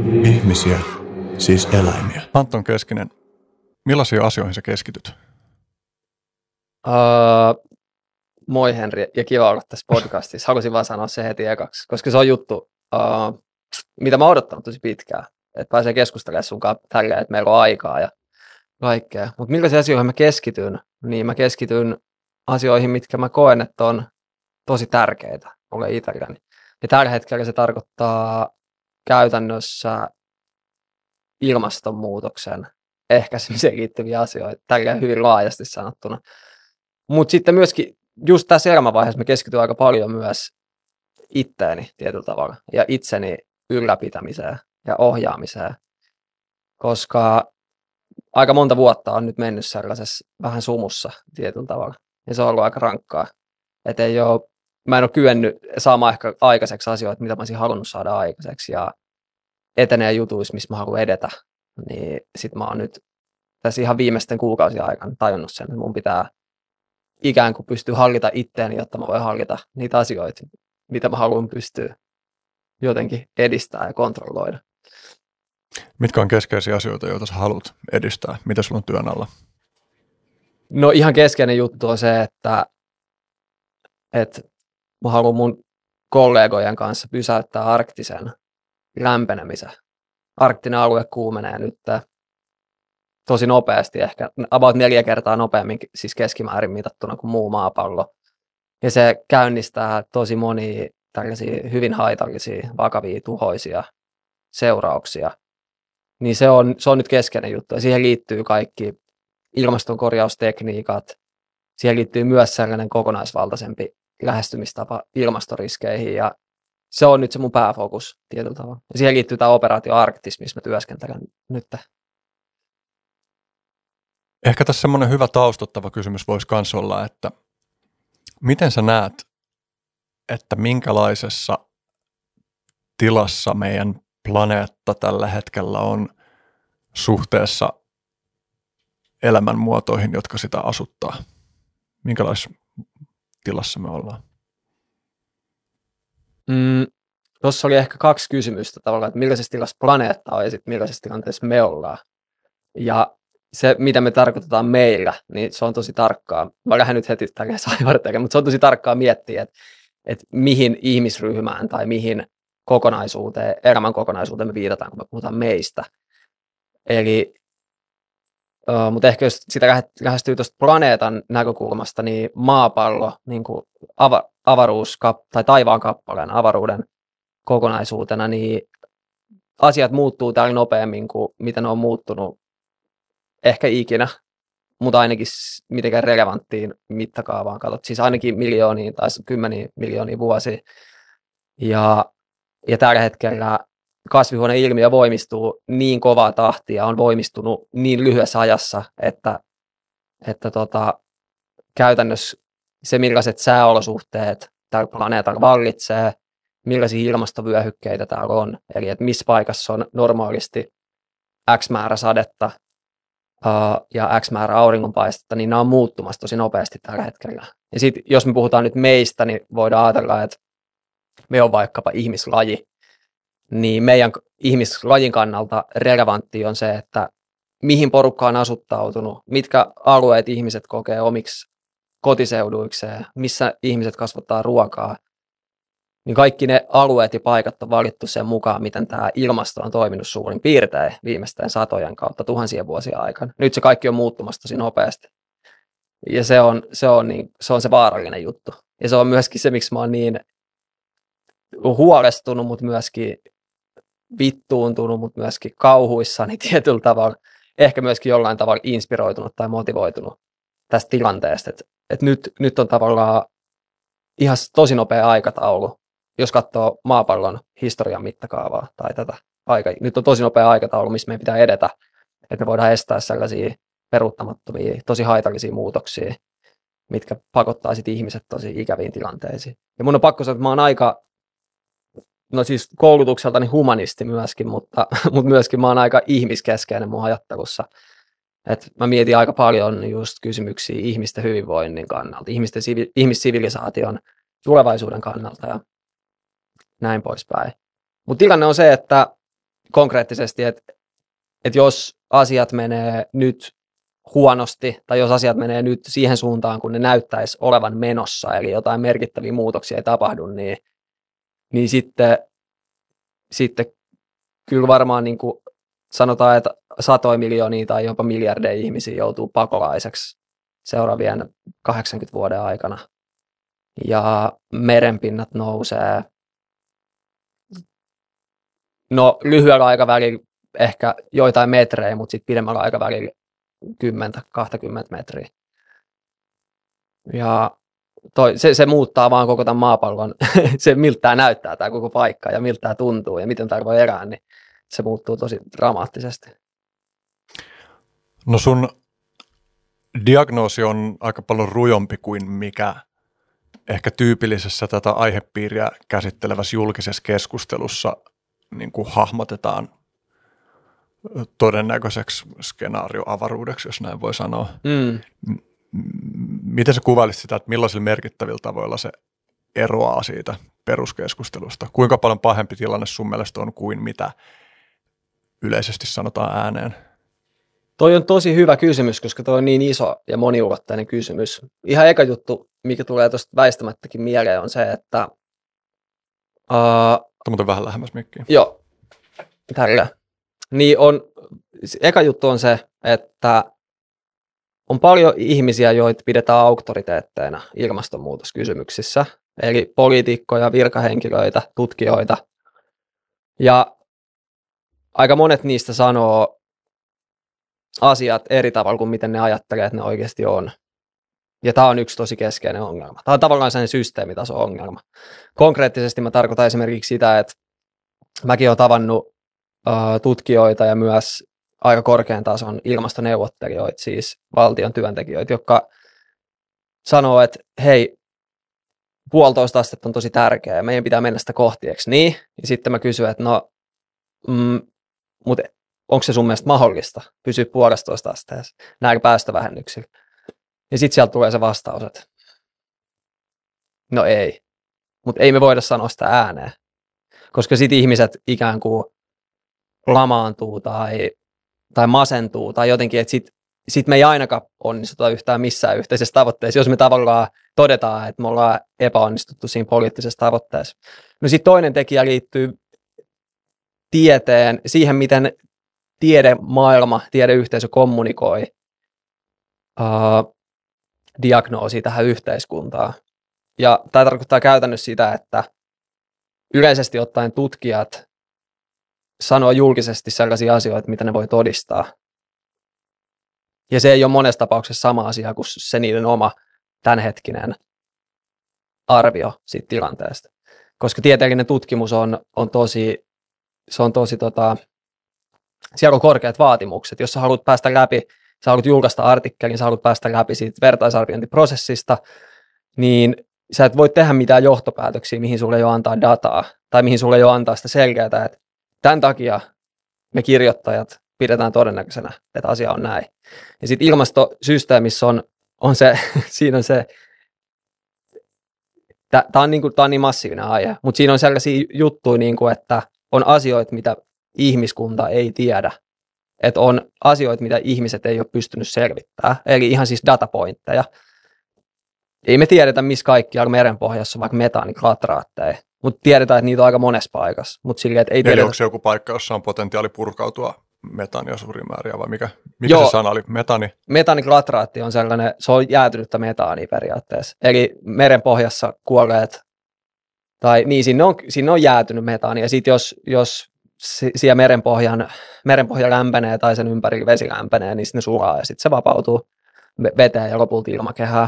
Ihmisiä, siis eläimiä. Anton Keskinen, millaisiin asioihin sä keskityt? Moi Henri, ja kiva olla tässä podcastissa. Haluaisin vaan sanoa se heti ekaksi, koska se on juttu, mitä mä oon odottanut tosi pitkään. Että pääsee keskustelemaan sun kanssa tälleen, että meillä on aikaa ja kaikkea. Mutta millaisiin asioihin mä keskityn? Niin mä keskityn asioihin, mitkä mä koen, että on tosi tärkeitä mulle itselläni. Ja tällä hetkellä se tarkoittaa käytännössä ilmastonmuutoksen ehkäisemiseen liittyviä asioita, tälleen hyvin laajasti sanottuna. Mutta sitten myöskin just tässä elämänvaiheessa mä keskityn aika paljon myös itteeni tietyllä tavalla ja itseni ylläpitämiseen ja ohjaamiseen, koska aika monta vuotta on nyt mennyt sellaisessa vähän sumussa tietyllä tavalla ja se on ollut aika rankkaa. Et mä en ole kyennyt saamaan ehkä aikaiseksi asioita, mitä mä olisin halunnut saada aikaiseksi ja etenee jutuissa, missä mä haluan edetä, niin sit mä oon nyt tässä ihan viimeisten kuukausien aikana tajunnut sen, että mun pitää ikään kuin pystyä hallita itteeni, jotta mä voin hallita niitä asioita, mitä mä haluan pystyä jotenkin edistää ja kontrolloida. Mitkä on keskeisiä asioita, joita sä haluat edistää? Mitä sulla on työn alla? No ihan keskeinen juttu on se, että mä haluan mun kollegojen kanssa pysäyttää arktisen lämpenemisen. Arktinen alue kuumenee nyt tosi nopeasti, ehkä about 4 kertaa nopeammin siis keskimäärin mitattuna kuin muu maapallo. Ja se käynnistää tosi monia tällaisia hyvin haitallisia, vakavia, tuhoisia seurauksia. Niin se on nyt keskeinen juttu. Ja siihen liittyy kaikki ilmastonkorjaustekniikat. Siihen liittyy myös sellainen kokonaisvaltaisempi lähestymistapa ilmastoriskeihin. Ja se on nyt se mun pääfokus tietyllä tavalla. Ja siihen liittyy tämä operaatio Arktis, missä mä työskentelen nyt. Ehkä tässä semmoinen hyvä taustottava kysymys voisi myös olla, että miten sä näet, että minkälaisessa tilassa meidän planeetta tällä hetkellä on suhteessa elämänmuotoihin, jotka sitä asuttaa? Minkälaisessa tilassa me ollaan? Tuossa oli ehkä 2 kysymystä tavallaan, että millaisessa tilassa planeetta on ja sitten millaisessa tilanteessa me ollaan. Ja se, mitä me tarkoitetaan meillä, niin se on tosi tarkkaa. Mä lähden nyt heti tälle saivartelemaan, mutta se on tosi tarkkaa miettiä, että mihin ihmisryhmään tai mihin kokonaisuuteen, elämän kokonaisuuteen me viitataan, kun me puhutaan meistä. Eli, mutta ehkä jos sitä lähestyy tuosta planeetan näkökulmasta, niin maapallo, niin kuin avaruus tai taivaan kappaleen avaruuden kokonaisuutena, niin asiat muuttuu täällä nopeammin kuin mitä ne on muuttunut ehkä ikinä, mutta ainakin mitenkään relevanttiin mittakaavaan katsot. Siis ainakin miljoonia tai 10 miljoonia vuosia. Ja tällä hetkellä kasvihuoneilmiö voimistuu niin kovaa tahtia, on voimistunut niin lyhyessä ajassa, että käytännössä se, millaiset sääolosuhteet tällä planeetalla vallitsee, millaisia ilmastovyöhykkeitä täällä on, eli että missä paikassa on normaalisti X määrä sadetta, ja X määrä auringonpaistetta, niin nämä on muuttumassa tosi nopeasti tällä hetkellä. Ja sitten jos me puhutaan nyt meistä, niin voidaan ajatella, että me on vaikkapa ihmislaji, niin meidän ihmislajin kannalta relevantti on se, että mihin porukka on asuttautunut, mitkä alueet ihmiset kokee omiksi kotiseuduikseen, missä ihmiset kasvattaa ruokaa, niin kaikki ne alueet ja paikat on valittu sen mukaan, miten tämä ilmasto on toiminut suurin piirtein viimeisten satojen kautta tuhansien vuosien aikana. Nyt se kaikki on muuttumassa tosi nopeasti. Ja se on se vaarallinen juttu. Ja se on myöskin se, miksi mä oon niin huolestunut, mutta myöskin vittuuntunut, mutta myöskin kauhuissani tietyllä tavalla. Ehkä myöskin jollain tavalla inspiroitunut tai motivoitunut tästä tilanteesta. Että nyt on tavallaan ihan tosi nopea aikataulu. Jos katsoo maapallon historian mittakaavaa tai tätä aikaa, nyt on tosi nopea aikataulu, missä meidän pitää edetä, että me voidaan estää sellaisia peruuttamattomia, tosi haitallisia muutoksia, mitkä pakottaa sitten ihmiset tosi ikäviin tilanteisiin. Ja mun on pakko sanoa, että mä oon aika, no siis koulutukseltani humanisti myöskin, mutta myöskin mä oon aika ihmiskeskeinen mun ajattelussa. Et mä mietin aika paljon just kysymyksiä ihmisten hyvinvoinnin kannalta, ihmissivilisaation tulevaisuuden kannalta ja näin poispäin. Mutta tilanne on se, että konkreettisesti, että jos asiat menee nyt huonosti, tai jos asiat menee nyt siihen suuntaan, kun ne näyttäisi olevan menossa, eli jotain merkittäviä muutoksia ei tapahdu, niin sitten kyllä varmaan niin kuin sanotaan, että satoja miljoonia tai jopa miljardeja ihmisiä joutuu pakolaiseksi seuraavien 80 vuoden aikana. Ja merenpinnat nousee. No lyhyellä aikavälillä ehkä joitain metrejä, mutta sitten pidemmällä aikavälillä 10-20 metriä. Ja se muuttaa vaan koko tämän maapallon, se miltä tämä näyttää tämä koko paikka ja miltä tämä tuntuu ja miten tämä voi elää, niin se muuttuu tosi dramaattisesti. No sun diagnoosi on aika paljon rujompi kuin mikä ehkä tyypillisessä tätä aihepiiriä käsittelevässä julkisessa keskustelussa niin kuin hahmotetaan todennäköiseksi skenaarioavaruudeksi, jos näin voi sanoa. Miten sä kuvailisit sitä, että millaisilla merkittävillä tavoilla se eroaa siitä peruskeskustelusta? Kuinka paljon pahempi tilanne sun mielestä on kuin mitä yleisesti sanotaan ääneen? Toi on tosi hyvä kysymys, koska toi on niin iso ja moniulotteinen kysymys. Ihan eka juttu, mikä tulee tuosta väistämättäkin mieleen, on se, että... Muuten vähän lähemmäs mikkiä. Joo, tällä. Niin eka juttu on se, että on paljon ihmisiä, joita pidetään auktoriteetteina ilmastonmuutoskysymyksissä, eli poliitikkoja, virkahenkilöitä, tutkijoita. Ja aika monet niistä sanoo asiat eri tavalla kuin miten ne ajattelee, että ne oikeasti on. Ja tämä on yksi tosi keskeinen ongelma. Tämä on tavallaan sellainen systeemitason ongelma. Konkreettisesti mä tarkoitan esimerkiksi sitä, että mäkin olen tavannut tutkijoita ja myös aika korkean tason ilmastoneuvottelijoita, siis valtion työntekijöitä, jotka sanoo, että hei, 1,5 astetta on tosi tärkeää, meidän pitää mennä sitä kohti, eikö niin? Ja sitten mä kysyn, että no, mutta onko se sun mielestä mahdollista pysyä 1,5 asteessa näillä päästövähennyksillä? Ja sitten sieltä tulee se vastaus, että no ei, mutta ei me voida sanoa sitä ääneen, koska sitten ihmiset ikään kuin lamaantuu tai masentuu tai jotenkin, että sit me ei ainakaan onnistuta yhtään missään yhteisessä tavoitteessa, jos me tavallaan todetaan, että me ollaan epäonnistuttu siinä poliittisessa tavoitteessa. No sitten toinen tekijä liittyy siihen, miten tiedemaailma, tiedeyhteisö kommunikoi diagnoosia tähän yhteiskuntaan. Ja tämä tarkoittaa käytännössä sitä, että yleisesti ottaen tutkijat sanoo julkisesti sellaisia asioita, mitä ne voi todistaa. Ja se ei ole monessa tapauksessa sama asia kuin se niiden oma tämänhetkinen arvio siitä tilanteesta. Koska tieteellinen tutkimus on tosi siellä on korkeat vaatimukset. Jos sä haluat päästä läpi, sä haluat julkaista artikkelin, sä haluat päästä läpi siitä vertaisarviointiprosessista, niin sä et voi tehdä mitään johtopäätöksiä, mihin sulle ei ole antaa dataa, tai mihin sulle ei ole antaa sitä selkeää, että tämän takia me kirjoittajat pidetään todennäköisenä, että asia on näin. Ja sitten ilmastosysteemissä on se, siinä on se, tämä on niin massiivinen aihe, mutta siinä on sellaisia juttuja, niin kuin, että on asioita, mitä ihmiskunta ei tiedä, että on asioita, mitä ihmiset ei ole pystynyt selvittämään, eli ihan siis datapointteja. Ei me tiedetä, missä kaikkialla merenpohjassa on vaikka metaaniklatraatteja, mutta tiedetään, että niitä on aika monessa paikassa. Eli onko se joku paikka, jossa on potentiaali purkautua metaania suuria määriä, vai mikä se sana oli? Metaaniklatraatti on sellainen, se on jäätynyttä metaania periaatteessa. Eli merenpohjassa kuolleet, tai niin, sinne on jäätynyt metaania, ja sitten jos siellä merenpohja lämpenee tai sen ympärillä vesi lämpenee, niin sitten ne sulaa, ja sitten se vapautuu veteen ja lopulta ilmakehään.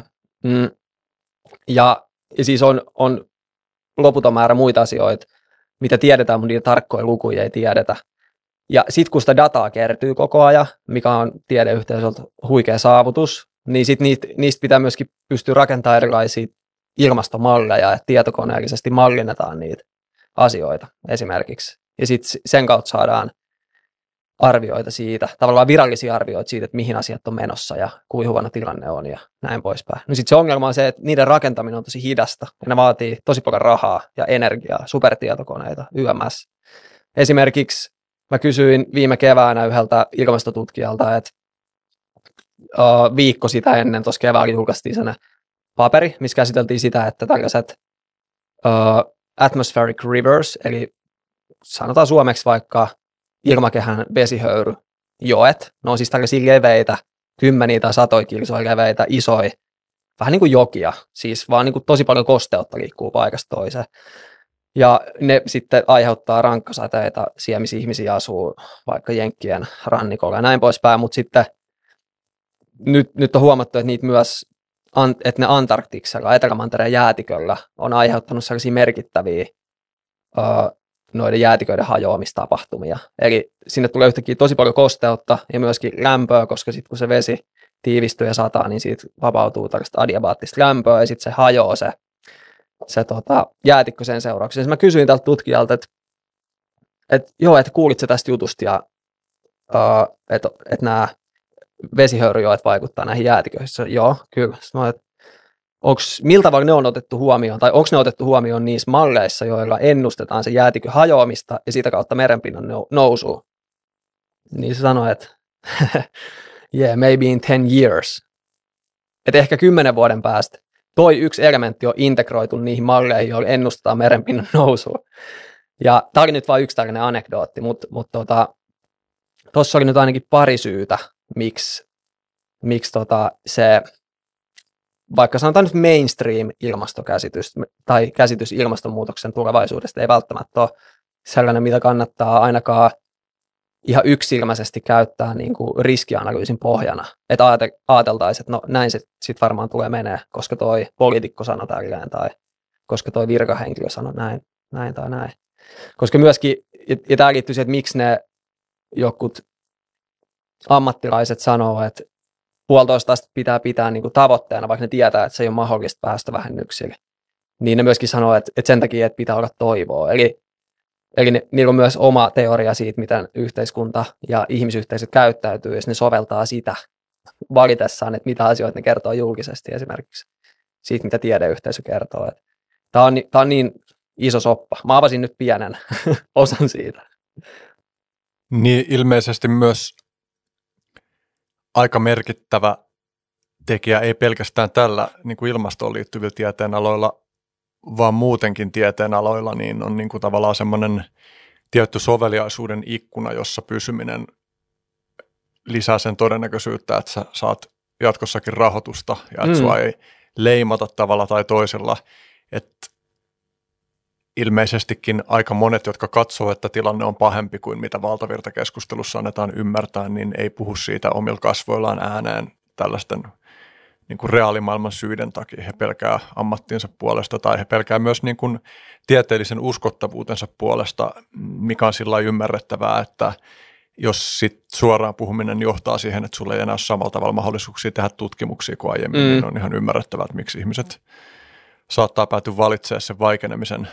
Ja siis on loputon määrä muita asioita, mitä tiedetään, mutta niitä tarkkoja lukuja ei tiedetä. Ja sitten kun sitä dataa kertyy koko ajan, mikä on tiedeyhteisöltä huikea saavutus, niin sitten niistä pitää myöskin pystyä rakentamaan erilaisia ilmastomalleja, että tietokoneellisesti mallinnetaan niitä asioita esimerkiksi. Ja sitten sen kautta saadaan arvioita siitä, tavallaan virallisia arvioita siitä, että mihin asiat on menossa ja kuinka huono tilanne on ja näin poispäin. No sitten se ongelma on se, että niiden rakentaminen on tosi hidasta ja ne vaatii tosi paljon rahaa ja energiaa, supertietokoneita, YMS. Esimerkiksi mä kysyin viime keväänä yhdeltä ilmastotutkijalta, että viikko sitä ennen tuossa keväällä julkaistiin sen paperi, missä käsiteltiin sitä, että tällaiset atmospheric rivers, eli sanotaan suomeksi vaikka ilmakehän vesihöyryjoet, ne on siis tällaisia leveitä, kymmeniä tai satoja kilsoja leveitä, isoja, vähän niin kuin jokia, siis vaan niin kuin tosi paljon kosteutta liikkuu paikasta toiseen. Ja ne sitten aiheuttaa rankkasateita siellä, missä ihmisiä asuu, vaikka Jenkkien rannikolla ja näin poispäin, mutta sitten nyt on huomattu, että niitä myös, että ne Antarktiksella, Etelämantereen jäätiköllä on aiheuttanut sellaisia merkittäviä noiden jäätiköiden hajoamistapahtumia. Eli sinne tulee yhtäkkiä tosi paljon kosteutta ja myöskin lämpöä, koska sitten kun se vesi tiivistyy ja sataa, niin siitä vapautuu tällaista adiabaattista lämpöä ja sitten se hajoaa se jäätikkö sen seurauksena. Siis mä kysyin tältä tutkijalta, että kuulit sä tästä jutusta ja että nämä vesihöyryjoet vaikuttaa näihin jäätiköihin. Joo, kyllä. Miltä tavalla ne on otettu huomioon, tai onko ne otettu huomioon niissä malleissa, joilla ennustetaan se jäätikön hajoamista ja sitä kautta merenpinnan nousua? Niin se sanoi, että yeah, maybe in 10 years. Että ehkä 10 vuoden päästä toi yksi elementti on integroitu niihin malleihin, joilla ennustetaan merenpinnan nousua. Ja tämä oli nyt vain yksi tällainen anekdootti, mutta tuossa oli nyt ainakin pari syytä, miksi se, vaikka sanotaan nyt mainstream-ilmastokäsitys tai käsitys ilmastonmuutoksen tulevaisuudesta ei välttämättä ole sellainen, mitä kannattaa ainakaan ihan yksilmäisesti käyttää niin kuin riskianalyysin pohjana. Että ajateltaisiin, että no näin se sitten varmaan tulee menee, koska toi poliitikko sanoi tälleen tai koska toi virkahenkilö sanoi näin tai näin. Koska myöskin, ja tämä liittyy siihen, että miksi ne jokut ammattilaiset sanoo, että 1,5 astetta pitää niin kuin tavoitteena, vaikka ne tietää, että se ei ole mahdollista päästövähennyksille. Niin ne myöskin sanoo, että sen takia, että pitää olla toivoa. Eli niillä on myös oma teoria siitä, miten yhteiskunta ja ihmisyhteisöt käyttäytyy, jos ne soveltaa sitä valitessaan, että mitä asioita ne kertoo julkisesti esimerkiksi siitä, mitä tiedeyhteisö kertoo. Tämä on niin iso soppa. Mä avasin nyt pienen osan siitä. Niin ilmeisesti myös aika merkittävä tekijä, ei pelkästään tällä niin kuin ilmastoon liittyvillä tieteenaloilla, vaan muutenkin tieteenaloilla, niin on niin kuin tavallaan semmoinen tietty soveliaisuuden ikkuna, jossa pysyminen lisää sen todennäköisyyttä, että sä saat jatkossakin rahoitusta ja että sua ei leimata tavalla tai toisella. Että ilmeisestikin aika monet, jotka katsoo, että tilanne on pahempi kuin mitä valtavirtakeskustelussa annetaan ymmärtää, niin ei puhu siitä omilla kasvoillaan ääneen tällaisten niin kuin reaalimaailman syiden takia. He pelkää ammattinsa puolesta tai he pelkää myös niin kuin tieteellisen uskottavuutensa puolesta, mikä on sillä lailla ymmärrettävää, että jos sit suoraan puhuminen johtaa siihen, että sulla ei enää ole samalla tavalla mahdollisuuksia tehdä tutkimuksia kuin aiemmin, niin on ihan ymmärrettävää, että miksi ihmiset saattaa päätyä valitsemaan sen vaikenemisen.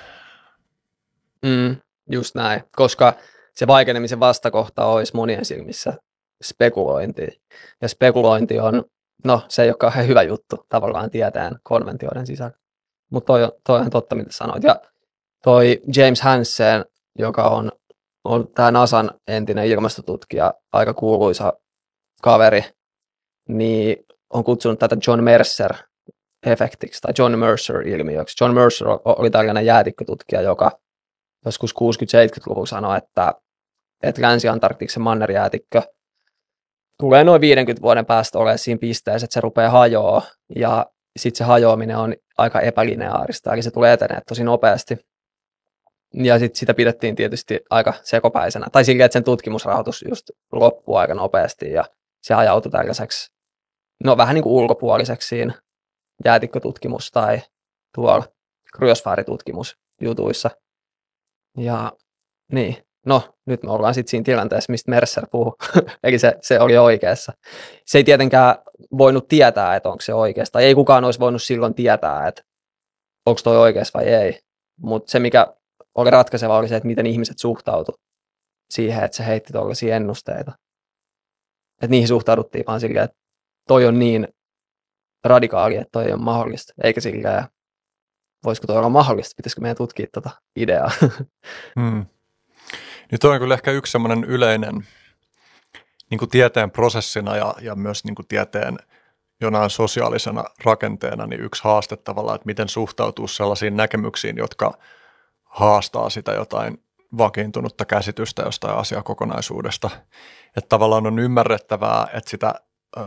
Just näin, koska se vaikenemisen vastakohta olisi monien silmissä spekulointi. Ja spekulointi on, se ei ole kauhean hyvä juttu tavallaan tieteen konventioiden sisällä. Mutta toi on totta, mitä sanoit. Ja toi James Hansen, joka on tämä NASAn entinen ilmastotutkija, aika kuuluisa kaveri, niin on kutsunut tätä John Mercer-efektiksi tai John Mercer-ilmiöksi. John Mercer oli tällainen jäätikkötutkija, joka joskus 60-70-luvulla sanoi, että Länsi-Antarktiksen mannerjäätikkö tulee noin 50 vuoden päästä olemaan siinä pisteessä, että se rupeaa hajoaa, ja sitten se hajoaminen on aika epälineaarista, eli se tulee etenee tosi nopeasti. Ja sitten sitä pidettiin tietysti aika sekopäisenä, tai silleen, että sen tutkimusrahoitus just loppuu aika nopeasti, ja se ajautui tällaiseksi, vähän niin kuin ulkopuoliseksi siinä jäätikkötutkimus- tai tuolla kryosfääritutkimusjutuissa. Ja niin, nyt me ollaan sitten siinä tilanteessa, mistä Mercer puhuu, eli se oli oikeassa. Se ei tietenkään voinut tietää, että onko se oikeassa, tai ei kukaan olisi voinut silloin tietää, että onko toi oikeassa vai ei, mutta se mikä oli ratkaiseva oli se, että miten ihmiset suhtautu siihen, että se heitti tuollaisia ennusteita. Että niihin suhtauduttiin vaan silleen, että toi on niin radikaali, että toi ei ole mahdollista, eikä silleen, voisiko toi olla mahdollista, pitäisikö meidän tutkia tuota ideaa. Niin Niin toi on kyllä ehkä yksi semmoinen yleinen niin kuin tieteen prosessina ja myös niin kuin tieteen jonain sosiaalisena rakenteena niin yksi haaste tavallaan, että miten suhtautuu sellaisiin näkemyksiin, jotka haastaa sitä jotain vakiintunutta käsitystä jostain asiakokonaisuudesta. Että tavallaan on ymmärrettävää, että sitä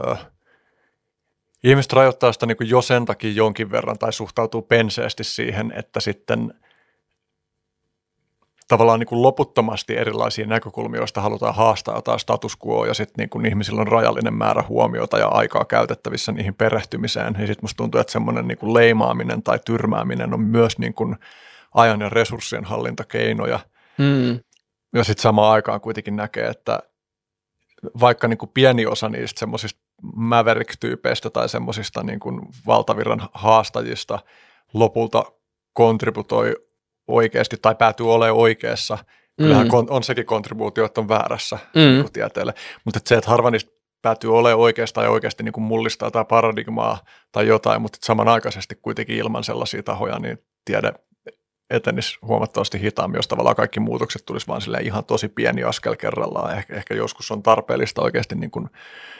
ihmiset rajoittaa sitä niin kuin jo sen takia jonkin verran tai suhtautuu penseästi siihen, että sitten tavallaan niin kuin loputtomasti erilaisia näkökulmia, joista halutaan haastaa jotain status quoa ja sitten niin kuin ihmisillä on rajallinen määrä huomiota ja aikaa käytettävissä niihin perehtymiseen. Ja sitten musta tuntuu, että semmoinen niin kuin leimaaminen tai tyrmääminen on myös niin kuin ajan ja resurssien hallintakeinoja. Ja sitten samaan aikaan kuitenkin näkee, että vaikka niin kuin pieni osa niistä semmoisista maverick-tyypeistä tai semmoisista niin kuin valtavirran haastajista lopulta kontributoi oikeasti tai päätyy olemaan oikeassa. Kyllähän on sekin kontribuutio, että on väärässä niin kuin tieteelle. Mutta se, että harva niistä päätyy olemaan oikeasta ja oikeasti niin kuin mullistaa tai paradigmaa tai jotain, mutta samanaikaisesti kuitenkin ilman sellaisia tahoja, niin tiede etenisi huomattavasti hitaammin, jos tavallaan kaikki muutokset tulisi vaan silleen ihan tosi pieni askel kerrallaan. Ehkä joskus on tarpeellista oikeasti niin kuin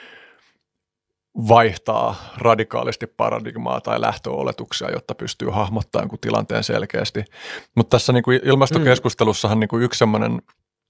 vaihtaa radikaalisti paradigmaa tai lähtöoletuksia, jotta pystyy hahmottamaan jonkun tilanteen selkeästi. Mutta tässä niin kuin ilmastokeskustelussahan niin kuin yksi semmoinen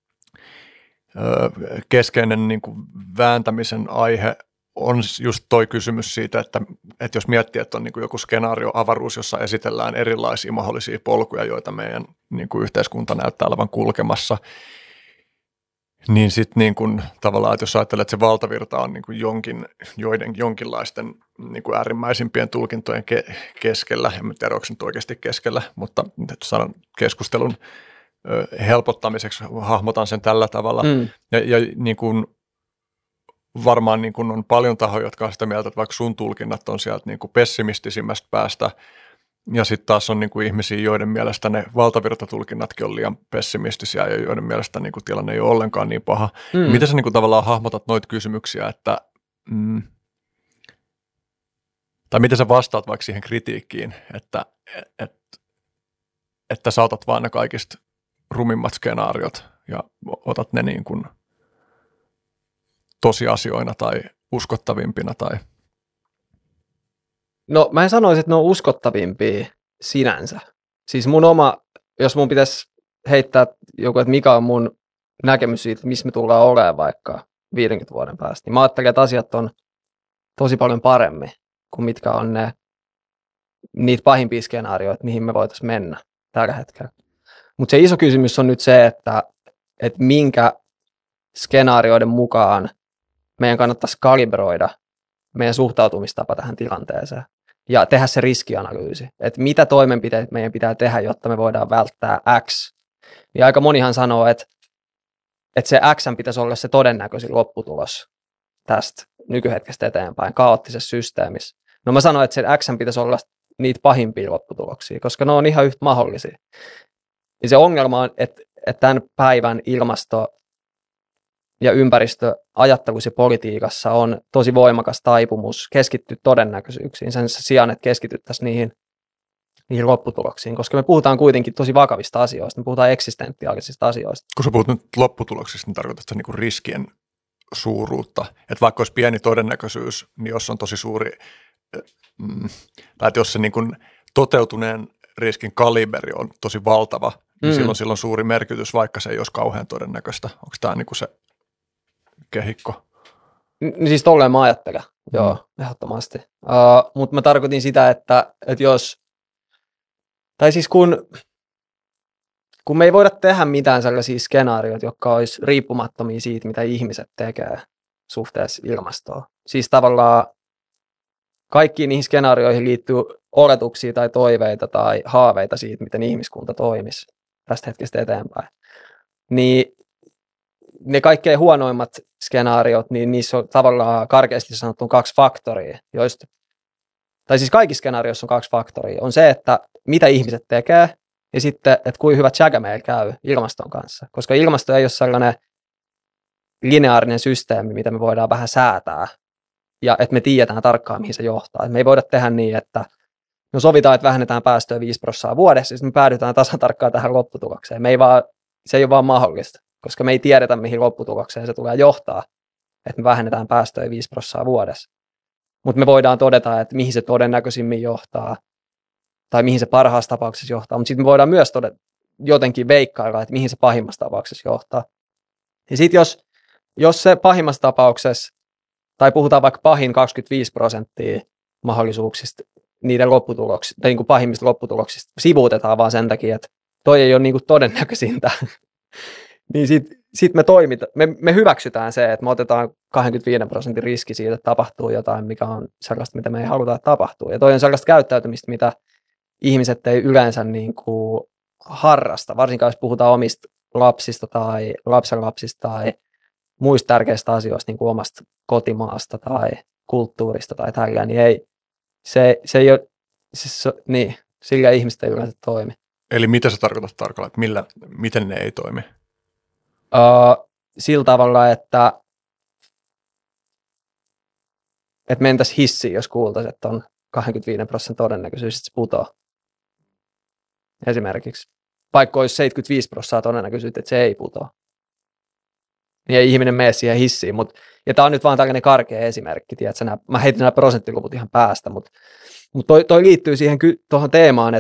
keskeinen niin kuin vääntämisen aihe on just toi kysymys siitä, että jos miettii, että on niin kuin joku skenaario avaruus, jossa esitellään erilaisia mahdollisia polkuja, joita meidän niin kuin yhteiskunta näyttää olevan kulkemassa, niin sitten niin kuin tavallaan, että jos ajattelee, että se valtavirta on niin kuin jonkinlaisten niin kuin äärimmäisimpien tulkintojen keskellä, en tiedä, onko se nyt oikeasti keskellä, mutta sanon keskustelun helpottamiseksi hahmotan sen tällä tavalla. Ja niin kuin varmaan niin kuin on paljon tahoja, jotka on sitä mieltä, että vaikka sun tulkinnat on sieltä niin kuin pessimistisimmästä päästä, ja sitten taas on niin kuin ihmisiä, joiden mielestä ne valtavirtatulkinnatkin on liian pessimistisiä ja joiden mielestä niin kuin tilanne ei ole ollenkaan niin paha. Miten sä niin kuin tavallaan hahmotat noita kysymyksiä, tai miten sä vastaat vaikka siihen kritiikkiin, että sä otat vaan ne kaikista rumimmat skenaariot ja otat ne niin kuin tosiasioina tai uskottavimpina tai... No mä en sanoisi, että ne on uskottavimpia sinänsä. Siis jos mun pitäisi heittää joku, että mikä on mun näkemys siitä, missä me tullaan olemaan vaikka 50 vuoden päästä, niin mä ajattelen, että asiat on tosi paljon paremmin kuin mitkä on niitä pahimpia skenaarioita, mihin me voitaisiin mennä tällä hetkellä. Mutta se iso kysymys on nyt se, että minkä skenaarioiden mukaan meidän kannattaisi kalibroida meidän suhtautumistapa tähän tilanteeseen ja tehdä se riskianalyysi, että mitä toimenpiteitä meidän pitää tehdä, jotta me voidaan välttää X. Ja aika monihan sanoo, että se X pitäisi olla se todennäköisin lopputulos tästä nykyhetkestä eteenpäin, kaoottisessa systeemissä. No mä sanoin, että se X pitäisi olla niitä pahimpia lopputuloksia, koska ne on ihan yhtä mahdollisia. Ja se ongelma on, että tämän päivän ilmasto- ja ympäristöajattelussa ja politiikassa on tosi voimakas taipumus keskittyä todennäköisyyksiin sen sijaan, että keskityttäisiin niihin lopputuloksiin, koska me puhutaan kuitenkin tosi vakavista asioista, me puhutaan eksistentiaalisista asioista. Kun sä puhut nyt lopputuloksista, niin tarkoitatko niinku riskien suuruutta, että vaikka olisi pieni todennäköisyys, niin jos on tosi suuri, tai että jos se niin kuin toteutuneen riskin kaliberi on tosi valtava, niin silloin suuri merkitys, vaikka se ei olisi kauhean todennäköistä. Onko tämä niin kuin se kehikko? Siis tolleen mä ajattelen, joo, ehdottomasti. Mutta mä tarkoitin sitä, että jos, tai siis kun me ei voida tehdä mitään sellaisia skenaarioita, jotka olisi riippumattomia siitä, mitä ihmiset tekee suhteessa ilmastoon. Siis tavallaan kaikkiin niihin skenaarioihin liittyy oletuksia tai toiveita tai haaveita siitä, miten ihmiskunta toimisi tästä hetkestä eteenpäin. Niin ne kaikkein huonoimmat skenaariot, niin niissä on tavallaan karkeasti sanottu 2 faktoria, tai siis kaikissa skenaarioissa on 2 faktoria. On se, että mitä ihmiset tekee, ja sitten, että kuinka hyvä tsäkä meillä käy ilmaston kanssa. Koska ilmasto ei ole sellainen lineaarinen systeemi, mitä me voidaan vähän säätää, ja että me tiedetään tarkkaan, mihin se johtaa. Et me ei voida tehdä niin, että no sovitaan, että vähennetään päästöjä 5% vuodessa, ja sitten me päädytään tasan tarkkaan tähän lopputulokseen. Se ei ole vaan mahdollista. koska me ei tiedetä, mihin lopputulokseen se tulee johtaa, että me vähennetään päästöjä 5% vuodessa. Mutta me voidaan todeta, että mihin se todennäköisimmin johtaa, tai mihin se parhaassa tapauksessa johtaa, mutta sitten me voidaan myös jotenkin veikkailla, että mihin se pahimmassa tapauksessa johtaa. Ja sitten jos se pahimmassa tapauksessa, tai puhutaan vaikka pahin 25% mahdollisuuksista, niiden lopputuloksista, tai niin kuin pahimmista lopputuloksista, sivuutetaan vaan sen takia, että toi ei ole niin kuin todennäköisintä, niin sit me hyväksytään se, että me otetaan 25% riski siitä, että tapahtuu jotain, mikä on sellaista, mitä me ei haluta, että tapahtuu. Ja toi on sellaista käyttäytymistä, mitä ihmiset ei yleensä niin kuin harrasta, varsinkaan jos puhutaan omista lapsista tai lapsenlapsista tai muista tärkeistä asioista, niin kuin omasta kotimaasta tai kulttuurista tai tällä, niin se ei ole, niin, sillä ihmiset ei yleensä toimi. Eli mitä se tarkoittaa tarkalleen, että miten ne ei toimi? Sillä tavalla, että mentäisiin hissiin, jos kuultaisiin, että on 25% todennäköisyys, että se putoaa. Esimerkiksi. Vaikka olisi 75% todennäköisyyttä, että se ei putoa. Niin ei ihminen mene siihen hissiin. Ja tämä on nyt vaan tällainen karkea esimerkki. Tiedätkö, mä heitin nämä prosenttiluvut ihan päästä, mutta toi liittyy siihen tuohon teemaan,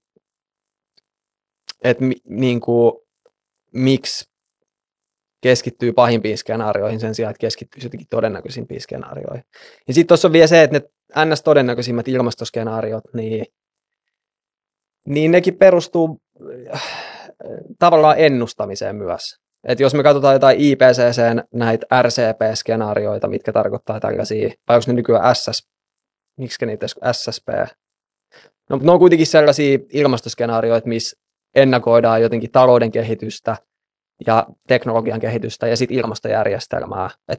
että niin kuin, miksi keskittyy pahimpiin skenaarioihin sen sijaan, että keskittyy jotenkin todennäköisimpiin skenaarioihin. Ja sitten tuossa on vielä se, että ne ns-todennäköisimmät ilmastoskenaariot, niin nekin perustuu tavallaan ennustamiseen myös. Että jos me katsotaan jotain IPCC:n näitä RCP-skenaarioita, mitkä tarkoittaa tällaisia, vai onko ne nykyään miksi niitä SSP? No, ne on kuitenkin sellaisia ilmastoskenaarioita, missä ennakoidaan jotenkin talouden kehitystä ja teknologian kehitystä ja sitten ilmastojärjestelmää, että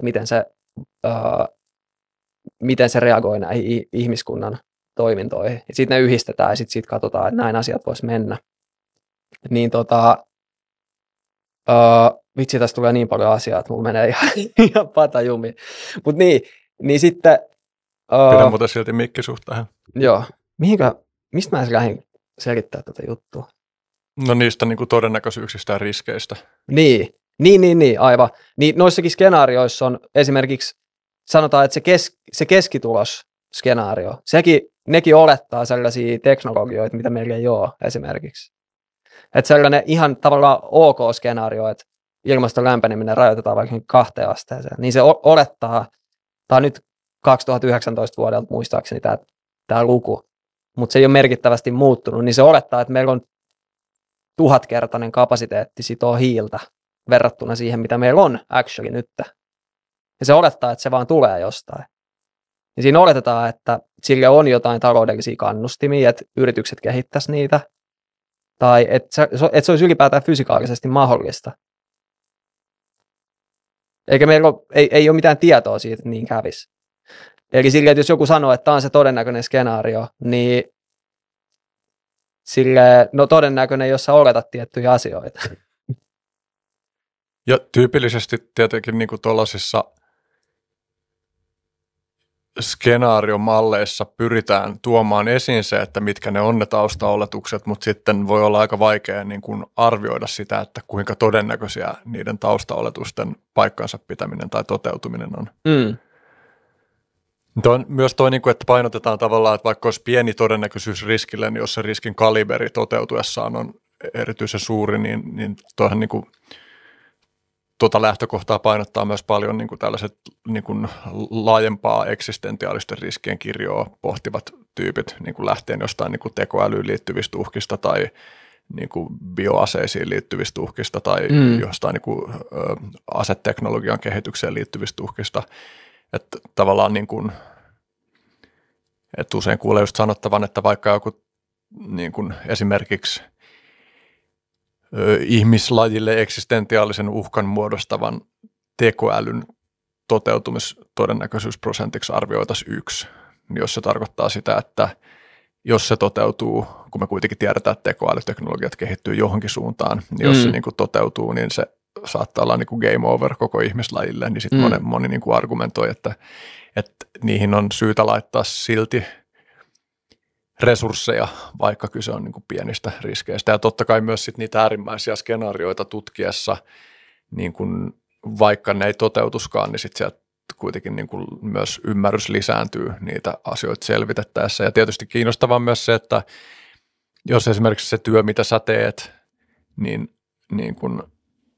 miten se reagoi näihin ihmiskunnan toimintoihin. Sitten ne yhdistetään ja sitten katsotaan, että näin asiat vois mennä. Niin vitsi, tässä tulee niin paljon asiaa, että mulla menee ihan patajumiin. Mutta niin sitten... Pidä muuten silti mikki suht tähän. Joo. Mistä mä edes lähdin selittää tätä juttua? No niistä niin kuin todennäköisyyksistä ja riskeistä. Niin, aivan. Niin noissakin skenaarioissa on esimerkiksi, sanotaan, että se keskitulosskenaario, nekin olettaa sellaisia teknologioita, mitä meillä ei ole esimerkiksi. Että sellainen ihan tavallaan OK-skenaario, että ilmaston lämpeneminen rajoitetaan vaikka 2 asteeseen, niin se olettaa, tämä on nyt 2019 vuodelta muistaakseni tämä luku, mutta se ei ole merkittävästi muuttunut, niin se olettaa, että meillä on 1000-kertainen kapasiteetti sitoo hiiltä verrattuna siihen, mitä meillä on actually nyt. Ja se olettaa, että se vaan tulee jostain. Ja siinä oletetaan, että sille on jotain taloudellisia kannustimia, että yritykset kehittäisi niitä, tai että se olisi ylipäätään fysikaalisesti mahdollista. Eikä meillä ei ole mitään tietoa siitä, että niin kävisi. Eli sille, että jos joku sanoo, että tämä on se todennäköinen skenaario, niin todennäköinen, jos sä oletat tiettyjä asioita. Ja tyypillisesti tietenkin niin kuin tuollaisissa skenaariomalleissa pyritään tuomaan esiin se, että mitkä ne on ne taustaoletukset, mutta sitten voi olla aika vaikea niin kuin arvioida sitä, että kuinka todennäköisiä niiden taustaoletusten paikkansa pitäminen tai toteutuminen on. Myös toi, että painotetaan tavallaan, että vaikka olisi pieni todennäköisyys riskille, niin jos se riskin kaliberi toteutuessaan on erityisen suuri, niin toihan niin kuin lähtökohtaa painottaa myös paljon niin kuin tällaiset niin kuin laajempaa eksistentiaalisten riskien kirjoa pohtivat tyypit, niin kuin lähtien jostain niin kuin tekoälyyn liittyvistä uhkista tai niin kuin bioaseisiin liittyvistä uhkista tai jostain niin kuin aseteknologian kehitykseen liittyvistä uhkista. Että tavallaan niin kuin, että usein kuulee just sanottavan, että vaikka joku niin kuin esimerkiksi ihmislajille eksistentiaalisen uhkan muodostavan tekoälyn toteutumistodennäköisyysprosentiksi arvioitaisiin 1, niin jos se tarkoittaa sitä, että jos se toteutuu, kun me kuitenkin tiedetään, että tekoälyteknologiat kehittyy johonkin suuntaan, niin jos se niin kuin toteutuu, niin se saattaa olla niin kuin game over koko ihmislajille, niin sitten moni niin kuin argumentoi, että niihin on syytä laittaa silti resursseja, vaikka kyse on niin kuin pienistä riskeistä. Ja totta kai myös sit niitä äärimmäisiä skenaarioita tutkiessa, niin kuin, vaikka ne ei toteutuskaan, niin sitten sieltä kuitenkin niin kuin myös ymmärrys lisääntyy niitä asioita selvitettäessä. Ja tietysti kiinnostavaa myös se, että jos esimerkiksi se työ, mitä sä teet, niin kun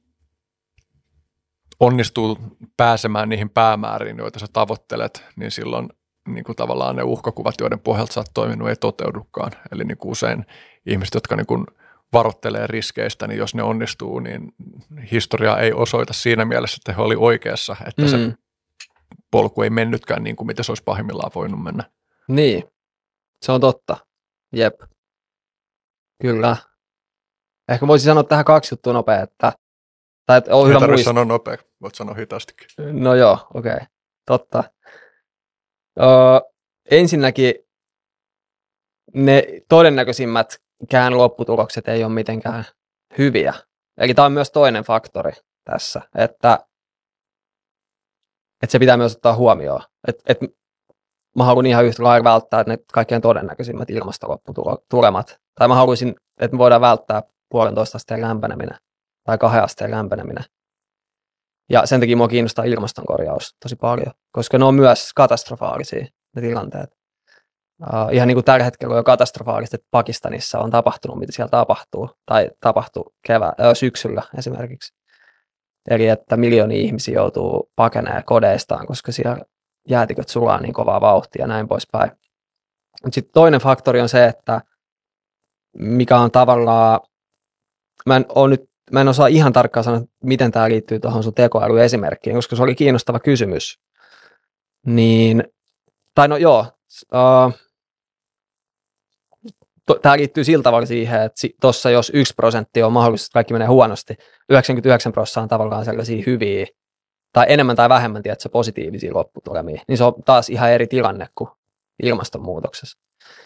onnistuu pääsemään niihin päämääriin, joita sä tavoittelet, niin silloin niin kuin tavallaan ne uhkakuvat, joiden pohjalta sä oot toiminut, ei toteudukaan. Eli niin kuin usein ihmiset, jotka niin kuin varoittelee riskeistä, niin jos ne onnistuu, niin historia ei osoita siinä mielessä, että he oli oikeassa, että se polku ei mennytkään niin kuin mitä se olisi pahimmillaan voinut mennä. Niin, se on totta. Jep. Kyllä. Ehkä voisin sanoa tähän 2 juttua nopea, että on hyvä muistaa. Sanoa nopea, voit sanoa hitaastikin. No joo, okei. Totta. Ensinnäkin ne todennäköisimmät lopputulokset ei ole mitenkään hyviä. Eli tämä on myös toinen faktori tässä, että se pitää myös ottaa huomioon. Että mä haluan ihan yhtä lailla välttää ne kaikkein todennäköisimmät ilmastolopputulemat. Tai mä haluaisin, että me voidaan välttää 1,5 asteen lämpeneminen tai 2 asteen lämpeneminen. Ja sen takia mua kiinnostaa ilmastonkorjaus tosi paljon, koska ne on myös katastrofaalisia ne tilanteet. Ihan niin kuin tällä hetkellä on jo katastrofaalista, että Pakistanissa on tapahtunut, mitä siellä tapahtuu, tai tapahtui syksyllä esimerkiksi. Eli että miljoonia ihmisiä joutuu pakenemaan kodeistaan, koska siellä jäätiköt sulaa niin kovaa vauhtia ja näin poispäin. Mutta sitten toinen faktori on se, että mikä on tavallaan, mä en osaa ihan tarkkaan sanoa, miten tämä liittyy tuohon sun tekoälyesimerkkiin, koska se oli kiinnostava kysymys. Tämä liittyy sillä tavalla siihen, että tuossa jos 1% on mahdollisesti, kaikki menee huonosti, 99% on tavallaan sellaisia hyviä, tai enemmän tai vähemmän tiedätkö, positiivisia lopputulemia, niin se on taas ihan eri tilanne kuin ilmastonmuutoksessa,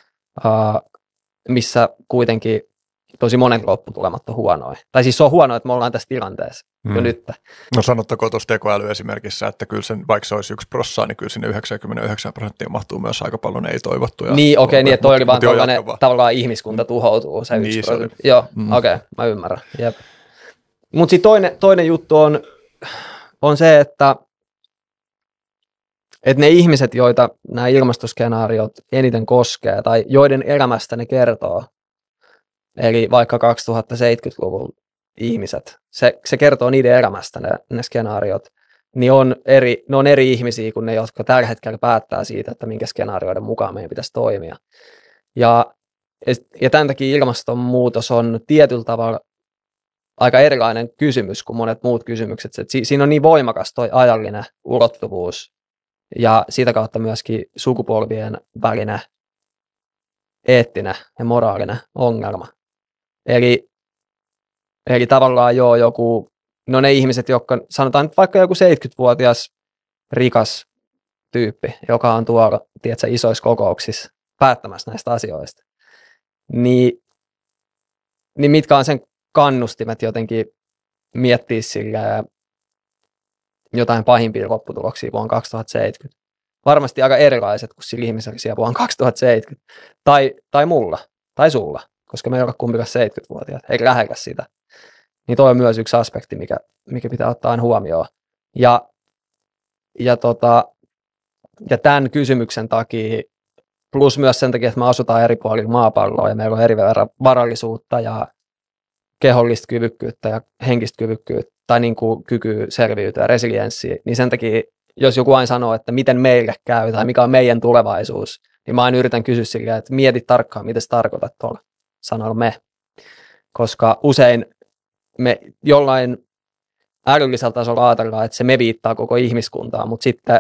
missä kuitenkin tosi monet lopputulemat on huonoja. Tai siis se on huonoa, että me ollaan tässä tilanteessa jo nyt. No sanottako tuossa tekoälyesimerkissä, että kyllä sen, vaikka se olisi 1%, niin kyllä sinne 99% mahtuu myös aika paljon ei-toivottuja. Niin, okei, niin että toi oli vaan tavallaan ihmiskunta tuhoutuu, se 1%. Niin, joo, okei, mä ymmärrän. Mutta sitten toinen juttu on se, että ne ihmiset, joita nämä ilmastoskenaariot eniten koskee, tai joiden elämästä ne kertoo, eli vaikka 2070-luvun ihmiset, se kertoo niiden elämästä ne skenaariot, niin ne on eri ihmisiä kuin ne, jotka tällä hetkellä päättää siitä, että minkä skenaarioiden mukaan meidän pitäisi toimia. Ja tämän takia ilmastonmuutos on tietyllä tavalla aika erilainen kysymys kuin monet muut kysymykset. Siinä on niin voimakas toi ajallinen ulottuvuus ja sitä kautta myöskin sukupolvien välinen eettinen ja moraalinen ongelma. Eli tavallaan ne ihmiset, jotka sanotaan nyt vaikka joku 70-vuotias rikas tyyppi, joka on tuolla, tiedätkö, isoissa kokouksissa päättämässä näistä asioista, niin mitkä on sen kannustimet jotenkin miettiä sillä jotain pahimpia lopputuloksia vuonna 2070. Varmasti aika erilaiset kuin sillä ihmisellä siellä vuonna 2070. Tai mulla, tai sulla, koska me ei ole kumpikaan 70-vuotiaat, eikä lähellä sitä. Niin toi on myös yksi aspekti, mikä pitää ottaa aina huomioon. Ja tämän kysymyksen takia, plus myös sen takia, että me asutaan eri puolilla maapalloa ja meillä on eri verran varallisuutta ja kehollista kyvykkyyttä ja henkistä kyvykkyyttä tai niin kuin kykyä selviytyä, resilienssiä, niin sen takia, jos joku aina sanoo, että miten meille käy tai mikä on meidän tulevaisuus, niin mä aina yritän kysyä sillä, että mieti tarkkaan, mitä sä tarkoitat tuolla sanalla me. Koska usein me jollain älyllisellä tasolla ajatellaan, että se me viittaa koko ihmiskuntaa, mutta sitten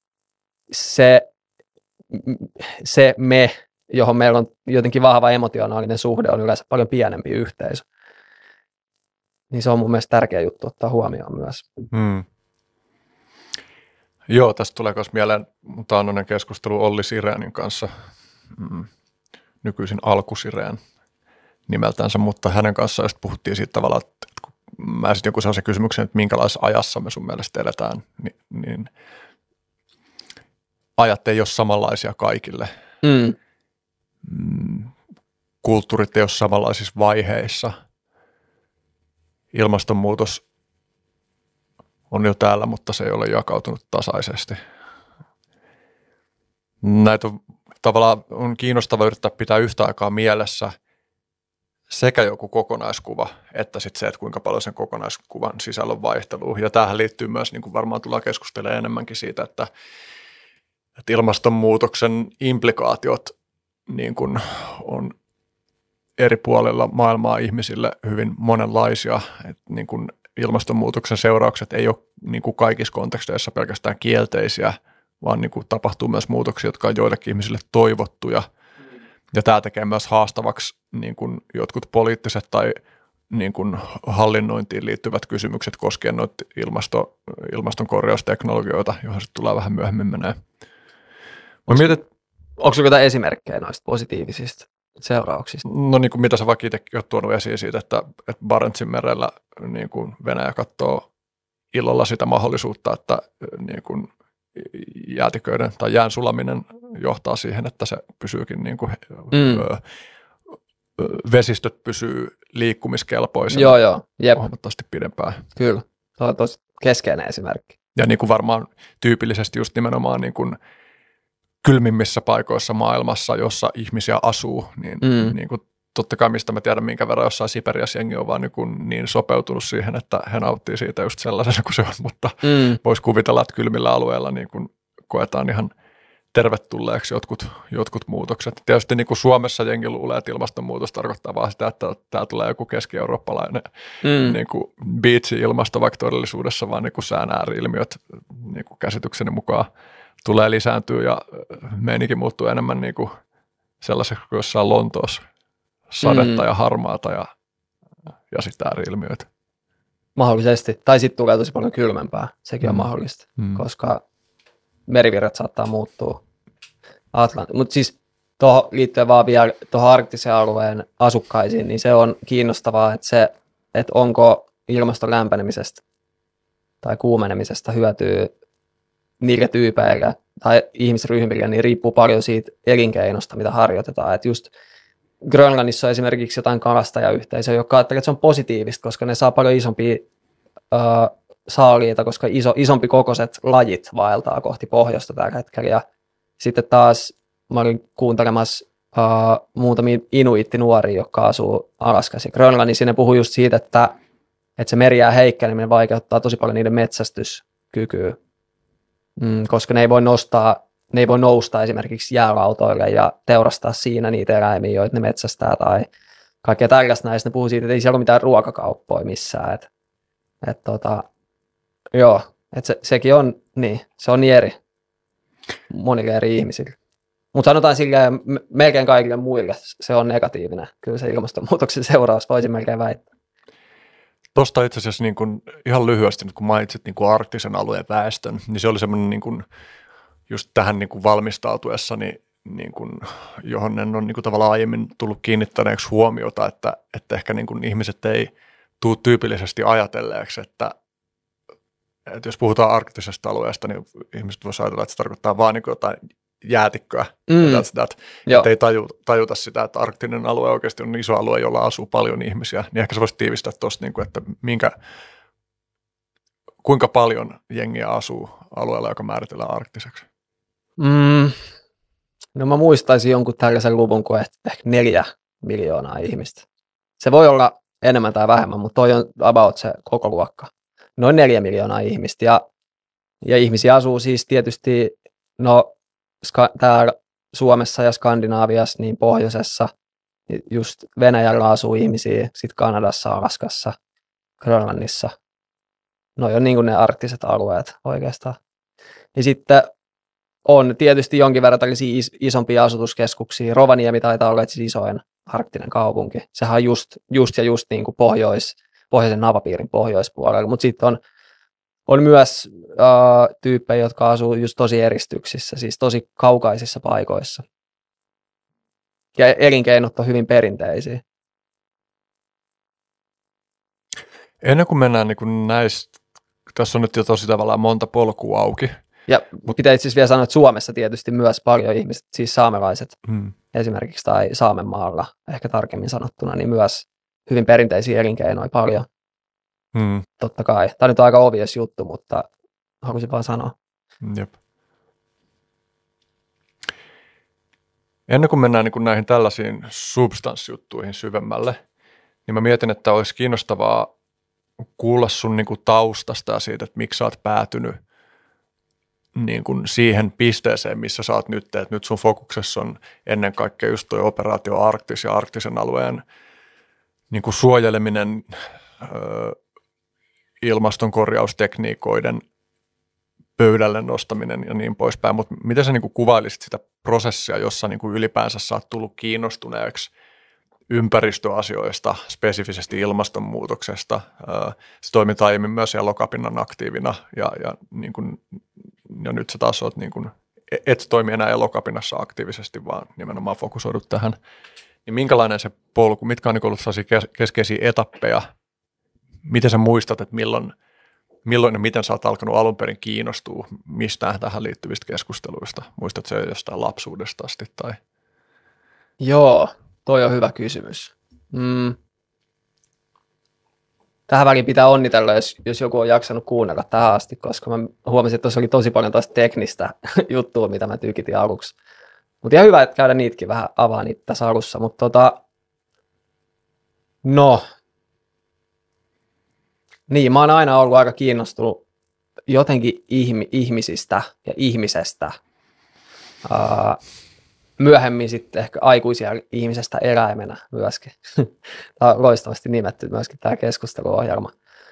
se me, johon meillä on jotenkin vahva emotionaalinen suhde, on yleensä paljon pienempi yhteisö. Niin se on mun mielestä tärkeä juttu ottaa huomioon myös. Joo, tästä tulee myös mieleen taannoinen keskustelu Olli Sireenin kanssa, nykyisin Alkusireen nimeltänsä, mutta hänen kanssaan just puhuttiin siitä tavalla, että kun mä esitin joku sellaisen kysymyksen, että minkälaisessa ajassa me sun mielestä eletään, niin ajat ei ole samanlaisia kaikille. Kulttuurit ei ole samanlaisissa vaiheissa. Ilmastonmuutos on jo täällä, mutta se ei ole jakautunut tasaisesti. Näitä tavallaan on kiinnostava yrittää pitää yhtä aikaa mielessä sekä joku kokonaiskuva, että sitten se, että kuinka paljon sen kokonaiskuvan sisällön vaihtelua. Ja tämähän liittyy myös, niin kuin varmaan tullaan keskustelemaan enemmänkin siitä, että ilmastonmuutoksen implikaatiot niin kuin on eri puolilla maailmaa ihmisille hyvin monenlaisia. Että niin kuin ilmastonmuutoksen seuraukset ei ole niin kuin kaikissa konteksteissa pelkästään kielteisiä, vaan niin kuin tapahtuu myös muutoksia, jotka on joillekin ihmisille toivottuja. Ja tämä tekee myös haastavaksi niin kuin jotkut poliittiset tai niin kuin hallinnointiin liittyvät kysymykset koskien noita ilmastonkorjausteknologioita, joihin se tulee vähän myöhemmin menee. Onko sinulla jotain esimerkkejä noista positiivisista seurauksista? No niin kuin mitä sä vaikka itsekin olet tuonut esiin siitä, että Barentsin merellä niin kuin Venäjä katsoo ilolla sitä mahdollisuutta, että niin kuin jäätiköiden tai jään sulaminen johtaa siihen, että se pysyykin niin kuin, vesistöt pysyy liikkumiskelpoisena huomattavasti pidempään. Kyllä, se on tosi keskeinen esimerkki. Ja niin kuin varmaan tyypillisesti just nimenomaan niin kuin kylmimmissä paikoissa maailmassa, jossa ihmisiä asuu, niin kuin totta kai mistä mä tiedän, minkä verran jossain Siperiassa jengi on vaan niin sopeutunut siihen, että he nauttii siitä just sellaisena kuin se on, mutta voisi kuvitella, että kylmillä alueilla niin kuin koetaan ihan tervetulleeksi jotkut muutokset. Tietysti niin kuin Suomessa jengi luulee, että ilmastonmuutos tarkoittaa vaan sitä, että täällä tulee joku keski-eurooppalainen niin kuin beach-ilmasto, vaikka todellisuudessa vaan niin kuin sään ääri-ilmiöt niin kuin käsitykseni mukaan tulee lisääntyä ja meininkin muuttuu enemmän niin kuin sellaiseksi kuin jossain Lontoossa. Sadetta ja harmaata ja sitten ääri-ilmiöitä. Mahdollisesti. Tai sitten tulee tosi paljon kylmempää. Sekin on mahdollista, koska merivirrat saattaa muuttua. Mutta siis liittyen vaan vielä tuohon arktisen alueen asukkaisiin, niin se on kiinnostavaa, että onko ilmaston lämpenemisestä tai kuumenemisesta hyötyä niille tyypeille tai ihmisryhmille, niin riippuu paljon siitä elinkeinosta, mitä harjoitetaan. Että just Grönlannissa on esimerkiksi jotain kalastajayhteisöä, joka ajattelee, että se on positiivista, koska ne saa paljon isompia saaliita, koska isompi kokoiset lajit vaeltaa kohti pohjoista tällä hetkellä. Ja sitten taas mä olin kuuntelemassa muutamia inuittinuoria, jotka asuu Alaskassa ja Grönlannissa. Ne puhuu just siitä, että se merijää heikkeneminen vaikeuttaa tosi paljon niiden metsästyskykyä, koska ne ei voi nousta esimerkiksi jäälautoille ja teurastaa siinä niitä eläimiä, joita ne metsästää tai kaikkea tällaista näistä. Ne puhuu siitä, että ei siellä ole mitään ruokakauppoja missään. Sekin on niin, se on niin eri monille eri ihmisille. Mutta sanotaan silleen, melkein kaikille muille se on negatiivinen. Kyllä se ilmastonmuutoksen seuraus voisi melkein väittää. Tuosta itse asiassa niin kun, ihan lyhyesti, kun mainitsit niin kun arktisen alueen väestön, niin se oli semmoinen niin kun, just tähän niin kun valmistautuessani, niin kun, johon en ole niin kun tavallaan aiemmin tullut kiinnittäneeksi huomiota, että ehkä niin kun ihmiset ei tule tyypillisesti ajatelleeksi, että jos puhutaan arktisesta alueesta, niin ihmiset voisivat ajatella, että se tarkoittaa vaan niin jotain jäätikköä. Että ei tajuta sitä, että arktinen alue oikeasti on iso alue, jolla asuu paljon ihmisiä. Niin ehkä se voisi tiivistää tuosta, että kuinka paljon jengiä asuu alueella, joka määritellään arktiseksi. No mä muistaisin jonkun tällaisen luvun kuin ehkä 4 miljoonaa ihmistä. Se voi olla enemmän tai vähemmän, mutta toi on about se koko luokka. Noin 4 miljoonaa ihmistä. Ja ihmisiä asuu siis tietysti täällä Suomessa ja Skandinaaviassa, niin pohjoisessa, just Venäjällä asuu ihmisiä, sitten Kanadassa, Alaskassa, Grönlannissa. Noi on niin kuin ne arktiset alueet oikeastaan. Ja sitten on tietysti jonkin verran tällaisia isompia asutuskeskuksia. Rovaniemi taitaa olla siis isoin arktinen kaupunki. Sehän on just niin kuin pohjoisen napapiirin pohjoispuolella, mutta sitten on myös tyyppejä, jotka asuu just tosi eristyksissä, siis tosi kaukaisissa paikoissa. Ja elinkeinot on hyvin perinteisiä. Ennen kuin mennään niin näistä, tässä on nyt jo tosi tavallaan monta polkua auki. Ja pitää siis vielä sanoa, että Suomessa tietysti myös paljon ihmiset, siis saamelaiset esimerkiksi tai Saamenmaalla, ehkä tarkemmin sanottuna, niin myös hyvin perinteisiä elinkeinoja paljon. totta kai. Tämä nyt on aika obvious juttu, mutta halusin vaan sanoa. Jep. Ennen kuin mennään niin näihin tällaisiin substanssijuttuihin syvemmälle, niin mä mietin, että olisi kiinnostavaa kuulla sun niin kuin taustasta ja siitä, että miksi sä oot päätynyt niin kuin siihen pisteeseen, missä sä oot nyt, että nyt sun fokuksessa on ennen kaikkea just toi operaatio Arktis ja arktisen alueen niin kuin suojeleminen, ilmastonkorjaustekniikoiden pöydälle nostaminen ja niin poispäin, mutta miten sä niin kuin kuvailisit sitä prosessia, jossa niin kuin ylipäänsä sä oot tullut kiinnostuneeksi ympäristöasioista, spesifisesti ilmastonmuutoksesta. Se toimit aiemmin myös Elokapinnan aktiivina niin kuin, ja nyt sä taas oot niin kuin, et toimi enää Elokapinnassa aktiivisesti, vaan nimenomaan fokusoidut tähän. Niin minkälainen se polku, mitkä on niin ollut sellaisia keskeisiä etappeja, miten sä muistat, että milloin ja miten sä oot alkanut alun perin kiinnostua mistään tähän liittyvistä keskusteluista? Muistatko se jostain lapsuudesta asti? Tai? Joo, toi on hyvä kysymys. Tähän väliin pitää onnitella, jos joku on jaksanut kuunnella tähän asti, koska mä huomasin, että tuossa oli tosi paljon taas teknistä juttua, mitä mä tykitin aluksi. Mutta ihan hyvä, että käydä niitäkin vähän avaa niitä tässä alussa. Mutta niin, mä oon aina ollut aika kiinnostunut jotenkin ihmisistä ja ihmisestä. Myöhemmin sitten ehkä aikuisia ihmisestä eläimenä myöskin. Tämä on loistavasti nimetty myöskin tämä keskusteluohjelma.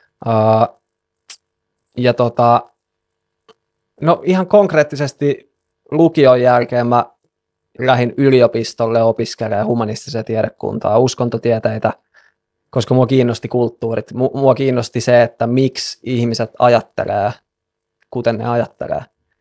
No ihan konkreettisesti lukion jälkeen mä lähdin yliopistolle opiskelemaan humanistisea tiedekuntaa, uskontotieteitä, koska mua kiinnosti kulttuurit. Mua kiinnosti se, että miksi ihmiset ajattelee, kuten ne ajattelee.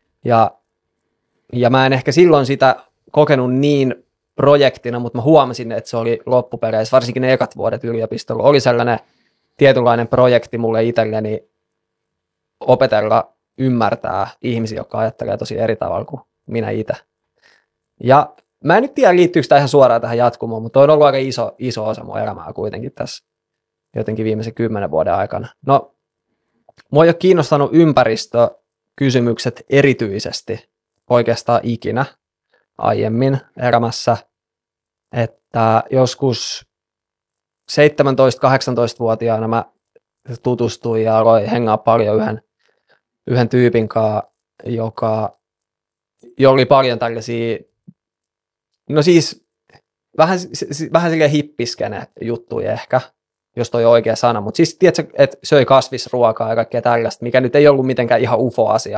Ja mä en ehkä silloin sitä kokenut niin projektina, mutta mä huomasin, että se oli loppupeleissä, varsinkin ne ekat vuodet yliopistolla, oli sellainen tietynlainen projekti mulle itselleni opetella ymmärtää ihmisiä, jotka ajattelee tosi eri tavalla kuin minä itse. Ja mä en nyt tiedä, liittyykö tämä ihan suoraan tähän jatkumoon, mutta on ollut aika iso osa mun elämää kuitenkin tässä jotenkin viimeisen 10 vuoden aikana. No, mua ei ole kiinnostanut ympäristökysymykset erityisesti oikeastaan ikinä aiemmin elämässä, että joskus 17-18-vuotiaana mä tutustuin ja aloin hengaa paljon yhden tyypin kanssa, jolla oli paljon tällaisia, no siis vähän silleen hippiskene juttuja ehkä, jos toi on oikea sana, mutta siis tiedätkö, että söi kasvisruokaa ja kaikkea tällaista, mikä nyt ei ollut mitenkään ihan UFO-asia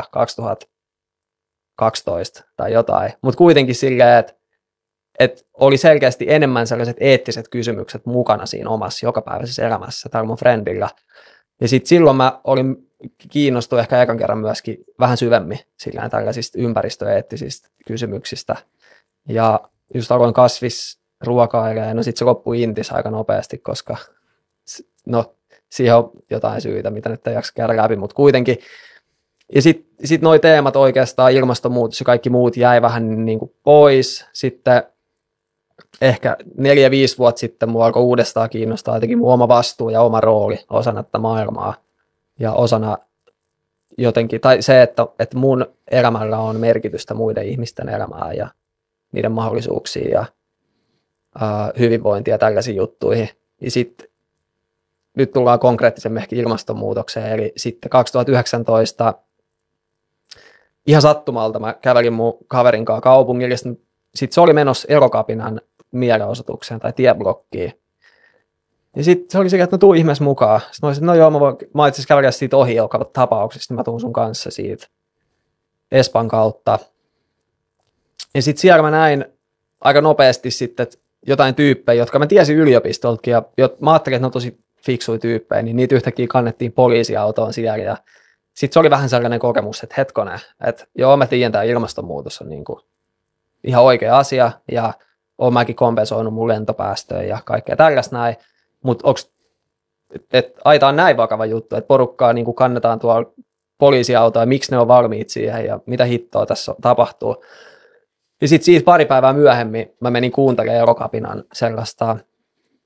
2012 tai jotain, mutta kuitenkin silleen, että oli selkeästi enemmän sellaiset eettiset kysymykset mukana siinä omassa jokapäiväisessä elämässä tällä mun friendillä. Ja sitten silloin mä olin kiinnostunut ehkä ekan kerran myöskin vähän syvemmin sillään tällaisista ympäristöeettisistä kysymyksistä. Ja just aloin kasvisruokailemaan, no sitten se loppui intis aika nopeasti, koska no siihen on jotain syitä, mitä nyt ei jaksa käydä läpi, mutta kuitenkin. Ja sitten nuo teemat oikeastaan, ilmastonmuutos ja kaikki muut jäi vähän niin kuin pois. Sitten ehkä 4-5 vuotta sitten mua alkoi uudestaan kiinnostaa jotenkin mun oma vastuu ja oma rooli osana tätä maailmaa. Ja osana jotenkin, tai se, että mun elämällä on merkitystä muiden ihmisten elämään ja niiden mahdollisuuksiin ja hyvinvointia ja tällaisiin juttuihin. Ja sitten nyt tullaan konkreettisemmin ehkä ilmastonmuutokseen, eli sitten 2019 ihan sattumalta mä kävelin mun kaverin kanssa kaupungilla, ja sitten se oli menossa Elokapinan mielenosoitukseen tai tieblokkiin. Ja sitten se oli sekä, että no tuu ihmeessä mukaan. Sitten mä olisin, että no joo, mä itse asiassa kävelin siitä ohi joka tapauksessa, niin mä tuun sun kanssa siitä Espan kautta. Ja sitten siellä mä näin aika nopeasti sitten jotain tyyppejä, jotka mä tiesin yliopistoltakin, ja mä ajattelin, että ne on tosi fiksuja tyyppejä, niin niitä yhtäkkiä kannettiin poliisiautoon siellä, ja sitten se oli vähän sellainen kokemus, että hetkonen, että joo, mä tiedän, tämä ilmastonmuutos on niinku ihan oikea asia, ja oon mäkin kompensoinut mun lentopäästöjä ja kaikkea tällaista näin, mutta aita on näin vakava juttu, että porukkaa niinku kannetaan tuolla poliisiautoa, ja miksi ne on valmiit siihen, ja mitä hittoa tässä tapahtuu. Ja sitten siitä pari päivää myöhemmin mä menin kuuntelemaan Elokapinan sellaista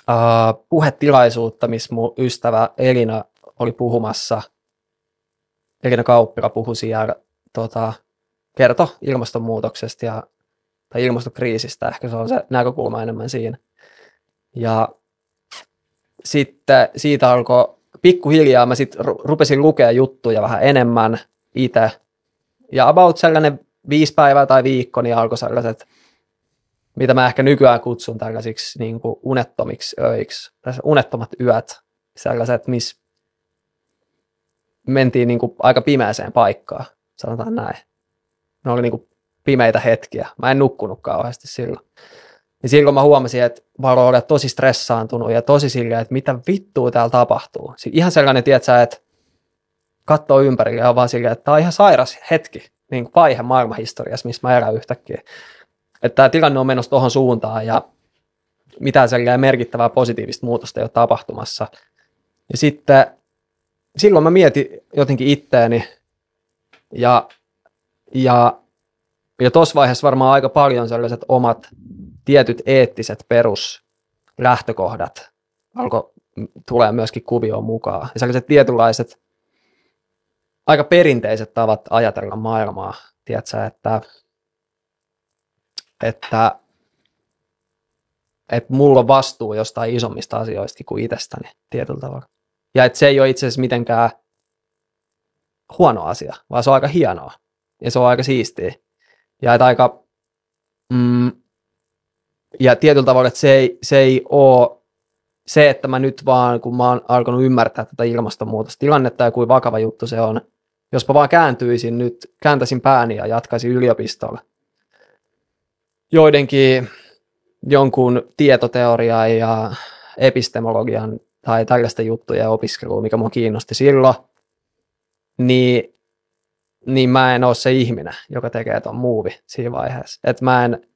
puhetilaisuutta, missä mun ystävä Elina oli puhumassa. Elina Kauppila puhui siellä, kertoi ilmastonmuutoksesta tai ilmastokriisistä, ehkä se on se näkökulma enemmän siinä. Ja sitten siitä alkoi pikkuhiljaa, mä sitten rupesin lukea juttuja vähän enemmän itse. Ja about sellainen 5 päivää tai viikko, niin alkoi sellaiset, mitä mä ehkä nykyään kutsun tällaisiksi niin kuin unettomiksi öiksi. Unettomat yöt, sellaiset, missä mentiin niin kuin aika pimeäseen paikkaan, sanotaan näin. Ne oli niin kuin pimeitä hetkiä. Mä en nukkunut kauheasti silloin. Ja silloin mä huomasin, että mä olen tosi stressaantunut ja tosi silleen, että mitä vittua täällä tapahtuu. Ihan sellainen, tietsä, että katsoo ympärille ja on vaan silleen, että tämä on ihan sairas hetki, niin kuin vaihe maailmanhistoriassa, missä mä elän yhtäkkiä. Että tämä tilanne on menossa tuohon suuntaan ja mitään sellainen merkittävää positiivista muutosta ei ole tapahtumassa. Ja sitten silloin mä mietin jotenkin itteeni ja tuossa vaiheessa varmaan aika paljon sellaiset omat tietyt eettiset peruslähtökohdat alkoi tulee myöskin kuvioon mukaan. Ja sellaiset tietynlaiset aika perinteiset tavat ajatella maailmaa, tiedätkö, että mulla on vastuu jostain isommista asioista kuin itsestäni tietyllä tavalla. Ja että se ei ole itse asiassa mitenkään huono asia, vaan se on aika hienoa ja se on aika siistiä. Ja että aika, ja tietyllä tavalla, että se ei ole se, että mä nyt vaan, kun mä oon alkanut ymmärtää tätä ilmastonmuutostilannetta ja kuin vakava juttu se on, jospa vaan kääntäisin pääni ja jatkaisin yliopistolla jonkun tietoteoriaa ja epistemologian tai tällaista juttuja opiskelua, mikä mua kiinnosti silloin, niin mä en ole se ihminen, joka tekee ton muuvi siinä vaiheessa. Että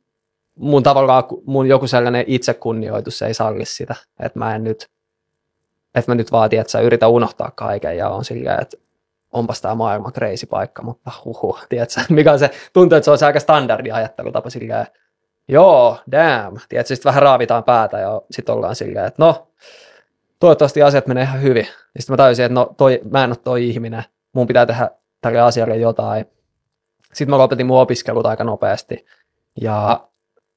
mun joku sellainen itsekunnioitus ei salli sitä, että mä nyt vaan, tiedätkö, yritän unohtaa kaiken ja on silleen, että onpas tää maailman crazy paikka, mutta tiedätkö, mikä on se, tuntuu, että se on se aika standardi ajattelutapa silleen, joo, damn, tiedätkö, sitten vähän raavitaan päätä ja sitten ollaan silleen, että no, toivottavasti asiat menee ihan hyvin. Ja sitten mä tajusin, että no, mä en ole toi ihminen, mun pitää tehdä tälle asialle jotain. Sitten mä lopetin mun opiskelut aika nopeasti ja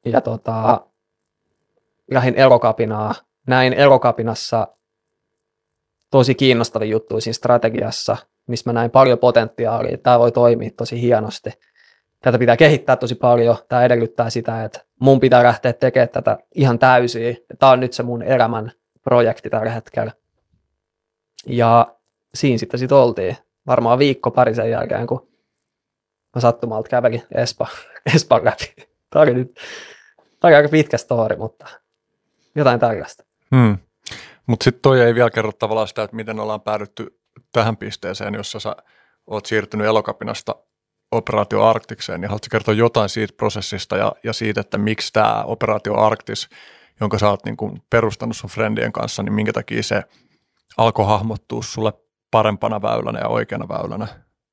lähdin Elokapinaan. Näin Elokapinassa tosi kiinnostavia juttuja siinä strategiassa, missä mä näin paljon potentiaalia. Tämä voi toimia tosi hienosti. Tätä pitää kehittää tosi paljon. Tämä edellyttää sitä, että mun pitää lähteä tekemään tätä ihan täysin. Tämä on nyt se mun elämän projekti tällä hetkellä. Ja siinä sitten oltiin. Varmaan viikko pari sen jälkeen, kun mä sattumalta kävelin Espan läpi. Tämä oli aika pitkä story, mutta jotain tällaista. Mutta sitten toi ei vielä kerro tavallaan sitä, että miten ollaan päädytty tähän pisteeseen, jossa sä oot siirtynyt Elokapinasta Operaatio Arktikseen, niin haluatko kertoa jotain siitä prosessista ja siitä, että miksi tämä Operaatio Arktis, jonka sä oot niin kun perustanut sun friendien kanssa, niin minkä takia se alkoi hahmottua sulle parempana väylänä ja oikeana väylänä?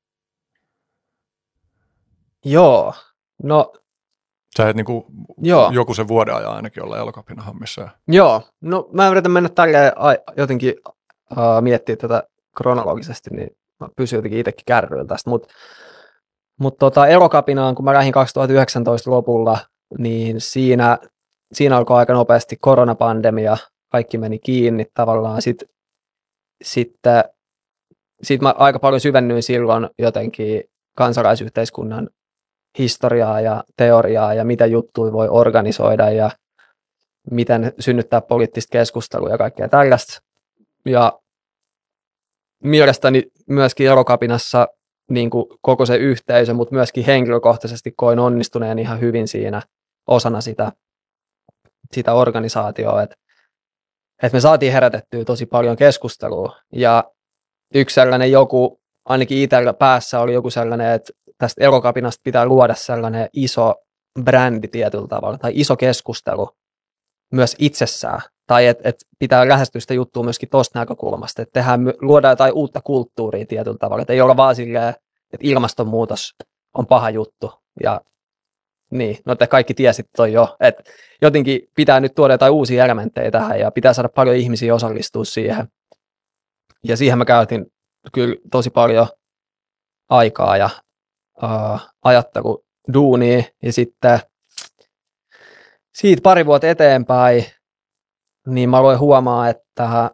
Joo, no sä et niinku joku sen vuoden ajan ainakin olla Elokapinan hommissa. Joo, no mä yritän mennä tälleen jotenkin miettiä tätä kronologisesti, niin mä pysyn jotenkin itsekin kärryillä tästä, mutta Elokapinaan, kun mä lähdin 2019 lopulla, niin siinä alkoi aika nopeasti koronapandemia, kaikki meni kiinni tavallaan, sitten mä aika paljon syvennyin silloin jotenkin kansalaisyhteiskunnan historiaa ja teoriaa ja mitä juttuja voi organisoida ja miten synnyttää poliittista keskustelua ja kaikkea tällaista. Ja mielestäni myöskin Elokapinassa niin kuin koko se yhteisö, mutta myöskin henkilökohtaisesti koin onnistuneen ihan hyvin siinä osana sitä organisaatioa, että me saatiin herätettyä tosi paljon keskustelua. Ja yksi sellainen joku, ainakin itsellä päässä oli joku sellainen, että tästä Elokapinasta pitää luoda sellainen iso brändi tietyllä tavalla, tai iso keskustelu myös itsessään, tai että pitää lähestyä sitä juttua myöskin tuosta näkökulmasta, että luodaan jotain uutta kulttuuria tietyllä tavalla, että ei olla vaan silleen, että ilmastonmuutos on paha juttu, ja Niin, no te kaikki tiesitte toi jo, että jotenkin pitää nyt tuoda jotain uusia elementtejä tähän ja pitää saada paljon ihmisiä osallistua siihen. Ja siihen mä käytin kyllä tosi paljon aikaa ja ajatteluduunia ja sitten siitä pari vuotta eteenpäin, niin mä aloin huomaa, että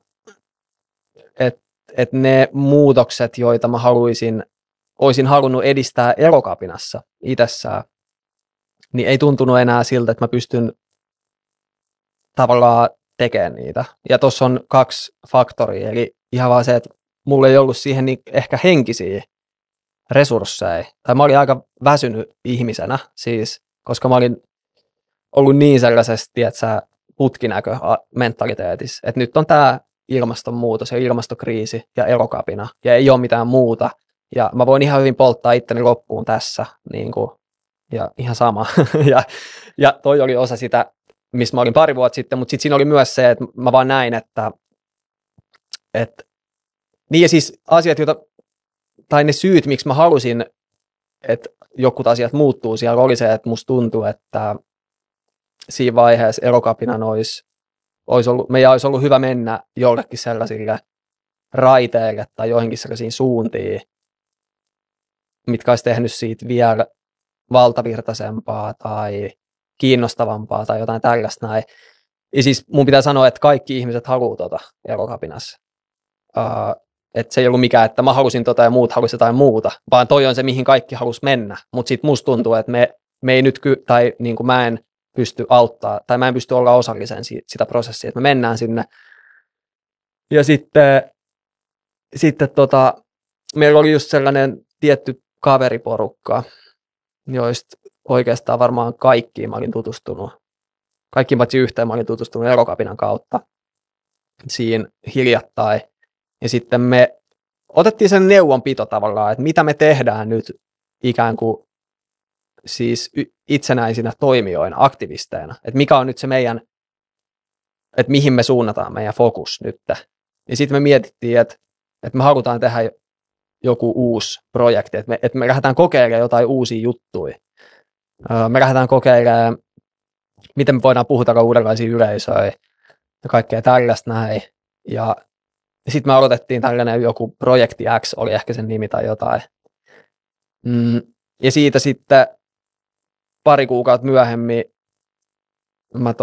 ne muutokset, joita mä olisin halunnut edistää Elokapinassa itsessään, niin ei tuntunut enää siltä, että mä pystyn tavallaan tekemään niitä. Ja tuossa on 2 faktoria, eli ihan vaan se, että mulla ei ollut siihen niin ehkä henkisiä resursseja, tai mä olin aika väsynyt ihmisenä, siis, koska mä olin ollut niin sellaisesti, että sä putkinäkö mentaliteetissa, että nyt on tämä ilmastonmuutos ja ilmastokriisi ja Elokapina, ja ei ole mitään muuta, ja mä voin ihan hyvin polttaa itteni loppuun tässä, niin kuin, ja ihan sama, ja toi oli osa sitä, missä mä olin pari vuotta sitten, mutta sitten siinä oli myös se, että mä vaan näin, että niin ja siis asiat, tai ne syyt, miksi mä halusin, että jokut asiat muuttuu siellä, oli se, että musta tuntuu, että siinä vaiheessa Elokapinan meidän olisi ollut hyvä mennä jollekin sellaisille raiteille tai joihinkin sellaisiin suuntiin, mitkä olisi tehnyt siitä vielä valtavirtaisempaa tai kiinnostavampaa tai jotain tällaista näin. Ja siis mun pitää sanoa, että kaikki ihmiset haluaa Elokapinassa. Että se ei ollut mikään, että mä halusin ja muut halusivat jotain muuta, vaan toi on se, mihin kaikki halusi mennä. Mutta sitten musta tuntuu, että me ei nyt, tai niin kuin mä en pysty auttaa, tai mä en pysty olla osallisen sitä prosessia, että me mennään sinne. Ja sitten meillä oli just sellainen tietty kaveriporukka, joista oikeastaan varmaan kaikkiin mä olin tutustunut. Kaikkiin paitsi yhteen mä olin tutustunut Elokapinan kautta siinä hiljattain. Ja sitten me otettiin sen neuvonpito tavallaan, että mitä me tehdään nyt ikään kuin siis itsenäisinä toimijoina, aktivisteina. Että mikä on nyt se meidän, että mihin me suunnataan meidän fokus nyt. Ja sitten me mietittiin, että me halutaan tehdä joku uusi projekti, että me lähdetään kokeilemaan jotain uusia juttuja. Me lähdetään kokeilemaan, miten me voidaan puhutella uudenlaisia yleisöjä ja kaikkea tällaista näin. Ja sitten me aloitettiin tällainen joku projekti X, oli ehkä sen nimi tai jotain. Ja siitä sitten pari kuukautta myöhemmin mä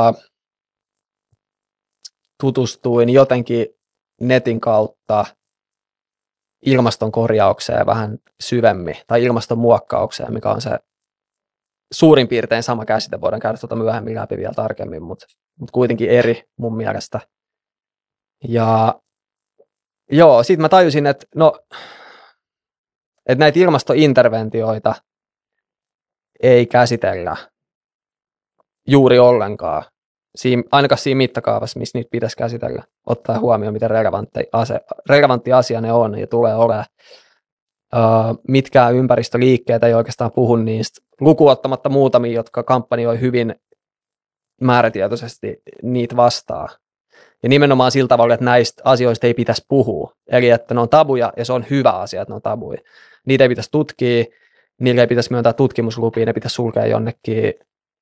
tutustuin jotenkin netin kautta ilmaston korjaukseen vähän syvemmin, tai ilmaston muokkaukseen, mikä on se suurin piirtein sama käsite, voidaan käydä myöhemmin läpi vielä tarkemmin, mutta kuitenkin eri mun mielestä. Ja joo, sitten mä tajusin, että näitä ilmastointerventioita ei käsitellä juuri ollenkaan, ainakaan siinä mittakaavassa, missä niitä pitäisi käsitellä, ottaa huomioon, miten relevantti asia ne on ja tulee olemaan. Mitkään ympäristöliikkeet ei oikeastaan puhu niistä, lukuun ottamatta muutamia, jotka kampanjoi hyvin määrätietoisesti niitä vastaan. Ja nimenomaan sillä tavalla, että näistä asioista ei pitäisi puhua. Eli että ne on tabuja ja se on hyvä asia, että ne on tabuja. Niitä ei pitäisi tutkia, niille ei pitäisi myöntää tutkimuslupia, ne pitäisi sulkea jonnekin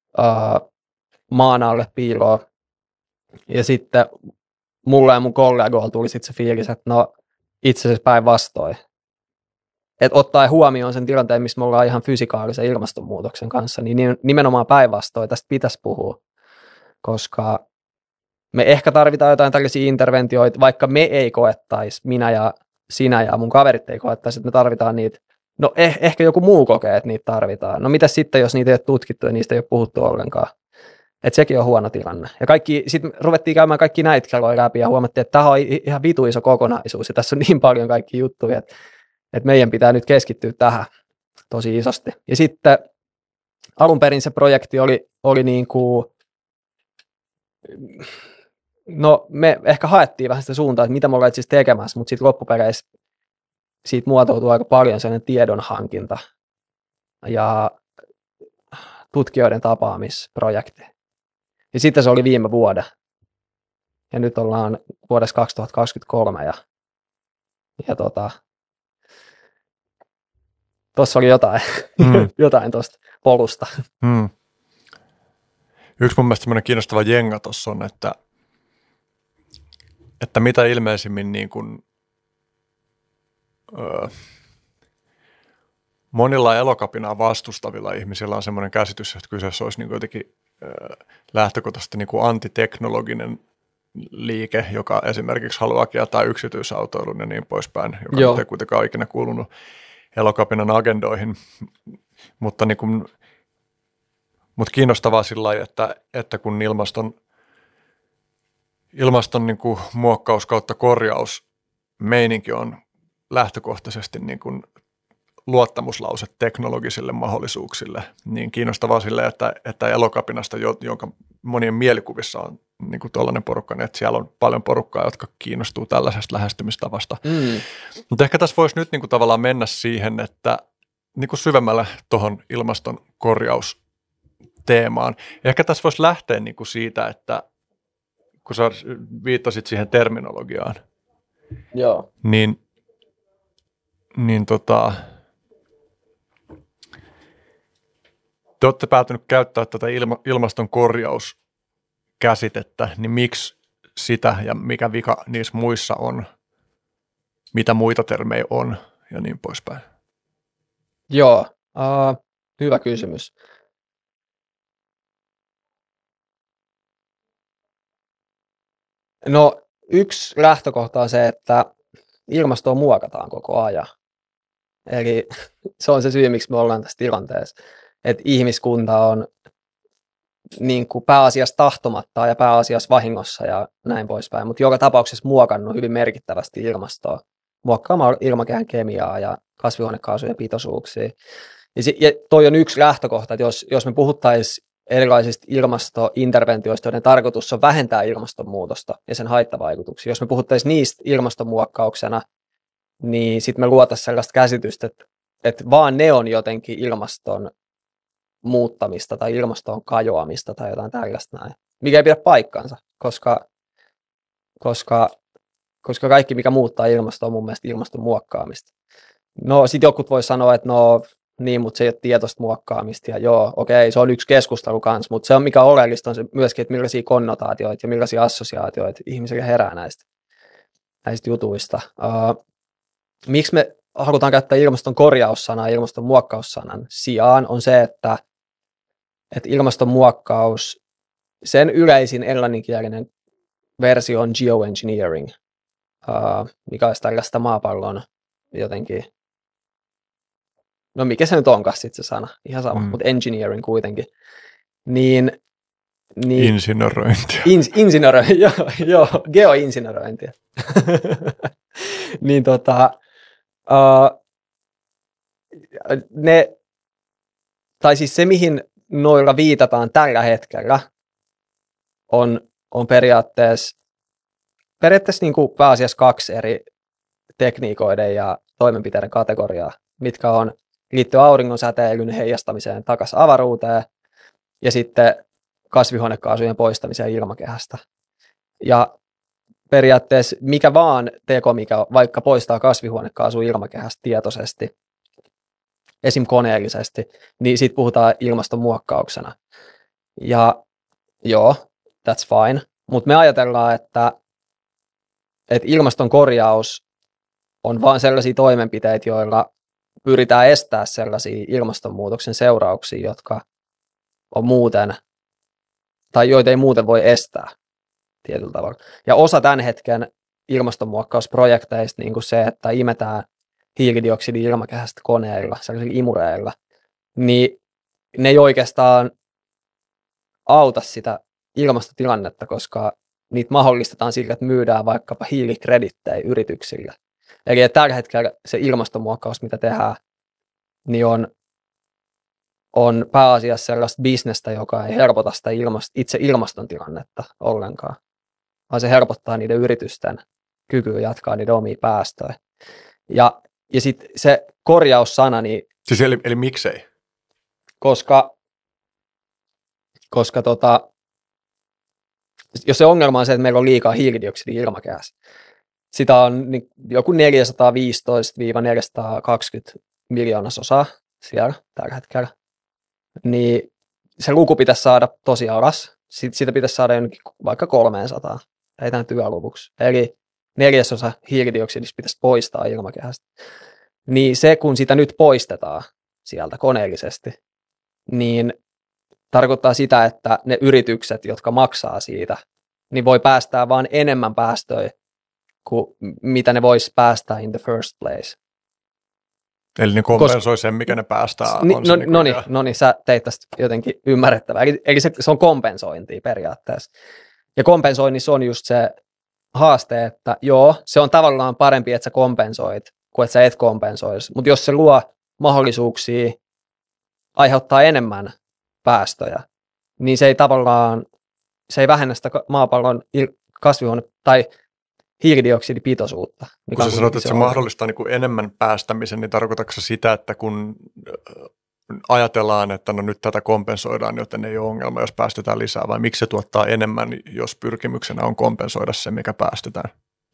maan alle piiloon. Ja sitten mulla ja mun kollegoilla tuli sitten se fiilis, että itse asiassa päinvastoin. Että ottaen huomioon sen tilanteen, missä me ollaan ihan fysikaalisen ilmastonmuutoksen kanssa, niin nimenomaan päinvastoin tästä pitäisi puhua. Koska me ehkä tarvitaan jotain tällaisia interventioita, vaikka me ei koettaisi, minä ja sinä ja mun kaverit ei koettaisi, että me tarvitaan niitä. No ehkä joku muu kokee, että niitä tarvitaan. No mitäs sitten, jos niitä ei ole tutkittu ja niistä ei ole puhuttu ollenkaan? Että sekin on huono tilanne. Ja sitten ruvettiin käymään kaikki näitä kelloja läpi ja huomattiin, että tämä on ihan vitu iso kokonaisuus ja tässä on niin paljon kaikki juttuja, että meidän pitää nyt keskittyä tähän tosi isosti. Ja sitten alun perin se projekti oli niin kuin, me ehkä haettiin vähän sitä suuntaa, että mitä me ollaan itse asiassa tekemässä, mutta sitten loppupeleissä siitä muotoutuu aika paljon sellainen tiedonhankinta ja tutkijoiden tapaamisprojekti. Ja sitten se oli viime vuoden. Ja nyt ollaan vuodessa 2023 ja Tuossa oli jotain tuosta polusta. Yksi mun mielestä semmoinen kiinnostava jenga tuossa on, että mitä ilmeisimmin niin kuin, monilla Elokapinaa vastustavilla ihmisillä on semmoinen käsitys, että kyseessä olisi niin kuin jotenkin lähtökohtaisesti niin kuin antiteknologinen liike, joka esimerkiksi haluaa kieltää yksityisautoilun ja niin poispäin, joka ei kuitenkaan ole ikinä kuulunut Elokapinan agendoihin, mutta kiinnostavaa sillä lailla, että kun ilmaston niin kuin muokkaus kautta korjaus meininki on lähtökohtaisesti niin kuin luottamuslause teknologisille mahdollisuuksille, niin kiinnostavaa sille, että Elokapinasta, jonka monien mielikuvissa on niin kuin tuollainen porukka, niin että siellä on paljon porukkaa, jotka kiinnostuu tällaisesta lähestymistavasta. Mutta ehkä tässä voisi nyt niin kuin tavallaan mennä siihen, että niin kuin syvemmälle tuohon ilmaston korjausteemaan. Ehkä tässä voisi lähteä niin kuin siitä, että kun sä viittasit siihen terminologiaan, niin te olette päätynyt käyttää tätä ilmaston korjauskäsitettä, niin miksi sitä ja mikä vika niissä muissa on, mitä muita termejä on ja niin poispäin? Joo, hyvä kysymys. No yksi lähtökohta on se, että ilmastoa muokataan koko ajan. Eli se on se syy, miksi me ollaan tässä tilanteessa. Että ihmiskunta on niin kuin pääasiassa tahtomattaan ja pääasiassa vahingossa ja näin poispäin, mutta joka tapauksessa muokannut hyvin merkittävästi ilmastoa, muokkaamaan ilmakehän kemiaa ja kasvihuonekaasujen pitoisuuksia. Ja toi on yksi lähtökohta, että jos me puhuttaisiin erilaisista ilmastointerventioista, joiden tarkoitus on vähentää ilmastonmuutosta ja sen haittavaikutuksia, jos me puhuttaisiin niistä ilmastonmuokkauksena, niin sitten me luotaisiin sellaista käsitystä, että vaan ne on jotenkin ilmaston muuttamista tai ilmaston kajoamista tai jotain tällaista näin, mikä ei pidä paikkaansa, koska kaikki, mikä muuttaa ilmastoa, on mun mielestä ilmaston muokkaamista. No sit jotkut voi sanoa, että no niin, mutta se ei ole tietoista muokkaamista ja joo, okei, se on yksi keskustelu kanssa, mutta se on mikä oleellista on se myöskin, että millaisia konnotaatioita ja millaisia assosiaatioita ihmisille herää näistä jutuista. Miksi me halutaan käyttää ilmaston korjaussanaa ilmaston muokkaussanan sijaan on se, että ilmaston muokkaus, sen yleisin englanninkielinen versio on geoengineering, mikä olisi tällaista maapallon jotenkin, no mikä se nyt onkaan sitten se sana, ihan sama, mutta engineering kuitenkin, niin insinöröintiä. Insinöröintiä, joo, geoinsinöröintiä. Niin tai siis se, mihin noilla viitataan tällä hetkellä, on periaatteessa niin kuin pääasiassa kaksi eri tekniikoiden ja toimenpiteiden kategoriaa, mitkä liittyy auringon säteilyn heijastamiseen takaisin avaruuteen ja sitten kasvihuonekaasujen poistamiseen ilmakehästä. Ja periaatteessa mikä vaan teko, mikä vaikka poistaa kasvihuonekaasua ilmakehästä tietoisesti, esim. Koneellisesti, niin siitä puhutaan ilmastonmuokkauksena. Ja joo, that's fine. Mutta me ajatellaan, että ilmaston korjaus on vain sellaisia toimenpiteitä, joilla pyritään estämään sellaisia ilmastonmuutoksen seurauksia, jotka on muuten, tai joita ei muuten voi estää tietyllä tavalla. Ja osa tämän hetken ilmastonmuokkausprojekteista, niin kuin se, että imetään hiilidioksidi ilmakehästä koneilla, sellaisilla imureilla, niin ne ei oikeastaan auta sitä ilmastotilannetta, koska niitä mahdollistetaan sillä, että myydään vaikkapa hiilikredittejä yrityksille. Eli tällä hetkellä se ilmastonmuokkaus, mitä tehdään, niin on pääasiassa sellaista bisnestä, joka ei helpota sitä itse ilmaston tilannetta ollenkaan, vaan se helpottaa niiden yritysten kykyä jatkaa niiden omia päästöjä. Ja sitten se korjaussana, niin... Siis eli miksei? Koska jos se ongelma on se, että meillä on liikaa hiilidioksidia ilmakehässä, sitä on niin joku 415-420 miljoonasosaa siellä tällä hetkellä, niin se luku pitäisi saada tosi alas. Sitten siitä pitäisi saada jonnekin vaikka 300, ei tämän työluvuksi. Eli 1/4 hiilidioksidista pitäisi poistaa ilmakehästä. Niin se, kun sitä nyt poistetaan sieltä koneellisesti, niin tarkoittaa sitä, että ne yritykset, jotka maksaa siitä, niin voi päästää vaan enemmän päästöjä kuin mitä ne vois päästää in the first place. Eli ne kompensoi sen, mikä ne päästää. No niin, sä teit tästä jotenkin ymmärrettävää. Eli se on kompensointia periaatteessa. Ja kompensoinnissa on just se haaste, että joo, se on tavallaan parempi, että sä kompensoit, kuin että sä et kompensoisi. Mutta jos se luo mahdollisuuksia aiheuttaa enemmän päästöjä, niin se ei vähennä sitä maapallon kasvihuone- tai hiilidioksidipitoisuutta. Kun sä sanot, että se mahdollistaa niin kuin enemmän päästämisen, niin tarkoitatko sitä, että kun ajatellaan, että no nyt tätä kompensoidaan, joten ei ole ongelma, jos päästetään lisää, vai miksi se tuottaa enemmän, jos pyrkimyksenä on kompensoida se, mikä päästetään?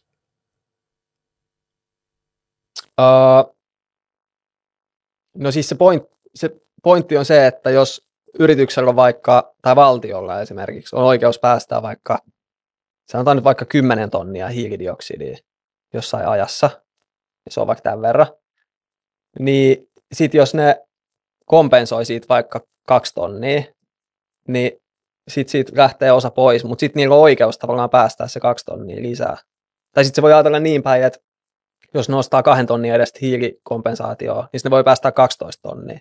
No siis se pointti on se, että jos yrityksellä vaikka, tai valtiolla esimerkiksi, on oikeus päästää vaikka, sanotaan nyt vaikka 10 tonnia hiilidioksidia jossain ajassa, ja se on vaikka tämän verran, niin sitten jos ne kompensoi siitä vaikka 2 tonnia, niin sitten siitä lähtee osa pois, mutta sitten niillä on oikeus tavallaan päästää se 2 tonnia lisää. Tai sitten se voi ajatella niin päin, että jos nostaa 2 tonnia edestä hiilikompensaatioon, niin ne voi päästää 12 tonnia.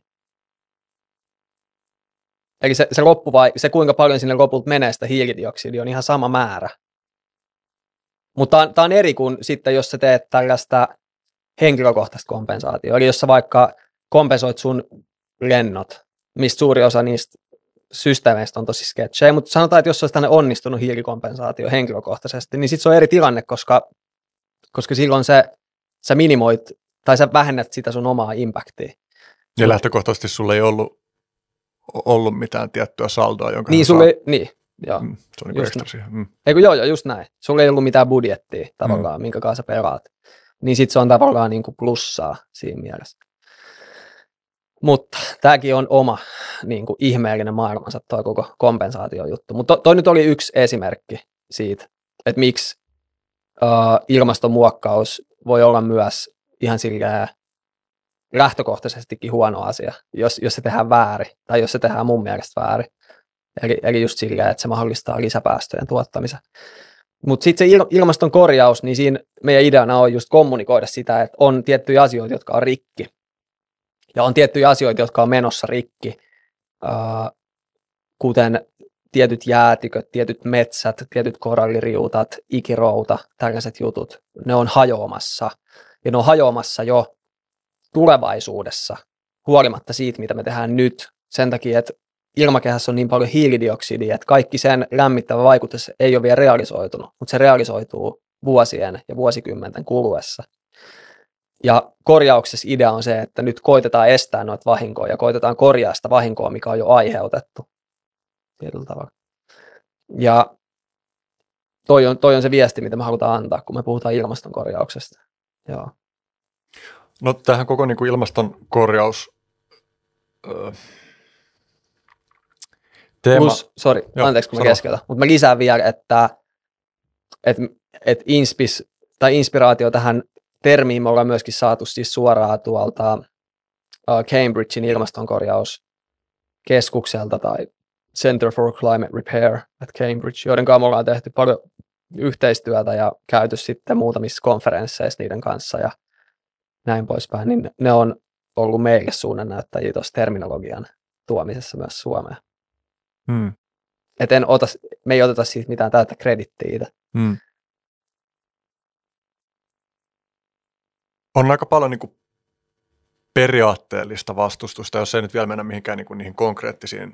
Eli se kuinka paljon sinne lopulta menee sitä hiilidioksidia on ihan sama määrä. Mutta tämä on eri kuin sitten, jos sä teet tällaista henkilökohtaista kompensaatiota. Eli jos sä vaikka kompensoit sun lennot, mistä suuri osa niistä systeemeistä on tosi sketchejä, mutta sanotaan, että jos olisi tänne onnistunut hiilikompensaatio henkilökohtaisesti, niin sitten se on eri tilanne, koska silloin sä minimoit tai sä vähennät sitä sun omaa impactia. Ja lähtökohtaisesti sulla ei ollut mitään tiettyä saldoa, jonka niin, joo. Se on niin ekstra siihen. Joo, just näin. Sulla ei ollut mitään budjettia tavallaan, minkä kanssa pelaat. Niin sitten se on tavallaan niin kuin plussaa siinä mielessä. Mutta tämäkin on oma niin kuin ihmeellinen maailmansa, tuo koko kompensaatiojuttu. Mutta toi nyt oli yksi esimerkki siitä, että miksi ilmastonmuokkaus voi olla myös ihan silleen lähtökohtaisestikin huono asia, jos se tehdään väärin, tai jos se tehdään mun mielestä väärin. Eli just silleen, että se mahdollistaa lisäpäästöjen tuottamisen. Mutta sitten se ilmaston korjaus, niin siinä meidän ideana on just kommunikoida sitä, että on tiettyjä asioita, jotka on rikki. Ja on tiettyjä asioita, jotka on menossa rikki, kuten tietyt jäätiköt, tietyt metsät, tietyt koralliriutat, ikirouta, tällaiset jutut. Ne on hajoamassa. Ja ne on hajoamassa jo tulevaisuudessa, huolimatta siitä, mitä me tehdään nyt. Sen takia, että ilmakehässä on niin paljon hiilidioksidia, että kaikki sen lämmittävä vaikutus ei ole vielä realisoitunut, mutta se realisoituu vuosien ja vuosikymmenten kuluessa. Ja korjauksessa idea on se, että nyt koitetaan estää noita vahinkoja ja koitetaan korjaa sitä vahinkoa, mikä on jo aiheutettu tietyllä tavalla. Ja toi on se viesti, mitä me halutaan antaa, kun me puhutaan ilmastonkorjauksesta. Joo. No tähän koko niin kuin ilmastonkorjaus teema. Plus, anteeksi kun mä keskeytän, mutta mä lisään vielä, että inspiraatio tähän termiin me ollaan myöskin saatu siis suoraan tuolta Cambridgein ilmastonkorjauskeskukselta tai Center for Climate Repair at Cambridge, joiden kanssa me ollaan tehty paljon yhteistyötä ja käyty sitten muutamissa konferensseissa niiden kanssa ja näin poispäin, niin ne on ollut meille suunnannäyttäjiä tuossa terminologian tuomisessa myös Suomeen. Et me ei oteta siitä mitään täyttä kredittiä itse. On aika paljon niin kuin periaatteellista vastustusta, jos ei nyt vielä mennä mihinkään niin kuin niihin konkreettisiin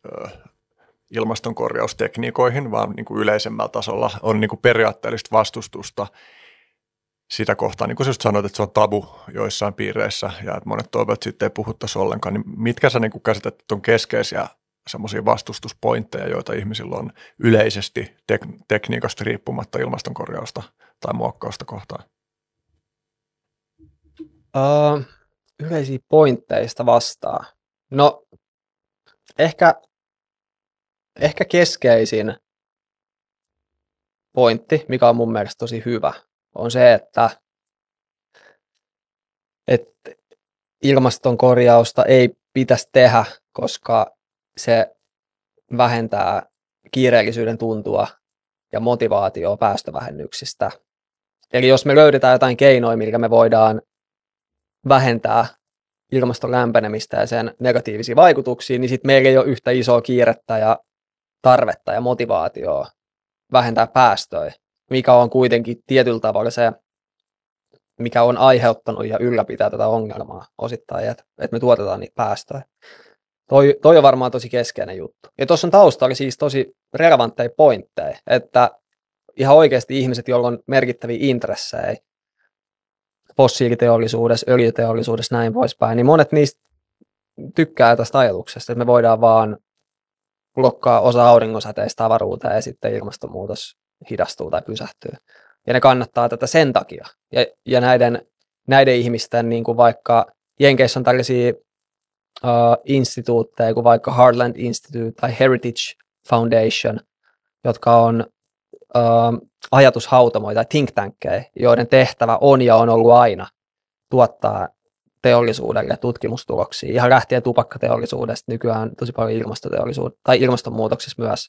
ilmastonkorjaustekniikoihin, vaan niin kuin yleisemmällä tasolla on niin kuin periaatteellista vastustusta sitä kohtaa, niin kuin just sanoit, että se on tabu joissain piireissä ja että monet toivovat, että siitä ei puhuttaisi ollenkaan, niin mitkä sä niin kuin käsität, että on keskeisiä semmoisia vastustuspointteja, joita ihmisillä on yleisesti tekniikasta riippumatta ilmastonkorjausta tai muokkausta kohtaan? yleisiä pointteista vastaan. No, ehkä keskeisin pointti, mikä on mun mielestä tosi hyvä, on se, että ilmastonkorjausta ei pitäisi tehdä, koska se vähentää kiireellisyyden tuntua ja motivaatioa päästövähennyksistä. Eli jos me löydetään jotain keinoja, millä me voidaan vähentää ilmaston lämpenemistä ja sen negatiivisia vaikutuksia, niin sitten meillä ei ole yhtä isoa kiirettä ja tarvetta ja motivaatioa vähentää päästöjä, mikä on kuitenkin tietyllä tavalla se, mikä on aiheuttanut ja ylläpitää tätä ongelmaa osittain, että me tuotetaan niitä päästöjä. Toi on varmaan tosi keskeinen juttu. Ja tuossa on taustalla siis tosi relevantteja pointteja, että ihan oikeasti ihmiset, joilla on merkittäviä intressejä fossiiliteollisuudessa, öljyteollisuudessa, näin poispäin, niin monet niistä tykkää tästä ajatuksesta, että me voidaan vaan blokkaa osa auringonsäteistä avaruuteen ja sitten ilmastonmuutos hidastuu tai pysähtyy. Ja ne kannattaa tätä sen takia. Ja näiden ihmisten, niin kuin vaikka Jenkeissä on tällaisia instituutteja, kuin vaikka Heartland Institute tai Heritage Foundation, jotka on ajatushautomoja tai think tankkejä, joiden tehtävä on ja on ollut aina tuottaa teollisuudelle tutkimustuloksia, ihan lähtien tupakkateollisuudesta, nykyään tosi paljon ilmastoteollisuudesta, tai ilmastonmuutoksessa myös,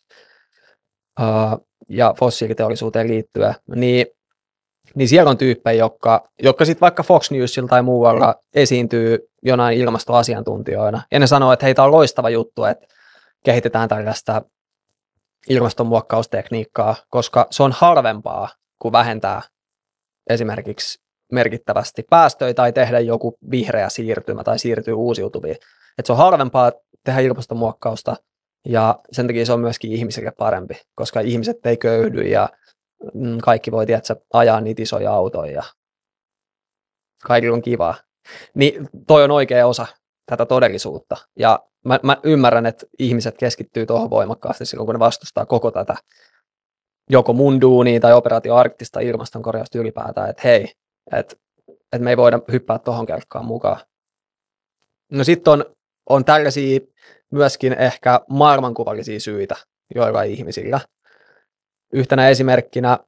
ja fossiiliteollisuuteen liittyen, niin siellä on tyyppejä, jotka sitten vaikka Fox Newsilla tai muualla esiintyy jonain ilmastoasiantuntijoina, ja ne sanoo, että hei, tämä on loistava juttu, että kehitetään tällaista ilmastonmuokkaustekniikkaa, koska se on halvempaa kuin vähentää esimerkiksi merkittävästi päästöjä tai tehdä joku vihreä siirtymä tai siirtyä uusiutuviin. Että se on halvempaa tehdä ilmastonmuokkausta ja sen takia se on myöskin ihmisille parempi, koska ihmiset ei köyhdy ja kaikki voi ajaa niitä isoja autoja ja kaikilla on kivaa. Niin toi on oikea osa tätä todellisuutta ja mä ymmärrän, että ihmiset keskittyy tuohon voimakkaasti silloin, kun ne vastustaa koko tätä joko mun duunia tai operaatio arktista ilmastonkorjausta ylipäätään, että hei, että me ei voida hyppää tuohon kelkkaan mukaan. No sitten on tällaisia myöskin ehkä maailmankuvallisia syitä joillain ihmisillä. Yhtenä esimerkkinä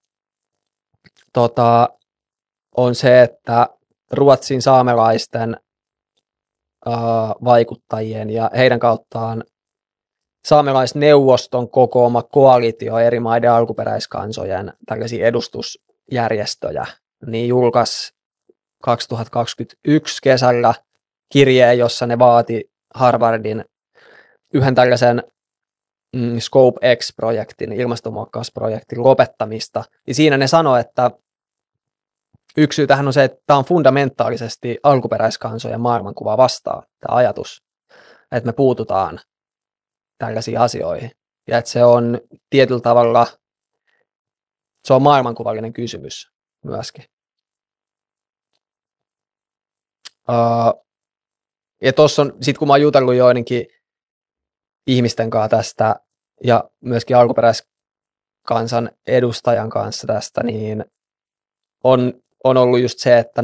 on se, että Ruotsin saamelaisten vaikuttajien ja heidän kauttaan saamelaisneuvoston kokoama koalitio eri maiden alkuperäiskansojen tällaisia edustusjärjestöjä, niin julkaisi 2021 kesällä kirjeen, jossa ne vaati Harvardin yhden tällaisen Scope X-projektin, ilmastonmuokkausprojektin lopettamista. Ja siinä ne sanoi, että yksi syy tähän on se, että tämä on fundamentaalisesti alkuperäiskansojen maailmankuvaa vastaan, tämä ajatus, että me puututaan tällaisiin asioihin. Ja että se on tietyllä tavalla, se on maailmankuvallinen kysymys myöskin. Ja tuossa on, sit kun mä oon jutellut joidenkin ihmisten kanssa tästä ja myöskin alkuperäiskansan edustajan kanssa tästä, niin on ollut just se, että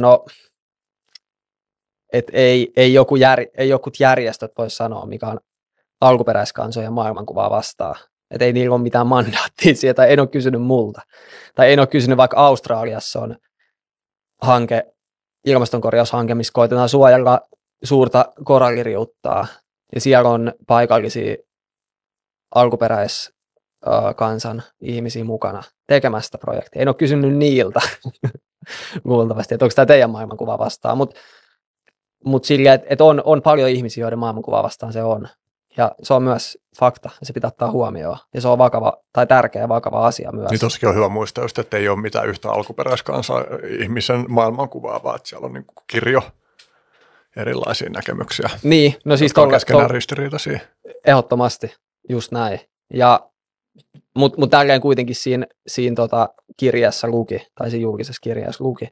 ei jokut järjestöt voi sanoa, mikä on alkuperäiskansojen maailmankuvaa vastaan. Että ei niillä ole mitään mandaattia sieltä, tai en ole kysynyt multa. Tai en ole kysynyt, vaikka Australiassa on ilmastonkorjaushanke, missä koitetaan suojella suurta koralliriuttaa. Ja siellä on paikallisia alkuperäiskansan ihmisiä mukana tekemästä projektia. En ole kysynyt niiltä luultavasti, että onko tämä teidän maailmankuva vastaan. Mutta silleen, että on paljon ihmisiä, joiden maailmankuva vastaan se on. Ja se on myös fakta, ja se pitää ottaa huomioon. Ja se on vakava tai tärkeä vakava asia myös. Niin tosikin on hyvä muistaa just, että ei ole mitään yhtä alkuperäiskansaa ihmisen maailmankuvaa, vaan että siellä on niin kuin kirjo erilaisia näkemyksiä. Niin, no siis keskenään ristiriitaisia. Ehdottomasti, just näin. Mutta tälleen kuitenkin siinä kirjassa luki, tai siinä julkisessa kirjassa luki.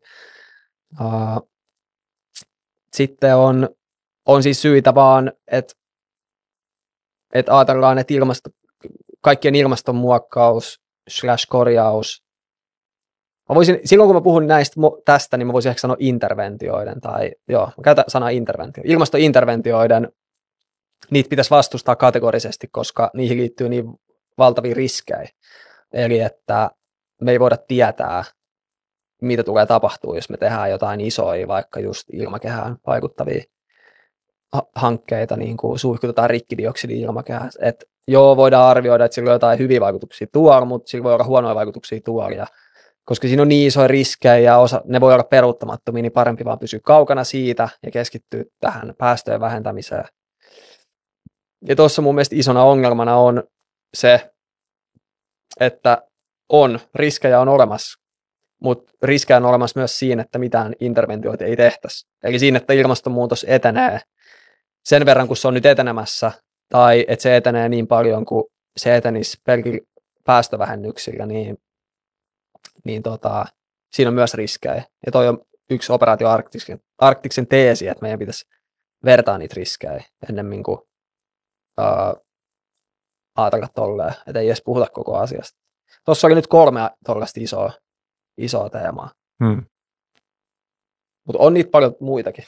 Sitten on siis syitä vaan, että ajatellaan, että kaikkien ilmastonmuokkaus /korjaus Silloin kun mä puhun tästä, niin mä voisin ehkä sanoa interventioiden, mä käytän sanaa interventio. Ilmastointerventioiden, niitä pitäisi vastustaa kategorisesti, koska niihin liittyy niin valtavia riskejä. Eli että me ei voida tietää, mitä tulee tapahtua, jos me tehdään jotain isoja, vaikka just ilmakehään vaikuttavia hankkeita, niin kuin suihkutetaan rikkidioksidi ilmakehään. Et joo, voidaan arvioida, että sillä on jotain hyviä vaikutuksia tuolla, mutta sillä voi olla huonoja vaikutuksia tuolla. Koska siinä on niin isoja riskejä ja ne voi olla peruuttamattomia, niin parempi vaan pysyä kaukana siitä ja keskittyä tähän päästöjen vähentämiseen. Ja tuossa mun mielestä isona ongelmana on se, että riskejä on olemassa, mutta riskejä on olemassa myös siinä, että mitään interventioita ei tehtäisi. Eli siinä, että ilmastonmuutos etenee sen verran, kun se on nyt etenemässä, tai että se etenee niin paljon, kuin se etenisi pelkillä päästövähennyksillä, niin siinä on myös riskejä. Ja toi on yksi operaatio Arktiksen teesi, että meidän pitäisi vertaa niitä riskejä ennemmin kuin ajatella tolleen, että ei edes puhuta koko asiasta. Tuossa oli nyt 3 tollaista isoa teemaa. Mutta on niitä paljon muitakin.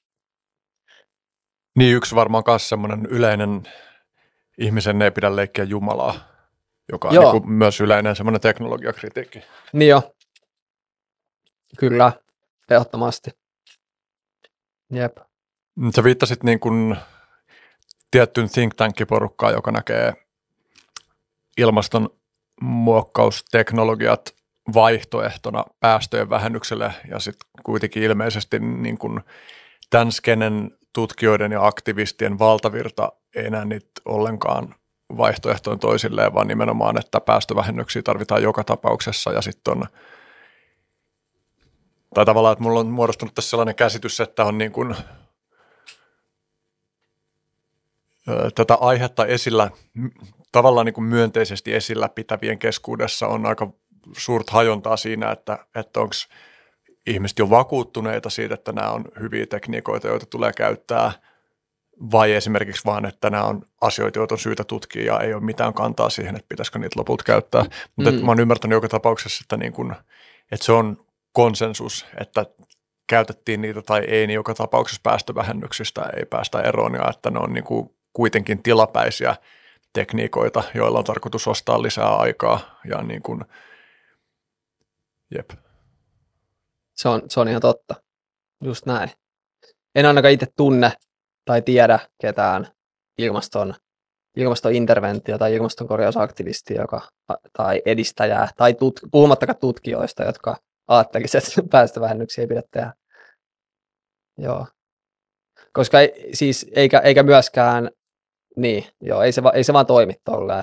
Niin, yksi varmaan myös semmoinen yleinen ihmisen ei pidä leikkiä Jumalaa, joka on niin myös yleinen semmoinen teknologiakritiikki. Niin jo. Kyllä, ehdottomasti. Jep. Sä viittasit niin kuin tiettyyn think tank-porukkaan, joka näkee ilmastonmuokkausteknologiat vaihtoehtona päästöjen vähennykselle ja sitten kuitenkin ilmeisesti niin kuin tämän skenen tutkijoiden ja aktivistien valtavirta ei näe niitä ollenkaan vaihtoehtojen toisilleen, vaan nimenomaan, että päästövähennyksiä tarvitaan joka tapauksessa ja sitten on tai tavallaan, että mulla on muodostunut tässä sellainen käsitys, että on niin kuin tätä aihetta tavallaan niin kuin myönteisesti esillä pitävien keskuudessa on aika suurta hajontaa siinä, että onko ihmiset jo vakuuttuneita siitä, että nämä on hyviä tekniikoita, joita tulee käyttää, vai esimerkiksi vaan, että nämä on asioita, joita on syytä tutkia ja ei ole mitään kantaa siihen, että pitäisikö niitä lopulta käyttää. Mutta mä oon ymmärtänyt joka tapauksessa, että, niin kun, että se on konsensus, että käytettiin niitä tai ei, niin joka tapauksessa päästövähennyksistä ei päästä eroon ja että ne on niin kuin kuitenkin tilapäisiä tekniikoita, joilla on tarkoitus ostaa lisää aikaa ja niin kuin, jep. Se on ihan totta. Just näin. En ainakaan itse tunne tai tiedä ketään ilmastointerventio- tai ilmastonkorjausaktivistia tai edistäjää, tai puhumattakaan tutkijoista, jotka ajattelisivat, että päästövähennyksiä ei pidä tehdä. Joo. Koska eikä myöskään, niin, joo, ei se vaan toimi tolleen.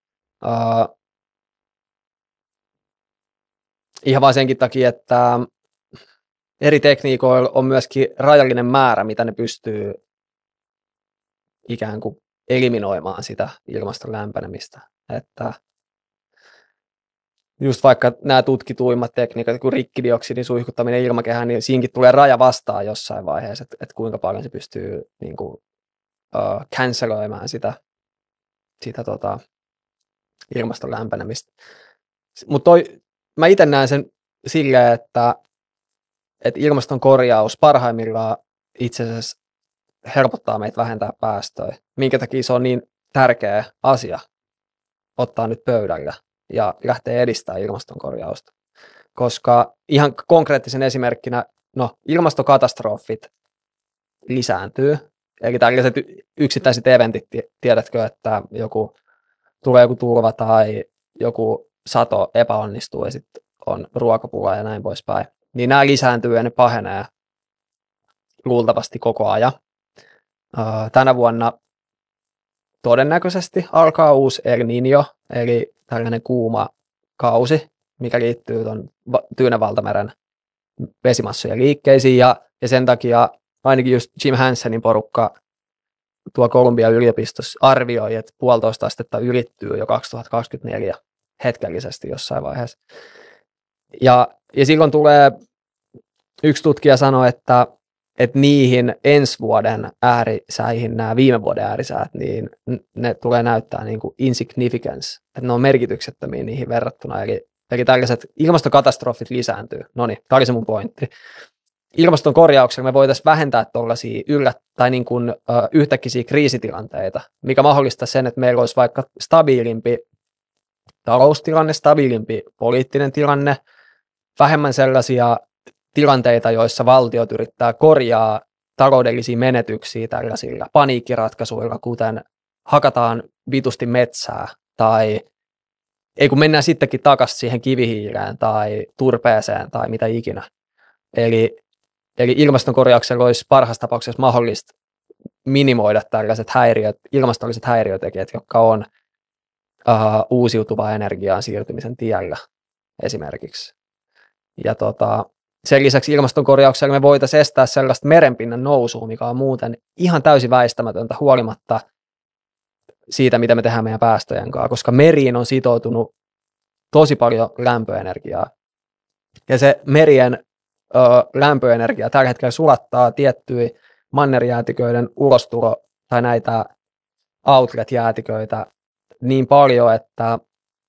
Ihan vaan senkin takia, että eri tekniikoilla on myöskin rajallinen määrä, mitä ne pystyy ikään kuin eliminoimaan sitä ilmaston lämpenemistä. Että just vaikka nämä tutkituimmat tekniikat, kuin rikkidioksidin suihkuttaminen ilmakehään, niin siinäkin tulee raja vastaan jossain vaiheessa, että kuinka paljon se pystyy niin kuin, canceloimaan sitä ilmaston lämpenemistä. Mutta mä itse näen sen silleen, että ilmaston korjaus parhaimmillaan itse asiassa helpottaa meitä vähentää päästöjä. Minkä takia se on niin tärkeä asia ottaa nyt pöydällä ja lähteä edistämään ilmastonkorjausta. Koska ihan konkreettisen esimerkkinä, ilmastokatastrofit lisääntyy. Eli tällaiset yksittäiset eventit, tiedätkö, että tulee joku tulva tai joku sato epäonnistuu ja sitten on ruokapula ja näin poispäin. Niin nämä lisääntyy ja ne pahenee luultavasti koko ajan. Tänä vuonna todennäköisesti alkaa uusi El Niño, eli tällainen kuuma kausi, mikä liittyy tuon Tyynen valtameren vesimassojen liikkeisiin, ja sen takia ainakin just Jim Hansenin porukka tuo Kolumbian yliopistossa arvioi, että 1,5 astetta ylittyy jo 2024 hetkellisesti jossain vaiheessa. Ja silloin tulee, yksi tutkija sanoi, että niihin ensi vuoden äärisäihin, nämä viime vuoden äärisäät, niin ne tulee näyttää niin kuin insignificance, että ne on merkityksettömiä niihin verrattuna. Eli Eli tällaiset ilmastokatastrofit lisääntyy. No niin, tämä oli se mun pointti. Ilmaston korjauksella me voitaisiin vähentää tuollaisia tai niin kuin, yhtäkkiä kriisitilanteita, mikä mahdollistaa sen, että meillä olisi vaikka stabiilimpi taloustilanne, stabiilimpi poliittinen tilanne, vähemmän sellaisia tilanteita, joissa valtiot yrittää korjaa taloudellisia menetyksiä tällaisilla paniikkiratkaisuilla, kuten hakataan vitusti metsää, tai ei kun mennään sittenkin takaisin siihen kivihiileen tai turpeeseen tai mitä ikinä. Eli ilmastonkorjauksella olisi parhaassa tapauksessa mahdollista minimoida tällaiset ilmastolliset häiriötekijät, jotka on uusiutuvaan energiaan siirtymisen tiellä esimerkiksi. Ja sen lisäksi ilmastonkorjauksella me voitaisiin estää sellaista merenpinnan nousua, mikä on muuten ihan täysin väistämätöntä huolimatta siitä, mitä me tehdään meidän päästöjen kanssa, koska meriin on sitoutunut tosi paljon lämpöenergiaa. Ja se merien lämpöenergia tällä hetkellä sulattaa tiettyjä mannerjäätiköiden ulostulo tai näitä outlet-jäätiköitä niin paljon, että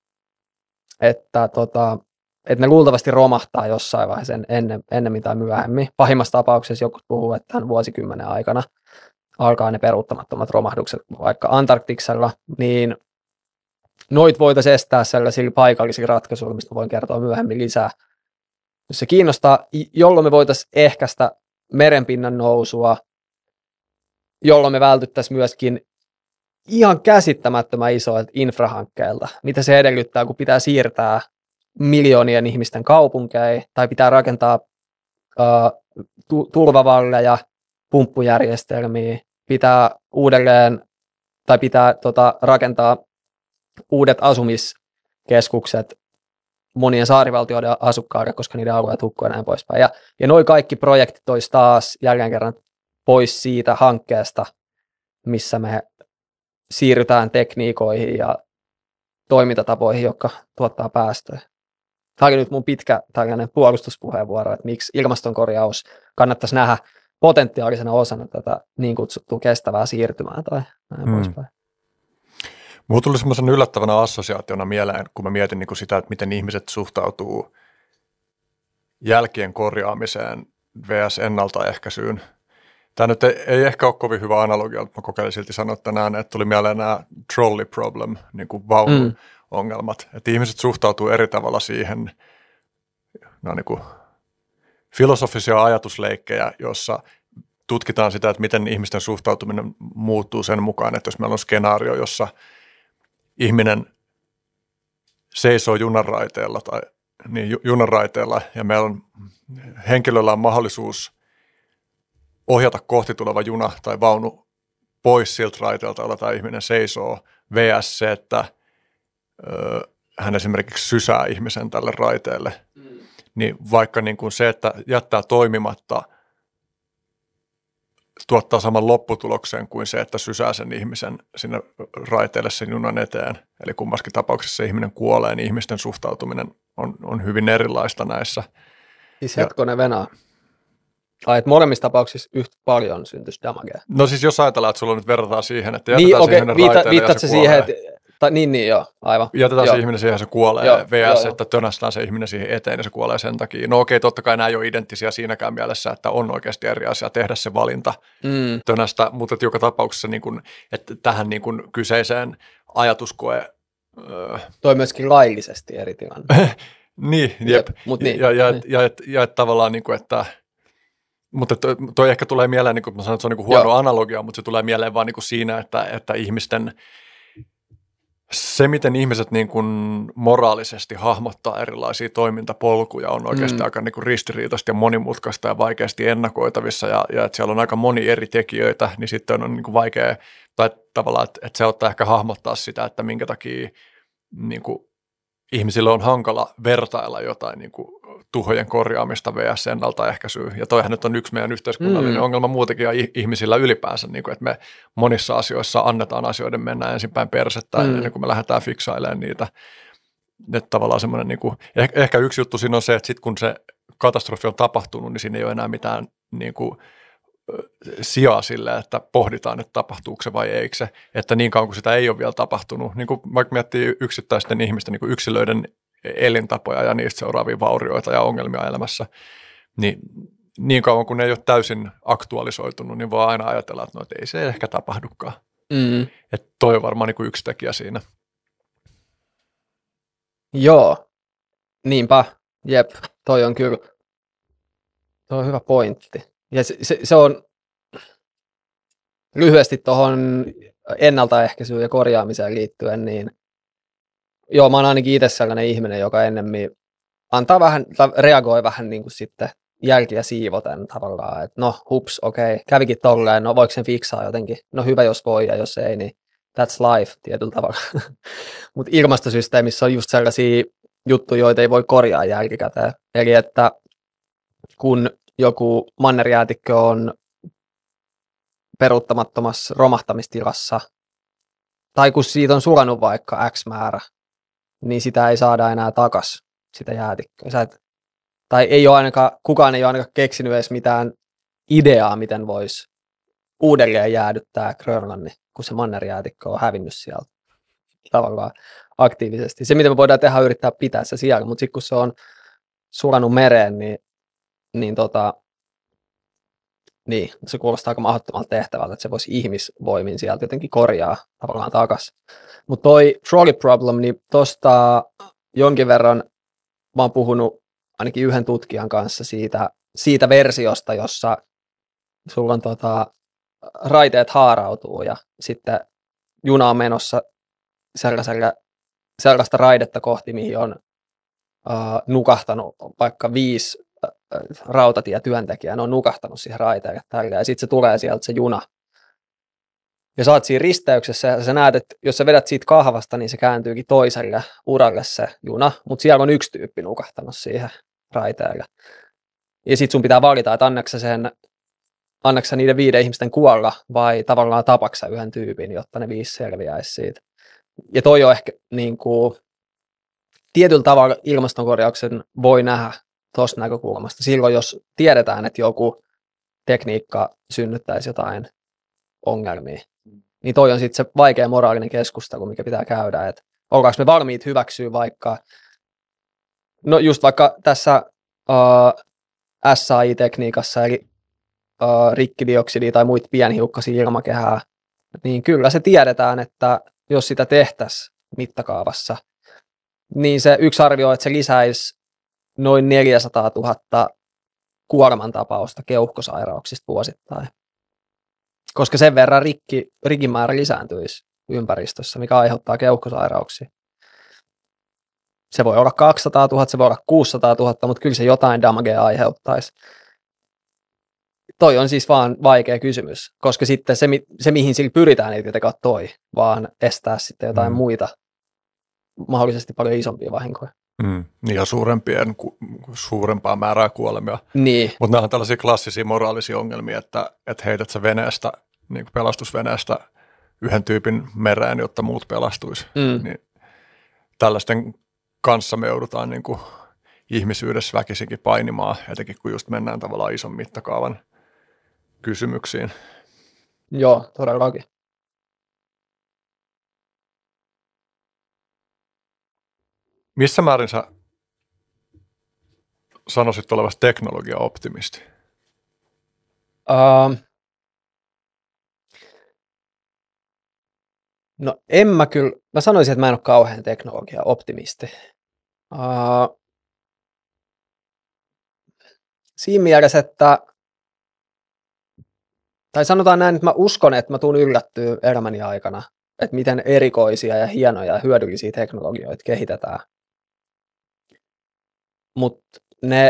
ne luultavasti romahtaa jossain vaiheessa ennemmin tai myöhemmin. Pahimmassa tapauksessa joku puhuu, että tämän vuosikymmenen aikana alkaa ne peruuttamattomat romahdukset vaikka Antarktiksella, niin noit voitaisiin estää sellaisilla paikallisilla ratkaisuilla, mistä voin kertoa myöhemmin lisää. Jos se kiinnostaa, jolloin me voitaisiin ehkäistä merenpinnan nousua, jolloin me vältyttäisiin myöskin ihan käsittämättömän isoilta infrahankkeilta, mitä se edellyttää, kun pitää siirtää miljoonien ihmisten kaupunkeja tai pitää rakentaa turvavalleja, pumppujärjestelmiä, pitää rakentaa uudet asumiskeskukset monien saarivaltioiden asukkaille, koska niiden alueet hukkuu ja näin poispäin. Ja nuo kaikki projektit olisi taas jälleen kerran pois siitä hankkeesta, missä me siirrytään tekniikoihin ja toimintatapoihin, jotka tuottaa päästöjä. Tämä oli nyt mun pitkä tällainen puolustuspuheenvuoro, että miksi ilmastonkorjaus kannattaisi nähdä potentiaalisena osana tätä niin kutsuttua kestävää siirtymää tai näin poispäin. Mulla tuli semmoisen yllättävänä assosiaationa mieleen, kun mä mietin niin kuin sitä, että miten ihmiset suhtautuu jälkien korjaamiseen vs. ennaltaehkäisyyn. Tämä nyt ei ehkä ole kovin hyvä analogia, mutta mä kokeilin silti sanoa tänään, että tuli mieleen nämä trolley problem, niin kuin vaunuongelmat. Että ihmiset suhtautuu eri tavalla siihen, niin kuin filosofisia ajatusleikkejä, jossa tutkitaan sitä, että miten ihmisten suhtautuminen muuttuu sen mukaan, että jos meillä on skenaario, jossa ihminen seisoo junanraiteella ja meillä on henkilöllä on mahdollisuus ohjata kohti tuleva juna tai vaunu pois siltä raiteelta, jolla tämä ihminen seisoo, vs. se, että hän esimerkiksi sysää ihmisen tälle raiteelle. Niin vaikka niin kuin se, että jättää toimimatta, tuottaa saman lopputuloksen kuin se, että sysää sen ihmisen sinne raiteelle sen junan eteen. Eli kummaskin tapauksessa ihminen kuolee, niin ihmisten suhtautuminen on hyvin erilaista näissä. Siis hetkonen venää. Että molemmissa tapauksissa yhtä paljon syntyisi damagea. No siis jos ajatellaan, että sulla nyt verrataan siihen, että jätetään se ihminen raiteelle ja se kuolee. Niin, joo, aivan. Jätetään se ihminen siihen, se kuolee, vs. että tönästään se ihminen siihen eteen ja se kuolee sen takia. No okei, totta kai nämä ei ole identtisiä siinäkään mielessä, että on oikeasti eri asia tehdä se valinta tönästä, mutta että joka tapauksessa niin kun, että tähän niin kun kyseiseen ajatuskoe... Toi myöskin laillisesti eri tilanne. Niin, jep. Ja tavallaan, niin kuin, että... Mutta toi ehkä tulee mieleen, niin kuin mä sanoin, että se on niin kuin huono analogia, mutta se tulee mieleen vaan niin kuin siinä, että ihmisten... Se, miten ihmiset niin kuin moraalisesti hahmottaa erilaisia toimintapolkuja, on oikeasti aika niin kuin ristiriitaista ja monimutkaista ja vaikeasti ennakoitavissa, ja että siellä on aika moni eri tekijöitä, niin sitten on niin kuin vaikea, tai tavallaan, että se ottaa ehkä hahmottaa sitä, että minkä takia niin kuin ihmisille on hankala vertailla jotain niin kuin tuhojen korjaamista vs. ennaltaehkäisyä. Ja toihan nyt on yksi meidän yhteiskunnallinen ongelma muutenkin ja ihmisillä ylipäänsä, niin kuin, että me monissa asioissa annetaan asioiden mennä ensinpäin persettä ennen kuin me lähdetään fiksailemaan niitä. Että tavallaan semmoinen, niin kuin, ehkä yksi juttu siinä on se, että sitten kun se katastrofi on tapahtunut, niin siinä ei ole enää mitään niin kuin, sijaa sille, että pohditaan, että tapahtuuko se vai eikö se. Että niin kauan kuin sitä ei ole vielä tapahtunut, niin kuin vaikka miettii yksittäisten ihmisten, niin kuin yksilöiden elintapoja ja niistä seuraavia vaurioita ja ongelmia elämässä, niin kauan kun ne ei ole täysin aktualisoitunut, niin voi aina ajatella, että no, et ei se ehkä tapahdukaan. Että toi on varmaan niin kuin yksi tekijä siinä. Joo, niinpä, jep, toi on kyllä, toi on hyvä pointti. Ja se on lyhyesti tuohon ennaltaehkäisyyn ja korjaamiseen liittyen, niin joo, mä oon ainakin itse sellainen ihminen, joka ennemmin antaa vähän, tai reagoi vähän niin kuin sitten jälkiä siivoten tavallaan, että no hups, okei, kävikin tolleen, no voiko sen fiksaa jotenkin, no hyvä jos voi ja jos ei, niin that's life tietyllä tavalla. Mutta ilmastosysteemissä on just sellaisia juttuja, joita ei voi korjaa jälkikäteen. Eli että kun joku mannerjäätikkö on peruuttamattomassa romahtamistilassa, tai kun siitä on sulanut vaikka X määrä, niin sitä ei saada enää takas, sitä jäätikköä. Tai ei ole kukaan ei ole ainakaan keksinyt edes mitään ideaa, miten voisi uudelleen jäädyttää Grönlannin, kun se mannerjäätikkö on hävinnyt sieltä tavallaan aktiivisesti. Se, mitä me voidaan tehdä, on yrittää pitää se siellä, mutta sitten kun se on sulanut mereen, niin se kuulostaa aika mahdottomalta tehtävältä, että se voisi ihmisvoimin sieltä jotenkin korjaa tavallaan takaisin. Mutta toi trolley problem, niin tuosta jonkin verran mä oon puhunut ainakin yhden tutkijan kanssa siitä versiosta, jossa sulla on raiteet haarautuu ja sitten juna on menossa sellaista raidetta kohti, mihin on nukahtanut vaikka 5 rautatietyöntekijää, ne on nukahtanut siihen raiteelle ja sitten se tulee sieltä se juna. Ja sä oot siinä risteyksessä ja sä näet, että jos sä vedät siitä kahvasta, niin se kääntyykin toiselle uralle se juna, mutta siellä on yksi tyyppi nukahtanut siihen raiteelle. Ja sit sun pitää valita, että annaks sä niiden 5 ihmisten kuolla vai tavallaan tapaksa yhden tyypin, jotta ne 5 selviäisi siitä. Ja toi on ehkä niin kuin, tietyllä tavalla ilmastonkorjauksen voi nähdä tuosta näkökulmasta. Silloin, jos tiedetään, että joku tekniikka synnyttäisi jotain ongelmia, niin toi on sitten se vaikea moraalinen keskustelu, mikä pitää käydä, että ollaanko me valmiit hyväksyä vaikka, no just vaikka tässä SAI-tekniikassa, eli rikkidioksidia tai muita pienhiukkasia ilmakehää, niin kyllä se tiedetään, että jos sitä tehtäisiin mittakaavassa, niin se yksi arvio, että se lisäisi noin 400 000 kuolemantapausta keuhkosairauksista vuosittain. Koska sen verran rikin määrä lisääntyisi ympäristössä, mikä aiheuttaa keuhkosairauksia. Se voi olla 200 000, se voi olla 600 000, mutta kyllä se jotain damagea aiheuttaisi. Toi on siis vaan vaikea kysymys, koska sitten se mihin sillä pyritään, ei tietenkään toi, vaan estää sitten jotain muita, mahdollisesti paljon isompia vahinkoja. Ja suurempaa määrää kuolemia. Niin. Mutta nämä on tällaisia klassisia moraalisia ongelmia, että heität sä veneestä, niin kuin pelastusveneestä yhden tyypin mereen, jotta muut pelastuisi. Niin tällaisten kanssa me joudutaan niin kuin ihmisyydessä väkisinkin painimaan, etenkin kun just mennään tavallaan ison mittakaavan kysymyksiin. Joo, todellakin. Missä määrin sä sanoisit olevasi teknologia-optimisti? No en mä kyllä, mä sanoisin, että mä en ole kauhean teknologia-optimisti. Siinä mielessä, tai sanotaan näin, että mä uskon, että mä tuun yllättyä elämäni aikana, että miten erikoisia ja hienoja ja hyödyllisiä teknologioita kehitetään. Mutta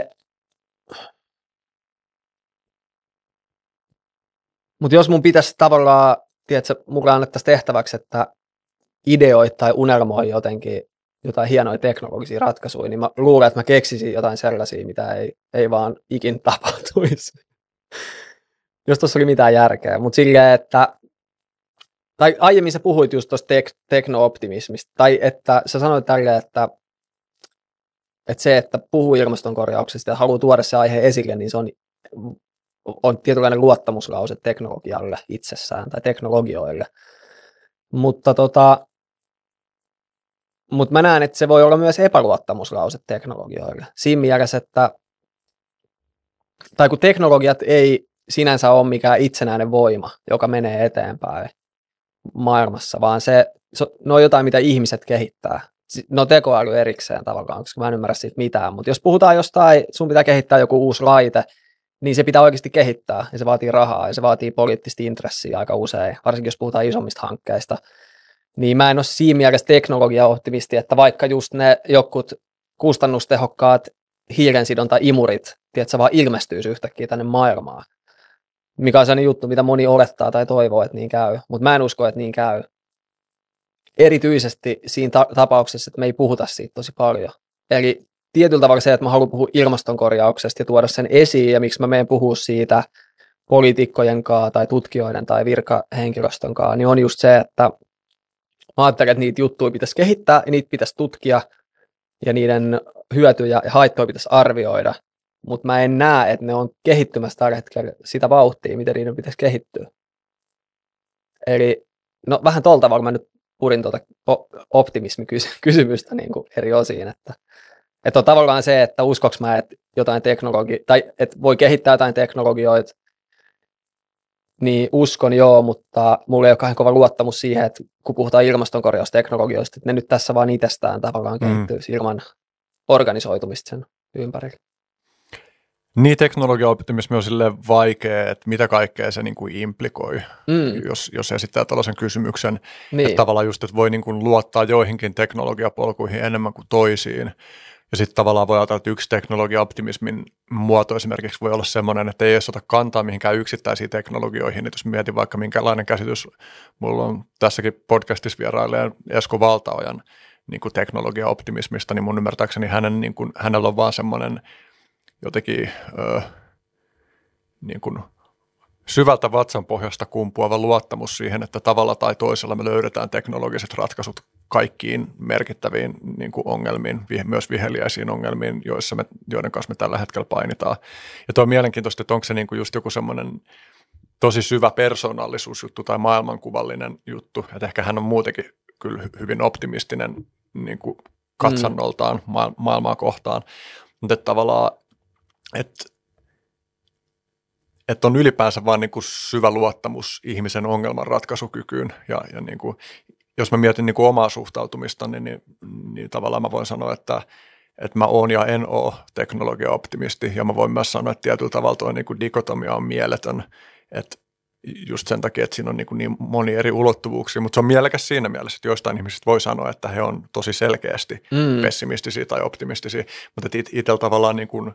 jos mun pitäisi tavallaan, tiedätkö, mulle annettaisiin tehtäväksi, että ideoit tai unelmoi jotenkin jotain hienoja teknologisia ratkaisuja, niin mä luulen, että mä keksisin jotain sellaisia, mitä ei vaan ikin tapahtuisi. Jos tuossa oli mitään järkeä. Mutta silleen, että tai aiemmin sä puhuit just tuosta tekno-optimismista, tai että sä sanoit tälleen, että se, että puhuu ilmastonkorjauksesta ja haluaa tuoda se aihe esille, niin se on tietynlainen luottamuslause teknologialle itsessään tai teknologioille. Mutta Mutta mä näen, että se voi olla myös epäluottamuslause teknologioille. Siinä mielessä, tai kun teknologiat ei sinänsä ole mikään itsenäinen voima, joka menee eteenpäin maailmassa, vaan ne on jotain, mitä ihmiset kehittää. No tekoäly erikseen tavallaan, koska mä en ymmärrä siitä mitään, mutta jos puhutaan jostain, sun pitää kehittää joku uusi laite, niin se pitää oikeasti kehittää, ja se vaatii rahaa, ja se vaatii poliittista intressiä aika usein, varsinkin jos puhutaan isommista hankkeista. Niin mä en ole siinä mielessä teknologiaoptimisti, että vaikka just ne jokut kustannustehokkaat hiilensidonta-imurit, tiedätkö, vaan ilmestyisi yhtäkkiä tänne maailmaan, mikä on sellainen juttu, mitä moni olettaa tai toivoo, että niin käy, mutta mä en usko, että niin käy. Erityisesti siinä tapauksessa, että me ei puhuta siitä tosi paljon. Eli tietyllä tavalla se, että mä haluan puhua ilmastonkorjauksesta ja tuoda sen esiin, ja miksi mä menen puhua siitä poliitikkojen kanssa tai tutkijoiden tai virkahenkilöstön kanssa, niin on just se, että mä ajattelen, että niitä juttuja pitäisi kehittää ja niitä pitäisi tutkia ja niiden hyötyjä ja haittoja pitäisi arvioida, mutta mä en näe, että ne on kehittymässä tällä hetkellä sitä vauhtia, miten niiden pitäisi kehittyä. Eli no vähän tuolla tavalla mä nyt purin tuota optimismikysymystä niin kuin eri osiin, että on tavallaan se, että uskoks mä, että jotain tai että voi kehittää jotain teknologioita, niin uskon joo, mutta mulla ei ole kova luottamus siihen, että kun puhutaan ilmastonkorjausteknologioista, että ne nyt tässä vaan itsestään tavallaan kehittyisi ilman organisoitumista sen ympärillä. Niin, teknologiaoptimismi on silleen vaikea, että mitä kaikkea se niin kuin implikoi, jos esittää tällaisen kysymyksen. Niin. Että tavallaan just, että voi niin kuin luottaa joihinkin teknologiapolkuihin enemmän kuin toisiin. Ja sitten tavallaan voi ajatella, että yksi teknologiaoptimismin muoto esimerkiksi voi olla semmoinen, että ei edes ota kantaa mihinkään yksittäisiin teknologioihin. Että jos mietin vaikka minkälainen käsitys, mulla on tässäkin podcastissa vierailee Esko Valtaojan niin kuin teknologiaoptimismista, niin mun ymmärtääkseni hänellä on vaan semmoinen jotenkin niin kuin syvältä vatsanpohjasta kumpuava luottamus siihen, että tavalla tai toisella me löydetään teknologiset ratkaisut kaikkiin merkittäviin niin kuin ongelmiin, myös viheliäisiin ongelmiin, joiden kanssa me tällä hetkellä painitaan. Ja tuo on mielenkiintoista, että onko se niin kuin just joku semmoinen tosi syvä persoonallisuusjuttu tai maailmankuvallinen juttu, että ehkä hän on muutenkin kyllä hyvin optimistinen niin kuin katsannoltaan maailmaa kohtaan, mutta että tavallaan että on ylipäänsä vaan niin kuin syvä luottamus ihmisen ongelmanratkaisukykyyn ja niin kuin, jos mä mietin niin kuin omaa suhtautumista, niin tavallaan mä voin sanoa, että mä oon ja en ole teknologia-optimisti ja mä voin myös sanoa, että tietyllä tavalla tuo niin kuin dikotomia on mieletön, että just sen takia, että siinä on niin moni eri ulottuvuuksia, mutta se on mielekäs siinä mielessä, että joistain ihmisistä voi sanoa, että he on tosi selkeästi pessimistisiä tai optimistisia, mutta itsellä tavallaan niin kuin,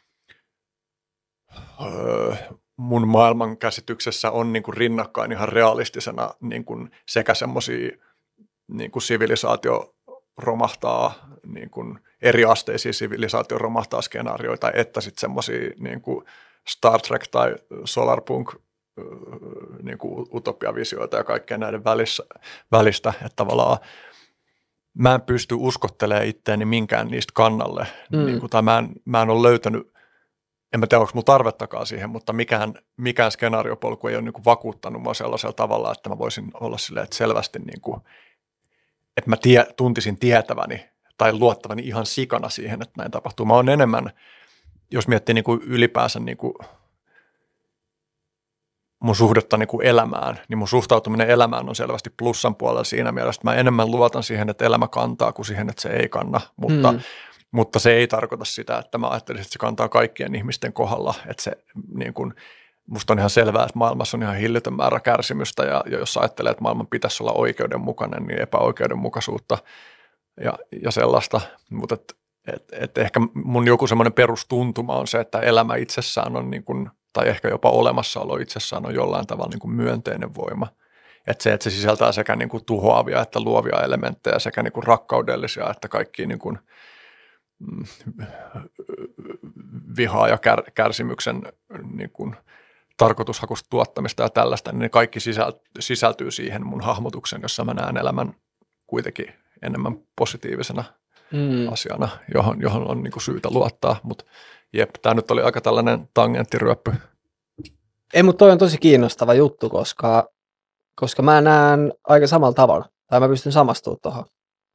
mun maailmankäsityksessä on niin kuin rinnakkain ihan realistisena niin kuin sekä semmoisia niin kuin sivilisaatio romahtaa, niin kuin eriasteisia sivilisaatio romahtaa skenaarioita, että sitten semmoisia niin kuin Star Trek tai Solarpunk niin kuin utopiavisioita ja kaikkea näiden välistä, että tavallaan mä en pysty uskottelemaan itseäni minkään niistä kannalle, niin kuin, tai mä en ole löytänyt, en mä tiedä, onko mulla tarvettakaan siihen, mutta mikään skenaariopolku ei ole niin kuin vakuuttanut mua sellaisella tavalla, että mä voisin olla silleen, että selvästi, niin kuin, että mä tuntisin tietäväni tai luottavani ihan sikana siihen, että näin tapahtuu. Mä oon enemmän, jos miettii niin kuin ylipäänsä niin kuin mun suhdetta niin kuin elämään, niin mun suhtautuminen elämään on selvästi plussan puolella siinä mielessä, että mä enemmän luotan siihen, että elämä kantaa kuin siihen, että se ei kanna, mutta se ei tarkoita sitä, että mä ajattelisin, että se kantaa kaikkien ihmisten kohdalla, että se niin kuin, musta on ihan selvää, että maailmassa on ihan hillitön määrä kärsimystä ja jos ajattelee, että maailman pitäisi olla oikeudenmukainen, niin epäoikeudenmukaisuutta ja sellaista, mutta et ehkä mun joku semmoinen perustuntuma on se, että elämä itsessään on niin kuin, tai ehkä jopa olemassaolo itsessään on jollain tavalla niin kuin myönteinen voima. Että se sisältää sekä niin kuin tuhoavia että luovia elementtejä, sekä niin kuin rakkaudellisia että kaikki niin kuin vihaa ja kärsimyksen niin kuin tarkoitushakuista tuottamista ja tällaista, niin ne kaikki sisältyy siihen mun hahmotuksen, jossa mä näen elämän kuitenkin enemmän positiivisena asiana, johon on niin kuin syytä luottaa, mutta jep, tämä nyt oli aika tällainen tangenttiryöppy. Ei, mutta toi on tosi kiinnostava juttu, koska mä näen aika samalla tavalla, tai mä pystyn samastumaan tuohon.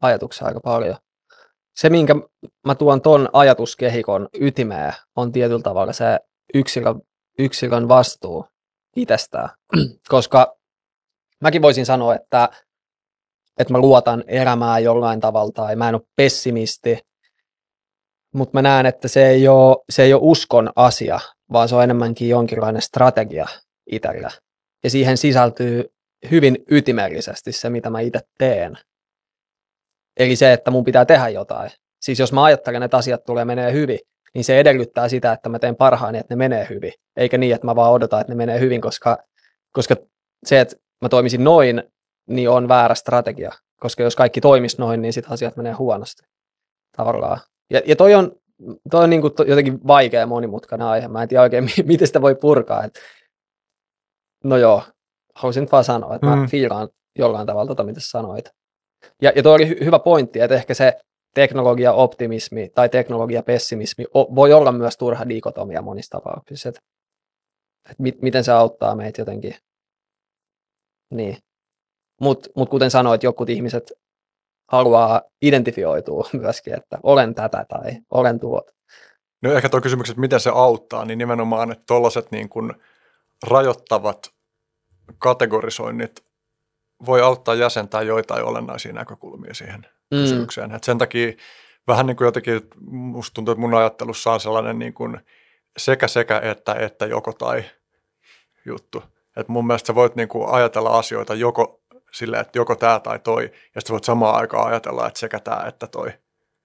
ajatuksia aika paljon. Se, minkä mä tuon ton ajatuskehikon ytimeen, on tietyllä tavalla se yksilön vastuu itsestään. Koska mäkin voisin sanoa, että mä luotan elämään jollain tavalla tai mä en ole pessimisti, mutta mä näen, että se ei ole uskon asia, vaan se on enemmänkin jonkinlainen strategia itsellä. Ja siihen sisältyy hyvin ytimellisesti se, mitä mä itse teen. Eli se, että mun pitää tehdä jotain. Siis jos mä ajattelen, että asiat tulee menee hyvin, niin se edellyttää sitä, että mä teen parhaani, että ne menee hyvin. Eikä niin, että mä vaan odotan, että ne menee hyvin, koska se, että mä toimisin noin, niin on väärä strategia. Koska jos kaikki toimisi noin, niin sitten asiat menee huonosti. Tavallaan. Ja toi on niin kuin jotenkin vaikea ja monimutkainen aihe. Mä en tiedä oikein, miten sitä voi purkaa. No joo, haluaisin nyt vaan sanoa, että mä fiilaan jollain tavalla mitä sanoit. Ja toi oli hyvä pointti, että ehkä se teknologia-optimismi tai teknologia-pessimismi voi olla myös turha dikotomia monissa tapauksissa. Että miten se auttaa meitä jotenkin. Niin. Mut kuten sanoit, jotkut ihmiset haluaa identifioitua myöskin, että olen tätä tai olen tuota. No ehkä tuo kysymys, että miten se auttaa, niin nimenomaan, että tuollaiset niin kuin rajoittavat kategorisoinnit voi auttaa jäsentää joitain olennaisia näkökulmia siihen kysymykseen. Et sen takia vähän niin kuin jotenkin musta tuntuu, että mun ajattelussa on sellainen niin kuin sekä että joko tai juttu. Et mun mielestä sä voit niin kuin ajatella asioita joko silleen, että joko tämä tai toi, ja sitten voit samaan aikaan ajatella, että sekä tämä että toi.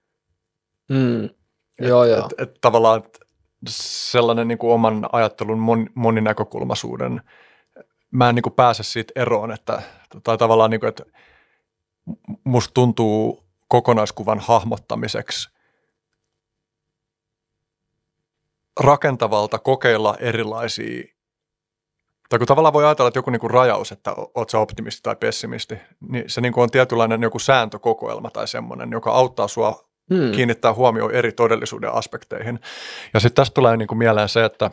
Joo. Et tavallaan sellainen niin kuin oman ajattelun moninäkökulmaisuuden, mä en niin kuin pääse siitä eroon, tai tavallaan niin kuin, että musta tuntuu kokonaiskuvan hahmottamiseksi rakentavalta kokeilla erilaisia, tai kun tavallaan voi ajatella, että joku niin kuin rajaus, että oot sä optimisti tai pessimisti, niin se niin kuin on tietynlainen joku sääntökokoelma tai semmoinen, joka auttaa sua kiinnittää huomioon eri todellisuuden aspekteihin. Ja sitten tästä tulee niin kuin mieleen se, että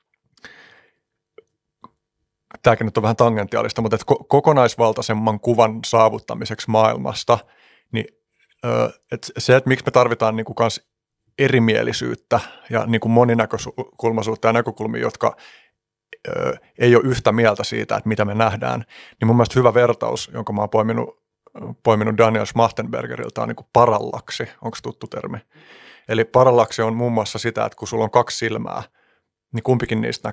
tämäkin nyt on vähän tangentiaalista, mutta että kokonaisvaltaisemman kuvan saavuttamiseksi maailmasta, niin että se, että miksi me tarvitaan niin kuin kans erimielisyyttä ja niin kuin moninäkökulmaisuutta ja näkökulmia, jotka ei ole yhtä mieltä siitä, että mitä me nähdään, niin mun mielestä hyvä vertaus, jonka mä oon poiminut Daniel Schmachtenbergeriltä, on niin kuin parallaksi. Onko tuttu termi? Eli parallaksi on muun muassa sitä, että kun sulla on kaksi silmää, niin kumpikin niistä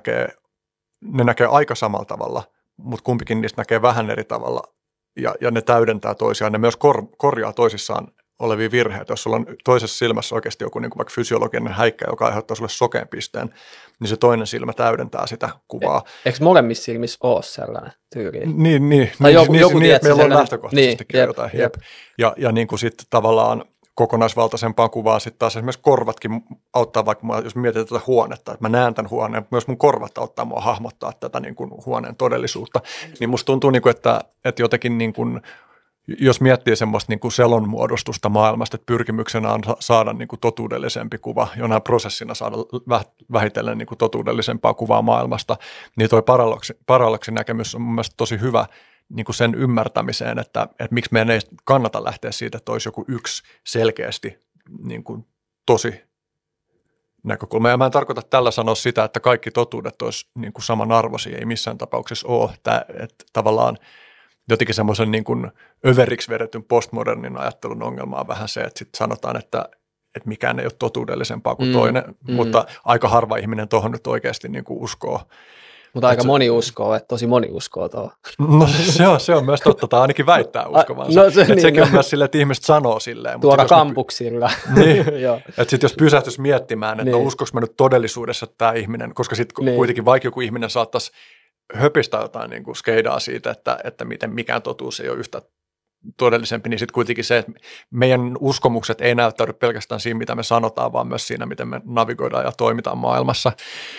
näkee aika samalla tavalla, mutta kumpikin niistä näkee vähän eri tavalla ja ne täydentää toisiaan. Ne myös korjaa toisissaan olevia virheitä. Jos sulla on toisessa silmässä oikeasti joku niin kuin vaikka fysiologinen häikkä, joka aiheuttaa sulle sokeen pisteen, niin se toinen silmä täydentää sitä kuvaa. Eikö molemmissa silmissä ole sellainen tyyli? Niin. Tai joku Että meillä on lähtökohtaisestikin niin, jotain. Jep. Ja niin kuin sitten tavallaan kokonaisvaltaisempaa kuvaa sitten taas esimerkiksi korvatkin auttaa, vaikka jos mietin tätä huonetta, että mä näen tämän huoneen, myös mun korvat auttaa mua hahmottaa tätä niin kuin huoneen todellisuutta. Niin musta tuntuu, niin kuin, että jotenkin niin kuin, jos miettii semmoista niin kuin selonmuodostusta maailmasta, että pyrkimyksenä on saada niin kuin totuudellisempi kuva, jonain prosessina saada vähitellen niin kuin totuudellisempaa kuvaa maailmasta, niin toi parallaksin näkemys on mun mielestä tosi hyvä niin kuin sen ymmärtämiseen, että miksi meidän ei kannata lähteä siitä, että olisi joku yksi selkeästi niin kuin tosi näkökulma. Ja mä en tarkoita tällä sanoa sitä, että kaikki totuudet olisi niin kuin samanarvoisia, ei missään tapauksessa ole, että tavallaan jotenkin semmoisen niin kuin överiksi vedetyn postmodernin ajattelun ongelma on vähän se, että sitten sanotaan, että mikään ei ole totuudellisempaa kuin toinen, mutta aika harva ihminen tuohon nyt oikeasti niin kuin uskoo. Mutta aika moni uskoo, että tosi moni uskoo tuohon. No se on myös totta, tai ainakin väittää uskovansa. No, sekin on myös silleen, että ihmiset sanoo silleen. Tuolla kampuksilla. Niin, että sitten jos pysähtyisi miettimään, että uskoiko mä nyt todellisuudessa tämä ihminen, koska sitten kuitenkin vaikka joku ihminen saattaisi höpistää jotain niin kuin skeidaa siitä, että miten mikään totuus ei ole yhtä todellisempi, niin sitten kuitenkin se, että meidän uskomukset ei näyttäydy pelkästään siinä, mitä me sanotaan, vaan myös siinä, miten me navigoidaan ja toimitaan maailmassa.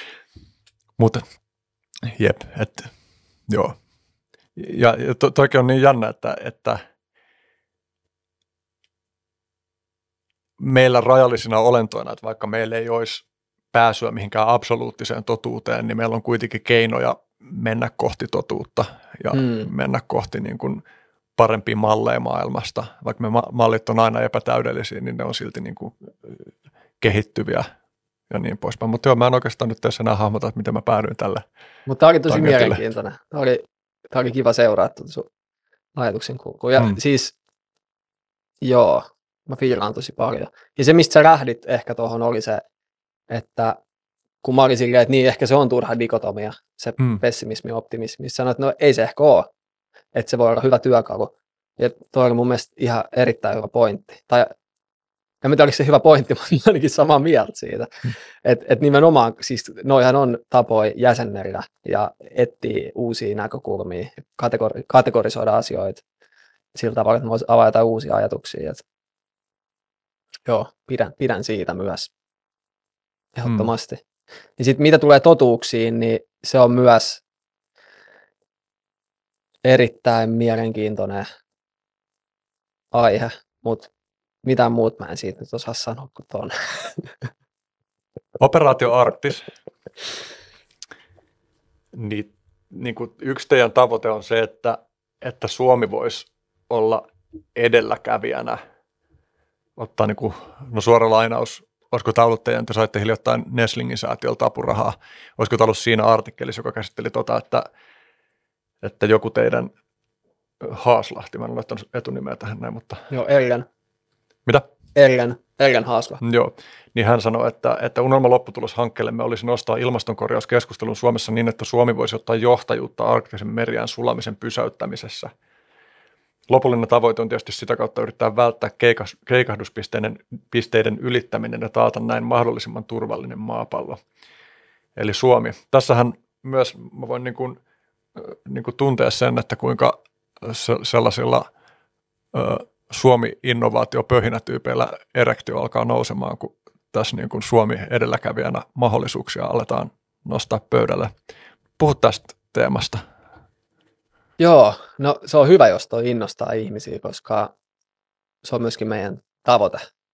Mutta jep, että joo. Ja toikin on niin jännä, että meillä rajallisina olentoina, että vaikka meillä ei olisi pääsyä mihinkään absoluuttiseen totuuteen, niin meillä on kuitenkin keinoja mennä kohti totuutta ja mennä kohti niin kuin parempia malleja maailmasta. Vaikka me mallit on aina epätäydellisiä, niin ne on silti niin kuin kehittyviä ja niin poispäin. Mutta joo, mä en oikeastaan nyt tässä enää hahmota, että miten mä päädyin tälle. Mutta tämä oli tosi tangentille. mielenkiintoinen. Tämä oli kiva seuraa sun ajatuksen kulkuun. Ja siis, joo, mä fiilaan tosi paljon. Ja se, mistä sä lähdit ehkä tuohon, oli se, että kun mä olin silleen, että niin, ehkä se on turha dikotomia, se pessimismi ja optimismi. Sanoin, että no ei se ehkä ole, että se voi olla hyvä työkalu. Ja toi oli mun mielestä ihan erittäin hyvä pointti. Tai en tiedä, oliko se hyvä pointti, mutta mä ainakin samaa mieltä siitä. Että nimenomaan, siis noihan on tapoja jäsennellä ja etsiä uusia näkökulmia, kategorisoida asioita sillä tavalla, että mä voisin avata uusia ajatuksia. Et, joo, pidän siitä myös ehdottomasti. Ja sitten mitä tulee totuuksiin, niin se on myös erittäin mielenkiintoinen aihe, mutta mitään muut mä en siitä nyt osaa sanoa kuin ton. Operaatio Arktis. Niin kuin yksi teidän tavoite on se, että Suomi voisi olla edelläkävijänä. Ottaa niin kuin, no suora lainaus, olisiko tämä ollut teidän, te saitte hiljattain Neslingin säätiöltä apurahaa, olisiko tämä ollut siinä artikkelissa, joka käsitteli että joku teidän Haaslahti, mä en ole laittanut etunimeä tähän näin, mutta... Joo, Ellen. Mitä? Ellen Haaslahti. Joo, niin hän sanoi, että unelma lopputulos hankkeellemme olisi nostaa ilmastonkorjauskeskustelun Suomessa niin, että Suomi voisi ottaa johtajuutta arktisen meriään sulamisen pysäyttämisessä. Lopullinen tavoite on tietysti sitä kautta yrittää välttää keikahduspisteiden ylittäminen ja taata näin mahdollisimman turvallinen maapallo. Eli Suomi. Tässähän myös mä voin niin kuin tuntea sen, että kuinka sellaisilla Suomi-innovaatiopöhinätyypeillä erektio alkaa nousemaan, kun tässä niin kuin Suomi edelläkävijänä mahdollisuuksia aletaan nostaa pöydälle. Puhu tästä teemasta. Joo, no se on hyvä, jos toi innostaa ihmisiä, koska se on myöskin meidän tavoite.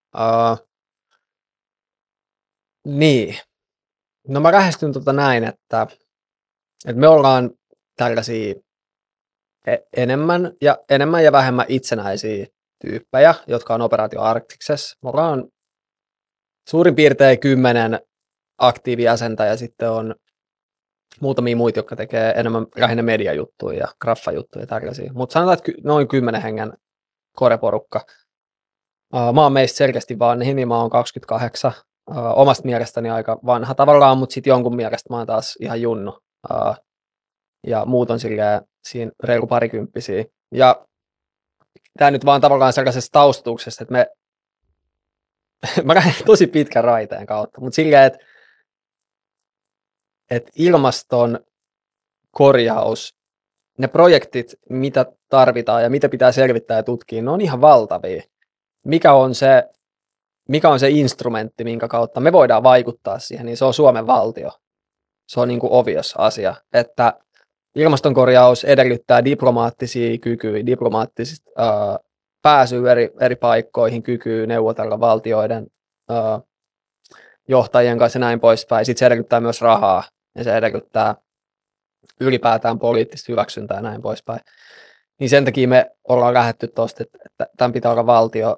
Niin, no mä lähestyn näin, että me ollaan tällaisia enemmän ja vähemmän itsenäisiä tyyppejä, jotka on operaatio Arktiksessa. Me ollaan suurin piirtein 10 aktiivijäsentä ja sitten on muutamia muita, jotka tekee enemmän lähinnä mediajuttuja ja graffajuttuja ja tällaisia. Mutta sanotaan, että noin 10 hengen koreporukka. Mä oon meistä selkeästi vanhin, niin mä oon 28. Omasta mielestäni aika vanha tavallaan, mutta sitten jonkun mielestä mä oon taas ihan junnu. Ja muut on silleen siinä reilu parikymppisiä. Ja tää nyt vaan tavallaan sellaisesta taustatuksesta, että mä lähden tosi pitkän raiteen kautta, mutta silleen, että ilmaston korjaus, ne projektit, mitä tarvitaan ja mitä pitää selvittää ja tutkia, ne on ihan valtavia. Mikä on se instrumentti, minkä kautta me voidaan vaikuttaa siihen, niin se on Suomen valtio. Se on niin kuin obvious asia, että ilmastonkorjaus edellyttää diplomaattisia kykyjä, diplomaattista pääsyä eri paikkoihin, kykyä neuvotella valtioiden johtajien kanssa ja näin poispäin. Sitten se edellyttää myös rahaa ja se edellyttää ylipäätään poliittista hyväksyntää ja näin poispäin. Niin sen takia me ollaan lähdetty tuosta, että tämän pitää olla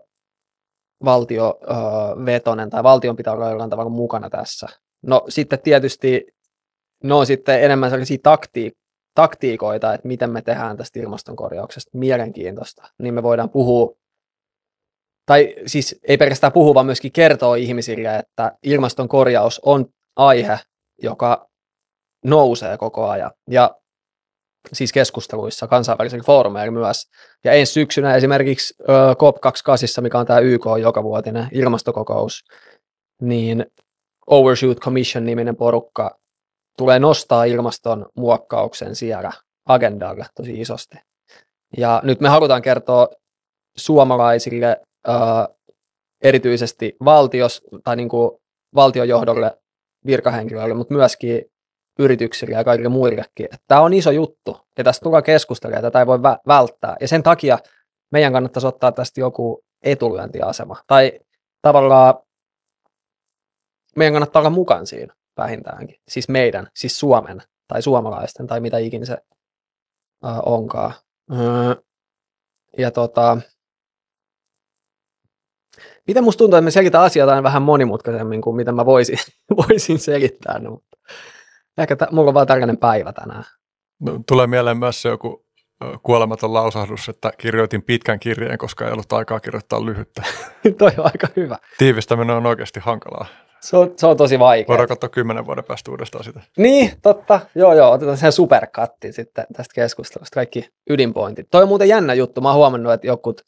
valtiovetoinen tai valtion pitää olla jollain tavalla mukana tässä. No sitten tietysti ne on sitten enemmän sellaisia taktiikoita, että miten me tehdään tästä ilmastonkorjauksesta mielenkiintoista, niin me voidaan puhua, tai siis ei pelkästään puhua, vaan myöskin kertoa ihmisille, että ilmastonkorjaus on aihe, joka nousee koko ajan, ja siis keskusteluissa, kansainvälisillä foorumeilla myös, ja ensi syksynä esimerkiksi COP28, mikä on tämä YK jokavuotinen ilmastokokous, niin Overshoot Commission-niminen porukka tulee nostaa ilmastonmuokkauksen siellä agendalle tosi isosti. Ja nyt me halutaan kertoa suomalaisille erityisesti niin kuin valtiojohdolle, virkahenkilöille, mutta myöskin yrityksille ja kaikille muillekin, että tämä on iso juttu ja tästä tullaan keskustelemaan, tätä ei voi välttää. Ja sen takia meidän kannattaisi ottaa tästä joku etulyöntiasema. Tai tavallaan meidän kannattaa olla mukaan siinä vähintäänkin. Siis meidän, siis Suomen tai suomalaisten tai mitä ikinä se onkaan. miten musta tuntuu, että me selitän asioita aina vähän monimutkaisemmin kuin mitä mä voisin selittää. No, mutta ehkä mulla on vaan tällainen päivä tänään. No, tulee mieleen myös se joku kuolematon lausahdus, että kirjoitin pitkän kirjeen, koska ei ollut aikaa kirjoittaa lyhyttä. Toi on aika hyvä. Tiivistäminen on oikeasti hankalaa. Se on tosi vaikea. Voidaan katsoa 10 vuoden päästä uudestaan sitä. Niin, totta. Joo, otetaan sen superkatti sitten tästä keskustelusta. Kaikki ydinpointit. Toi on muuten jännä juttu. Mä oon huomannut, että jokut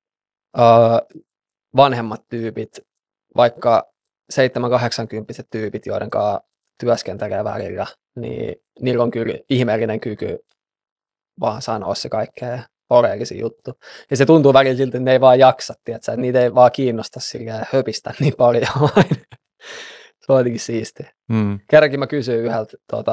vanhemmat tyypit, vaikka 7-80 tyypit, joiden kanssa työskentelee välillä, niin niillä on kyllä ihmeellinen kyky vaan sanoa se kaikkea oleellisin juttu. Ja se tuntuu välillä siltä, että ne ei vaan jaksa, että niitä ei vaan kiinnosta silleen höpistä niin paljon. Se on jotenkin siistiä. Kerrankin mä kysyin yhdeltä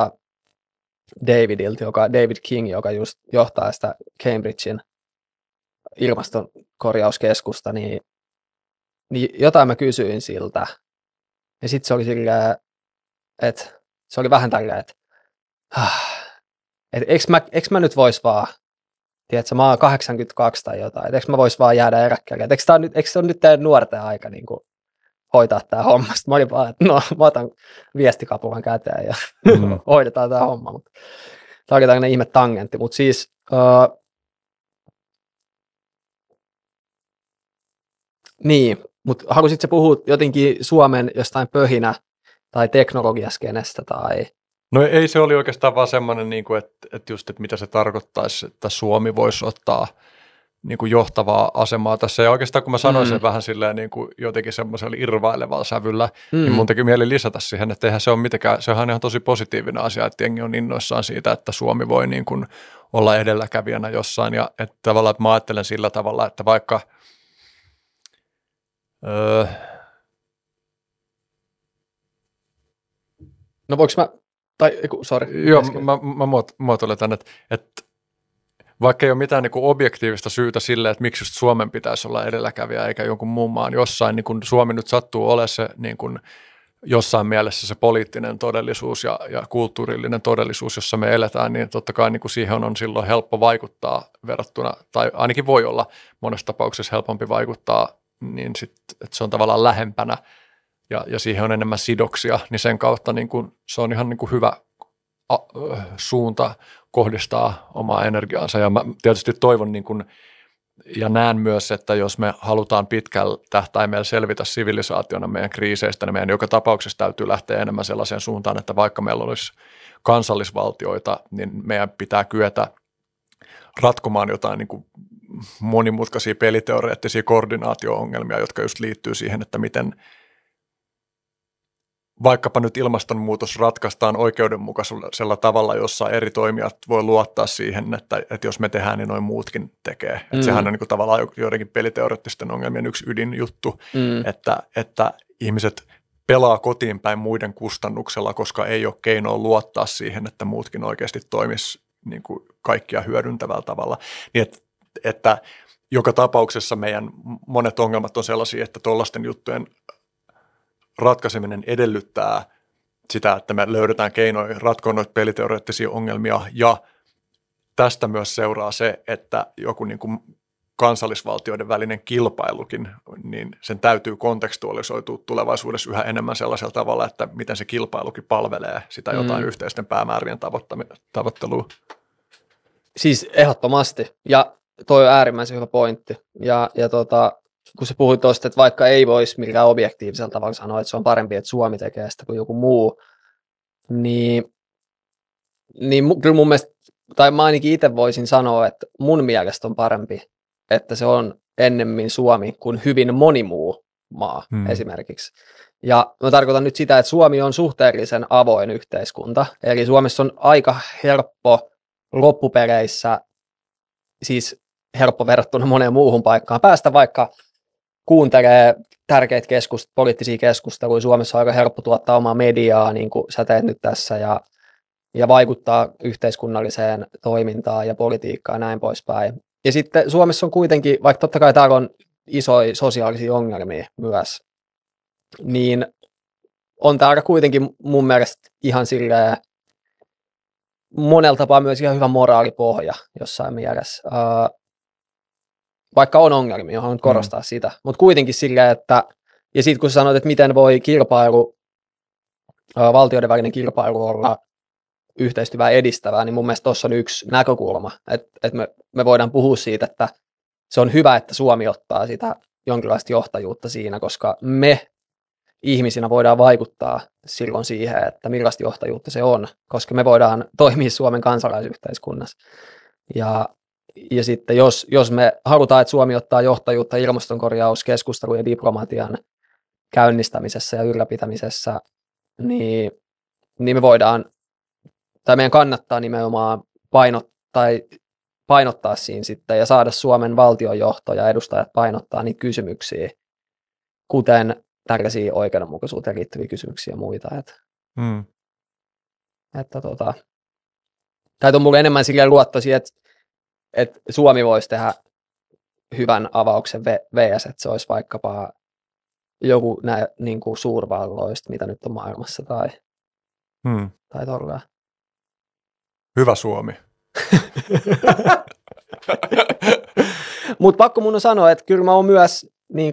David King, joka just johtaa sitä Cambridgein ilmastonkorjauskeskusta, niin jotain mä kysyin siltä. Ja sitten se oli silleen, että se oli vähän tälleen, että eikö mä nyt vois vaan, tiedätkö, mä oon 82 tai jotain, että eikö mä vois vaan jäädä eräkkäelle, että eikö se ole nyt teidän nuorten aika niin kuin hoitaa tämä homma. Sitten mä olin vaan, että no mä otan viestikapulan käteen ja hoidetaan tämä homma. Tämä oli tällainen ihme tangentti, mutta siis niin, mutta haluaisitko sä puhua jotenkin Suomen jostain pöhinä tai teknologiaskenestä tai... No ei, se oli oikeastaan vaan semmoinen, että mitä se tarkoittaisi, että Suomi voisi ottaa niin kuin johtavaa asemaa tässä. Ja oikeastaan kun mä sanoin sen vähän silleen niin kuin jotenkin semmoisella irvailevalla sävyllä, niin mun teki mieli lisätä siihen, että eihän se ole mitenkään, sehän on ihan tosi positiivinen asia, että jengi on innoissaan siitä, että Suomi voi niin kuin olla edelläkävijänä jossain. Ja että tavallaan, että mä ajattelen sillä tavalla, että vaikka... No voiko mä... Sori. Joo, mä muotoilen tämän, että vaikka ei ole mitään niin kuin objektiivista syytä sille, että miksi just Suomen pitäisi olla edelläkävijä eikä jonkun muun maan jossain, niin kun Suomi nyt sattuu olemaan se niin kuin jossain mielessä se poliittinen todellisuus ja kulttuurillinen todellisuus, jossa me eletään, niin totta kai niin kuin siihen on silloin helppo vaikuttaa verrattuna, tai ainakin voi olla monessa tapauksessa helpompi vaikuttaa, niin että se on tavallaan lähempänä ja siihen on enemmän sidoksia, niin sen kautta niin kuin, se on ihan niin kuin hyvä suunta kohdistaa omaa energiaansa. Ja mä tietysti toivon niin kuin, ja näen myös, että jos me halutaan pitkällä tähtäimellä selvitä sivilisaationa meidän kriiseistä, niin meidän joka tapauksessa täytyy lähteä enemmän sellaiseen suuntaan, että vaikka meillä olisi kansallisvaltioita, niin meidän pitää kyetä ratkomaan jotain niin kuin monimutkaisia peliteoreettisia koordinaatio-ongelmia, jotka just liittyy siihen, että miten vaikkapa nyt ilmastonmuutos ratkaistaan oikeudenmukaisella tavalla, jossa eri toimijat voi luottaa siihen, että jos me tehdään, niin noin muutkin tekee. Että sehän on niin kuin tavallaan joidenkin peliteoreettisten ongelmien yksi ydinjuttu, että ihmiset pelaa kotiin päin muiden kustannuksella, koska ei ole keinoa luottaa siihen, että muutkin oikeasti toimisi niin kuin kaikkia hyödyntävällä tavalla. Niin että joka tapauksessa meidän monet ongelmat on sellaisia, että tuollaisten juttujen ratkaiseminen edellyttää sitä, että me löydetään keinoja ratkoa noita peliteoreettisia ongelmia, ja tästä myös seuraa se, että joku niin kuin kansallisvaltioiden välinen kilpailukin, niin sen täytyy kontekstualisoitua tulevaisuudessa yhä enemmän sellaisella tavalla, että miten se kilpailukin palvelee sitä jotain yhteisten päämäärien tavoittelua. Siis ehdottomasti, ja toi on äärimmäisen hyvä pointti, ja kun sä puhuit tuosta, että vaikka ei voisi millään objektiivisella tavalla sanoa, että se on parempi, että Suomi tekee sitä kuin joku muu, niin kyllä mun mielestä, tai mä ainakin itse voisin sanoa, että mun mielestä on parempi, että se on ennemmin Suomi kuin hyvin moni muu maa esimerkiksi. Ja mä tarkoitan nyt sitä, että Suomi on suhteellisen avoin yhteiskunta, eli Suomessa on aika helppo loppupeleissä, siis helppo verrattuna moneen muuhun paikkaan, päästä vaikka kuuntelee tärkeitä poliittisia keskusteluja. Suomessa on aika helppo tuottaa omaa mediaa, niin kuin sä teet nyt tässä, ja vaikuttaa yhteiskunnalliseen toimintaan ja politiikkaan ja näin poispäin. Ja sitten Suomessa on kuitenkin, vaikka totta kai täällä on isoja sosiaalisia ongelmia myös, niin on täällä kuitenkin mun mielestä ihan silleen monella tapaa myös ihan hyvä moraalipohja jossain mielessä. vaikka on ongelmia, haluan korostaa sitä, mutta kuitenkin silleen, että, ja sitten kun sanoit, että miten voi valtioiden välinen kilpailu olla yhteistyötä edistävää, niin mun mielestä tuossa on yksi näkökulma, että me voidaan puhua siitä, että se on hyvä, että Suomi ottaa sitä jonkinlaista johtajuutta siinä, koska me ihmisinä voidaan vaikuttaa silloin siihen, että millaista johtajuutta se on, koska me voidaan toimia Suomen kansalaisyhteiskunnassa. Ja sitten jos me halutaan, että Suomi ottaa johtajuutta ilmastonkorjauskeskustelun ja diplomatian käynnistämisessä ja ylläpitämisessä, niin me voidaan, tai meidän kannattaa nimenomaan painottaa siinä sitten ja saada Suomen valtionjohto ja edustajat painottaa niitä kysymyksiä, kuten tällaisia oikeudenmukaisuuteen liittyviä kysymyksiä ja muita. Tai on mulle enemmän silleen luottosi, että Suomi voisi tehdä hyvän avauksen vs, että se olisi vaikkapa joku niin kuin suurvalloista, mitä nyt on maailmassa, tai tolleen. Hyvä Suomi. Mutta pakko mun on sanoa, että kyllä mä oon myös, niin,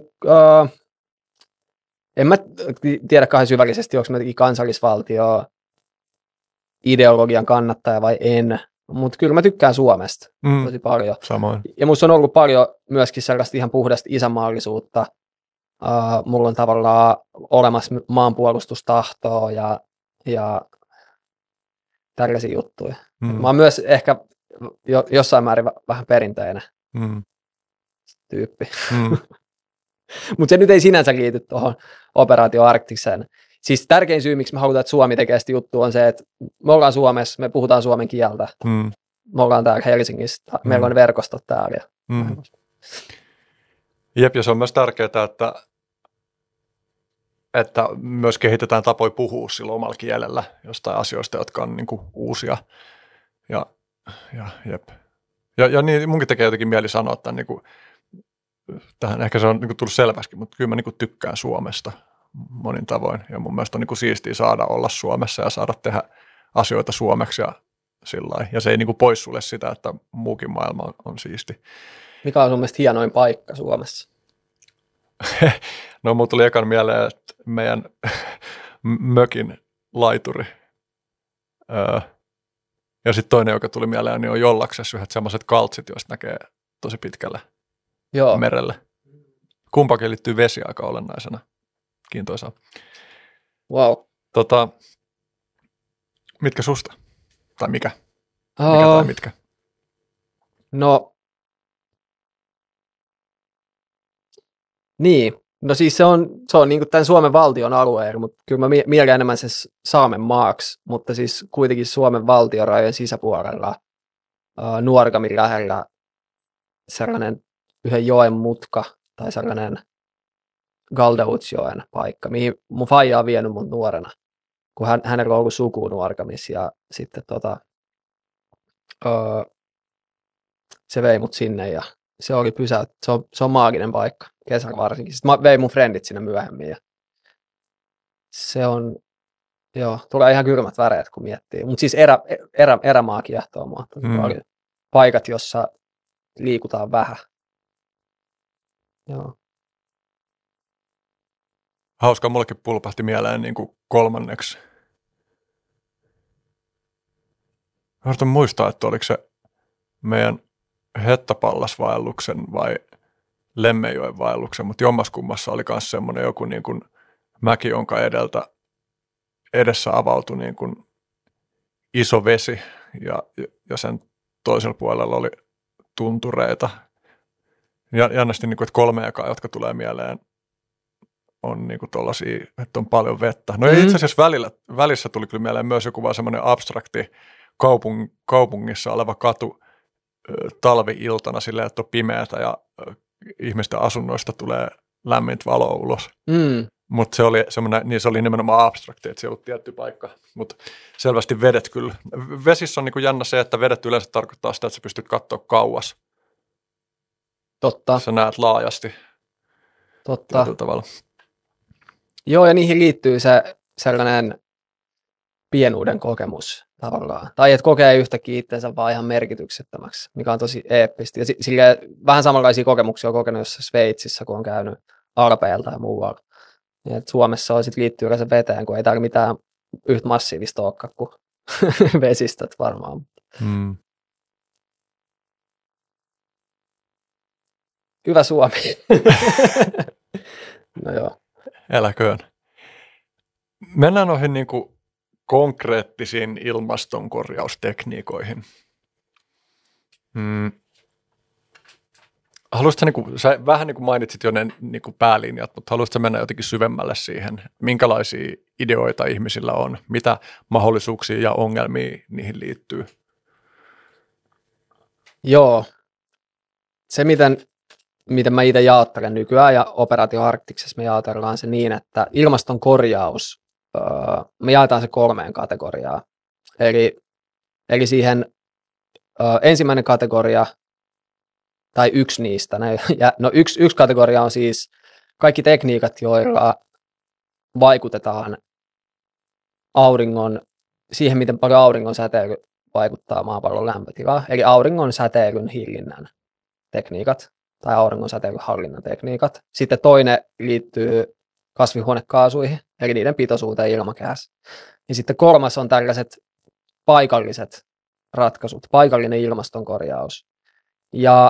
en mä tiedä kauhean syvällisesti, onko mä kansallisvaltio ideologian kannattaja vai en, mutta kyllä mä tykkään Suomesta tosi paljon. Samoin. Ja musta on ollut paljon myöskin sellaista ihan puhdasta isänmaallisuutta. Mulla on tavallaan olemassa maanpuolustustahtoa ja tällaisia juttuja. Mä oon myös ehkä jossain määrin vähän perinteinen tyyppi. Mutta se nyt ei sinänsä liity tuohon operaatio Arktikseen. Siis tärkein syy, miksi me halutaan, että Suomi tekee sitä juttua, on se, että me ollaan Suomessa, me puhutaan suomen kieltä. Me ollaan täällä Helsingissä, meillä on verkostot täällä. Jep, ja se on myös tärkeää, että myös kehitetään tapoja puhua silloin omalla kielellä jostain asioista, jotka on niin kuin uusia. Ja jep. Ja niin, munkin tekee jotenkin mieli sanoa, että niin kuin, tähän ehkä se on niin kuin tullut selvästi, mutta kyllä mä niin kuin tykkään Suomesta monin tavoin. Ja mun mielestä on niin kuin siistiä saada olla Suomessa ja saada tehdä asioita suomeksi ja sillain. Ja se ei niin kuin pois sulle sitä, että muukin maailma on siisti. Mikä on sun mielestä hienoin paikka Suomessa? No, mulla tuli ekan mieleen, että meidän mökin laituri. Ja sitten toinen, joka tuli mieleen, niin on Jollaksessa yhdet sellaiset kaltsit, joista näkee tosi pitkälle merelle. Kumpakin liittyy vesi aika olennaisena. Kiintoisaa. Wow. Mitkä susta? Tai mikä? Mikä tai mitkä? No, niin. No siis se on niin kuin tämän Suomen valtion alueella, mutta kyllä mä mielen enemmän se Saamen maaksi, mutta siis kuitenkin Suomen valtiorajojen sisäpuolella Nuorgamin lähellä sellainen yhden joen mutka tai sellainen Galdautsjoen paikka, mihin mun faija on vienyt mut nuorena, kun hänellä on ollut suku Nuorgamissa ja sitten se vei mut sinne ja se oli se on maaginen paikka, kesällä varsinkin. Sitten mä vein mun frendit sinne myöhemmin ja se on, tulee ihan kylmät väreet, kun miettii. Mutta siis erämaa kiehtoo mua. Paikat, jossa liikutaan vähän. Joo. Hauska, mullekin pulpahti mieleen niin kuin kolmanneksi. Mä yritän muistaa, että oliko se meidän Hettapallasvaelluksen vai Lemmenjoen vaelluksen, mutta jommaskummassa oli myös semmoinen joku niin kuin mäki, jonka edessä avautui niin kuin iso vesi ja sen toisella puolella oli tuntureita. Ja jännästi, niin kuin, että 3 ekaa, jotka tulee mieleen, on niin kuin tollaisia, että on paljon vettä. No itse asiassa välissä tuli kyllä mieleen myös joku vaan semmoinen abstrakti kaupungissa oleva katu talvi-iltana silleen, että on pimeätä ja ihmisten asunnoista tulee lämmintä valoa ulos. Mutta se oli nimenomaan abstrakti, että se ei ollut tietty paikka. Mutta selvästi vedet kyllä. Vesissä on niin kuin jännä se, että vedet yleensä tarkoittaa sitä, että sä pystyt katsoa kauas. Totta. Sä näet laajasti. Totta. Tavalla. Joo, ja niihin liittyy se sellainen pienuuden kokemus tavallaan. Tai että kokee yhtäkkiä itsensä vaan ihan merkityksettömäksi, mikä on tosi eeppistä. Ja sillä vähän samanlaisia kokemuksia on kokenut jossain Sveitsissä, kun on käynyt Alpeilta ja muualla. Ja Suomessa on sitten liittyy yleensä veteen, kun ei täällä mitään yhtä massiivista olekaan kuin vesistöt varmaan. Mm. Hyvä Suomi. No joo. Eläköön. Mennään noihin niin kuin konkreettisiin ilmastonkorjaustekniikoihin. Haluaisitko, niin kuin, sä vähän niin kuin mainitsit jo ne niin kuin päälinjat, mutta haluaisitko mennä jotenkin syvemmälle siihen, minkälaisia ideoita ihmisillä on, mitä mahdollisuuksia ja ongelmia niihin liittyy? Joo. Se, miten mä itse jaottelen nykyään ja Operaatio Arktiksessa me jaotellaan se niin, että ilmaston korjaus, me jaetaan se 3 kategoriaan. Eli siihen ensimmäinen kategoria, tai yksi niistä, yksi kategoria on siis kaikki tekniikat, joilla vaikutetaan siihen, miten paljon auringon säteily vaikuttaa maapallon lämpötilaan, eli auringon säteilyn hillinnän tekniikat tai auringon säteilyn hallinnan tekniikat. Sitten toinen liittyy kasvihuonekaasuihin, eli niiden pitoisuuteen ilmakehässä. Ja sitten kolmas on tällaiset paikalliset ratkaisut, paikallinen ilmastonkorjaus. Ja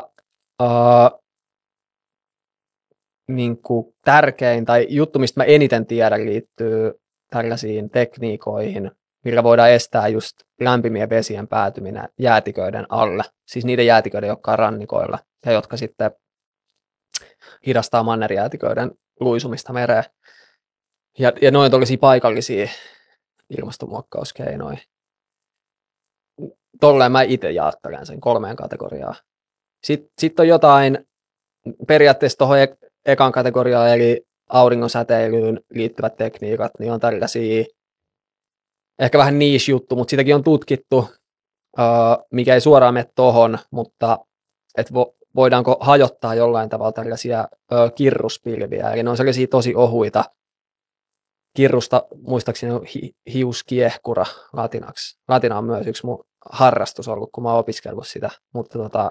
niin kuin tärkein tai juttu, mistä mä eniten tiedän, liittyy tällaisiin tekniikoihin, millä voidaan estää just lämpimien vesien päätyminen jäätiköiden alle. Siis niiden jäätiköiden, jotka on rannikoilla ja jotka sitten hidastaa mannerjäätiköiden luisumista mereen. Ja noin tällaisia paikallisia ilmastonmuokkauskeinoja. Tolleen mä itse jaottelen sen 3 kategoriaan. Sitten on jotain periaatteessa tuohon ekan kategoriaan, eli auringon säteilyyn liittyvät tekniikat, niin on tällaisia ehkä vähän niche-juttu, mutta sitäkin on tutkittu, mikä ei suoraan mene tuohon, mutta voidaanko hajottaa jollain tavalla tällaisia kirruspilviä, eli ne on sellaisia tosi ohuita kirrusta, muistaakseni hiuskiehkura latinaksi. Latina on myös yksi mun harrastus ollut, kun mä oon opiskellut sitä, mutta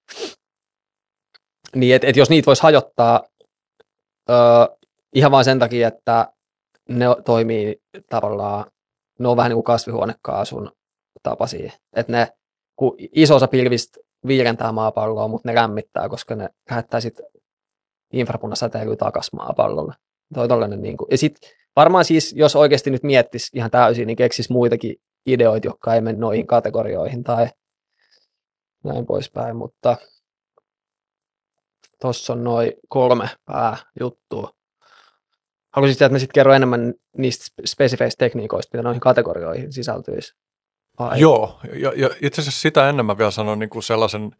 niin, että jos niitä voisi hajottaa ihan vain sen takia, että ne toimii tavallaan, ne on vähän niin kuin kasvihuonekaasun tapaisia, että kun iso osa pilvistä viilentää maapalloa, mutta ne lämmittää, koska ne lähettää sitten infrapunasäteilyä takaisin maapallolle. Niin kuin. Ja sitten varmaan siis, jos oikeasti nyt miettisi ihan täysin, niin keksisi muitakin ideoita, jotka ei mene noihin kategorioihin tai näin poispäin, mutta tuossa on noin 3 pääjuttua. Haluaisin, että mä sitten kerron enemmän niistä spesifeistä tekniikoista, mitä noihin kategorioihin sisältyisi. Joo, ja itse asiassa sitä ennen mä vielä sanon niin kuin sellaisen,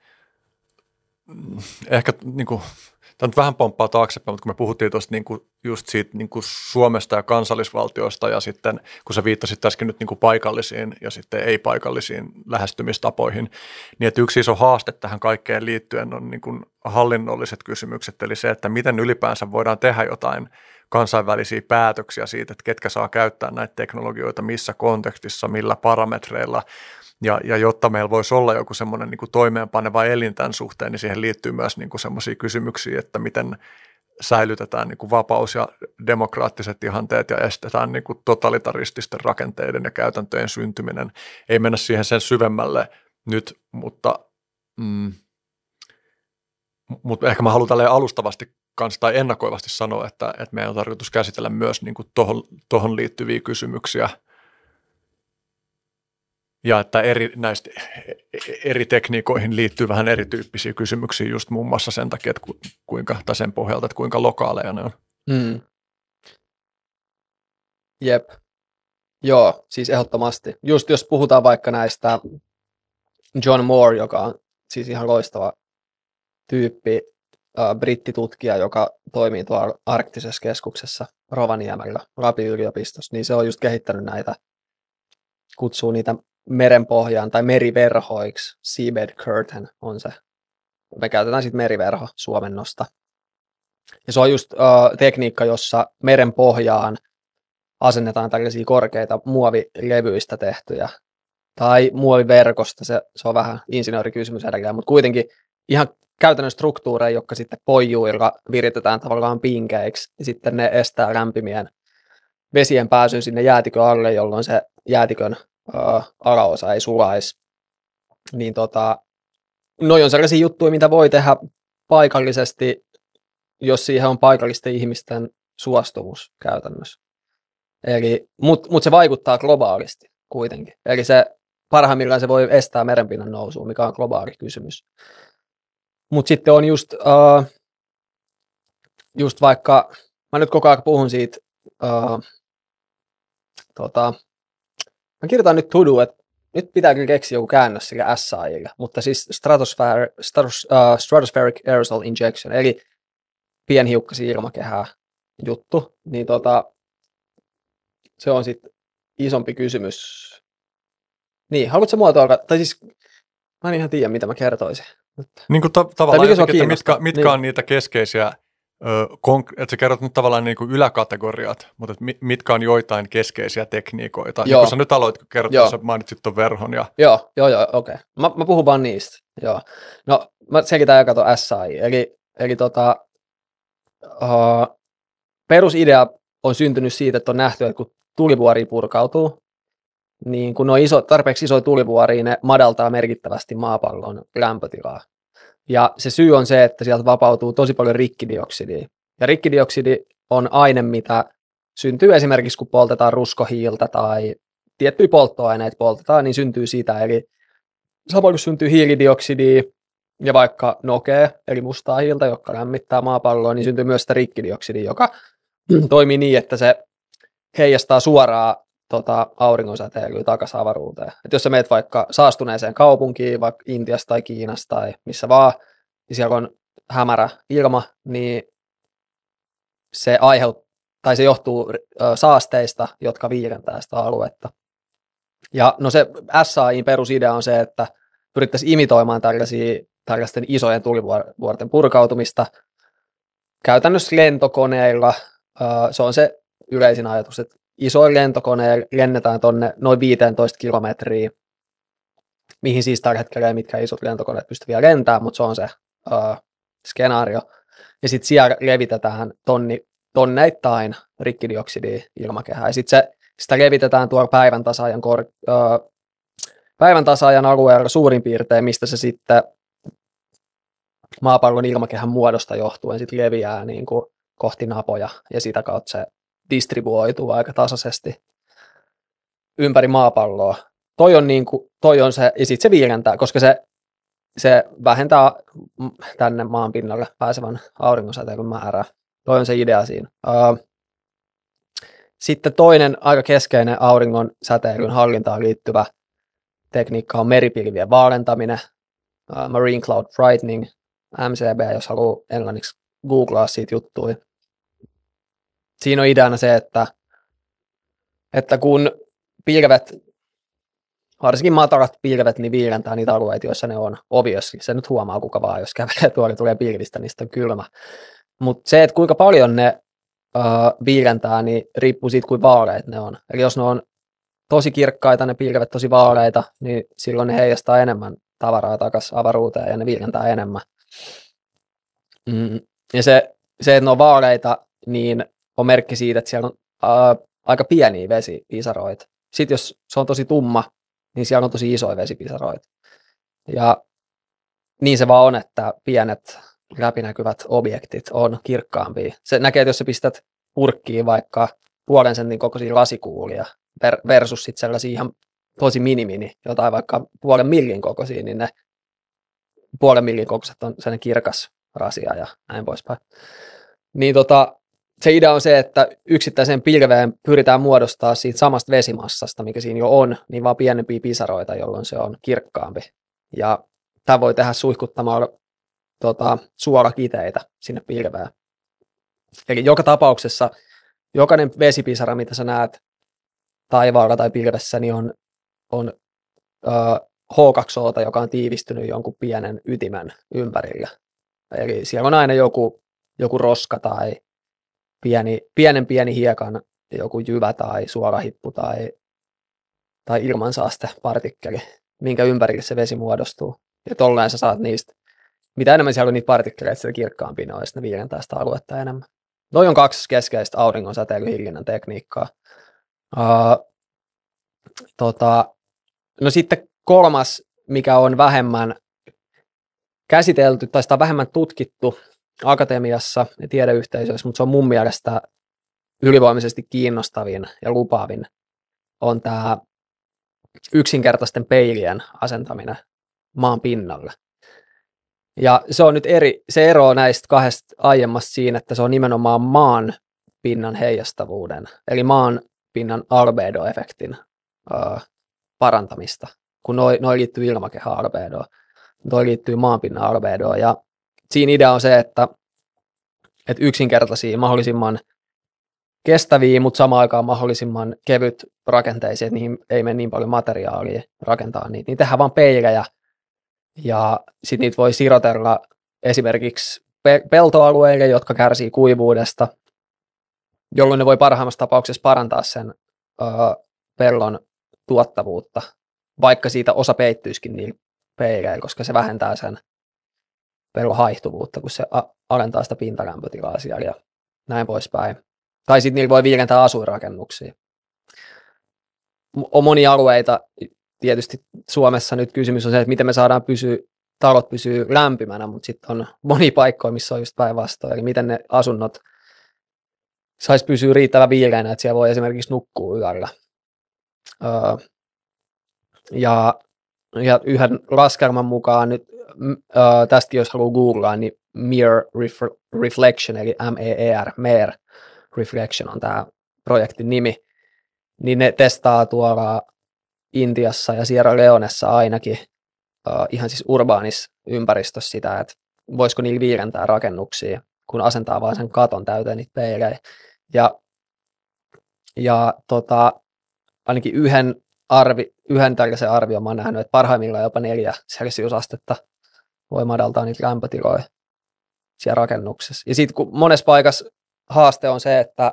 ehkä niin kuin, tämä nyt vähän pomppaa taaksepäin, mutta kun me puhuttiin tuosta niin kuin, just siitä niin kuin Suomesta ja kansallisvaltiosta ja sitten kun sä viittasit tässäkin nyt niin kuin paikallisiin ja sitten ei-paikallisiin lähestymistapoihin, niin että yksi iso haaste tähän kaikkeen liittyen on niin kuin hallinnolliset kysymykset, eli se, että miten ylipäänsä voidaan tehdä jotain kansainvälisiä päätöksiä siitä, että ketkä saa käyttää näitä teknologioita, missä kontekstissa, millä parametreilla. Ja jotta meillä voisi olla joku semmoinen niin kuin toimeenpaneva elin tämän suhteen, niin siihen liittyy myös niin kuin semmoisia kysymyksiä, että miten säilytetään niin kuin vapaus ja demokraattiset ihanteet ja estetään niin kuin totalitarististen rakenteiden ja käytäntöjen syntyminen. Ei mennä siihen sen syvemmälle nyt, mutta ehkä mä haluan tälleen alustavasti kanssa tai ennakoivasti sanoa, että meidän on tarkoitus käsitellä myös niin kuin tohon liittyviä kysymyksiä. Ja että näistä eri tekniikoihin liittyy vähän erityyppisiä kysymyksiä just muun muassa sen takia, että tai sen pohjalta, että kuinka lokaaleja ne on. Jep. Joo, siis ehdottomasti. Just jos puhutaan vaikka näistä John Moore, joka on siis ihan loistava tyyppi, brittitutkija, joka toimii tuolla arktisessa keskuksessa Rovaniemellä, Lapin yliopistossa, niin se on just kehittänyt näitä, kutsuu niitä merenpohjaan tai meriverhoiksi, seabed curtain on se. Me käytetään sitten meriverho suomennosta. Ja se on just tekniikka, jossa merenpohjaan asennetaan tällaisia korkeita muovilevyistä tehtyjä tai muoviverkosta, se on vähän insinöörikysymys edelleen, mutta kuitenkin ihan käytännön struktuureja, jotka sitten poijuilla viritetään tavallaan pinkeiksi, ja sitten ne estää lämpimien vesien pääsyn sinne jäätikön alle, jolloin se jäätikön alaosa ei sulaisi. Niin noi on sellaisia juttuja, mitä voi tehdä paikallisesti, jos siihen on paikallisten ihmisten suostumus käytännössä. Mutta se vaikuttaa globaalisti kuitenkin. Eli se parhaimmillaan se voi estää merenpinnan nousua, mikä on globaali kysymys. Mutta sitten on just vaikka, mä nyt koko ajan puhun siitä, mä kirjoitan nyt to-do, että nyt pitää kyllä keksiä joku käännös sille SAIlle, mutta siis Stratospheric Aerosol Injection, eli pienhiukkasia ilmakehää juttu, niin se on sitten isompi kysymys. Niin, haluatko muotoilla, tai siis mä en ihan tiedä, mitä mä kertoisin. Niin kuin tavallaan jotenkin, että mitkä niin on niitä keskeisiä, että sä kerrot nyt tavallaan niin kuin yläkategoriat, mutta mitkä on joitain keskeisiä tekniikoita. Niin kun sä nyt aloit kertoa, sä mainitsit tuon verhon. Ja... Joo, okei. Mä puhun vaan niistä. Joo. No, mä selitän ja kato SAI. Eli perusidea on syntynyt siitä, että on nähty, että kun tulivuori purkautuu, niin kun ne on tarpeeksi isoja tulivuoria, ne madaltaa merkittävästi maapallon lämpötilaa. Ja se syy on se, että sieltä vapautuu tosi paljon rikkidioksidia. Ja rikkidioksidi on aine, mitä syntyy esimerkiksi, kun poltetaan ruskohiiltä tai tiettyjä polttoaineita poltetaan, niin syntyy sitä. Eli samoin kun syntyy hiilidioksidia ja vaikka nokea, eli mustaa hiiltä, joka lämmittää maapalloa, niin syntyy myös sitä rikkidioksidia, joka toimii niin, että se heijastaa suoraan auringonsäteilyä takaisin avaruuteen. Et jos sä meet vaikka saastuneeseen kaupunkiin, vaikka Intiassa tai Kiinassa tai missä vaan, niin siellä on hämärä ilma, niin se johtuu saasteista, jotka viilentää sitä aluetta. Ja no se SAI:n perusidea on se, että pyrittäisiin imitoimaan tällaisten isojen tulivuorten purkautumista käytännössä lentokoneilla. Se on se yleisin ajatus, että isoilla lentokoneilla lennetään tuonne noin 15 kilometriä, mihin siis tällä hetkellä ei mitkään isot lentokoneet pysty vielä lentämään, mutta se on se skenaario. Ja sitten siellä levitetään tonneittain rikkidioksidia ilmakehää. Ja sitten sitä levitetään tuolla päivän tasaajan alueella suurin piirtein, mistä se sitten maapallon ilmakehän muodosta johtuen sit leviää niin kuin kohti napoja, ja sitä kautta se distribuoituu aika tasaisesti ympäri maapalloa. Toi on se, ja sitten se viilentää, koska se vähentää tänne maan pinnalle pääsevän auringonsäteilyn määrää. Toi on se idea siinä. Sitten toinen aika keskeinen auringon säteilyn hallintaan liittyvä tekniikka on meripilvien vaalentaminen, Marine Cloud Brightening, MCB, jos haluaa englanniksi googlaa siitä juttuja. Siinä on ideana se, että kun pilvet, varsinkin matalat pilvet, niin viilentää niitä alueita, joissa ne on obviously. Se nyt huomaa kuka vaan, jos kävelee tuolla tulee pilvistä, niin sitten on kylmä. Mutta se, että kuinka paljon ne viilentää, niin riippuu siitä, kuinka vaaleita ne on. Eli jos ne on tosi kirkkaita, ne pilvet tosi vaaleita, niin silloin ne heijastaa enemmän tavaraa takaisin avaruuteen ja ne viilentää enemmän. Ja se, että ne on vaaleita, niin on merkki siitä, että siellä on aika pieniä vesipisaroita. Sitten jos se on tosi tumma, niin siellä on tosi isoja vesipisaroita. Ja niin se vaan on, että pienet läpinäkyvät objektit on kirkkaampia. Se näkee, että jos sä pistät purkkiin vaikka 0,5 sentin kokoisia lasikuulia versus sitten sellaisia ihan tosi mini, jotain vaikka 0,5 millin kokoisia, niin ne 0,5 millin kokoiset on sellainen kirkas rasia ja näin poispäin. Niin se idea on se, että yksittäiseen pilveen pyritään muodostaa siitä samasta vesimassasta, mikä siinä jo on, niin vaan pienempiä pisaroita, jolloin se on kirkkaampi. Ja tämä voi tehdä suihkuttamalla suolakiteitä sinne pilveen. Eli joka tapauksessa jokainen vesipisara, mitä sä näet taivaalla tai pilvessä, niin on H2O, joka on tiivistynyt jonkun pienen ytimen ympärillä. Eli siellä on aina joku roska tai pienen hiekan joku jyvä tai suolahippu tai ilmansaastepartikkeli, minkä ympärille se vesi muodostuu. Ja tolleen sä saat niistä, mitä enemmän siellä on niitä partikkeleita, sitä kirkkaampi ne on, ja ne viilentää sitä aluetta enemmän. Noi on 2 keskeistä auringon säteilyhillinnän tekniikkaa. No sitten 3, mikä on vähemmän käsitelty tai sitä on vähemmän tutkittu akatemiassa ja tiedeyhteisöissä, mutta se on mun mielestä ylivoimaisesti kiinnostavin ja lupaavin, on tämä yksinkertaisten peilien asentaminen maan pinnalle. Ja se on nyt se ero näistä 2 aiemmasta siinä, että se on nimenomaan maan pinnan heijastavuuden, eli maan pinnan albedo-efektin parantamista, kun noi liittyy ilmakehän albedoon, toi liittyy maanpinnan albedoon. Ja siinä idea on se, että yksinkertaisia, mahdollisimman kestäviä, mutta samaan aikaan mahdollisimman kevyt rakenteisia, että niihin ei mene niin paljon materiaalia rakentaa niitä. Niin tehdään vaan peilejä, ja sitten niitä voi sirotella esimerkiksi peltoalueille, jotka kärsii kuivuudesta, jolloin ne voi parhaimmassa tapauksessa parantaa sen pellon tuottavuutta, vaikka siitä osa peittyisikin niillä peileillä, koska se vähentää sen pellon haihtuvuutta, kun se alentaa sitä pintalämpötilaa siellä ja näin poispäin. Tai sitten niillä voi viilentää asuinrakennuksia. On monia alueita, tietysti Suomessa nyt kysymys on se, että miten me saadaan talot pysyy lämpimänä, mutta sitten on monia paikkoja, missä on just päinvastoin, eli miten ne asunnot saisi pysyä riittävän viileänä, että siellä voi esimerkiksi nukkua yöllä. Ja yhden laskelman mukaan nyt tästäkin, jos haluaa googlaa, niin Mere Reflection, eli MER Reflection on tämä projektin nimi, niin ne testaa tuolla Intiassa ja Sierra Leonessa ainakin ihan siis urbaanissa ympäristössä sitä, että voisiko niillä viilentää rakennuksia, kun asentaa vaan sen katon täyteen niitä peilejä. Ja ainakin yhden tällaisen arvion mä oon nähnyt, että parhaimmillaan jopa 4 celsiusastetta voi madaltaa niitä lämpötiloja siellä rakennuksessa. Ja sitten kun monessa paikassa haaste on se, että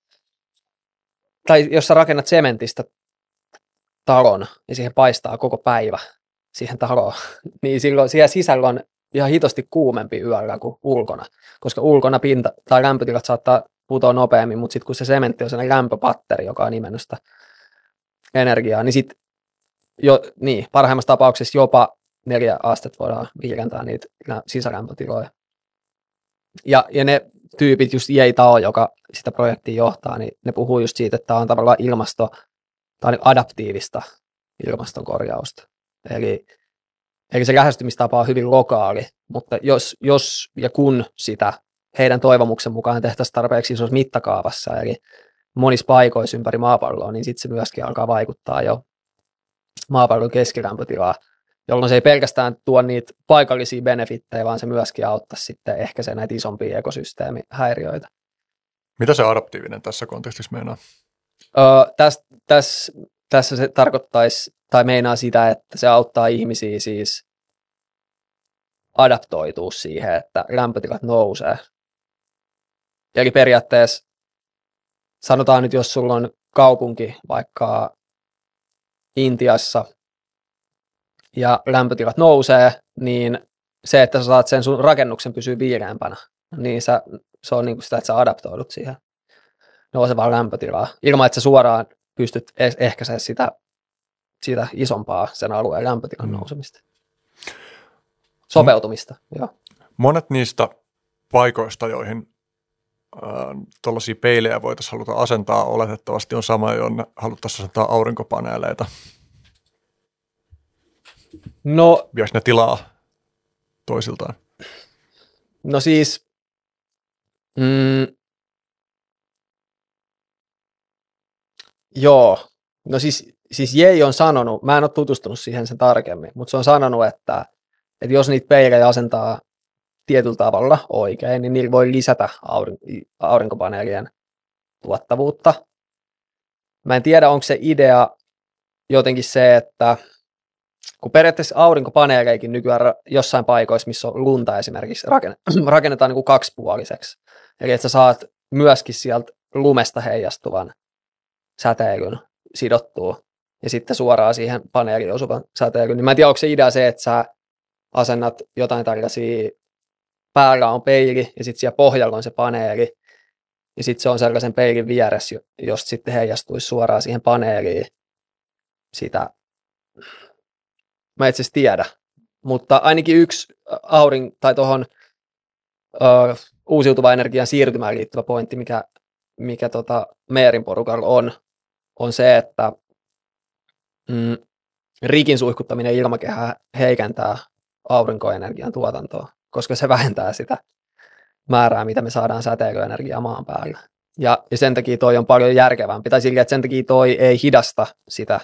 tai jos sä rakennat sementistä talon ja siihen paistaa koko päivä siihen taloon, niin silloin siellä sisällä on ihan hitosti kuumempi yöllä kuin ulkona, koska ulkona pinta tai lämpötilat saattaa putoa nopeammin, mutta sitten kun se sementti on sellainen lämpöpatteri, joka on nimennyt sitä energiaa, niin sitten parhaimmassa tapauksessa jopa 4 astetta voidaan viilentää niitä sisälämpötiloja. Ja ne tyypit, just Jay Tao, joka sitä projektia johtaa, niin ne puhuu just siitä, että tämä on tavallaan tämä on adaptiivista ilmastonkorjausta. Eli se lähestymistapa on hyvin lokaali, mutta jos ja kun sitä heidän toivomuksen mukaan tehtäisiin tarpeeksi isossa mittakaavassa, eli monissa paikoissa ympäri maapalloa, niin sitten se myöskin alkaa vaikuttaa jo maapallon keskilämpötilaa, jolloin se ei pelkästään tuo niitä paikallisia benefittejä, vaan se myöskin auttaisi sitten ehkä se näitä isompia ekosysteemihäiriöitä. Mitä se adaptiivinen tässä kontekstissa meinaa? Tässä se tarkoittaisi tai meinaa sitä, että se auttaa ihmisiä siis adaptoitua siihen, että lämpötilat nousee. Eli periaatteessa sanotaan nyt, jos sulla on kaupunki vaikka Intiassa ja lämpötilat nousee, niin se, että sä saat sen sun rakennuksen pysyä viileämpänä, niin se on niin kuin sitä, että sä adaptoidut siihen nousevaan lämpötilaa, ilman että sä suoraan pystyt ehkäisemään sitä isompaa sen alueen lämpötilan nousemista. Sopeutumista, joo. Monet niistä paikoista, joihin tuollaisia peilejä voitaisiin haluta asentaa, oletettavasti on sama, jonne haluttaisiin asentaa aurinkopaneeleita. No, viekö ne tilaa toisiltaan? No siis, joo. No siis Jay on sanonut, mä en ole tutustunut siihen sen tarkemmin, mutta se on sanonut, että jos niitä peilejä asentaa tietyllä tavalla oikein, niin niillä voi lisätä aurinkopaneelien tuottavuutta. Mä en tiedä, onko se idea jotenkin se, että kun periaatteessa aurinkopaneeleikin nykyään jossain paikoissa, missä on lunta esimerkiksi, rakennetaan niin kuin kaksipuoliseksi. Eli että sä saat myöskin sieltä lumesta heijastuvan säteilyn sidottua ja sitten suoraan siihen paneeliin osuvan säteilyn. Niin mä en tiedä, onko se idea se, että sä asennat jotain tällaisia, päällä on peili ja sitten siellä pohjalla on se paneeli ja sitten se on sellaisen peilin vieressä, josta sitten heijastuisi suoraan siihen paneeliin sitä. Mä itse asiassa tiedä, mutta ainakin yksi tai tuohon uusiutuvan energian siirtymään liittyvä pointti, mikä Meerin porukalla on se, että rikin suihkuttaminen ilmakehään heikentää aurinkoenergian tuotantoa, koska se vähentää sitä määrää, mitä me saadaan säteilyenergiaa maan päällä. Ja sen takia toi on paljon järkevämpi, tai sillä, että sen takia toi ei hidasta sitä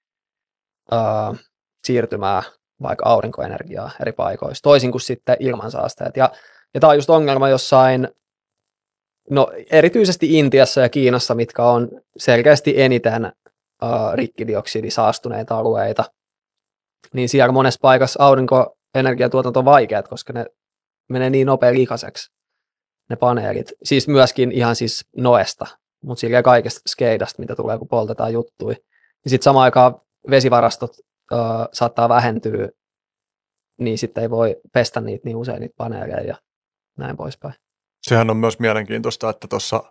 siirtymää vaikka aurinkoenergiaa eri paikoissa, toisin kuin sitten ilmansaasteet. Ja tämä on just ongelma jossain, no erityisesti Intiassa ja Kiinassa, mitkä on selkeästi eniten rikkidioksidisaastuneita alueita, niin siellä monessa paikassa aurinkoenergiatuotanto on vaikeaa, koska ne menee niin nopea likaiseksi, ne paneelit. Siis myöskin ihan siis noesta, mutta sillä kaikesta skeidasta, mitä tulee, kun poltetaan juttui. Ja sitten samaan aikaan vesivarastot saattaa vähentyä, niin sitten ei voi pestä niitä niin usein niitä paneeleja ja näin poispäin. Sehän on myös mielenkiintoista, että tuossa,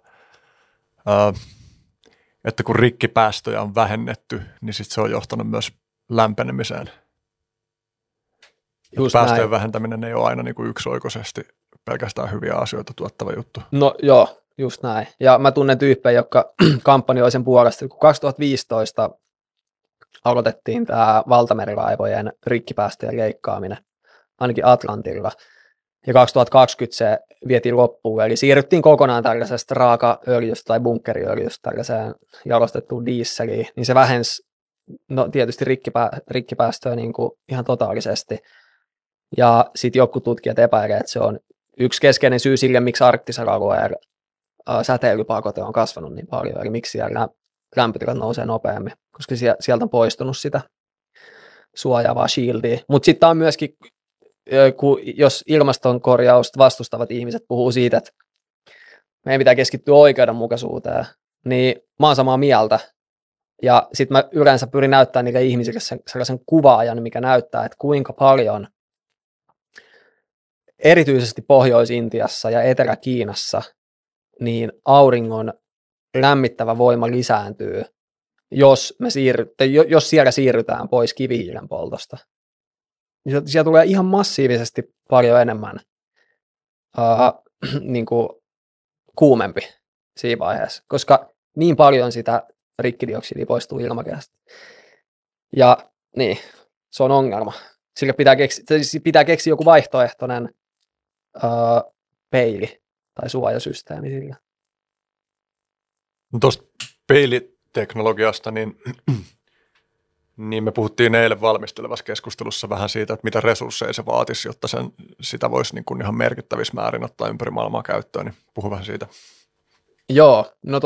että kun rikkipäästöjä on vähennetty, niin sitten se on johtanut myös lämpenemiseen. Päästöjen näin. Vähentäminen ei ole aina niin kuin yksioikoisesti pelkästään hyviä asioita tuottava juttu. No joo, just näin. Ja mä tunnen tyyppejä, jotka kampanjoi sen puolesta. Kun 2015 aloitettiin tämä valtamerilaivojen rikkipäästöjen leikkaaminen, ainakin Atlantilla. Ja 2020 se vietiin loppuun, eli siirryttiin kokonaan tällaisesta raakaöljystä tai bunkkeriöljystä tällaiseen jalostettuun dieseliin, niin se vähensi tietysti rikkipäästöjä niin kuin ihan totaalisesti. Ja sitten jotkut tutkijat epäilevät, että se on yksi keskeinen syy sille, miksi arktisella alueella säteilypakote on kasvanut niin paljon, eli miksi siellä lämpötilat nousee nopeammin, koska sieltä on poistunut sitä suojaavaa shieldia. Mutta sitten on myöskin, jos ilmastonkorjausta vastustavat ihmiset puhuu siitä, että meidän pitää keskittyä oikeudenmukaisuuteen, niin mä oon samaa mieltä. Ja sitten mä yleensä pyrin näyttämään niille ihmisille sellaisen kuvaajan, mikä näyttää, että kuinka paljon erityisesti Pohjois-Intiassa ja Etelä-Kiinassa niin auringon lämmittävä voima lisääntyy, jos siellä siirrytään pois kivihiilen poltosta. Siellä tulee ihan massiivisesti paljon enemmän niin kuin kuumempi siinä vaiheessa, koska niin paljon sitä rikkidioksidia poistuu ilmakehästä. Ja niin, se on ongelma. Sillä pitää keksiä joku vaihtoehtoinen peili tai suojasysteemi sillä. Tuosta peiliteknologiasta, niin me puhuttiin eilen valmistelevassa keskustelussa vähän siitä, että mitä resursseja se vaatisi, jotta sitä voisi niin kuin ihan merkittävissä määrin ottaa ympäri maailmaa käyttöön, niin puhu vähän siitä. Joo, no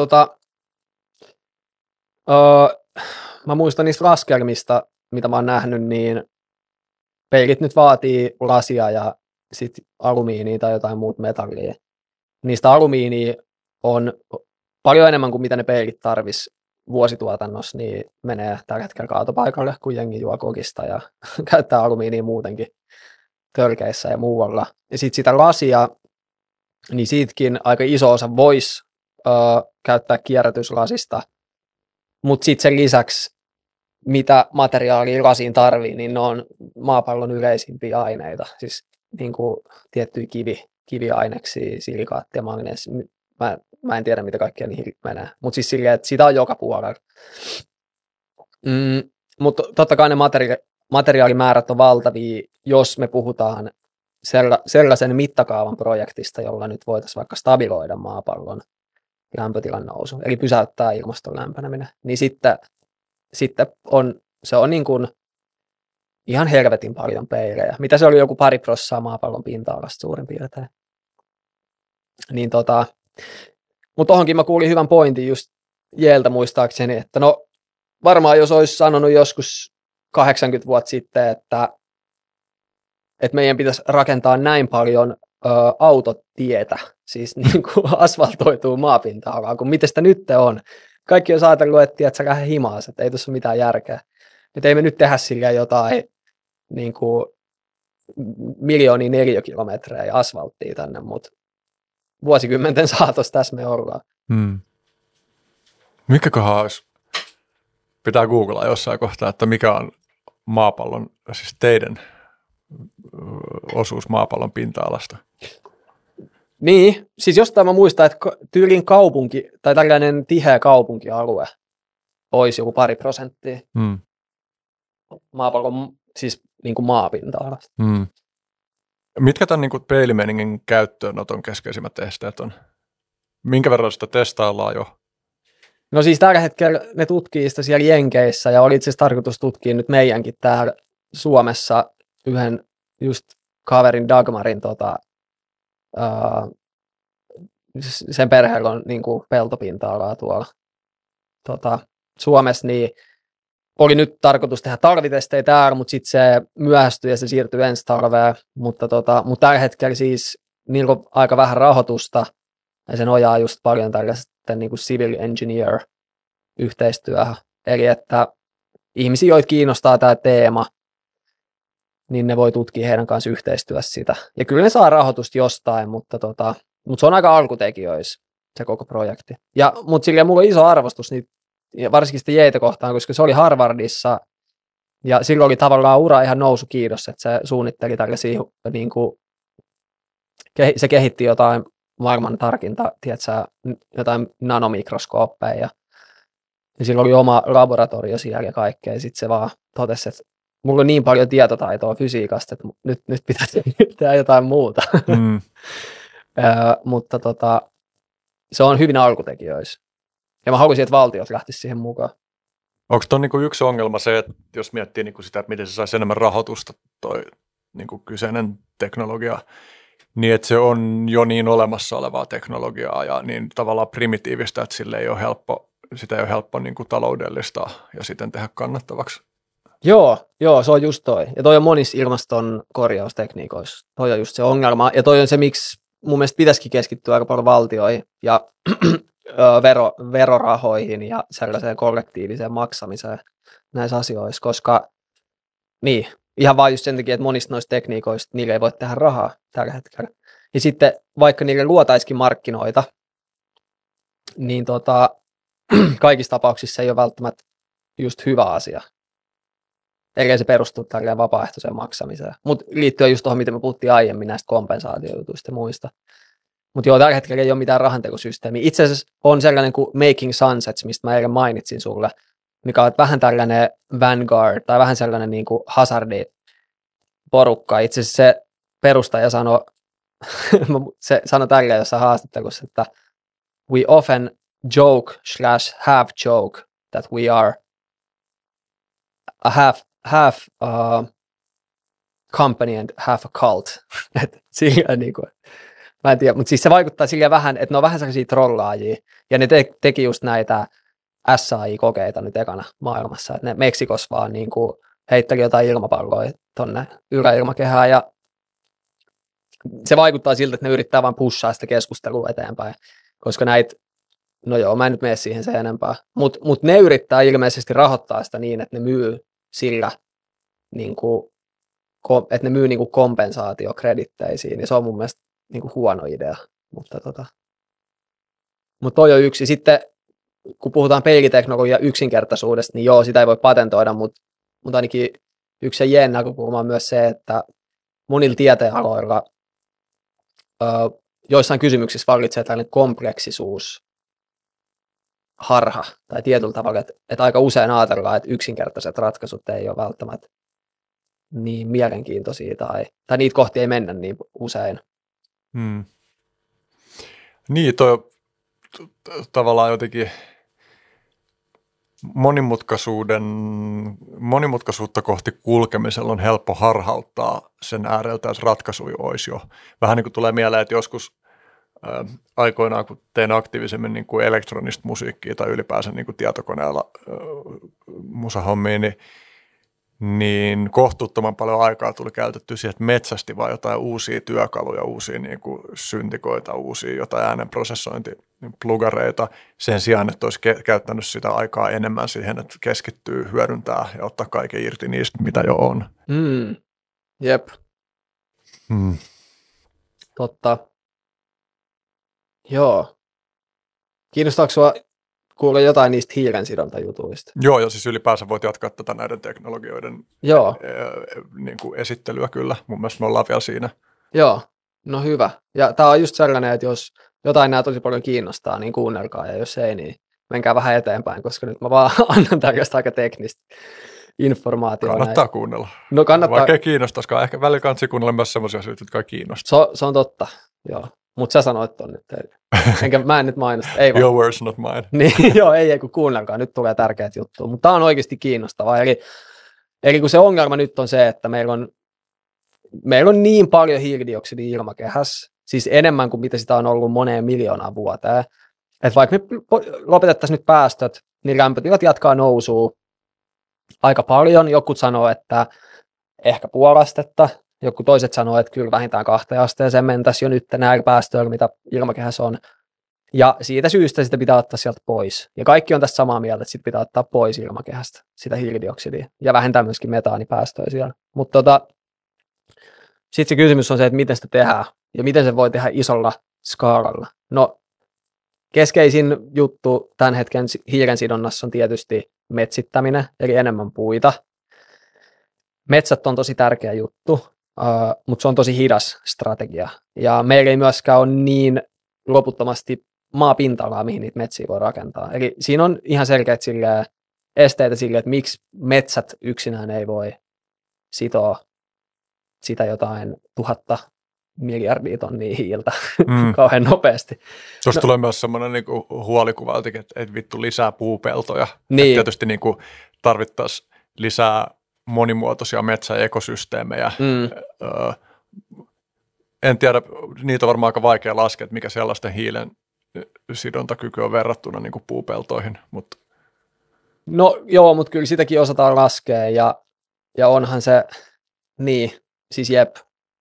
mä muistan niistä laskelmista, mitä mä oon nähnyt, niin peilit nyt vaatii lasia ja sitten alumiinia tai jotain muut metallia. Niistä alumiinia on paljon enemmän kuin mitä ne peilit tarvis vuosituotannossa, niin menee tällä hetkellä kaatopaikalle, kun jengi juo kokista ja käyttää alumiinia muutenkin törkeissä ja muualla. Ja sitten sitä lasia, niin siitäkin aika iso osa voisi käyttää kierrätyslasista, mutta sitten sen lisäksi, mitä materiaalia lasiin tarvii, niin ne on maapallon yleisimpiä aineita, siis niin kuin tiettyjä kiviaineksia, silikaattia, magneesi. Mä en tiedä, mitä kaikkea niihin menee, mutta siis silleen, että sitä on joka puolella. Mutta totta kai ne materiaalimäärät on valtavia, jos me puhutaan sellaisen mittakaavan projektista, jolla nyt voitaisiin vaikka stabiloida maapallon lämpötilan nousu, eli pysäyttää ilmaston lämpeneminen, niin sitten se on niin kuin ihan helvetin paljon peilejä. Mitä se oli, joku 2% maapallon pinta-alasta suurin piirtein. Niin mutta tohonkin mä kuulin hyvän pointin just Jeeltä muistaakseni, että no varmaan jos olisi sanonut joskus 80 vuotta sitten, että meidän pitäisi rakentaa näin paljon autotietä, siis niin kuin asfaltoituu maapinta-alaa, kun miten sitä nyt on. Kaikki on ajatellut, että sä lähde himaan, että ei tuossa ole mitään järkeä. Että ei me nyt tehdä sillä jotain niin kuin miljoonia neliökilometrejä asfalttia tänne, mutta vuosikymmenten saatossa tässä me ollaan. Mikäköhän olisi, pitää googlaa jossain kohtaa, että mikä on maapallon, siis teidän osuus maapallon pinta-alasta? Niin, siis jostain mä muistan, että tyylin kaupunki tai tällainen tiheä kaupunkialue olisi joku 2%. Maapallon siis niin kuin maapinta-alasta. Mitkä tämän niin kuin peilimeningin käyttöönoton keskeisimmät esteet on? Minkä verran sitä testaillaan jo? No siis tällä hetkellä ne tutkii sitä siellä Jenkeissä ja oli itse asiassa tarkoitus tutkia nyt meidänkin täällä Suomessa yhden just kaverin Dagmarin sen perheellä on niin kuin peltopinta-alaa tuolla Suomessa, niin oli nyt tarkoitus tehdä talvitestejä täällä, mutta sitten se myöhästyi ja se siirtyi ensi talveen, mutta tällä hetkellä siis niillä on aika vähän rahoitusta ja se nojaa just paljon tällaista niin kuin civil engineer yhteistyöhön, eli että ihmisiä, joita kiinnostaa tämä teema, niin ne voi tutkia heidän kanssa yhteistyössä sitä. Ja kyllä ne saa rahoitusta jostain, mutta se on aika alkutekijöissä se koko projekti. Mutta silleen mulla on iso arvostus niin, varsinkin sitä Jeitä kohtaan, koska se oli Harvardissa ja silloin oli tavallaan ura ihan nousu, kiitos, että se suunnitteli tällaisia, niin kuin, se kehitti jotain maailman tarkinta, tiedätkö, jotain nanomikroskooppeja ja silloin oli oma laboratorio siellä ja kaikkea ja sitten se vaan totesi, että mulla on niin paljon tietotaitoa fysiikasta, että nyt pitäisi tehdä jotain muuta. Mutta se on hyvin alkutekijöissä. Ja mä haluaisin, että valtiot lähtisivät siihen mukaan. Onko tuon niinku yksi ongelma se, että jos miettii niinku sitä, että miten se saisi enemmän rahoitusta toi niinku kyseinen teknologia, niin että se on jo niin olemassa olevaa teknologiaa ja niin tavallaan primitiivistä, että sitä ei ole helppo niinku taloudellistaa ja sitten tehdä kannattavaksi. Joo, se on just toi. Ja toi on monissa ilmaston korjaustekniikoissa. Toi on just se ongelma. Ja toi on se, miksi mun mielestä pitäisikin keskittyä aika paljon valtioihin ja verorahoihin ja sellaiseen kollektiiviseen maksamiseen näissä asioissa, koska niin, ihan vain just sen takia, että monista noista tekniikoista niille ei voi tehdä rahaa tällä hetkellä. Ja sitten vaikka niille luotaisikin markkinoita, niin kaikissa tapauksissa se ei ole välttämättä just hyvä asia. Eli se perustuu tälleen vapaaehtoiseen maksamiseen. Mutta liittyen just tuohon, mitä me puhuttiin aiemmin näistä kompensaatiojutuista ja muista. Mutta joo, tällä hetkellä ei ole mitään rahantekosysteemiä. Itse asiassa on sellainen kuin Making Sunsets, mistä mä eilen mainitsin sulle, mikä on vähän tällainen Vanguard tai vähän sellainen niin kuin hazardi-porukka. Itse asiassa se perustaja sanoi, se sanoi tälleen jossain haastattelussa, että we often joke/have joke that we are a half company and half a cult. Sillä niin kuin, mä en tiedä, mutta siis se vaikuttaa sillä vähän, että ne on vähän sellaisia trollaajia, ja ne teki just näitä SAI-kokeita nyt ekana maailmassa, että ne Meksikossa vaan niin kuin heitteli jotain ilmapalloja tonne yläilmakehään, ja se vaikuttaa siltä, että ne yrittää vaan pushaa sitä keskustelua eteenpäin, koska näitä, no joo, mä en nyt mene siihen sen enempää, mutta ne yrittää ilmeisesti rahoittaa sitä niin, että ne myy sillä, niin kuin, että ne myy niin kuin kompensaatiokredittejä, ja se on mun mielestä niin kuin huono idea, mutta toi on yksi. Sitten kun puhutaan peiliteknologian yksinkertaisuudesta, niin joo, sitä ei voi patentoida, mutta ainakin yksi jäen näkökulma on myös se, että monilla tieteenaloilla joissain kysymyksissä vallitsee tällainen kompleksisuus harha, tai tietyllä tavalla, että aika usein ajatellaan, että yksinkertaiset ratkaisut ei ole välttämättä niin mielenkiintoisia, tai niitä kohti ei mennä niin usein. Niin, toi tavallaan jotenkin monimutkaisuutta kohti kulkemisella on helppo harhauttaa sen ääreltä, että ratkaisuja olisi jo. Vähän niin kuin tulee mieleen, että joskus aikoinaan, kun tein aktiivisemmin niin kuin elektronista musiikkia tai ylipäänsä niin kuin tietokoneella musahommia, niin niin kohtuuttoman paljon aikaa tuli käytetty siihen, että metsästi vaan jotain uusia työkaluja, uusia niin kuin syntikoita, uusia jotain äänenprosessointiplugareita sen sijaan, että olisi käyttänyt sitä aikaa enemmän siihen, että keskittyy hyödyntää ja ottaa kaiken irti niistä, mitä jo on. Jep. Totta. Joo. Kiinnostaako sinua kuulla jotain niistä hiilensidontajutuista? Joo, ja siis ylipäänsä voit jatkaa tätä näiden teknologioiden niin kuin esittelyä kyllä. Mun mielestä me ollaan vielä siinä. Joo, no hyvä. Ja tämä on just sellainen, että jos jotain nämä tosi paljon kiinnostaa, niin kuunnelkaa, ja jos ei, niin menkää vähän eteenpäin, koska nyt mä vaan annan tällaista aika teknistä informaatiota. Kannattaa kuunnella. No kannattaa. Vaikka ei kiinnostaisikaan, ehkä välillä kannattaa kuunnella myös sellaisia asioita, jotka ei kiinnostaa. Se on totta, joo. Mutta sä sanoit ton nyt. Mä en nyt mainosta. Ei Your words, not mine. Niin, joo, ei kun kuunnelkaa. Nyt tulee tärkeät juttuja. Mutta tämä on oikeasti kiinnostavaa. Eli kun se ongelma nyt on se, että meillä on niin paljon hiilidioksidia ilmakehässä, siis enemmän kuin mitä sitä on ollut moneen miljoonaan vuoteen, että vaikka me lopetettaisiin nyt päästöt, niin lämpötilat jatkaa nousua aika paljon. Jotkut sanoo, että ehkä puoli astetta. Joku toiset sanoo, että kyllä vähintään 2 asteeseen mentäisiin jo nyt näillä päästöillä, mitä ilmakehässä on. Ja siitä syystä sitä pitää ottaa sieltä pois. Ja kaikki on tästä samaa mieltä, että sitä pitää ottaa pois ilmakehästä, sitä hiilidioksidia. Ja vähentää myöskin metaanipäästöjä siellä. Mutta sitten se kysymys on se, että miten sitä tehdään. Ja miten se voi tehdä isolla skaalalla. No, keskeisin juttu tämän hetken hiilensidonnassa on tietysti metsittäminen, eli enemmän puita. Metsät on tosi tärkeä juttu. Mutta se on tosi hidas strategia. Ja meillä ei myöskään ole niin loputtomasti maapinta-alaa, mihin niitä metsiä voi rakentaa. Eli siinä on ihan selkeät esteitä sille, että miksi metsät yksinään ei voi sitoa sitä jotain 1000 miljardia tonnia hiiltä kauhean nopeasti. Tuossa tulee myös semmoinen niinku huolikuva, että vittu lisää puupeltoja. Niin. Tietysti niinku tarvittaisiin lisää monimuotoisia metsäekosysteemejä. En tiedä, niitä on varmaan aika vaikea laskea, että mikä sellaisten hiilen sidontakyky on verrattuna niin kuin puupeltoihin. Mutta. No joo, mutta kyllä sitäkin osataan laskea ja onhan se, niin, siis jep.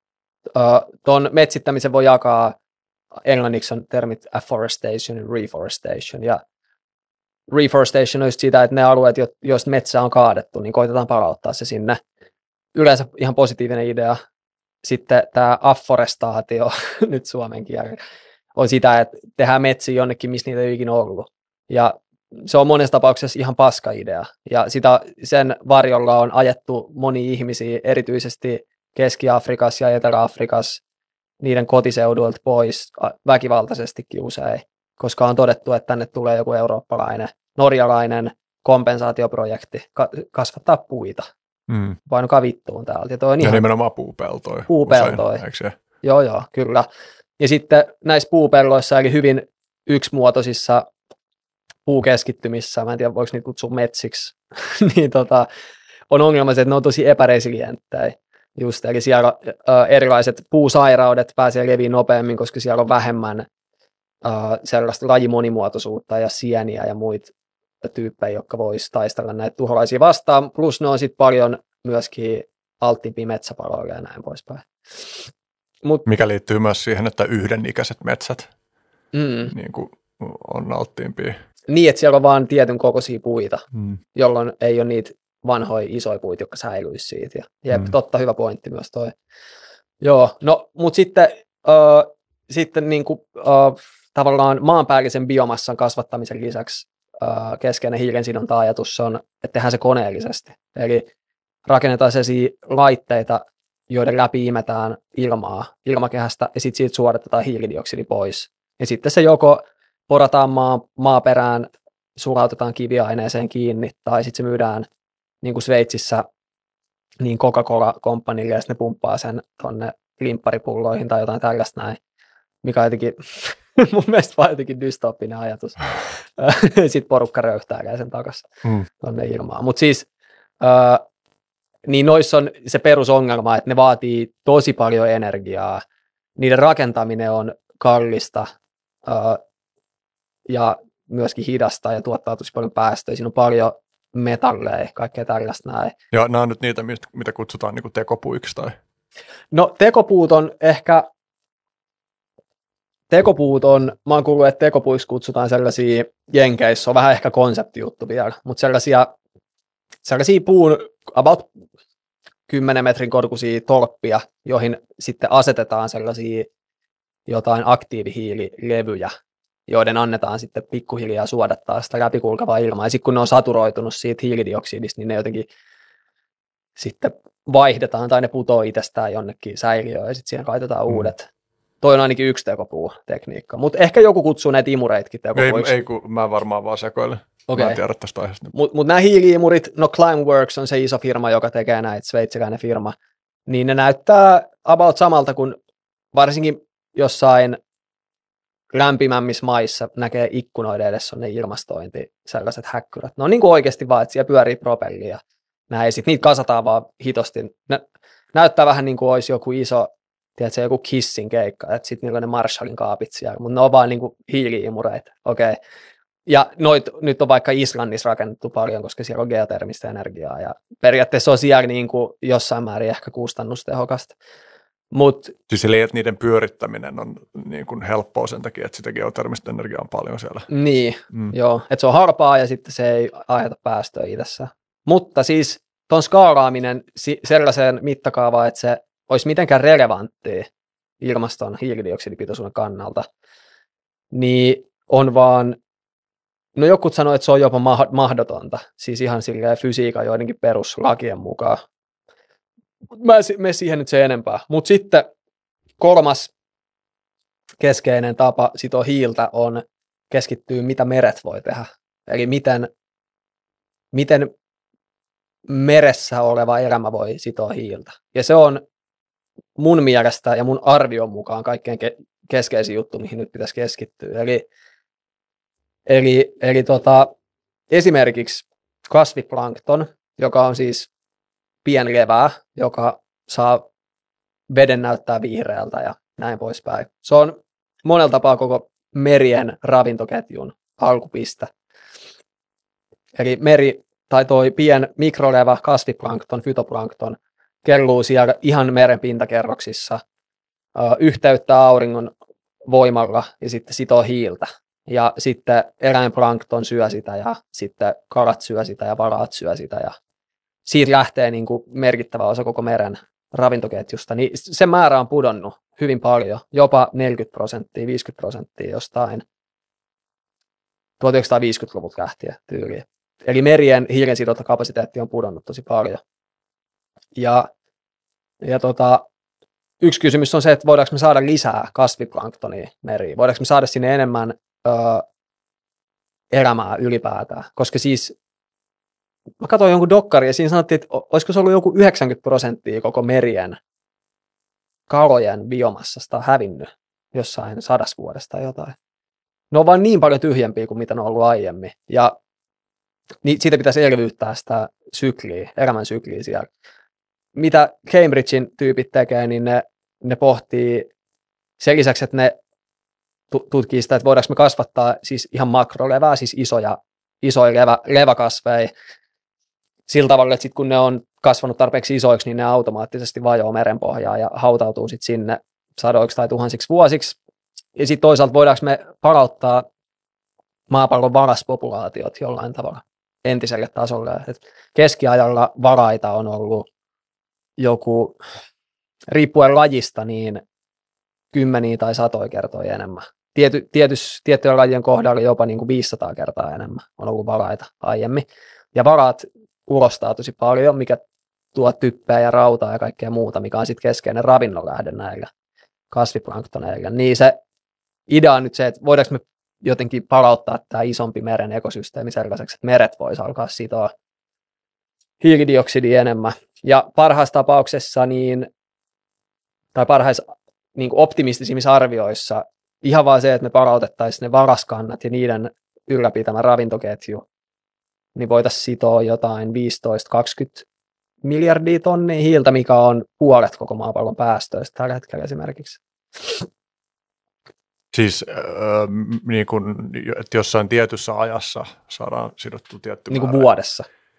Tuon metsittämisen voi jakaa, englanniksi on termit afforestation ja reforestation. Ja reforestation on just sitä, että ne alueet, joista metsää on kaadettu, niin koitetaan palauttaa se sinne. Yleensä ihan positiivinen idea. Sitten tämä afforestaatio, nyt suomen kielellä, on sitä, että tehdään metsiä jonnekin, missä niitä ei ikinä ollut. Ja se on monessa tapauksessa ihan paska idea. Ja sen varjolla on ajettu moni ihmisiä, erityisesti Keski-Afrikassa ja Etelä-Afrikassa, niiden kotiseuduilta pois väkivaltaisestikin usein, koska on todettu, että tänne tulee joku eurooppalainen, norjalainen kompensaatioprojekti kasvattaa puita. Painukaa vittuun täältä. Ja nimenomaan puupeltoja. Puupeltoja. Joo, kyllä. Ja sitten näissä puupelloissa, eli hyvin yksimuotoisissa puukeskittymissä, mä en tiedä voiko niitä kutsua metsiksi, niin on ongelma se, että ne on tosi epäresilienttejä. Just, eli siellä erilaiset puusairaudet pääsee leviämään nopeammin, koska siellä on vähemmän sellaista lajimonimuotoisuutta ja sieniä ja muita tyyppejä, jotka vois taistella näitä tuholaisia vastaan. Plus ne on sitten paljon myöskin alttiimpia metsäpaloille ja näin poispäin. Mikä liittyy myös siihen, että yhdenikäiset metsät niin kuin on alttiimpia. Niin, että siellä on vaan tietyn kokoisia puita, jolloin ei ole niitä vanhoja isoja puita, jotka säilyisi siitä. Ja totta, hyvä pointti myös toi. Joo, no, mutta sitten niin kuin, tavallaan maanpäällisen biomassan kasvattamisen lisäksi keskeinen hiilensidonta-ajatus on, että tehdään se koneellisesti. Eli rakennetaan sellaisia laitteita, joiden läpi imetään ilmakehästä ja sitten siitä suoritetaan hiilidioksidi pois. Ja sitten se joko porataan maaperään, sulautetaan kiviaineeseen kiinni tai sitten se myydään niin kuin Sveitsissä niin Coca-Cola-kompanille ja sitten ne pumppaa sen tonne limpparipulloihin tai jotain tällaista näin, mikä on jotenkin mun mielestä vaan jotenkin dystopinen ajatus. Sitten porukka röyhtää sen takaisin tonne ilmaan. Mutta siis niin noissa on se perusongelma, että ne vaatii tosi paljon energiaa. Niiden rakentaminen on kallista ja myöskin hidasta ja tuottaa tosi paljon päästöjä. Siinä on paljon metalleja, kaikkea tällaista näin. Ja nämä on nyt niitä, mitä kutsutaan niin kuin tekopuiksi tai... No mä oon kuullut, että tekopuiksi kutsutaan sellaisia jenkeissä, se on vähän ehkä konseptijuttu vielä, mutta sellaisia puun about 10 metrin korkuisia tolppia, joihin sitten asetetaan sellaisia jotain aktiivihiililevyjä, joiden annetaan sitten pikkuhiljaa suodattaa sitä läpikulkavaa ilmaa. Ja sitten kun ne on saturoitunut siitä hiilidioksidista, niin ne jotenkin sitten vaihdetaan tai ne putoo itsestään jonnekin säiliöön ja sitten siihen kaitetaan uudet. Toi on ainakin yksi tekopuu-tekniikka. Mutta ehkä joku kutsuu näitä imureitkin tekopuiksi. Ei, kun mä varmaan vaan sekoilen. Okay. Mä en tiedä tästä aiheesta. Mutta nämä hiili-imurit, no Climeworks on se iso firma, joka tekee näitä, sveitsiläinen firma, niin ne näyttää about samalta kuin varsinkin jossain lämpimämmissä maissa näkee ikkunoiden edessä on ne ilmastointi, sellaiset häkkyrät. Ne on niin kuin oikeasti vaan, että siellä pyörii propelli ja näin. Sitten niitä kasataan vaan hitosti. Ne näyttää vähän niin kuin olisi joku iso, tiedätkö, joku Kissin keikka, että sitten niillä on ne Marshallin kaapit siellä, mutta ne on vaan niin kuin hiili-imureita. Okay. Ja nyt on vaikka Islannissa rakennettu paljon, koska siellä on geotermistä energiaa ja periaatteessa on siellä niin kuin jossain määrin ehkä kustannustehokasta. Siis eli, että niiden pyörittäminen on niin kuin helppoa sen takia, että sitä geotermistä energiaa on paljon siellä. Niin, joo, että se on harpaa ja sitten se ei aiheuta päästöjä itsessään. Mutta siis tuon skaalaaminen sellaiseen mittakaavaan, että se olisi mitenkään relevanttia ilmaston hiilidioksidipitoisuuden kannalta, niin on vaan, no jotkut sanoo, että se on jopa mahdotonta, siis ihan silleen fysiikan joidenkin peruslakien mukaan. Mä en mene siihen nyt se enempää. Mutta sitten kolmas keskeinen tapa sitoa hiiltä on keskittyä, mitä meret voi tehdä. Eli miten meressä oleva elämä voi sitoa hiiltä. Ja se on mun mielestä ja mun arvion mukaan kaikkein keskeisin juttu, mihin nyt pitäisi keskittyä. Eli esimerkiksi kasviplankton, joka on siis pienlevää, joka saa veden näyttää vihreältä ja näin poispäin. Se on monella tapaa koko merien ravintoketjun alkupiste. Eli meri tai toi pien mikrolevä, kasviplankton, fytoplankton kelluu siellä ihan meren pintakerroksissa, yhteyttää auringon voimalla ja sitten sitoo hiiltä. Ja sitten eläinplankton syö sitä ja sitten kalat syö sitä ja valaat syö sitä ja siitä lähtee niin kuin merkittävä osa koko meren ravintoketjusta, niin se määrä on pudonnut hyvin paljon, jopa 40%, 50% jostain 1950-luvulta lähtien tyyliin. Eli merien hiilensidontakapasiteetti on pudonnut tosi paljon. Ja yksi kysymys on se, että voidaanko me saada lisää kasviplanktonia meriin, voidaanko me saada sinne enemmän elämää ylipäätään, koska siis mä katsoin jonkun dokkari ja siinä sanottiin, että olisiko se ollut joku 90% koko merien kalojen biomassasta hävinnyt jossain 100 vuodesta tai jotain. Ne on vaan niin paljon tyhjempiä kuin mitä ne on ollut aiemmin. Ja siitä pitäisi elvyttää sitä sykliä, elämän sykliä siellä. Mitä Cambridgein tyypit tekee, niin ne pohtii sen lisäksi, että ne tutkii sitä, että voidaanko me kasvattaa siis ihan makrolevää, siis isoja leväkasveja, sillä tavalla, että sit kun ne on kasvanut tarpeeksi isoiksi, niin ne automaattisesti vajoaa merenpohjaan ja hautautuu sit sinne sadoiksi tai tuhansiksi vuosiksi. Ja sitten toisaalta voidaanko me palauttaa maapallon varaspopulaatiot jollain tavalla entiselle tasolle. Et keskiajalla varaita on ollut joku, riippuen lajista, niin 10 tai 100 kertoja enemmän. Tiettyjen lajien kohdalla jopa niin kuin 500 kertaa enemmän on ollut varaita aiemmin. Ja varaat ulostaa tosi paljon, mikä tuo typpeä ja rautaa ja kaikkea muuta, mikä on sitten keskeinen ravinnonlähde näillä kasviplanktoneilla. Niin se idea on nyt se, että voidaanko me jotenkin palauttaa tämä isompi meren ekosysteemi sellaiseksi, että meret voisi alkaa sitoa hiilidioksidia enemmän. Ja parhaassa tapauksessa, tai parhaissa niin kuin optimistisimmissa arvioissa, ihan vaan se, että me palautettaisiin ne varaskannat ja niiden ylläpitämä ravintoketju, niin voitaisiin sitoa jotain 15-20 miljardia tonnia hiiltä, mikä on puolet koko maapallon päästöistä tällä hetkellä esimerkiksi. Siis niin kun, että jossain tietyssä ajassa saadaan sidottu tietty niin kuin määrä. vuodessa.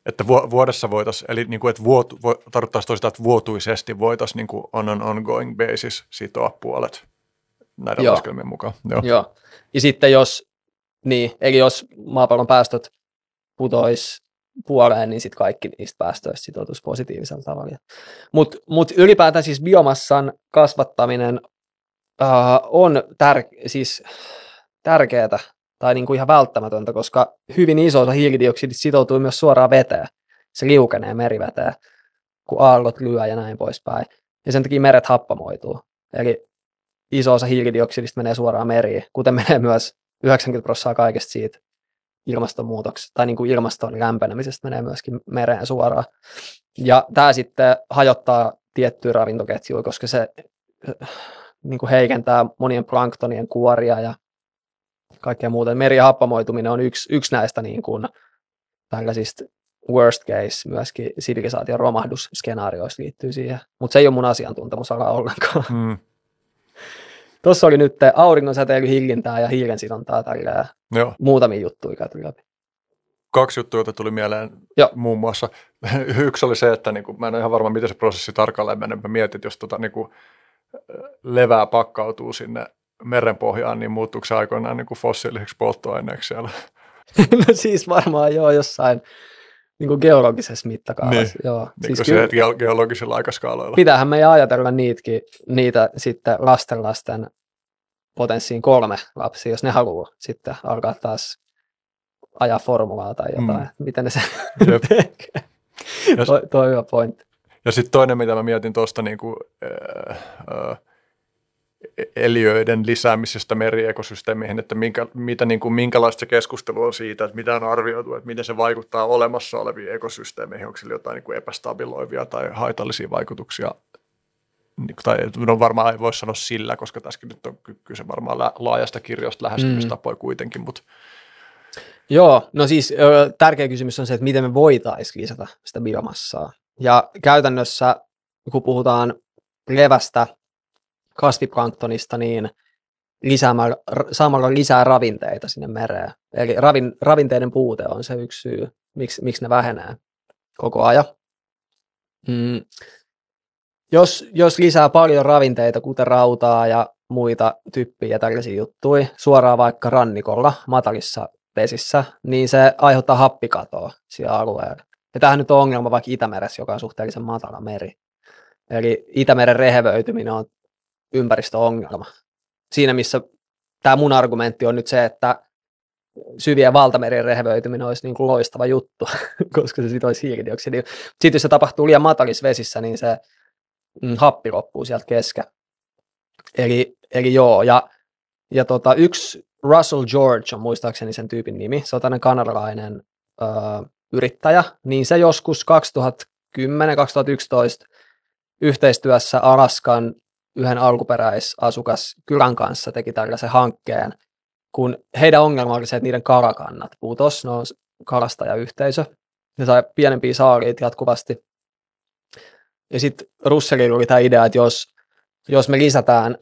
että vuodessa voitaisiin, eli niin kuin, että tarkoittaisi toista, että vuotuisesti voitaisiin niin kuin on ongoing basis sitoa puolet näiden laskelmien mukaan. Joo. Ja sitten eli jos maapallon päästöt putoisi puoleen, niin sitten kaikki niistä päästöistä sitoutuisi positiivisella tavalla. Mutta ylipäätään siis biomassan kasvattaminen on siis tärkeää tai niin kuin ihan välttämätöntä, koska hyvin iso osa hiilidioksidista sitoutuu myös suoraan veteen. Se liukenee meriveteen, kun aallot lyö ja näin poispäin. Ja sen takia meret happamoituu. Eli iso osa hiilidioksidista menee suoraan meriin, kuten menee myös 90% kaikesta siitä ilmastonmuutoksesta, tai niin kuin ilmaston lämpenemisestä menee myöskin mereen suoraan. Ja tämä sitten hajottaa tiettyä ravintoketjua, koska se niin kuin heikentää monien planktonien kuoria ja kaikkea muuta. Merien happamoituminen on yksi näistä niin kuin tällaisista worst case, myöskin sivilisaation romahdusskenaarioista liittyy siihen, mutta se ei ole mun asiantuntemusala ollenkaan. Tuossa oli nyt auringon säteilyn hillintää ja hiilensidontaa tällä muutamia juttuja käyty läpi. 2 juttua, joita tuli mieleen muun muassa. Yksi oli se, että mä en ole ihan varma, miten se prosessi tarkalleen menee. Mä mietin, että jos levää pakkautuu sinne merenpohjaan, niin muuttuuko se aikoinaan fossiiliseksi polttoaineeksi siellä? No siis varmaan jossain niin kuin geologisessa mittakaavassa. Joo. Niin siis geologisilla aikaskaaloilla. Pitäähän meidän ajatella niitä sitten lasten potenssiin 3 lapsia, jos ne haluaa sitten alkaa taas ajaa formulaa tai jotain. Miten ne se tekee? Toi on hyvä pointti. Ja sitten toinen, mitä mä mietin tuosta eliöiden lisäämisestä meriekosysteemiin, että minkälaista se keskustelu on siitä, että mitä on arvioitu, että miten se vaikuttaa olemassa oleviin ekosysteemeihin, onko sillä jotain epästabiloivia tai haitallisia vaikutuksia, tai no varmaan ei voi sanoa sillä, koska tässäkin nyt on kyse varmaan laajasta kirjosta lähestymistapoja kuitenkin, mutta Joo, no siis tärkeä kysymys on se, että miten me voitaisiin lisätä sitä biomassaa. Ja käytännössä, kun puhutaan levästä, kasviplanktonista, niin saamalla lisää ravinteita sinne mereen. Eli ravinteiden puute on se yksi syy, miksi ne vähenee koko ajan. Jos lisää paljon ravinteita, kuten rautaa ja muita typpiä ja tällaisia juttuja, suoraan vaikka rannikolla, matalissa vesissä, niin se aiheuttaa happikatoa siellä alueella. Ja tämähän nyt on ongelma vaikka Itämeressä, joka on suhteellisen matala meri. Eli Itämeren rehevöityminen on ympäristöongelma. Siinä missä tämä mun argumentti on nyt se, että syvien valtamerien rehevöityminen olisi niin kuin loistava juttu, koska se sitoisi hiilidioksidia. Sitten jos se tapahtuu liian matalissa vesissä, niin se happi loppuu sieltä kesken. Eli joo, ja yksi Russell George on muistaakseni sen tyypin nimi, se on tämmöinen kanadalainen yrittäjä, niin se joskus 2010-2011 yhteistyössä Alaskan yhden alkuperäisasukaskylän kanssa teki tällaisen hankkeen, kun heidän ongelma oli se, että niiden karakannat putos, ne on kalastajayhteisö, ne sai pienempiä saaliit jatkuvasti. Ja sitten Russellilla oli tämä idea, että jos me lisätään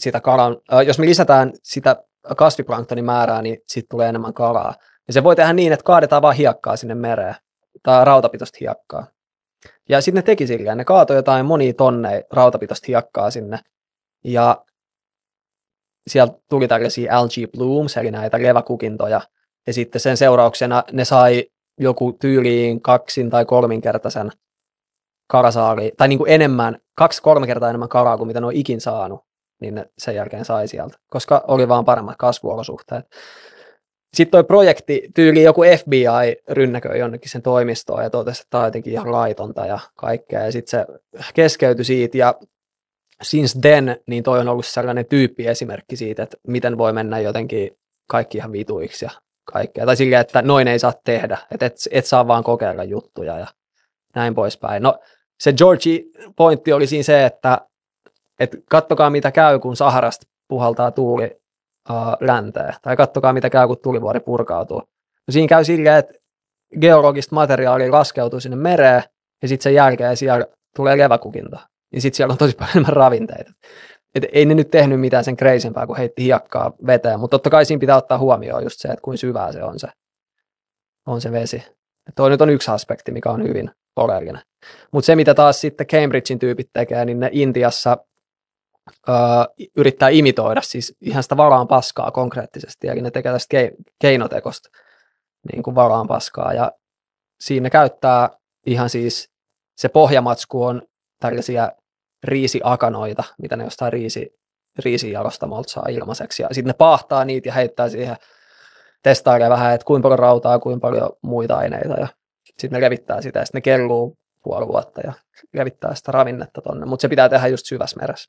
sitä kasviplanktonin määrää, niin sitten tulee enemmän kalaa. Ja se voi tehdä niin, että kaadetaan vaan hiekkaa sinne mereen, tai rautapitoista hiekkaa. Ja sitten ne teki silleen, ne kaatoi jotain monia tonneja rautapitoista hiekkaa sinne, ja sieltä tuli tällaisia algae blooms, eli näitä leväkukintoja, ja sitten sen seurauksena ne sai joku tyyliin 2- tai 3-kertaisen karasaali, tai niin kuin enemmän, 2-3 kertaa enemmän karaa kuin mitä ne on ikin saanut, niin ne sen jälkeen sai sieltä, koska oli vaan paremmat kasvuolosuhteet. Sitten toi projekti, tyyli joku FBI rynnäköi jonnekin sen toimistoon ja totesi, että tämä on jotenkin ihan laitonta ja kaikkea, ja sitten se keskeytyi siitä, ja since then, niin toi on ollut sellainen tyyppiesimerkki siitä, että miten voi mennä jotenkin kaikki ihan vituiksi ja kaikkea, tai silleen, että noin ei saa tehdä, että et saa vaan kokeilla juttuja ja näin poispäin. No se Georgie pointti oli siinä se, että kattokaa mitä käy, kun Saharasta puhaltaa tuuli länteen, tai kattokaa mitä käy, kun tulivuori purkautuu. No siinä käy silleen, että geologista materiaalia laskeutuu sinne mereen, ja sitten sen jälkeen siellä tulee leväkukinta, niin sitten siellä on tosi paljon enemmän ravinteita. Et ei ne nyt tehnyt mitään sen crazympää, kun heitti hiekkaa veteen, mutta totta kai siinä pitää ottaa huomioon just se, että kuinka syvää se on se vesi. Tuo nyt on yksi aspekti, mikä on hyvin oleellinen. Mutta se, mitä taas sitten Cambridgein tyypit tekee, niin ne Intiassa yrittää imitoida siis ihan sitä varaan paskaa konkreettisesti, eli ne tekee tästä keinotekosta niin kuin varaan paskaa, ja siinä käyttää ihan siis, se pohjamatsku on tällaisia riisiakanoita, mitä ne jostain riisijalostamolta saa ilmaiseksi, ja sitten ne paahtaa niitä ja heittää siihen, testailee vähän, että kuinka paljon rautaa, kuinka paljon muita aineita, ja sitten ne levittää sitä, ja sitten ne kelluu puoli vuotta, ja levittää sitä ravinnetta tonne, mutta se pitää tehdä just syvässä meressä.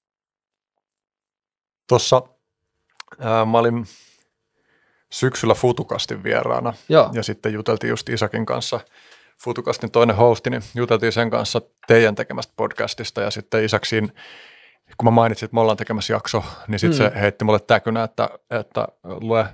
Tuossa mä olin syksyllä Futukastin vieraana. Joo. Ja sitten juteltiin just Isakin kanssa, Futukastin toinen hosti, niin juteltiin sen kanssa teidän tekemästä podcastista ja sitten Isaksiin, kun mä mainitsin, että me ollaan tekemässä jakso, niin sitten se heitti mulle täkynä, että lue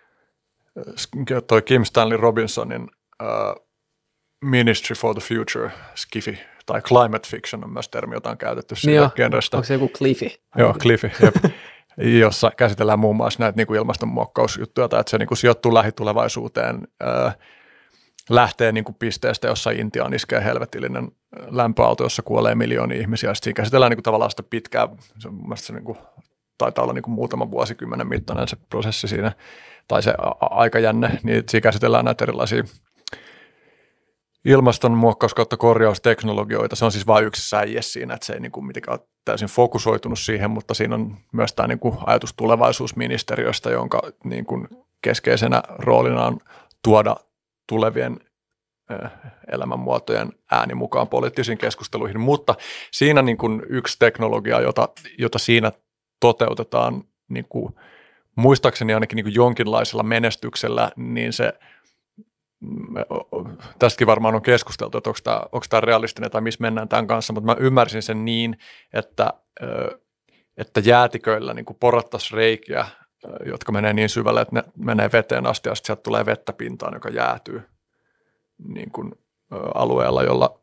toi Kim Stanley Robinsonin Ministry for the Future, Skifi, tai climate fiction on myös termi, jota on käytetty siitä genrestä. Onko se joku Cliffy? Joo, Cliffy, jep. Jossa käsitellään muun muassa näitä niin kuin ilmastonmuokkausjuttuja, tai että se niin kuin sijoittuu lähitulevaisuuteen, lähtee niin kuin pisteestä, jossa Intiaan iskee helvetillinen lämpöaalto, jossa kuolee miljoonia ihmisiä. Sitten siinä käsitellään niin kuin tavallaan sitä pitkää, se niin kuin, taitaa olla niin kuin muutaman vuosikymmenen mittainen se prosessi siinä, tai se aikajänne, niin siinä käsitellään näitä erilaisia ilmastonmuokkaus kautta korjausteknologioita. Se on siis vain yksi säie siinä, että se ei niin kuin mitenkään ole täysin fokusoitunut siihen, mutta siinä on myös tämä niin kuin ajatus tulevaisuusministeriöstä, jonka niin kuin keskeisenä roolina on tuoda tulevien elämänmuotojen ääni mukaan poliittisiin keskusteluihin. Mutta siinä niin kuin yksi teknologia, jota siinä toteutetaan niin kuin, muistaakseni ainakin niin kuin jonkinlaisella menestyksellä, niin se tästäkin varmaan on keskusteltu, että onko tämä realistinen tai missä mennään tämän kanssa, mutta mä ymmärsin sen niin, että jäätiköillä niin kuin porattaisiin reikiä, jotka menee niin syvälle, että ne menee veteen asti ja sitten sieltä tulee vettä pintaan, joka jäätyy niin kuin alueella, jolla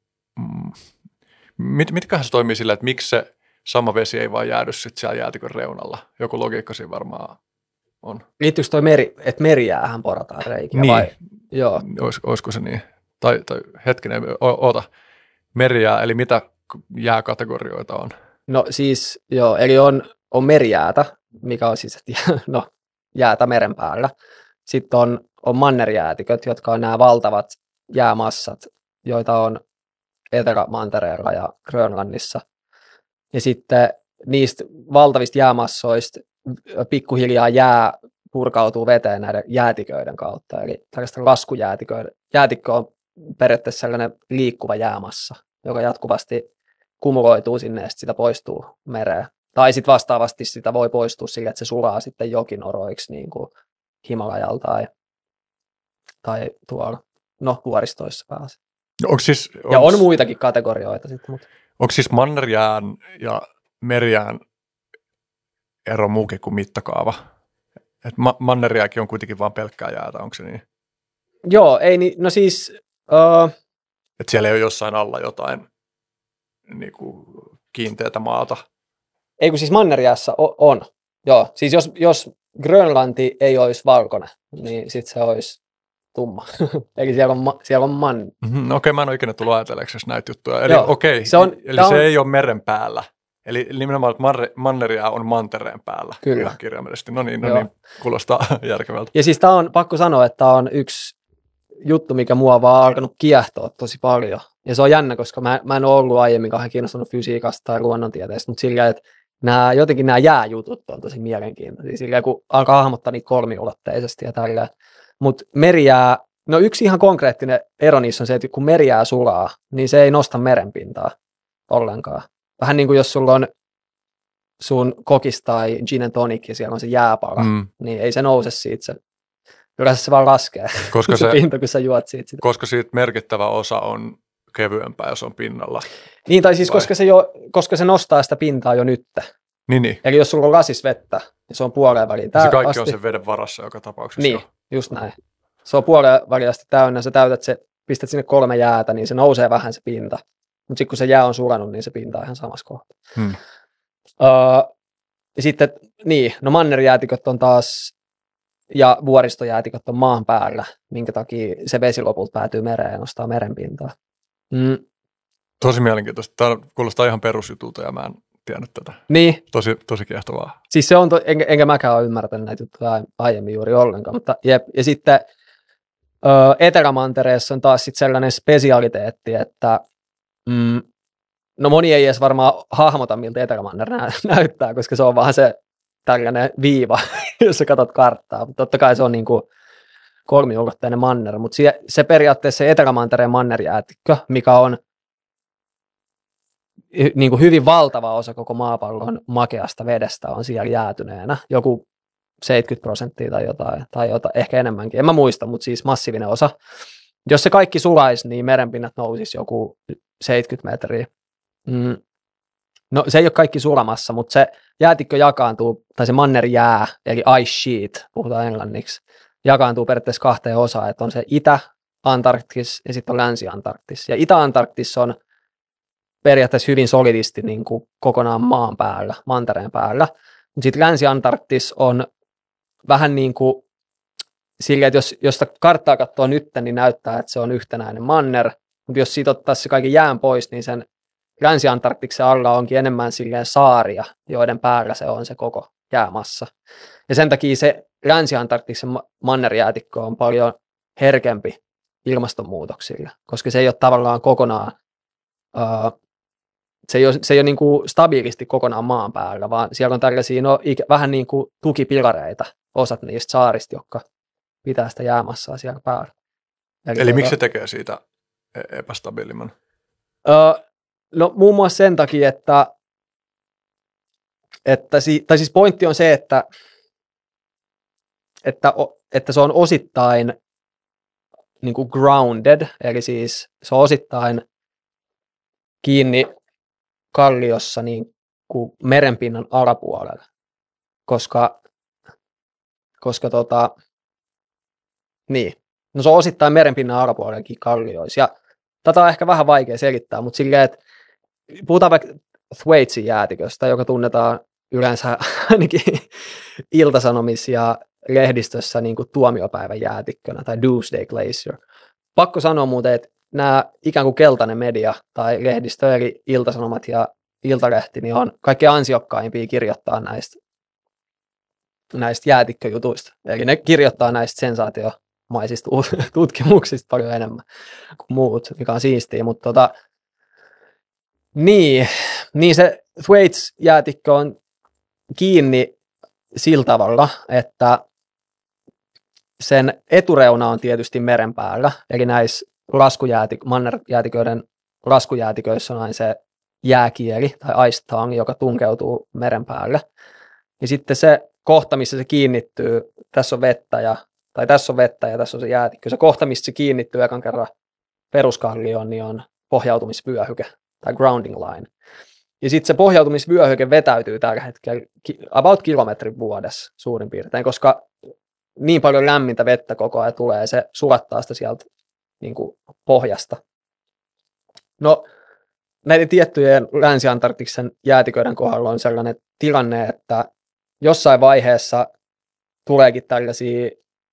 mitkähän se toimii sillä, että miksi se sama vesi ei vaan jäädy sitten siellä jäätikön reunalla? Joku logiikka siinä varmaan on. Liittyykö toi että merijäähän porataan reikiä niin. vai? Joo. Olisiko se niin? Tai hetkinen, oota. Merijää, eli mitä jääkategorioita on? No siis, joo, eli on merijäätä, mikä on siis, että jäätä meren päällä. Sitten on mannerjäätiköt, jotka on nämä valtavat jäämassat, joita on Etelämantereella ja Grönlannissa. Ja sitten niistä valtavista jäämassoista pikkuhiljaa jää purkautuu veteen näiden jäätiköiden kautta. Eli tällaista laskujäätiköiden. Jäätikkö on periaatteessa sellainen liikkuva jäämassa, joka jatkuvasti kumuloituu sinne ja sitä poistuu mereen. Tai sitten vastaavasti sitä voi poistua sillä, että se sulaa sitten jokinoroiksi niin kuin Himalajalla tai tuolla vuoristoissa päässä. Ja on muitakin kategorioita sitten. Mutta. Onko siis mannerjään ja merijään ero muukin kuin mittakaava? Et mannerjääkin on kuitenkin vain pelkkää jäätä, onko se niin? Joo, ei niin, no siis. Että siellä ei ole jossain alla jotain niin kuin kiinteätä maata. Ei kun siis mannerjäässä on. Joo, siis jos Grönlanti ei olisi valkoinen, niin sitten se olisi tumma. Eli siellä on Okei, mä en ole ikinä tullut ajatelleeksi näitä juttuja. Eli se ei ole meren päällä. Eli nimenomaan, että mannerjää on mantereen päällä. Kyllä. Ihan kirjaimellisesti. No niin, kuulostaa järkevältä. Ja siis tämä on pakko sanoa, että tämä on yksi juttu, mikä mua vaan alkanut kiehtoa tosi paljon. Ja se on jännä, koska mä en ole ollut aiemmin kauhean kiinnostunut fysiikasta tai luonnontieteestä, mutta sillä että nämä jääjutut on tosi mielenkiintoisia. Sillä kun alkaa hahmottaa niitä kolmiulotteisesti ja tälleen. Mutta merijää, no yksi ihan konkreettinen ero niissä on se, että kun merijää sulaa, niin se ei nosta merenpintaa ollenkaan. Vähän niin kuin jos sulla on sun kokis tai gin and tonic ja siellä on se jääpala, niin ei se nouse siitä. Yleensä se vaan laskee koska se pinta, kun sä juot siitä. Koska siitä merkittävä osa on kevyempää, jos on pinnalla. Niin, tai siis koska se nostaa sitä pintaa jo nyt. Niin. Eli jos sulla on lasis vettä, niin se on puoleen väliin. Se kaikki on sen veden varassa joka tapauksessa. Niin, just näin. Se on puoleen väliin asti täynnä, sä pistät sinne 3 jäätä, niin se nousee vähän se pinta. Mutta sitten kun se jää on sulanut, niin se pinta on ihan samassa kohtaa. Ja sitten, mannerjäätiköt on taas ja vuoristojäätiköt on maan päällä, minkä takia se vesi lopulta päätyy mereen ja nostaa merenpintaa. Tosi mielenkiintoista. Tämä kuulostaa ihan perusjutulta ja mä en tiennyt tätä. Niin. Tosi kiehtovaa. Siis se on, enkä mäkään ole ymmärtänyt näitä juttuja aiemmin juuri ollenkaan, mutta jep. Ja sitten Etelämantereessa on taas sitten sellainen spesialiteetti, että no moni ei edes varmaan hahmota, miltä Etelämanner näyttää, koska se on vaan se tällainen viiva, jos sä katsot karttaa. Mutta totta kai se on niin kuin kolmiulotteinen manner, mutta se periaatteessa se Etelämantereen mannerjäätikkö, mikä on niin kuin hyvin valtava osa koko maapallon makeasta vedestä on siellä jäätyneenä, joku 70% tai jotain, ehkä enemmänkin, en mä muista, mutta siis massiivinen osa. Jos se kaikki sulaisi, niin merenpinnat nousisi joku 70 metriä. No se ei ole kaikki sulamassa, mutta se jäätikkö jakaantuu, tai se mannerjää, eli ice sheet, puhutaan englanniksi, jakaantuu periaatteessa kahteen osaan, että on se Itä-Antarktis ja sitten on Länsi-Antarktis. Ja Itä-Antarktis on periaatteessa hyvin solidisti niin kuin kokonaan maan päällä, mantereen päällä. Sitten Länsi-Antarktis on vähän niin kuin sillä, että jos sitä karttaa katsoo nyt, niin näyttää, että se on yhtenäinen manner, mutta jos siitä ottaa se kaiken jään pois, niin sen Länsi-Antarktiksen alla onkin enemmän silleen saaria, joiden päällä se on se koko jäämassa. Ja sen takia se Länsi-Antarktiksen mannerjäätikkö on paljon herkempi ilmastonmuutoksille, koska se ei ole tavallaan kokonaan, se ei ole niin kuin stabiilisti kokonaan maan päällä, vaan siellä on tällaisia vähän niin kuin tukipilareita, osat niistä saarista, jotka pitää sitä jäämassaa siellä päällä. Eli miksi se tekee siitä epästabiilimman? No muun muassa sen takia, tai siis pointti on se, että se on osittain niin kuin grounded, eli siis se on osittain kiinni kalliossa niin kuin merenpinnan alapuolella, koska niin, no se on osittain merenpinnan alapuolellakin kallioissa, ja tätä on ehkä vähän vaikea selittää, mutta silleen, että puhutaan vaikka Thwaitesin jäätiköstä, joka tunnetaan yleensä ainakin Ilta-Sanomissa ja lehdistössä niin kuin tuomiopäivän jäätikkönä tai Doomsday Glacier. Pakko sanoa muuten, että nämä ikään kuin keltainen media tai lehdistö, eli Ilta-Sanomat ja Iltalehti, niin on kaikkein ansiokkaimpia kirjoittaa näistä jäätikköjutuista. Eli ne kirjoittaa näistä sensaatiomaisista tutkimuksista paljon enemmän kuin muut, mikä on siistiä, mutta niin se Thwaites-jäätikkö on kiinni sillä tavalla, että sen etureuna on tietysti meren päällä, eli näissä mannerjäätiköiden laskujäätiköissä on aina se jääkieli tai ice tongue, joka tunkeutuu meren päälle. Ja sitten se kohta, missä se kiinnittyy, tässä on vettä ja tässä on se jäätikkö. Se kohta, missä se kiinnittyy ekan kerran peruskallioon, niin on pohjautumisvyöhyke tai grounding line. Ja sitten se pohjautumisvyöhyke vetäytyy tällä hetkellä about kilometrin vuodessa suurin piirtein, koska niin paljon lämmintä vettä koko ajan tulee ja se sulattaa sitä sieltä niin kuin pohjasta. No näiden tiettyjen Länsi-Antarktiksen jäätiköiden kohdalla on sellainen tilanne, että jossain vaiheessa tuleekin tällaisia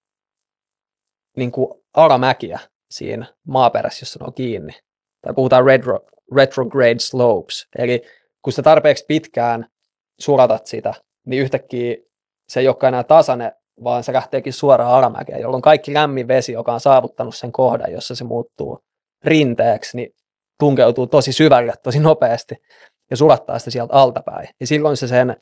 niin kuin alamäkiä siinä maaperässä, jossa ne on kiinni. Tai puhutaan retrograde slopes. Eli kun sä tarpeeksi pitkään sulatat sitä, niin yhtäkkiä se ei olekaan enää tasainen, vaan se lähteekin suoraan alamäkeen, jolloin kaikki lämmin vesi, joka on saavuttanut sen kohdan, jossa se muuttuu rinteeksi, niin tunkeutuu tosi syvälle, tosi nopeasti ja sulattaa sitä sieltä altapäin. Ja silloin se sen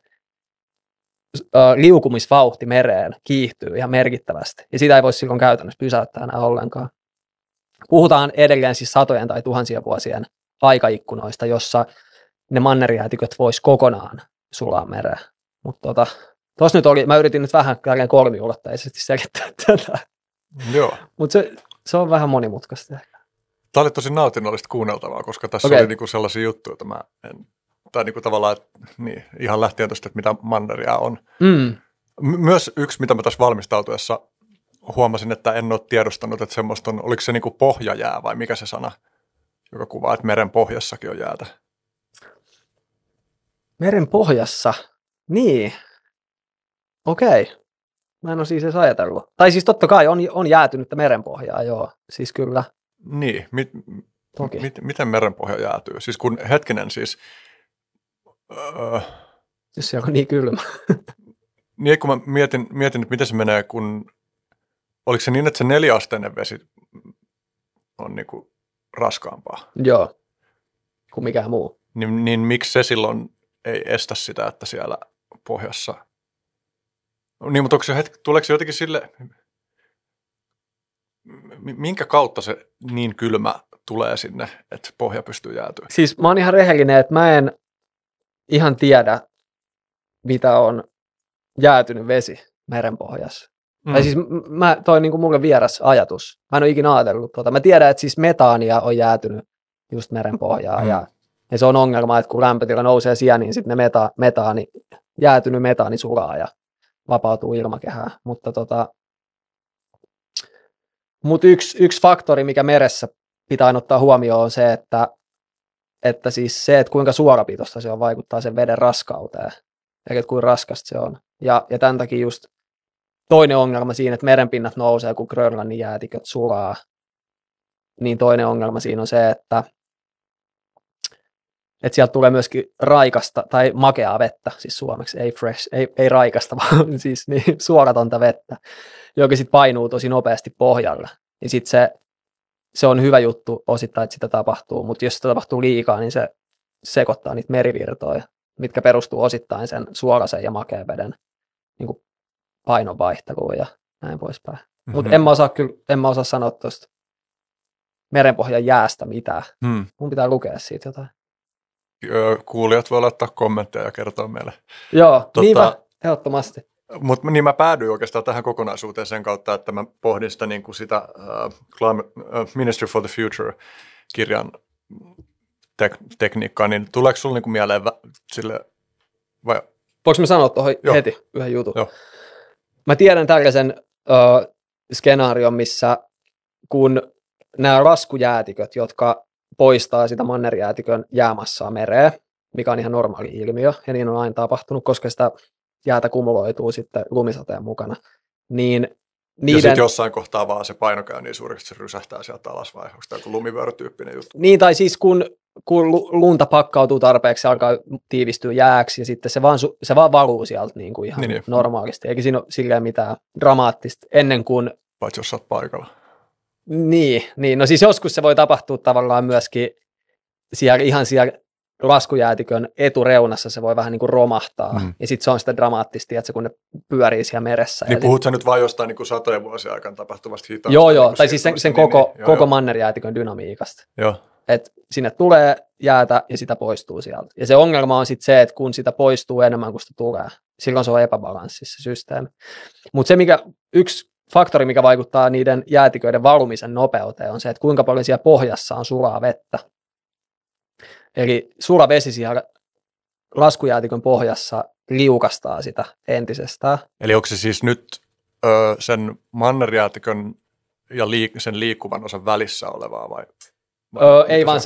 liukumisvauhti mereen kiihtyy ihan merkittävästi. Ja sitä ei voi silloin käytännössä pysäyttää enää ollenkaan. Puhutaan edelleen siis satojen tai tuhansien vuosien aikaikkunoista, jossa ne mannerjäätiköt vois kokonaan sulaa mereen. Mutta tuossa nyt mä yritin nyt vähän kolmiulotteisesti selittää tätä. Joo. Mutta se on vähän monimutkaista. Tämä oli tosi nautinnollista kuunneltavaa, koska tässä oli niinku sellaisia juttuja, että tai niinku tavallaan, niin, ihan lähtien tuosta, että mitä manneria on. Myös yksi, mitä mä tässä valmistautuessa huomasin, että en ole tiedostanut, että semmoista on, oliko se niinku pohjajää vai mikä se sana, joka kuvaa, että meren pohjassakin on jäätä. Meren pohjassa? Niin. Okei. Mä en ole siis edes ajatellut. Tai siis totta kai on jäätynyttä merenpohjaa, joo. Siis kyllä. Niin, Toki. miten merenpohja jäätyy? Siis kun hetkinen siis... Jos siellä on niin kylmä. Niin, kun mä mietin, että miten se menee, kun... Oliko se niin, että se 4-asteinen vesi on niinku raskaampaa? Joo, kuin mikään muu. Niin miksi se silloin ei estä sitä, että siellä pohjassa... Niin, mutta tuleeko se jotenkin sille... Minkä kautta se niin kylmä tulee sinne, että pohja pystyy jäätyä? Siis mä oon ihan rehellinen, että mä en ihan tiedä, mitä on jäätynyt vesi merenpohjassa. Tai siis toi niin kuin mulle vieras ajatus. Mä en ole ikinä ajatellut tuota. Mä tiedän, että siis metaania on jäätynyt just merenpohjaan. Ja se on ongelma, että kun lämpötila nousee siellä, niin sitten ne jäätynyt metaani sulaa ja vapautuu ilmakehään. Mutta yksi faktori, mikä meressä pitää aina ottaa huomioon, on se, että siis se, että kuinka suorapitoista se on, vaikuttaa sen veden raskauteen. Eli että kuinka raskasta se on. Ja tämän takia just toinen ongelma siinä, että merenpinnat nousee, kun Grönlannin jäätiköt sulaa, niin toinen ongelma siinä on se, että sieltä tulee myöskin raikasta tai makeaa vettä, siis suomeksi, ei fresh, ei raikasta, vaan siis niin suoratonta vettä, joka sitten painuu tosi nopeasti pohjalle. Ja sitten se on hyvä juttu osittain, että sitä tapahtuu, mutta jos sitä tapahtuu liikaa, niin se sekoittaa niitä merivirtoja, mitkä perustuu osittain sen suorasen ja makean veden niin kuin painonvaihteluun ja näin poispäin. Mm-hmm. Mutta en mä osaa sanoa tuosta merenpohjan jäästä mitään. Mun pitää lukea siitä jotain. Kuulijat voi laittaa kommentteja ja kertoa meille. Joo, niinpä, ehdottomasti. Mutta niin mä päädyin oikeastaan tähän kokonaisuuteen sen kautta, että mä pohdin sitä, niin kuin sitä Ministry for the Future-kirjan tekniikkaa, niin tuleeko sulla niin kuin mieleen sille, vai? Voinko mä sanoa tuohon heti yhden jutun? Joo. Mä tiedän tällaisen skenaarion, missä kun nämä raskujäätiköt, jotka poistaa sitä mannerjäätikön jäämassaa mereen, mikä on ihan normaali ilmiö, ja niin on aina tapahtunut, koska sitä jäätä kumuloituu sitten lumisateen mukana. Niin ja sitten jossain kohtaa vaan se paino käy niin suureksi, että se rysähtää sieltä alas, vai onko tämä joku lumivyörytyyppinen juttu? Niin, tai siis kun lunta pakkautuu tarpeeksi, se alkaa tiivistyä jääksi, ja sitten se vaan valuu sieltä niin kuin ihan normaalisti. Eikä siinä ole silleen mitään dramaattista ennen kuin... Paitsi jos sä oot paikalla. Niin, no siis joskus se voi tapahtua tavallaan myöskin ihan siellä laskujäätikön etureunassa se voi vähän niin kuin romahtaa, ja sitten se on sitä dramaattista, että kun ne pyörii siellä meressä. Niin puhut sä nyt vaan jostain niin kuin satojen vuosien aikana tapahtuvasta hitaasta? Joo, niin tai siis sen koko mannerjäätikön dynamiikasta. Joo. Että sinne tulee jäätä ja sitä poistuu sieltä. Ja se ongelma on sitten se, että kun sitä poistuu enemmän kuin sitä tulee, silloin se on epäbalanssissa se systeemi. Mutta yksi faktori, mikä vaikuttaa niiden jäätiköiden valumisen nopeuteen, on se, että kuinka paljon siellä pohjassa on sulaa vettä. Eli sula vesi siellä laskujäätikön pohjassa liukastaa sitä entisestään. Eli onko se siis nyt sen mannerjäätikön ja sen liikkuvan osan välissä olevaa vai? Ei, vaan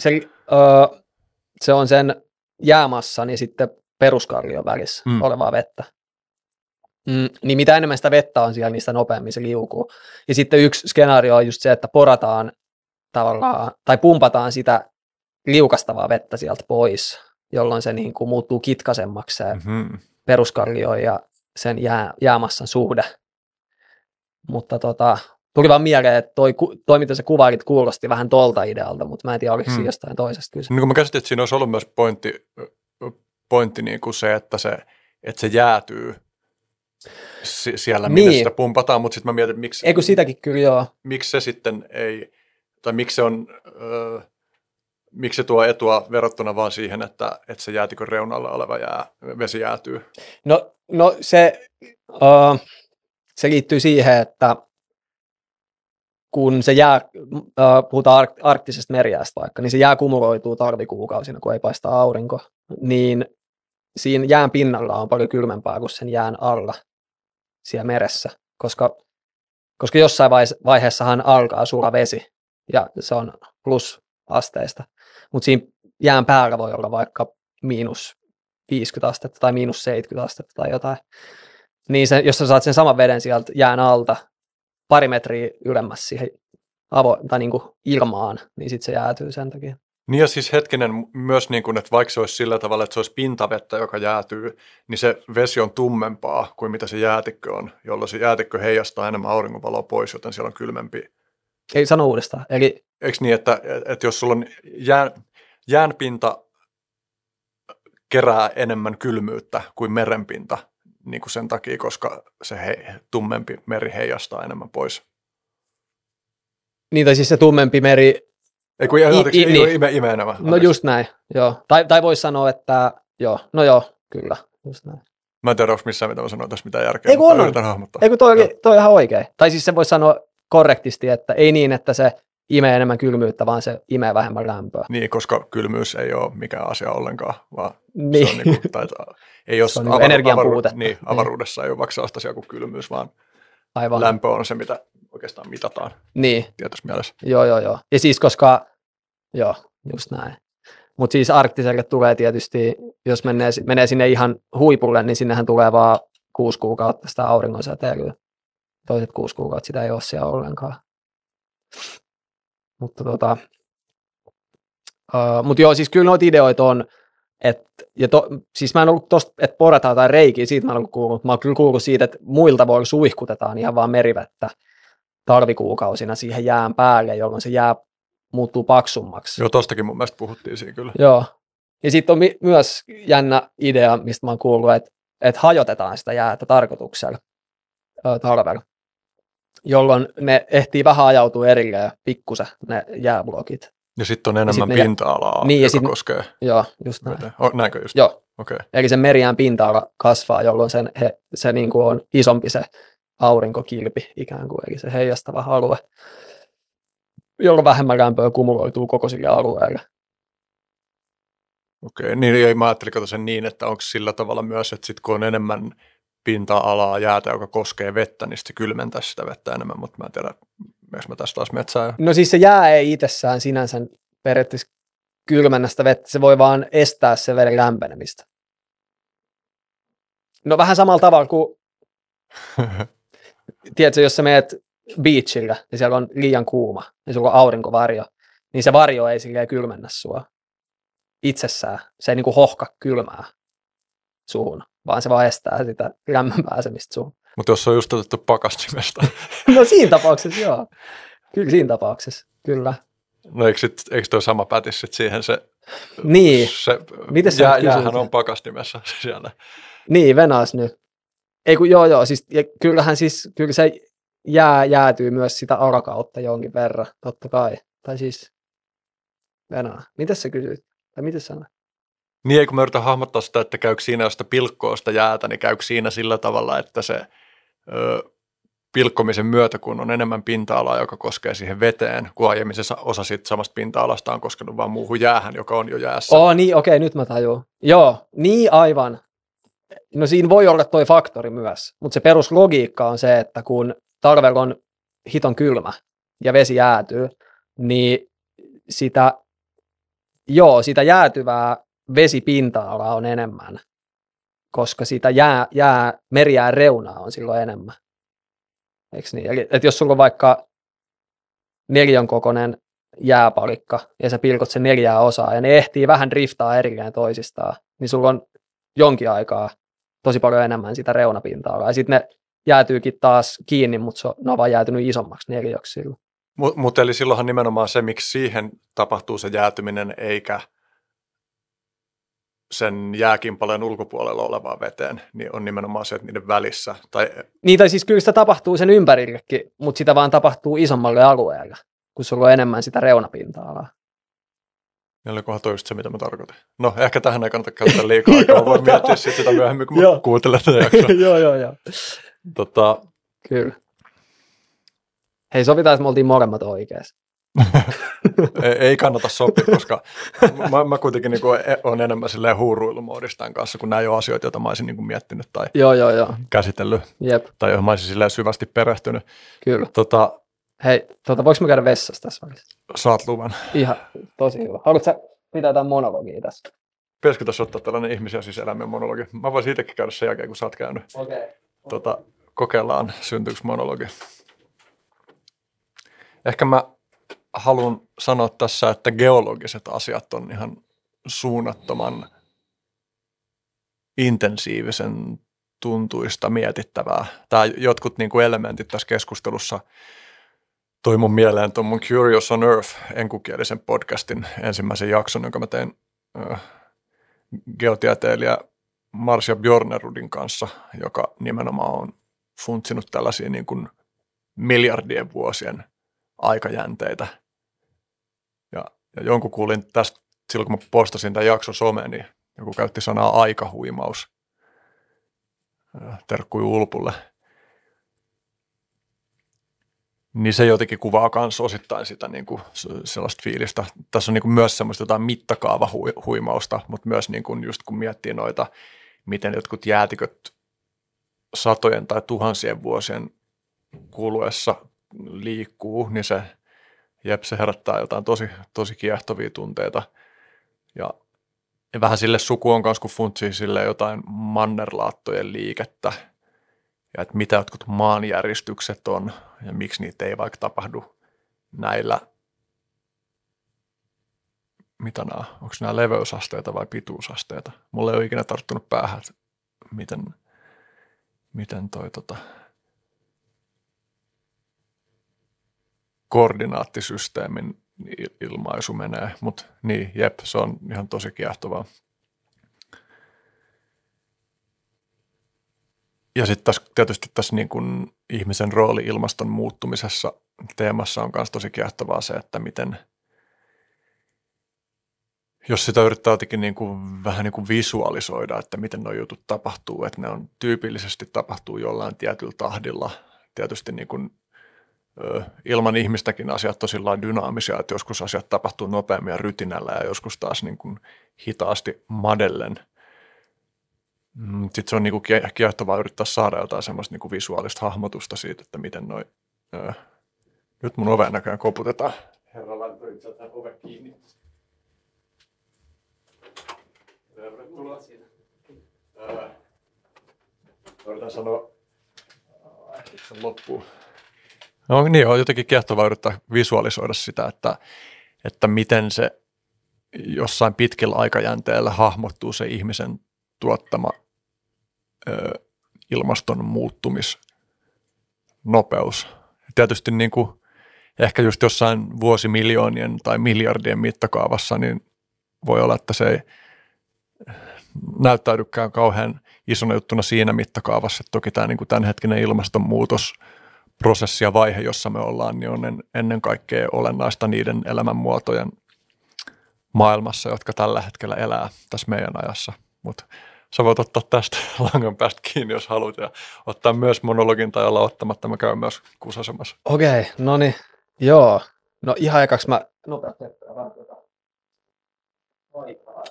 se on sen jäämassan ja sitten peruskallion välissä olevaa vettä. Niin mitä enemmän sitä vettä on siellä, niin sitä nopeammin se liukuu. Ja sitten yksi skenaario on just se, että porataan tavallaan, tai pumpataan sitä liukastavaa vettä sieltä pois, jolloin se niin kuin muuttuu kitkaisemmaksi se peruskallion ja sen jäämassan suhde. Mutta tuli vaan mieleen, että toi mitä sä kuvailit kuulosti vähän tolta idealta, mutta mä en tiedä, oliko siinä jostain toisesta kyse. Niin kuin mä käsitin, että siinä olisi ollut myös pointti niin kuin se, että se jäätyy siellä, minne sitä pumpataan, mutta sitten mä mietin, miksi... Eikö sitäkin kyllä, joo. Miksi se sitten ei, tai miksi se on... Miksi se tuo etua verrattuna vaan siihen, että se jäätikön reunalla oleva vesi jäätyy? No se liittyy siihen, että kun se puhutaan arktisesta merijäästä vaikka, niin se jää kumuloituu talvikuukausina, kun ei paista aurinko, niin siinä jään pinnalla on paljon kylmempää kuin sen jään alla siellä meressä, koska jossain vaiheessahan alkaa sulaa vesi, ja se on plusasteista. Mutta siinä jään päällä voi olla vaikka -50 astetta tai -70 astetta tai jotain. Niin jos sä saat sen saman veden sieltä jään alta pari metriä ylemmäs siihen tai niin kuin ilmaan, niin sitten se jäätyy sen takia. Niin ja siis hetkinen myös, niin kuin, että vaikka se olisi sillä tavalla, että se olisi pintavettä, joka jäätyy, niin se vesi on tummempaa kuin mitä se jäätikkö on, jolloin se jäätikkö heijastaa enemmän auringonvaloa pois, joten siellä on kylmempi. Ei sano uudestaan. Eli... Eikö niin, että jos sulla on jäänpinta kerää enemmän kylmyyttä kuin merenpinta, niin kuin sen takia, koska se tummempi meri heijastaa enemmän pois. Niin, tai siis se tummempi meri... Ei kun ime enemmän. No just näin, joo. Tai voisi sanoa, että joo, no joo, kyllä, just näin. Mä en tiedä, onko missään mitä mä sanoin tässä mitään järkeä, ei, mutta yritän hahmottaa. Ei kun toi on ihan oikein. Tai siis se voisi sanoa korrektisti, että ei niin, että se imee enemmän kylmyyttä, vaan se imee vähemmän lämpöä. Niin, koska kylmyys ei ole mikään asia ollenkaan, vaan niin. se on niin kuin, ei ole se on energian puutetta. Niin, avaruudessa ei ole vaikka sellaista asiaa kuin kylmyys, vaan aivan. Lämpö on se, mitä oikeastaan mitataan niin. tietyssä mielessä. Joo. Ja siis koska, joo, just näin. Mutta siis arktiselle tulee tietysti, jos menee sinne ihan huipulle, niin sinnehän tulee vaan 6 kuukautta sitä auringonsäteilyä. Toiset 6 kuukautta sitä ei ole siellä ollenkaan. Mutta mut joo, siis kyllä noita ideoita on, siis mä en ollut tosta, että porataan tai reikiä, siitä mä en ollut kuullut. Mä oon kyllä kuullut siitä, että muilta voi suihkutetaan ihan vaan merivettä talvikuukausina siihen jään päälle, jolloin se jää muuttuu paksummaksi. Joo, tostakin mun mielestä puhuttiin siinä kyllä. Joo. Ja sitten on myös jännä idea, mistä mä oon kuullut, että hajotetaan sitä jäätä tarkoituksella talvella, jolloin ne ehtii vähän ajautua erilleen pikkusen ne jääblokit. Ja sitten on enemmän pinta-alaa, niin, joka koskee. Joo, just näin. Näinkö just? Joo. Okay. Eli sen merijään pinta-ala kasvaa, jolloin se niin kuin on isompi se aurinkokilpi ikään kuin, eli se heijastava alue, jolloin vähemmän lämpöä kumuloituu koko sille alueelle. Okei, niin mä ajattelin sen niin, että onko sillä tavalla myös, että sit kun on enemmän pinta-alaa jäätä, joka koskee vettä, niin se kylmentää sitä vettä enemmän, mutta mä en tiedä, meneekö mä tässä taas metsään. No siis se jää ei itsessään sinänsä periaatteessa kylmennä sitä vettä, se voi vaan estää sen veden lämpenemistä. No vähän samalla tavalla kuin, tiedätkö, jos sä meet beachillä ja siellä on liian kuuma ja sulla on aurinkovarjo, niin se varjo ei silleen kylmennä sua itsessään. Se ei niin kuin hohka kylmää suhun, vaan se vaan estää sitä lämmön pääsemistä suhun. Mutta jos on just otettu pakastimesta. No siinä tapauksessa joo. Kyllä siinä tapauksessa, kyllä. No eikö toi sama pätis sit siihen se... Niin. Jäähän on pakastimessa siellä. Niin, venaas nyt. Ei kun joo, siis kyllä se jäätyy myös sitä alakautta jonkin verran, totta kai. Tai siis venaa. Mitäs sä kysyit? Tai mitä sanoit? Niin, ei kun mä yritän hahmottaa sitä, että käykö siinä, josta pilkkoo sitä jäätä, niin käykö siinä sillä tavalla, että se pilkkomisen myötä, kun on enemmän pinta-alaa, joka koskee siihen veteen, kun aiemmin se osa siitä samasta pinta-alasta on koskenut vaan muuhun jäähän, joka on jo jäässä. Niin, okei, nyt mä tajuun. Joo, niin aivan. No siinä voi olla toi faktori myös, mutta se peruslogiikka on se, että kun talvella on hiton kylmä ja vesi jäätyy, niin sitä jäätyvää vesipinta-alaa on enemmän, koska sitä merijään reunaa on silloin enemmän. Eikö niin? Eli että jos sulla on vaikka 4 kokoinen jääpalikka ja sä pilkot sen 4 osaa ja ne ehtii vähän driftaa erilleen toisistaan, niin sulla on jonkin aikaa tosi paljon enemmän sitä reunapinta-alaa. Ja sitten ne jäätyykin taas kiinni, mutta ne on vaan jäätynyt isommaksi 4 silloin. Mutta eli silloinhan nimenomaan se, miksi siihen tapahtuu se jäätyminen, eikä sen jääkimpaleen ulkopuolella olevaan veteen, niin on nimenomaan se, että niiden välissä. Tai siis kyllä sitä tapahtuu sen ympärillekin, mutta sitä vaan tapahtuu isommalle alueelle, kun sulla on enemmän sitä reunapinta-alaa. Olikohan toi just se, mitä mä tarkoitin. No, ehkä tähän ei kannata käyttää liikaa aikaa. Voin miettiä sitä myöhemmin, kun mä kuuntelen tätä jaksoa. joo. Kyllä. Hei, sovitaan, että me oltiin molemmat oikeassa. Ei kannata sopia, koska mä kuitenkin niin olen enemmän huuruilumoodissa tämän kanssa, kun nämä ei ole asioita, joita mä olisin niin miettinyt tai käsitellyt. Jep. Tai joihin mä olisin syvästi perehtynyt. Kyllä. Hei, voiko mä käydä vessassa tässä välissä? Saat luvan. Ihan tosi hyvä. Haluatko sä pitää tämän monologia tässä? Pitäisikö tässä ottaa tällainen ihmisiä siis elämän monologi? Mä voisin itsekin käydä sen jälkeen, kun sä oot käynyt. Okei. kokeillaan, syntyykö monologi. Ehkä mä haluan sanoa tässä, että geologiset asiat on ihan suunnattoman intensiivisen tuntuista mietittävää. Tämä jotkut niin kuin elementit tässä keskustelussa toi mun mieleen tuon mun Curious on Earth enkukielisen podcastin ensimmäisen jakson, jonka mä tein geotieteilijä Marcia Bjornerudin kanssa, joka nimenomaan on funtsinut tällaisia niin kuin miljardien vuosien aikajänteitä. Ja jonkun kuulin tästä, silloin kun mä postasin tämän jakson someen, niin joku käytti sanaa aikahuimaus. Terkkui Ulpulle. Niin se jotenkin kuvaa myös osittain sitä niin kuin sellaista fiilistä. Tässä on niin kuin myös semmoista jotain mittakaavahuimausta, mutta myös niin kuin just kun miettii noita, miten jotkut jäätiköt satojen tai tuhansien vuosien kuluessa liikkuu, niin se herättää jotain tosi kiehtovia tunteita. Ja vähän sille suku on kanssa, kun funtsii sille jotain mannerlaattojen liikettä ja että mitä jotkut maanjäristykset on ja miksi niitä ei vaikka tapahdu näillä, mitä nämä, onko nämä leveysasteita vai pituusasteita. Mulle ei ole ikinä tarttunut päähän, että miten toi koordinaattisysteemin ilmaisu menee, mutta niin, jep, se on ihan tosi kiehtovaa. Ja sitten tietysti tässä niin kun ihmisen rooli ilmaston muuttumisessa teemassa on myös tosi kiehtovaa se, että miten, jos sitä yrittää jotenkin niin kuin, vähän niin kuin visualisoida, että miten nuo jutut tapahtuu, että ne on tyypillisesti tapahtuu jollain tietyllä tahdilla. Tietysti niin kuin, ilman ihmistäkin asiat on sillä dynaamisia, että joskus asiat tapahtuu nopeammin ja rytinällä ja joskus taas niin kuin hitaasti madellen. Sitten se on niin kuin kiehtovaa yrittää saada jotain semmoista niin kuin visuaalista hahmotusta siitä, että miten noi... Nyt mun oven näköjään koputetaan. Herra Lämpörin, sieltä ove kiinni. Tervetuloa. Yritän sanoa, että se loppuu. No niin, on jotenkin kiehtovaa yrittää visualisoida sitä, että miten se jossain pitkällä aikajänteellä hahmottuu se ihmisen tuottama ilmaston muuttumisnopeus. Tietysti niin kuin ehkä just jossain vuosimiljoonien tai miljardien mittakaavassa niin voi olla, että se ei näyttäydykään kauhean isona juttuna siinä mittakaavassa. Että toki tämä niin kuin tämänhetkinen ilmastonmuutosprosessi ja vaihe, jossa me ollaan, niin on ennen kaikkea olennaista niiden elämänmuotojen maailmassa, jotka tällä hetkellä elää tässä meidän ajassa. Mutta sä voit ottaa tästä langan päästä kiinni, jos haluat, ja ottaa myös monologin tai olla ottamatta. Mä käyn myös kuusasemassa. Okei, no niin, joo. No ihan ekaksi mä nopeasti aikaa.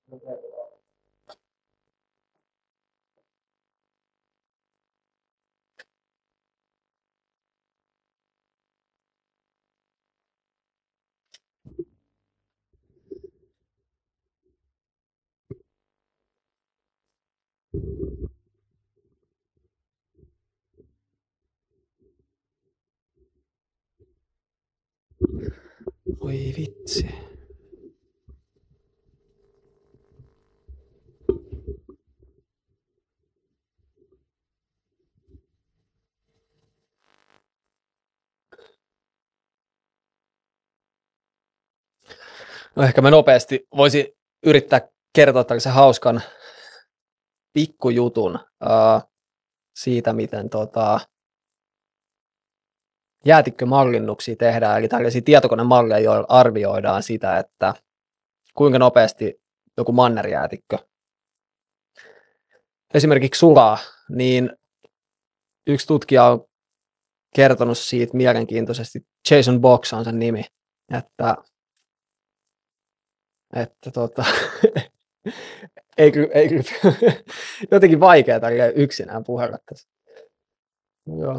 Oi vitsi. No ehkä mä nopeasti voisin yrittää kertoa tällaisen hauskan pikkujutun siitä, miten jäätikkömallinnuksia tehdään, eli tällaisia tietokonemalleja, joilla arvioidaan sitä, että kuinka nopeasti joku mannerjäätikkö esimerkiksi sulaa, niin yksi tutkija on kertonut siitä mielenkiintoisesti, Jason Box on sen nimi, että ei kyllä jotenkin vaikea tälleen yksinään puhella tässä. Joo.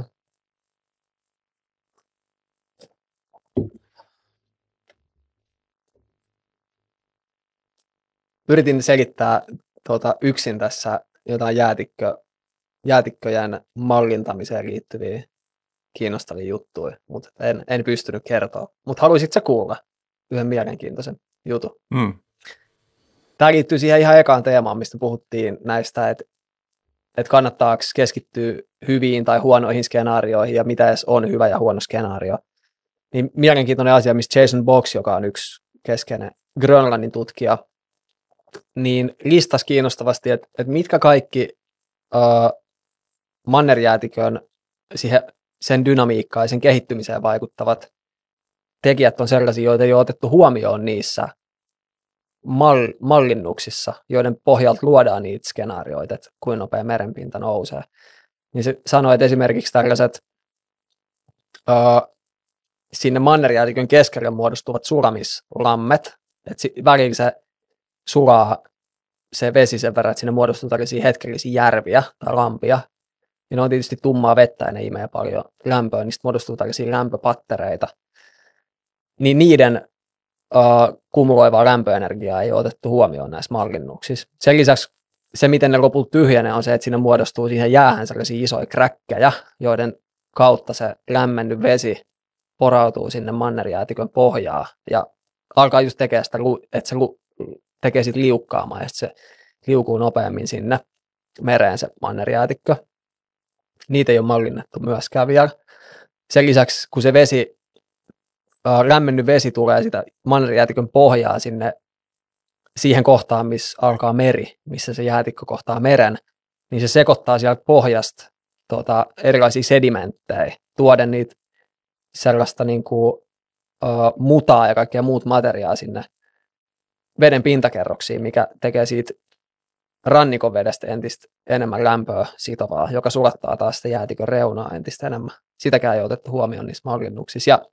Yritin selittää yksin tässä jotain jäätikköjen mallintamiseen liittyviä kiinnostavia juttuja, mutta en pystynyt kertoa. Mutta haluaisitko sä kuulla yhden mielenkiintoisen jutun? Tämä liittyy siihen ihan ekaan teemaan, mistä puhuttiin näistä, että kannattaako keskittyä hyviin tai huonoihin skenaarioihin ja mitä edes on hyvä ja huono skenaario. Niin mielenkiintoinen asia, missä Jason Box, joka on yksi keskeinen Grönlannin tutkija, niin listasi kiinnostavasti, että mitkä kaikki mannerjäätikön sen dynamiikkaan ja sen kehittymiseen vaikuttavat tekijät on sellaisia, joita ei ole otettu huomioon niissä mallinnuksissa, joiden pohjalta luodaan niitä skenaarioita, että kuinka nopea merenpinta nousee. Niin se sanoi, että esimerkiksi tällaiset sinne mannerjäätikön keskelle muodostuvat sulamislammet, että välillä se sulaa se vesi sen verran, että sinne muodostuu tällaisia hetkellisiä järviä tai lampia, ja ne on tietysti tummaa vettä ja ne imee paljon lämpöä, niin sitten muodostuu tällaisia lämpöpattereita, niin niiden kumuloivaa lämpöenergiaa ei ole otettu huomioon näissä mallinnuksissa. Sen lisäksi se, miten ne lopulta tyhjenee, on se, että sinne muodostuu siihen jäähän sellaisia isoja kräkkejä, joiden kautta se lämmennyt vesi porautuu sinne mannerjäätikön pohjaan ja alkaa just tekemään sitä, että se tekee sitten liukkaamaan ja se liukuu nopeammin sinne mereen se mannerjäätikkö. Niitä ei ole mallinnettu myöskään vielä. Sen lisäksi, kun se lämmennyt vesi tulee sitä mannerjäätikön pohjaa siihen kohtaan, missä alkaa meri, missä se jäätikkö kohtaa meren, niin se sekoittaa sieltä pohjasta erilaisia sedimenttejä, tuoden niitä sellaista niin kuin, mutaa ja kaikkea muut materiaa sinne veden pintakerroksiin, mikä tekee siitä rannikon vedestä entistä enemmän lämpöä sitovaa, joka sulattaa taas sitä jäätikön reunaa entistä enemmän. Sitäkään ei otettu huomioon niissä mallinnuksissa. Ja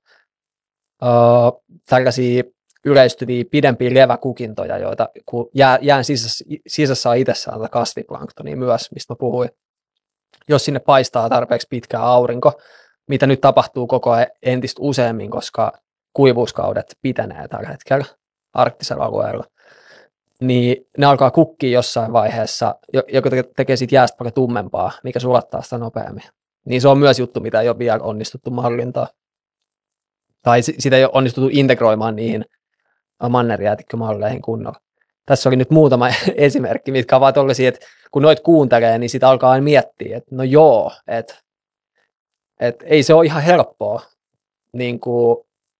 tällaisia yleistyviä pidempiä leväkukintoja, joita kun jään sisässä on itsessään kasviplanktonia myös, mistä mä puhuin. Jos sinne paistaa tarpeeksi pitkä aurinko, mitä nyt tapahtuu koko ajan entistä useammin, koska kuivuuskaudet pitenee tällä hetkellä arktisella alueella, niin ne alkaa kukkia jossain vaiheessa, joka tekee siitä jäästä paljon tummempaa, mikä sulattaa sitä nopeammin. Niin se on myös juttu, mitä ei ole vielä onnistuttu mallintaa. Tai sitä ei ole onnistuttu integroimaan niihin mannerjäätikkömalleihin kunnolla. Tässä oli nyt muutama esimerkki, mitkä ovat tollaisia, että kun noit kuuntelee, niin sitä alkaa aina miettiä, että no joo, että ei se ole ihan helppoa niin kuin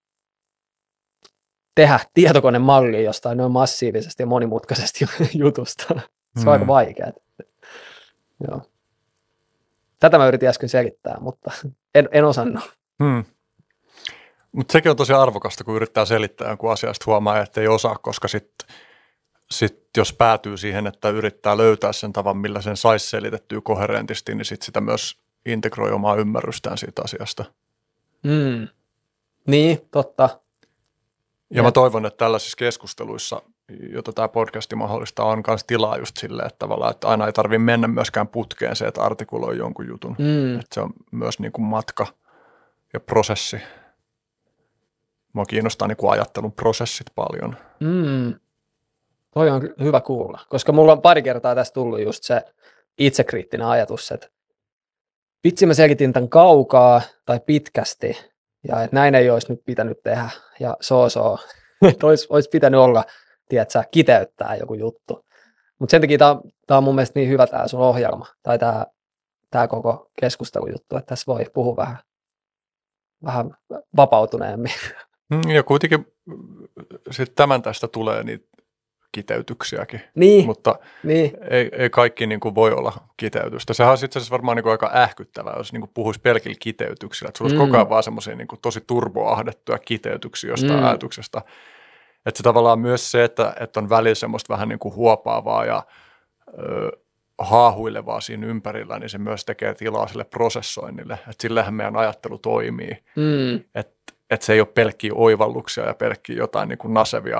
tehdä tietokonemallia jostain noin massiivisesti ja monimutkaisesti jutusta. Se on aika vaikeaa. Joo. Tätä mä yritin äsken selittää, mutta en osannut. Mutta sekin on tosi arvokasta, kun yrittää selittää jonkun asiasta, huomaa, että ei osaa, koska sit jos päätyy siihen, että yrittää löytää sen tavan, millä sen saisi selitettyä koherentisti, niin sit sitä myös integroi omaa ymmärrystään siitä asiasta. Niin, totta. Ja mä toivon, että tällaisissa keskusteluissa, jota tämä podcasti mahdollistaa, on myös tilaa just silleen, että tavallaan, että aina ei tarvitse mennä myöskään putkeen se, että artikuloi jonkun jutun. Että se on myös niin kuin matka ja prosessi. Mua kiinnostaa niin kuin ajattelun prosessit paljon. Toi on hyvä kuulla, koska mulla on pari kertaa tässä tullut just se itsekriittinen ajatus, että vitsi mä selitin tämän kaukaa tai pitkästi, ja että näin ei olisi nyt pitänyt tehdä, ja että olisi pitänyt olla, tiedätkö, kiteyttää joku juttu. Mutta sen takia tämä on mun mielestä niin hyvä tämä sun ohjelma, tai tämä koko keskustelujuttu, että tässä voi puhua vähän vapautuneemmin. Ja kuitenkin sitten tämän tästä tulee niitä kiteytyksiäkin, mutta ei kaikki niin kuin voi olla kiteytystä. Sehän on itse asiassa varmaan niin kuin aika ähkyttävää, jos niin kuin puhuisi pelkillä kiteytyksillä. Että sulla olisi koko ajan vaan semmoisia niin kuin tosi turboahdettuja kiteytyksiä jostain ajatuksesta. Että se tavallaan myös se, että on välillä semmoista vähän niin kuin huopaavaa ja haahuilevaa siinä ympärillä, niin se myös tekee tilaa sille prosessoinnille. Että sillähän meidän ajattelu toimii. Että se ei ole pelkkiä oivalluksia ja pelkkiä jotain niin kuin nasevia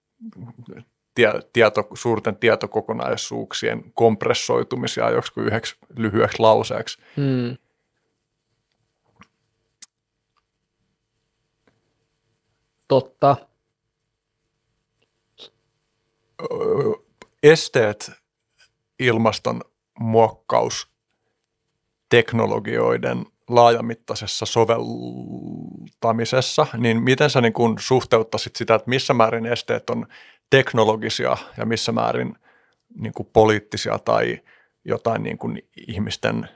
suurten tietokokonaisuuksien kompressoitumisia joksikin yhdeksi lyhyeksi lauseeksi. Totta. Esteet ilmastonmuokkaus teknologioiden laajamittaisessa soveltamisessa, niin miten sä niin kun suhteuttaisit sitä, että missä määrin esteet on teknologisia ja missä määrin niin kuin poliittisia tai jotain niin kuin ihmisten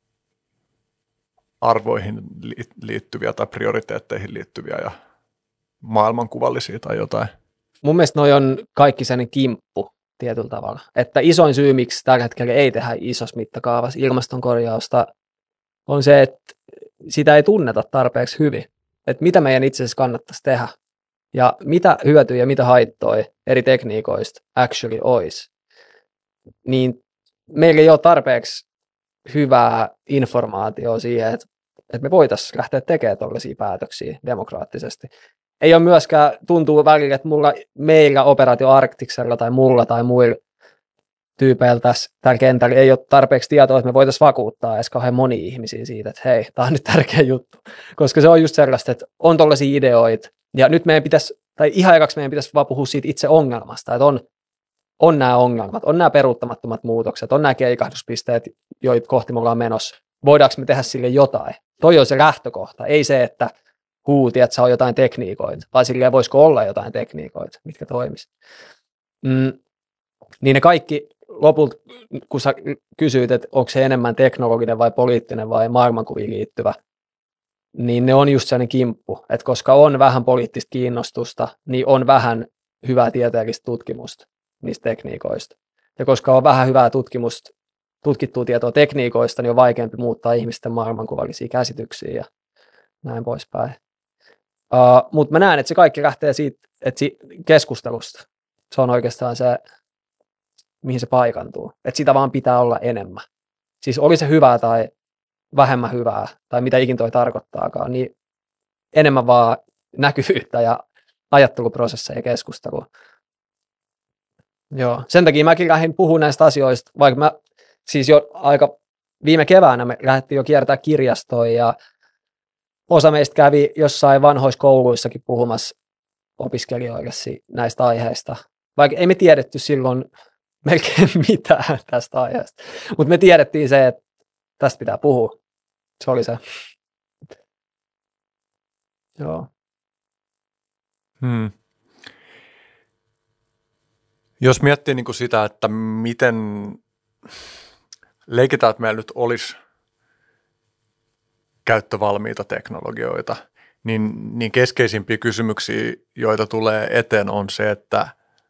arvoihin liittyviä tai prioriteetteihin liittyviä ja maailmankuvallisia tai jotain? Mun mielestä noi on kaikki sellainen kimppu tietyllä tavalla. Että isoin syy, miksi tällä hetkellä ei tehdä isossa mittakaavassa ilmastonkorjausta, on se, että sitä ei tunneta tarpeeksi hyvin. Että mitä meidän itse asiassa kannattaisi tehdä ja mitä hyötyjä ja mitä haittoja eri tekniikoista actually olisi. Niin meillä ei ole tarpeeksi hyvää informaatiota siihen, että me voitaisiin lähteä tekemään tällaisia päätöksiä demokraattisesti. Ei ole myöskään, tuntuu välillä, että meillä Operaatio Arktiksella tai mulla tai muilla tyypeillä tällä kentällä ei ole tarpeeksi tietoa, että me voitaisiin vakuuttaa edes kauhean monia ihmisiä siitä, että hei, tämä on nyt tärkeä juttu. Koska se on just sellaista, että on tällaisia ideoita, ja nyt meidän pitäisi, tai ihan ekaksi meidän pitäisi vaan puhua siitä itse ongelmasta, että on nämä ongelmat, on nämä peruuttamattomat muutokset, on nämä keikahduspisteet, joita kohti me ollaan menossa. Voidaanko me tehdä sille jotain? Toi on se lähtökohta, ei se, että huuti, että se on jotain tekniikoita, vai silleen voisiko olla jotain tekniikoita, mitkä toimisi. Niin ne kaikki lopulta, kun sä kysyit, että onko se enemmän teknologinen vai poliittinen vai maailmankuviin liittyvä, niin ne on just sellainen kimppu, että koska on vähän poliittista kiinnostusta, niin on vähän hyvää tieteellistä tutkimusta niistä tekniikoista. Ja koska on vähän hyvää tutkimusta, tutkittua tietoa tekniikoista, niin on vaikeampi muuttaa ihmisten maailmankuvallisia käsityksiä ja näin poispäin. Mutta mä näen, että se kaikki lähtee siitä keskustelusta. Se on oikeastaan se, mihin se paikantuu. Että sitä vaan pitää olla enemmän. Siis oli se hyvää tai vähemmän hyvää, tai mitä ikin toi tarkoittaakaan, niin enemmän vaan näkyvyyttä ja ajatteluprosesseja ja keskustelua. Joo. Sen takia mäkin lähdin puhumaan näistä asioista, vaikka mä siis jo aika viime keväänä me lähdettiin jo kiertää kirjastoja ja osa meistä kävi jossain vanhoissa kouluissakin puhumassa opiskelijoille näistä aiheista. Vaikka ei me tiedetty silloin melkein mitään tästä aiheesta. Mutta me tiedettiin se, että tästä pitää puhua. Se oli se. Joo. Jos miettii niin kuin sitä, että miten leikitään, että meillä nyt olisi käyttövalmiita teknologioita, niin keskeisimpiä kysymyksiä, joita tulee eteen, on se, että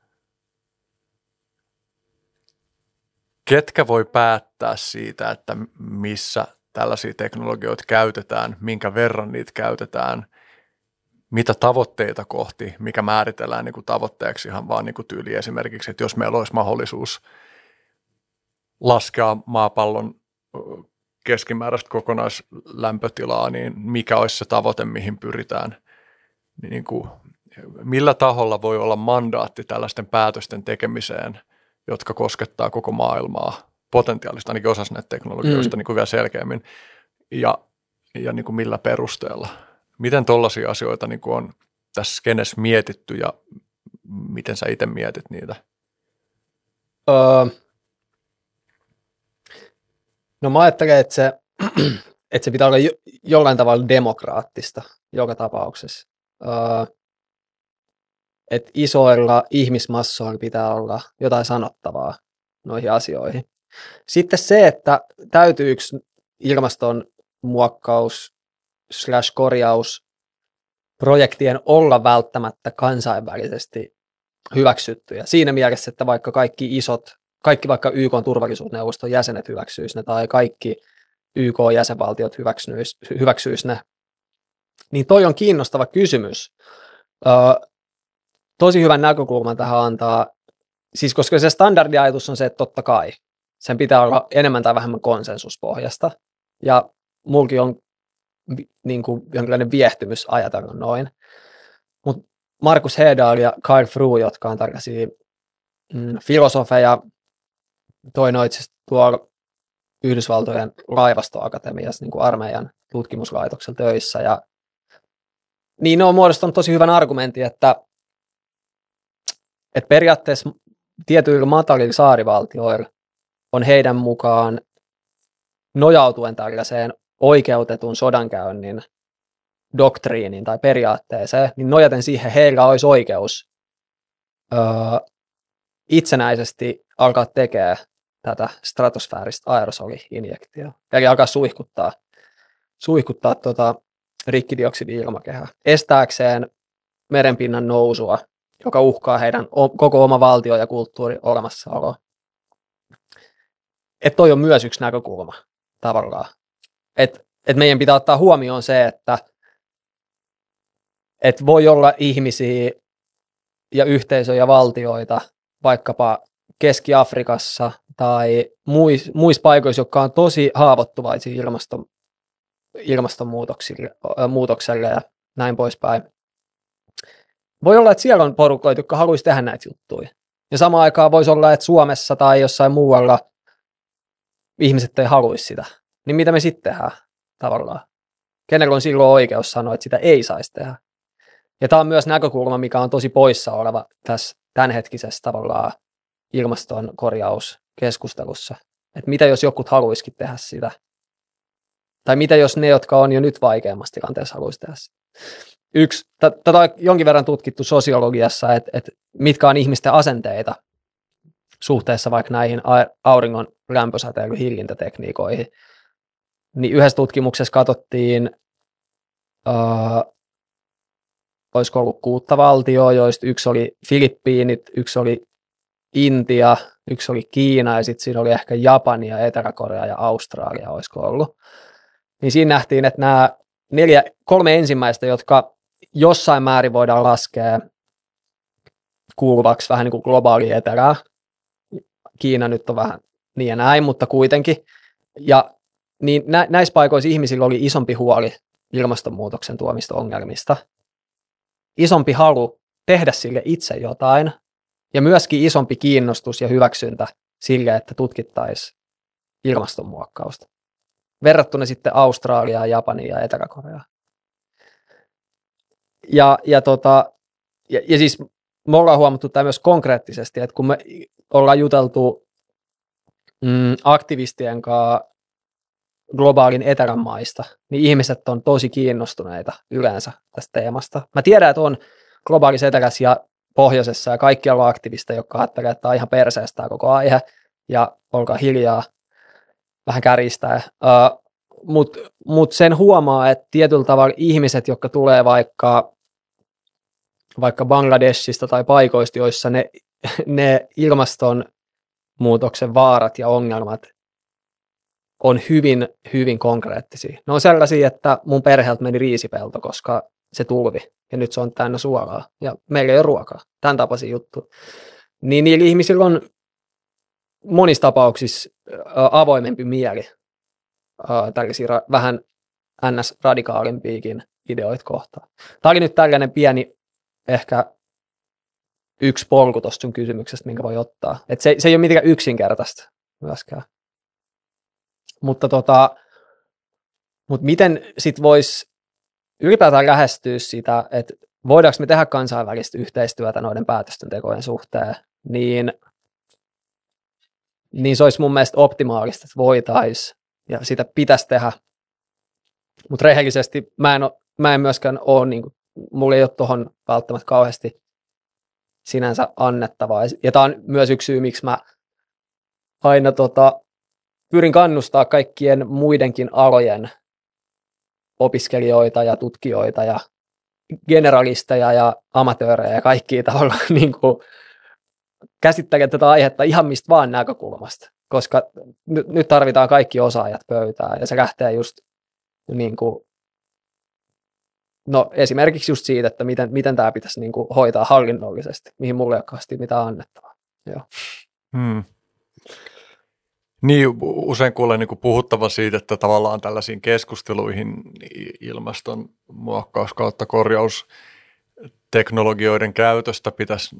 ketkä voi päättää siitä, että missä tällaisia teknologioita käytetään, minkä verran niitä käytetään, mitä tavoitteita kohti, mikä määritellään niin kuin tavoitteeksi ihan vaan niin kuin tyyli esimerkiksi, että jos meillä olisi mahdollisuus laskea maapallon keskimääräistä kokonaislämpötilaa, niin mikä olisi se tavoite, mihin pyritään. Niin kuin, millä taholla voi olla mandaatti tällaisten päätösten tekemiseen, jotka koskettaa koko maailmaa, potentiaalista ainakin osassa näitä teknologioista niin kuin vielä selkeämmin, ja niin kuin millä perusteella. Miten tollaisia asioita niin kuin on tässä skenessä mietitty ja miten sä itse mietit niitä? No mä ajattelen, että se pitää olla jollain tavalla demokraattista joka tapauksessa. Että isoilla ihmismassoilla pitää olla jotain sanottavaa noihin asioihin. Sitten se, että täytyykö ilmastonmuokkaus / korjausprojektien olla välttämättä kansainvälisesti hyväksyttyjä. Siinä mielessä, että vaikka kaikki vaikka YK:n turvallisuusneuvoston jäsenet hyväksyisi ne tai kaikki YK-jäsenvaltiot hyväksyisi ne, niin toi on kiinnostava kysymys. Tosi hyvän näkökulman tähän antaa, siis koska se standardiajatus on se, että totta kai sen pitää olla enemmän tai vähemmän konsensuspohjasta, ja mulki on niin kuin jonkinlainen viehtymys ajatella noin. Mutta Markus Hedahl ja Karl Froh, jotka on tällaisia filosofeja, toinen on itse asiassa tuolla Yhdysvaltojen laivastoakatemiassa niin kuin armeijan tutkimuslaitoksella töissä, ja niin ne on muodostanut tosi hyvän argumentin, että periaatteessa tietyillä matalilla saarivaltioilla on heidän mukaan nojautuen tällaiseen oikeutetun sodankäynnin doktriiniin tai periaatteeseen, niin nojaten siihen heillä olisi oikeus itsenäisesti alkaa tekemään tätä stratosfääristä aerosoli-injektiota, eli alkaa suihkuttaa rikkidioksidilmakehää estääkseen merenpinnan nousua, joka uhkaa heidän koko oma valtio ja kulttuuri olemassaoloa. Että toi on myös yksi näkökulma tavallaan. Että meidän pitää ottaa huomioon se, että voi olla ihmisiä ja yhteisöjä ja valtioita vaikkapa Keski-Afrikassa tai muissa paikoissa, jotka on tosi haavoittuvaisia ilmastonmuutokselle ja näin poispäin. Voi olla, että siellä on porukoita, jotka haluaisi tehdä näitä juttuja. Ja samaan aikaan voisi olla, että Suomessa tai jossain muualla ihmiset ei haluaisi sitä. Niin mitä me sitten tehdään tavallaan? Kenellä on silloin oikeus sanoa, että sitä ei saisi tehdä? Ja tämä on myös näkökulma, mikä on tosi poissa oleva tässä tämänhetkisessä tavallaan ilmastonkorjauskeskustelussa. Että mitä jos jotkut haluaisikin tehdä sitä? Tai mitä jos ne, jotka on jo nyt vaikeammassa tilanteessa, haluaisi tehdä sitä? Tätä on jonkin verran tutkittu sosiologiassa, että mitkä on ihmisten asenteita suhteessa vaikka näihin auringon lämpösäteilyn hillintätekniikoihin. Niin yhdessä tutkimuksessa katsottiin, olisiko ollut 6 valtioa, joista yksi oli Filippiinit, yksi oli Intia, yksi oli Kiina ja sitten siinä oli ehkä Japania, Etelä-Korea ja Australia olisiko ollut. Niin siinä nähtiin, että nämä 3 ensimmäistä, jotka jossain määrin voidaan laskea kuuluvaksi vähän niin kuin globaali etelää. Kiina nyt on vähän niin ja näin, mutta kuitenkin. Ja niin näissä paikoissa ihmisillä oli isompi huoli ilmastonmuutoksen tuomista ongelmista. Isompi halu tehdä sille itse jotain ja myöskin isompi kiinnostus ja hyväksyntä sille, että tutkittaisiin ilmastonmuokkausta. Verrattuna sitten Australiaan, Japaniin ja Etelä-Koreaan. Ja siis me ollaan huomattu tämä myös konkreettisesti, että kun me ollaan juteltu aktivistien kanssa globaalin etelän maista, niin ihmiset on tosi kiinnostuneita yleensä tästä teemasta. Mä tiedän, että on globaalissa etelässä ja pohjoisessa ja kaikkialla on aktivisteja, jotka ajattelee, että tämä on ihan perseestä koko aihe ja olkaa hiljaa, vähän kärjistää. Mutta sen huomaa, että tietyllä tavalla ihmiset, jotka tulee vaikka Bangladeshista tai paikoista, joissa ne ilmastonmuutoksen vaarat ja ongelmat on hyvin, hyvin konkreettisia. Ne on sellaisia, että mun perheeltä meni riisipelto, koska se tulvi ja nyt se on täynnä suolaa ja meillä ei ole ruokaa. Tämän tapaisia juttuja. Niin niillä ihmisillä on monissa tapauksissa avoimempi mieli tällaisia vähän NS-radikaalimpiakin ideoita kohtaan. Tämä oli nyt tällainen pieni ehkä yksi polku tuosta sun kysymyksestä, minkä voi ottaa. Et se ei ole mitenkään yksinkertaista myöskään. Mutta miten sitten voisi ylipäätään lähestyä sitä, että voidaanko me tehdä kansainvälistä yhteistyötä noiden päätösten tekojen suhteen, niin se olisi mun mielestä optimaalista, että voitaisiin ja sitä pitäisi tehdä. Mutta rehellisesti mä en myöskään ole, niin kuin, mulla ei ole tuohon välttämättä kauheasti sinänsä annettavaa. Ja tämä on myös yksi syy, miksi mä aina pyrin kannustaa kaikkien muidenkin alojen opiskelijoita ja tutkijoita ja generalisteja ja amatöörejä ja kaikkia tavallaan niin kuin käsittelemään tätä aihetta ihan mistä vaan näkökulmasta, koska nyt tarvitaan kaikki osaajat pöytään ja se lähtee just niin kuin, no esimerkiksi just siitä, että miten tämä pitäisi niin kuin hoitaa hallinnollisesti, mihin mulle ei ole mitään annettavaa. Joo. Niin, usein kuulen niin puhuttava siitä, että tavallaan tällaisiin keskusteluihin ilmastonmuokkaus kautta korjausteknologioiden käytöstä pitäisi,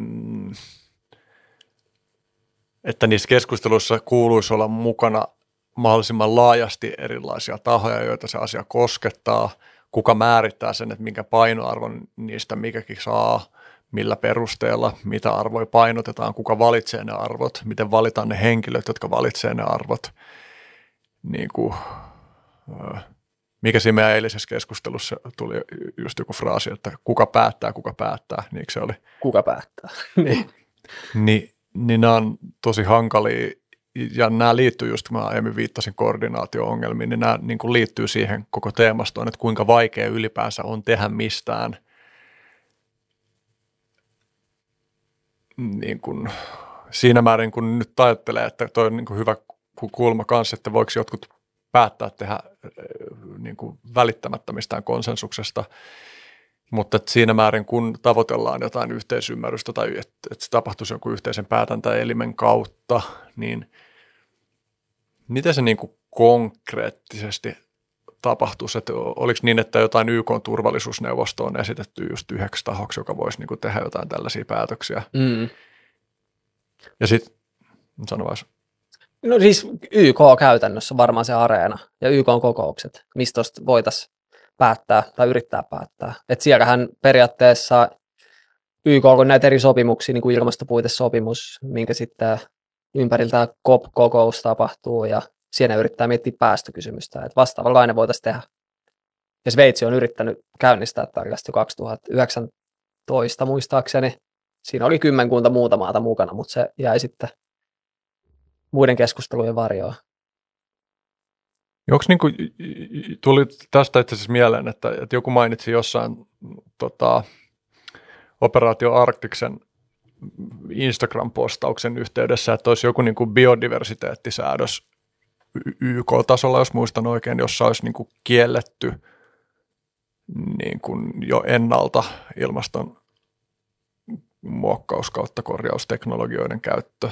että niissä keskusteluissa kuuluisi olla mukana mahdollisimman laajasti erilaisia tahoja, joita se asia koskettaa, kuka määrittää sen, että minkä painoarvon niistä mikäkin saa, millä perusteella, mitä arvoja painotetaan, kuka valitsee ne arvot, miten valitaan ne henkilöt, jotka valitsee ne arvot. niin kuin, mikä siinä meidän eilisessä keskustelussa tuli just joku fraasi, että kuka päättää, niin se oli. Kuka päättää? Niin nämä on tosi hankalia, ja nämä liittyy just, kun mä aiemmin viittasin koordinaatio-ongelmiin, niin nämä niin kuin liittyy siihen koko teemastoon, että kuinka vaikea ylipäänsä on tehdä mistään niin kuin, siinä määrin, kun nyt ajattelee, että toi on niin kuin hyvä kulma kanssa, että voiko jotkut päättää tehdä niin kuin välittämättä mistään konsensuksesta, mutta siinä määrin, kun tavoitellaan jotain yhteisymmärrystä tai että se tapahtuisi jonkun yhteisen päätäntäelimen kautta, niin miten se niin kuin konkreettisesti tapahtuisi? Että oliko niin, että jotain YK-turvallisuusneuvosto on esitetty just yhdeksi tahoksi, joka voisi niin kuin tehdä jotain tällaisia päätöksiä? Ja sitten, sano vaan. No siis YK käytännössä varmaan se areena ja YK-kokoukset, mistä voitaisiin päättää tai yrittää päättää. Että siellähän periaatteessa YK on näitä eri sopimuksia, niin kuin ilmastopuitesopimus, minkä sitten ympäriltä COP-kokous tapahtuu ja siinä yrittää miettiä päästökysymystä, että vastaavanlainen voitaisiin tehdä. Ja Sveitsi on yrittänyt käynnistää tällaista jo 2019 muistaakseni. Siinä oli 10 muuta maata mukana, mutta se jäi sitten muiden keskustelujen varjoon. Onko niin kuin, tuli tästä itse asiassa mieleen, että joku mainitsi jossain operaatio Arktiksen Instagram-postauksen yhteydessä, että olisi joku niin kuin biodiversiteettisäädös YK-tasolla, jos muistan oikein, jossa olisi niin kuin kielletty niin kuin jo ennalta ilmaston muokkaus kautta korjausteknologioiden käyttö.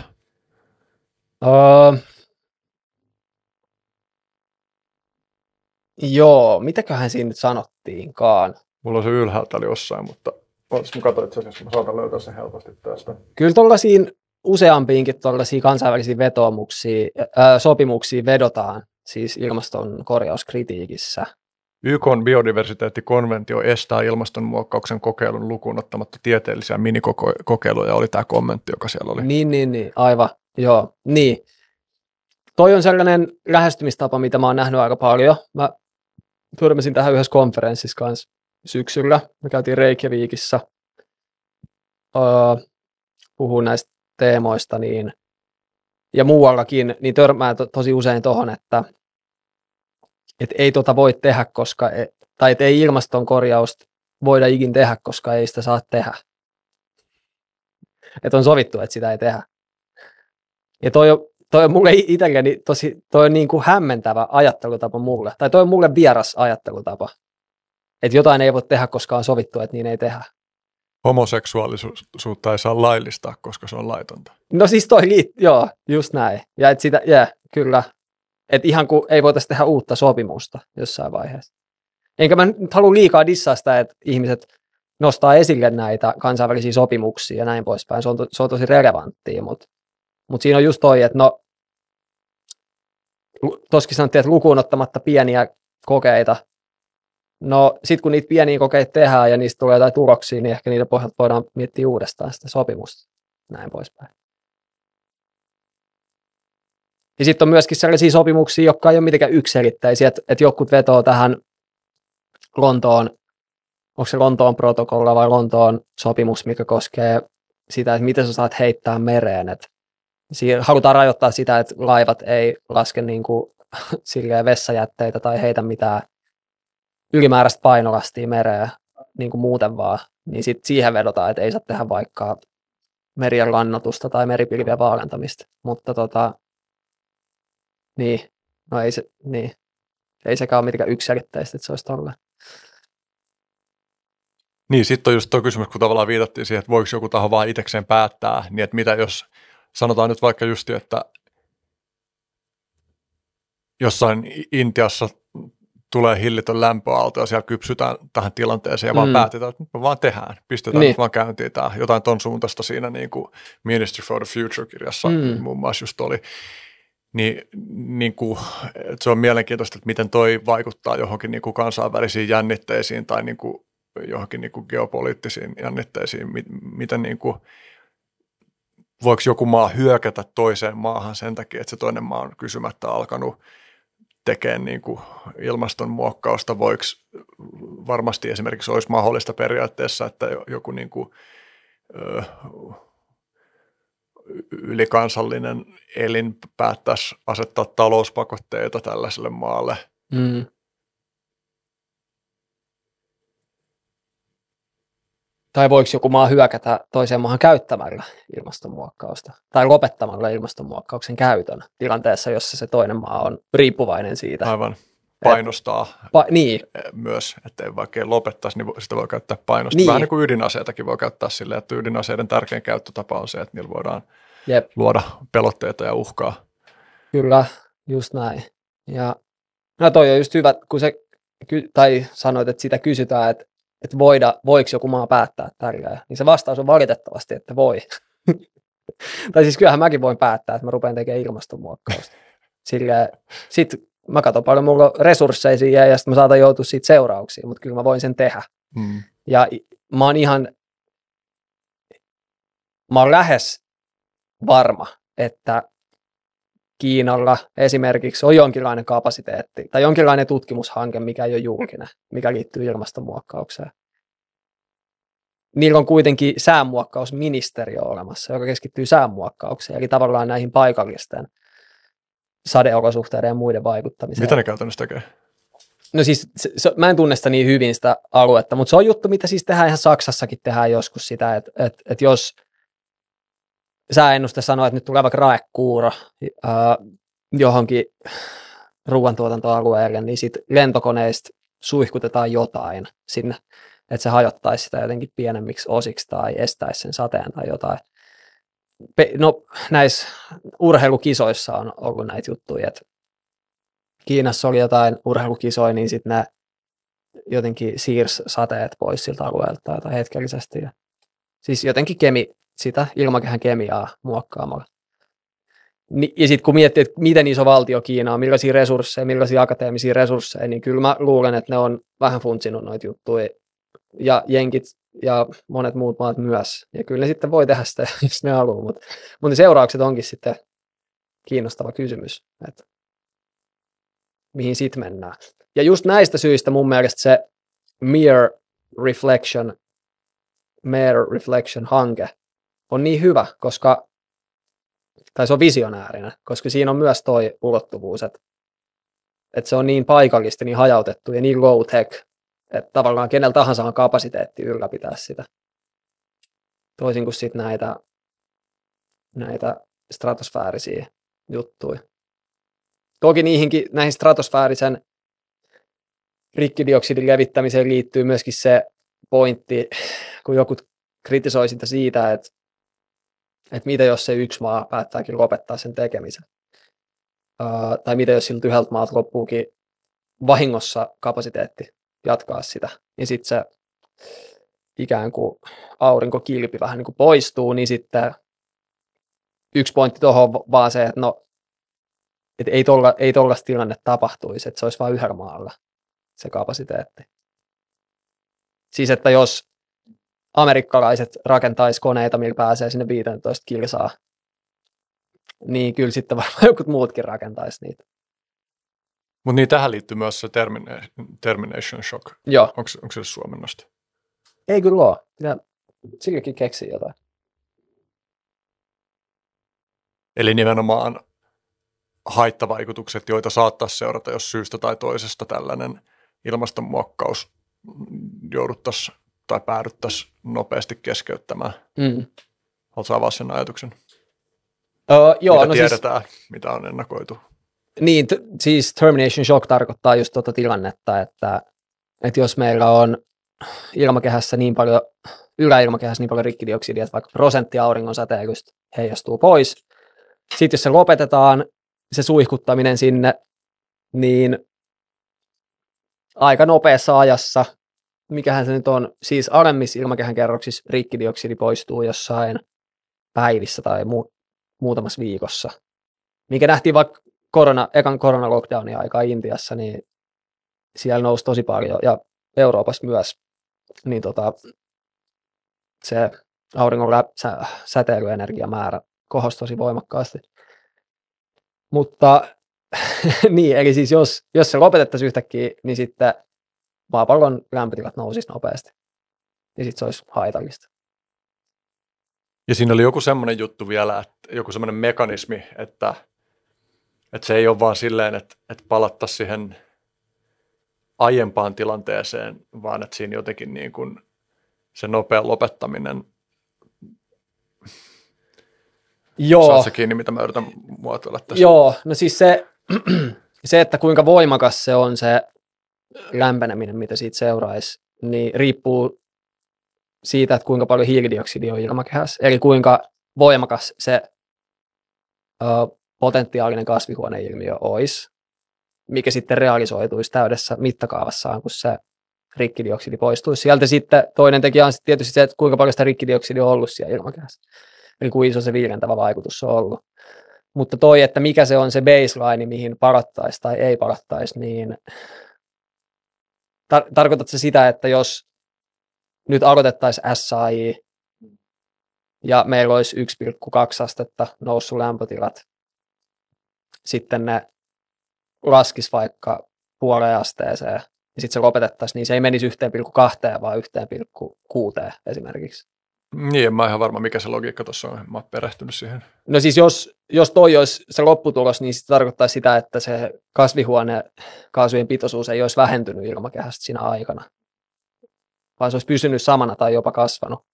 Joo, mitäköhän siinä nyt sanottiinkaan? Mulla on se ylhäältä oli jossain, mutta mä katsoin itse asiassa, mä saatan löytää sen helposti tästä. Kyllä tuollaisiin useampiinkin tuollaisia kansainvälisiä sopimuksia vedotaan, siis ilmaston korjauskritiikissä. YK:n biodiversiteettikonventio estää ilmastonmuokkauksen kokeilun lukuun ottamatta tieteellisiä minikokeiluja, oli tämä kommentti, joka siellä oli. Niin, aivan, joo, niin. Toi on sellainen lähestymistapa, mitä mä oon nähnyt aika paljon. Mä törmäsin tähän yhdessä konferenssissa kanssa syksyllä. Me käytiin Reykjavikissa puhumaan näistä teemoista niin, ja muuallakin, niin törmää tosi usein tuohon, että ei voi tehdä, koska, tai että ei ilmastonkorjausta voida ikin tehdä, koska ei sitä saa tehdä. Että on sovittu, että sitä ei tehdä. Ja toi on mulle itselleni toi on niin kuin hämmentävä ajattelutapa mulle, tai toi on mulle vieras ajattelutapa, että jotain ei voi tehdä, koska on sovittu, että niin ei tehdä. Homoseksuaalisuutta ei saa laillistaa, koska se on laitonta. No siis joo, just näin. Ja että sitä, kyllä, että ihan kuin ei voitaisiin tehdä uutta sopimusta jossain vaiheessa. Enkä mä nyt halua liikaa dissaa sitä, että ihmiset nostaa esille näitä kansainvälisiä sopimuksia ja näin poispäin. Se on tosi relevanttia, mutta siinä on just toi, että no, toskin sanottiin, että lukuun ottamatta pieniä kokeita. No sit kun niitä pieniä kokeita tehdään ja niistä tulee jotain tuloksia, niin ehkä niiden pohjalta voidaan miettiä uudestaan sitä sopimusta. Näin poispäin. Ja sitten on myöskin sellaisia sopimuksia, jotka ei ole mitenkään yksiselitteisiä, että jotkut vetoo tähän Lontoon, onko se Lontoon protokolla vai Lontoon sopimus, mikä koskee sitä, että miten sä saat heittää mereen. Et halutaan rajoittaa sitä, että laivat ei laske niin kuin silleen vessajätteitä tai heitä mitään ylimääräistä painolastia mereen niin kuin muuten vaan. Niin sitten siihen vedotaan, että ei saa tehdä vaikka merien lannotusta tai meripilvien vaalentamista. Mutta niin, no ei sekään ole mitenkään yksiselitteistä, että se olisi tolleen. Niin, sitten on just tuo kysymys, kun tavallaan viitattiin siihen, että voiko joku taho vaan itsekseen päättää, niin että mitä jos sanotaan nyt vaikka just, että jossain Intiassa tulee hillitön lämpöaalto ja siellä kypsytään tähän tilanteeseen ja vaan päätetään, että me vaan tehdään, pistetään nyt vaan käyntiin tämä, jotain ton suuntaista siinä niin kuin Ministry for the Future-kirjassa muun muassa just oli. Niin kuin, että se on mielenkiintoista, että miten toi vaikuttaa johonkin niin kuin kansainvälisiin jännitteisiin tai niin kuin johonkin niin kuin geopoliittisiin jännitteisiin, miten niin kuin, voiko joku maa hyökätä toiseen maahan sen takia, että se toinen maa on kysymättä alkanut tekemään niin kuin ilmastonmuokkausta, voiko varmasti esimerkiksi olisi mahdollista periaatteessa, että joku niin kuin, ylikansallinen elin päättäisi asettaa talouspakotteita tällaiselle maalle. Mm. Tai voiko joku maa hyökätä toiseen maahan käyttämällä ilmastonmuokkausta tai lopettamalla ilmastonmuokkauksen käytön tilanteessa, jossa se toinen maa on riippuvainen siitä. Aivan. Painostaa niin. myös, että ei vaikka lopettaisi, niin sitä voi käyttää painosta. Niin. Vähän niin kuin ydinaseitakin voi käyttää silleen, että ydinaseiden tärkein käyttötapa on se, että niillä voidaan luoda pelotteita ja uhkaa. Kyllä, just näin. Ja no toi on just hyvä, kun tai sanoit, että sitä kysytään, että voiko joku maa päättää tälleen, niin se vastaus on valitettavasti, että voi. Tai siis kyllähän mäkin voin päättää, että mä rupean tekemään ilmastonmuokkausta. Sitten mä katson paljon, mulla on resursseja siihen ja sitten mä saatan joutua siitä seurauksiin, mutta kyllä mä voin sen tehdä. Ja mä oon lähes varma, että Kiinalla esimerkiksi on jonkinlainen kapasiteetti tai jonkinlainen tutkimushanke, mikä ei ole julkinen, mikä liittyy ilmastonmuokkaukseen. Niillä on kuitenkin säänmuokkausministeriö olemassa, joka keskittyy säänmuokkaukseen, eli tavallaan näihin paikallisten sadeolosuhteiden ja muiden vaikuttamiseen. Mitä ne käytännössä tekee? No siis, mä en tunne sitä niin hyvin sitä aluetta, mutta se on juttu, mitä siis tehdään ihan Saksassakin tehdään joskus sitä, että jos sääennuste sanoo, että nyt tulee vaikka raekuuro johonkin ruoantuotantoalueelle, niin sitten lentokoneista suihkutetaan jotain sinne, että se hajottaisi sitä jotenkin pienemmiksi osiksi tai estäisi sen sateen tai jotain. No näissä urheilukisoissa on ollut näitä juttuja, että Kiinassa oli jotain urheilukisoja, niin sitten ne jotenkin siirsi sateet pois siltä alueelta tai hetkellisesti. Ja siis jotenkin sitä ilmakehän kemiaa muokkaamalla. Ja sitten kun miettii, että miten iso valtio Kiina on, millaisia resursseja, millaisia akateemisia resursseja, niin kyllä mä luulen, että ne on vähän funtsinut noita juttuja. Ja jenkit ja monet muut maat myös. Ja kyllä ne sitten voi tehdä sitä, jos ne haluaa. Mutta ne seuraukset onkin sitten kiinnostava kysymys, että mihin sitten mennään. Ja just näistä syistä mun mielestä se Mere Reflection-hanke on niin hyvä, tai se on visionäärinen, koska siinä on myös toi ulottuvuus, että se on niin paikallista, niin hajautettu ja niin low tech, että tavallaan kenellä tahansa on kapasiteetti ylläpitää sitä. Toisin kuin sitten näitä stratosfäärisiä juttuja. Toki näihin stratosfäärisen rikkidioksidin levittämiseen liittyy myöskin se pointti, kun joku kritisoi sitä siitä, että mitä jos se yksi maa päättääkin lopettaa sen tekemisen. Tai mitä jos siltä yhdeltä maalta loppuukin vahingossa kapasiteetti jatkaa sitä. Ja sitten se ikään kuin aurinkokilpi vähän niin kuin poistuu, niin sitten yksi pointti tuohon vaan se, että että ei tollaista tilanne tapahtuisi, että se olisi vain yhdellä maalla se kapasiteetti. Siis että jos amerikkalaiset rakentaisi koneita, millä pääsee sinne 15 kilsaa, niin kyllä sitten varmaan jotkut muutkin rakentaisi niitä. Mutta niin tähän liittyy myös se termination shock. Joo. Onko se suomennosta? Ei kyllä ole. Silläkin keksii jotain. Eli nimenomaan haittavaikutukset, joita saattaisi seurata, jos syystä tai toisesta tällainen ilmastonmuokkaus jouduttaisiin tai päädyttäisiin nopeasti keskeyttämään. Haluatko avaa sen ajatuksen? Joo, mitä tiedetään, mitä on ennakoitu? Niin, siis termination shock tarkoittaa just tuota tilannetta, että jos meillä on yläilmakehässä niin paljon rikkidioksidia, että vaikka prosentti auringon säteilystä heijastuu pois. Sitten jos se lopetetaan, se suihkuttaminen sinne, niin aika nopeassa ajassa, mikähän se nyt on, siis alemmissa ilmakehän kerroksissa rikkidioksidi poistuu jossain päivissä tai muutamassa viikossa. Mikä nähtiin vaikka ekan koronalockdownin aikaa Intiassa, niin siellä nousi tosi paljon, ja Euroopassa myös, niin se auringon säteilyenergiamäärä kohosi tosi voimakkaasti. Mutta niin, eli siis jos se lopetettaisiin yhtäkkiä, niin sitten maapallon lämpötilat nousisi nopeasti. Ja sitten se olisi haitallista. Ja siinä oli joku semmoinen juttu vielä, että joku semmoinen mekanismi, että se ei ole vaan silleen, että palattaisiin siihen aiempaan tilanteeseen, vaan että siinä jotenkin niin kuin se nopea lopettaminen. Joo. Saat sä kiinni, mitä mä yritän muotoilla tässä? Joo, no siis se, että kuinka voimakas se on se lämpeneminen, mitä siitä seuraisi, niin riippuu siitä, että kuinka paljon hiilidioksidia on ilmakehässä, eli kuinka voimakas se potentiaalinen kasvihuoneilmiö olisi, mikä sitten realisoituisi täydessä mittakaavassaan, kun se rikkidioksidi poistuisi. Sieltä sitten toinen tekijä on sitten tietysti se, että kuinka paljon sitä rikkidioksidia on ollut siellä ilmakehässä, eli kuinka iso se viilentävä vaikutus on ollut. Mutta toi, että mikä se on se baseline, mihin parattaisi tai ei parattaisi, niin tarkoitatko se sitä, että jos nyt aloitettaisiin SAI ja meillä olisi 1,2 astetta noussut lämpötilat, sitten ne laskisi vaikka puoleen asteeseen ja sitten se lopetettaisiin, niin se ei menisi 1,2 vaan 1,6 esimerkiksi. Niin, en mä ihan varma, mikä se logiikka tuossa on. Mä oon perehtynyt siihen. No siis jos toi olisi se lopputulos, niin se tarkoittaa sitä, että se kasvihuonekaasujen pitoisuus ei olisi vähentynyt ilmakehästä siinä aikana, vaan se olisi pysynyt samana tai jopa kasvanut.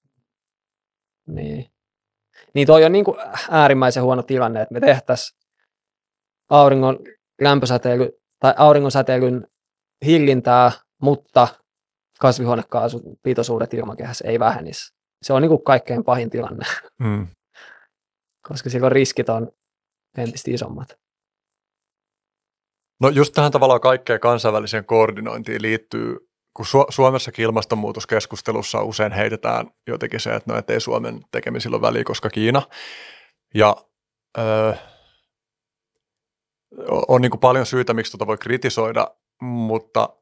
Niin toi on niin kuin äärimmäisen huono tilanne, että me tehtäisiin auringon lämpösäteily tai auringonsäteilyn hillintää, mutta kasvihuonekaasun pitoisuudet ilmakehässä ei vähenisi. Se on niin kuin kaikkein pahin tilanne, koska silloin riskit on entistä isommat. No just tähän tavallaan kaikkeen kansainväliseen koordinointiin liittyy, kun Suomessakin ilmastonmuutoskeskustelussa usein heitetään jotenkin se, että no, ei Suomen tekemisillä ole väliä, koska Kiina. Ja on niin kuin paljon syytä, miksi voi kritisoida, mutta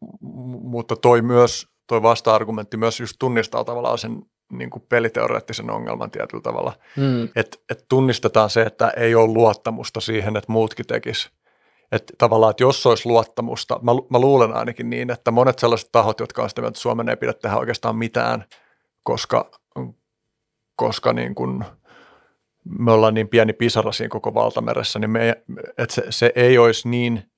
toi vasta-argumentti myös just tunnistaa tavallaan sen niin kuin peliteoreettisen ongelman tietyllä tavalla. Että tunnistetaan se, että ei ole luottamusta siihen, että muutkin tekis. Että tavallaan, että jos olisi luottamusta, mä luulen ainakin niin, että monet sellaiset tahot, jotka on sitä mieltä, että Suomen ei pidä tehdä oikeastaan mitään, koska niin kuin me ollaan niin pieni pisara siinä koko valtameressä, niin että se ei olisi niin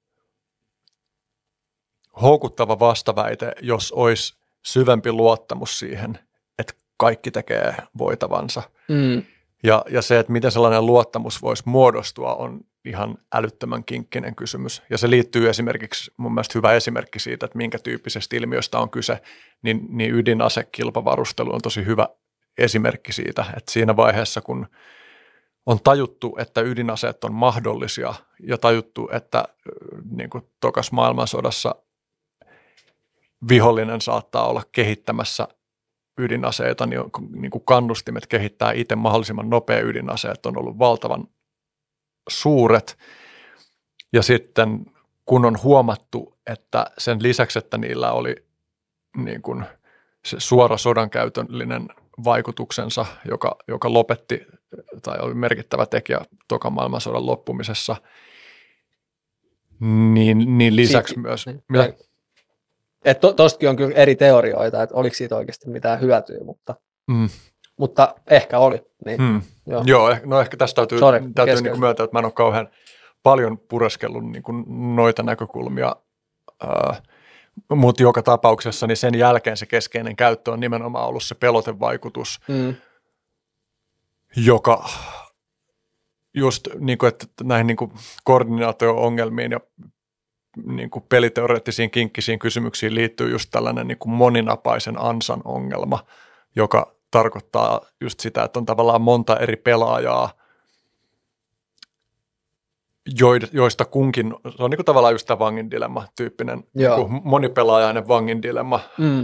houkuttava vastaväite, jos olisi syvempi luottamus siihen, että kaikki tekee voitavansa. Ja se, että miten sellainen luottamus voisi muodostua, on ihan älyttömän kinkkinen kysymys. Ja se liittyy esimerkiksi, mun mielestä hyvä esimerkki siitä, että minkä tyyppisestä ilmiöstä on kyse, niin ydinasekilpavarustelu on tosi hyvä esimerkki siitä, että siinä vaiheessa, kun on tajuttu, että ydinaseet on mahdollisia ja tajuttu, että niin kuin tokas maailmansodassa vihollinen saattaa olla kehittämässä ydinaseita, niin kuin kannustimet kehittää itse mahdollisimman nopea ydinaseet on ollut valtavan suuret. Ja sitten kun on huomattu, että sen lisäksi, että niillä oli niin kuin se suora sodankäytöllinen vaikutuksensa, joka lopetti tai oli merkittävä tekijä tokan maailmansodan loppumisessa, niin lisäksi myös. Tuostakin on kyllä eri teorioita, että oliko siitä oikeasti mitään hyötyä, mutta ehkä oli. Niin, joo, no ehkä tästä täytyy niin kuin myöntää, että mä en ole kauhean paljon pureskellut niin kuin noita näkökulmia, mutta joka tapauksessa niin sen jälkeen se keskeinen käyttö on nimenomaan ollut se pelotevaikutus, joka just niin kuin, että näihin niin kuin koordinaatio-ongelmiin ja niin kuin peliteoreettisiin kinkkisiin kysymyksiin liittyy just tällainen niin kuin moninapaisen ansan ongelma, joka tarkoittaa just sitä, että on tavallaan monta eri pelaajaa, joista kunkin, se on niin kuin tavallaan just tämä Wangin dilemma tyyppinen, niin kuin monipelaajainen Wangin dilemma,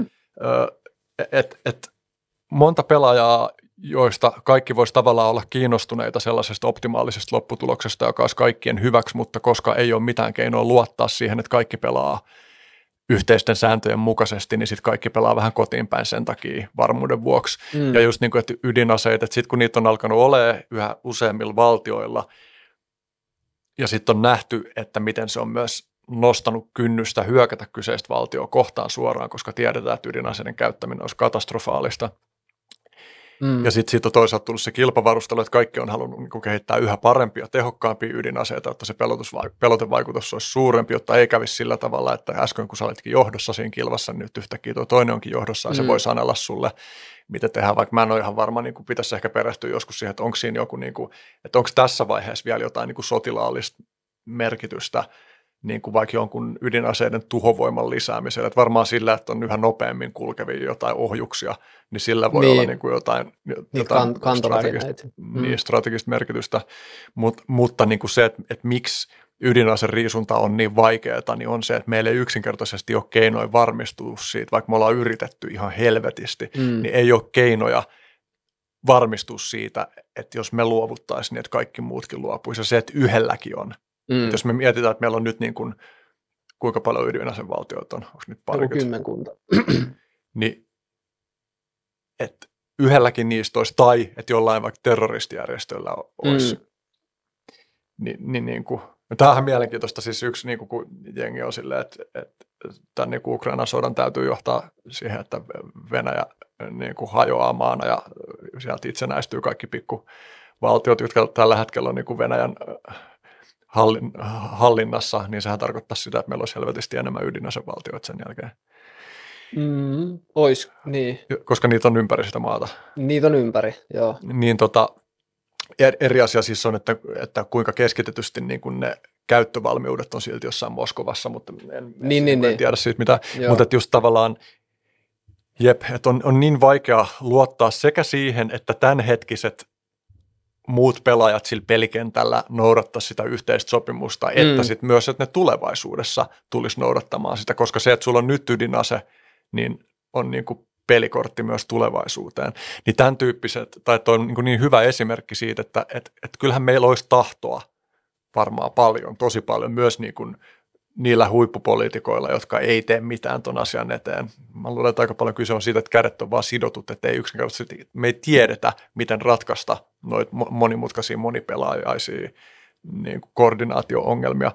että monta pelaajaa, joista kaikki voisi tavallaan olla kiinnostuneita sellaisesta optimaalisesta lopputuloksesta, joka olisi kaikkien hyväksi, mutta koska ei ole mitään keinoa luottaa siihen, että kaikki pelaa yhteisten sääntöjen mukaisesti, niin sitten kaikki pelaa vähän kotiin päin sen takia varmuuden vuoksi. Ja just niin kuin, että ydinaseet, että sitten kun niitä on alkanut olemaan yhä useimmilla valtioilla, Ja sitten on nähty, että miten se on myös nostanut kynnystä hyökätä kyseistä valtioa kohtaan suoraan, koska tiedetään, että ydinaseiden käyttäminen olisi katastrofaalista. Ja sitten siitä on toisaalta tullut se kilpavarustelu, että kaikki on halunnut niin kuin kehittää yhä parempia, tehokkaampia ydinaseita, jotta se pelotevaikutus olisi suurempi, jotta ei kävisi sillä tavalla, että äsken kun sä olitkin johdossa siinä kilvassa, niin nyt yhtäkkiä tuo toinen onkin johdossa ja se voi sanella sulle, mitä tehdään, vaikka mä en ole ihan varma, niin kuin pitäisi ehkä perehtyä joskus siihen, että onko siinä joku, niin kuin, että onko tässä vaiheessa vielä jotain niin kuin sotilaallista merkitystä, niin kuin vaikka jonkun ydinaseiden tuhovoiman lisäämisellä, että varmaan sillä, että on yhä nopeammin kulkevia jotain ohjuksia, niin sillä voi olla niin kuin jotain strategista merkitystä, mutta niin kuin se, että miksi ydinaseriisunta on niin vaikeaa, niin on se, että meillä ei yksinkertaisesti ole keinoja varmistua siitä, vaikka me ollaan yritetty ihan helvetisti, niin ei ole keinoja varmistua siitä, että jos me luovuttaisiin, niin että kaikki muutkin luopuisi, ja se, että yhdelläkin on. Jos me mietitään, että meillä on nyt niin kuin, kuinka paljon ydinasevaltioita on, onko nyt parikymmentä? Niin, että yhdelläkin niistä olisi, tai että jollain vaikka terroristijärjestöllä olisi. Niin kuin, no tämähän on mielenkiintoista, siis yksi niin kuin, kun jengi on silleen, että tämän niin kuin Ukrainan sodan täytyy johtaa siihen, että Venäjä niin kuin hajoaa maana ja sieltä itsenäistyy kaikki pikkuvaltiot, jotka tällä hetkellä on niin kuin Venäjän hallinnassa, niin sehän tarkoittaa sitä, että meillä olisi helvetisti enemmän ydinasevaltioita sen jälkeen. Ois, niin. Koska niitä on ympäri sitä maata. Niitä on ympäri, joo. Niin eri asia siis on, että kuinka keskitetysti niin kuin ne käyttövalmiudet on silti jossain Moskovassa, mutta en tiedä siitä mitään. Mutta että just tavallaan, että on niin vaikea luottaa sekä siihen, että tämänhetkiset muut pelaajat sillä pelikentällä noudattaa sitä yhteistä sopimusta, että sitten myös, että ne tulevaisuudessa tulisi noudattamaan sitä, koska se, että sulla on nyt ydinase, niin on niin kuin pelikortti myös tulevaisuuteen. Niin tämän tyyppiset, tai toi on niin hyvä esimerkki siitä, että kyllähän meillä olisi tahtoa varmaan paljon, tosi paljon myös niin kuin niillä huippupoliitikoilla, jotka ei tee mitään ton asian eteen. Mä luulen, että aika paljon kyse on siitä, että kädet on vaan sidotut, että ei yksinkertaisesti, me ei tiedetä, miten ratkaista noita monimutkaisia, monipelaajaisia niin kuin koordinaatio-ongelmia.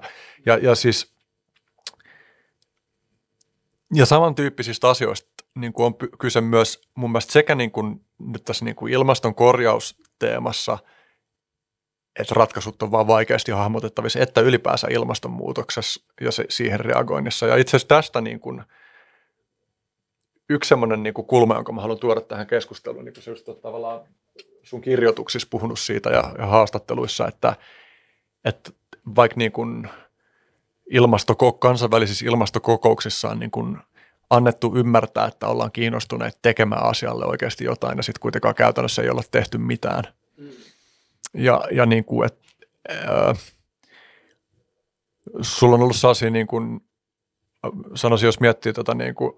Ja samantyyppisistä asioista niin kuin on kyse myös mun mielestä sekä niin kuin nyt tässä niin kuin ilmaston korjausteemassa, että ratkaisut on vaan vaikeasti hahmotettavissa, että ylipäänsä ilmastonmuutoksessa ja siihen reagoinnissa. Ja itse asiassa tästä niin kuin yksi semmoinen niin kuin kulma, jonka mä haluan tuoda tähän keskusteluun, niin kuin sä just tavallaan sun kirjoituksissa puhunut siitä ja haastatteluissa, että vaikka niin kuin kansainvälisissä ilmastokokouksissa on niin kuin annettu ymmärtää, että ollaan kiinnostuneet tekemään asialle oikeasti jotain, ja sitten kuitenkaan käytännössä ei olla tehty mitään. Ja niin kuin, että sulla on ollut sellaisia, niin kuin, sanoisin, jos miettii niin kuin,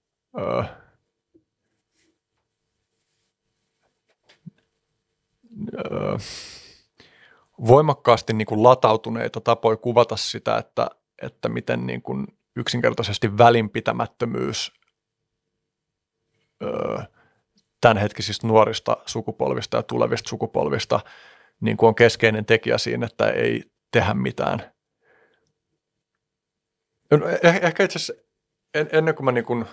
voimakkaasti niin kuin latautuneita tapoja kuvata sitä, että miten niin kuin yksinkertaisesti välinpitämättömyys tämänhetkisistä nuorista sukupolvista ja tulevista sukupolvista niin kuin on keskeinen tekijä siinä, että ei tehdä mitään. Ehkä itse asiassa ennen kuin mä niin kuin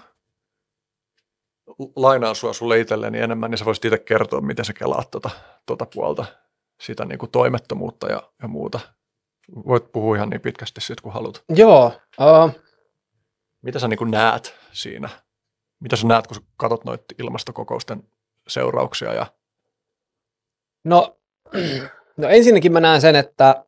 lainaan sulle itselleni enemmän, niin sä voisit itse kertoa, miten sä kelaat tuota puolta, sitä niin kuin toimettomuutta ja muuta. Voit puhua ihan niin pitkästi siitä, kun haluat. Joo. Mitä sä niin kuin näet siinä? Mitä sä näet, kun sä katsot noita ilmastokokousten seurauksia? No ensinnäkin mä näen sen, että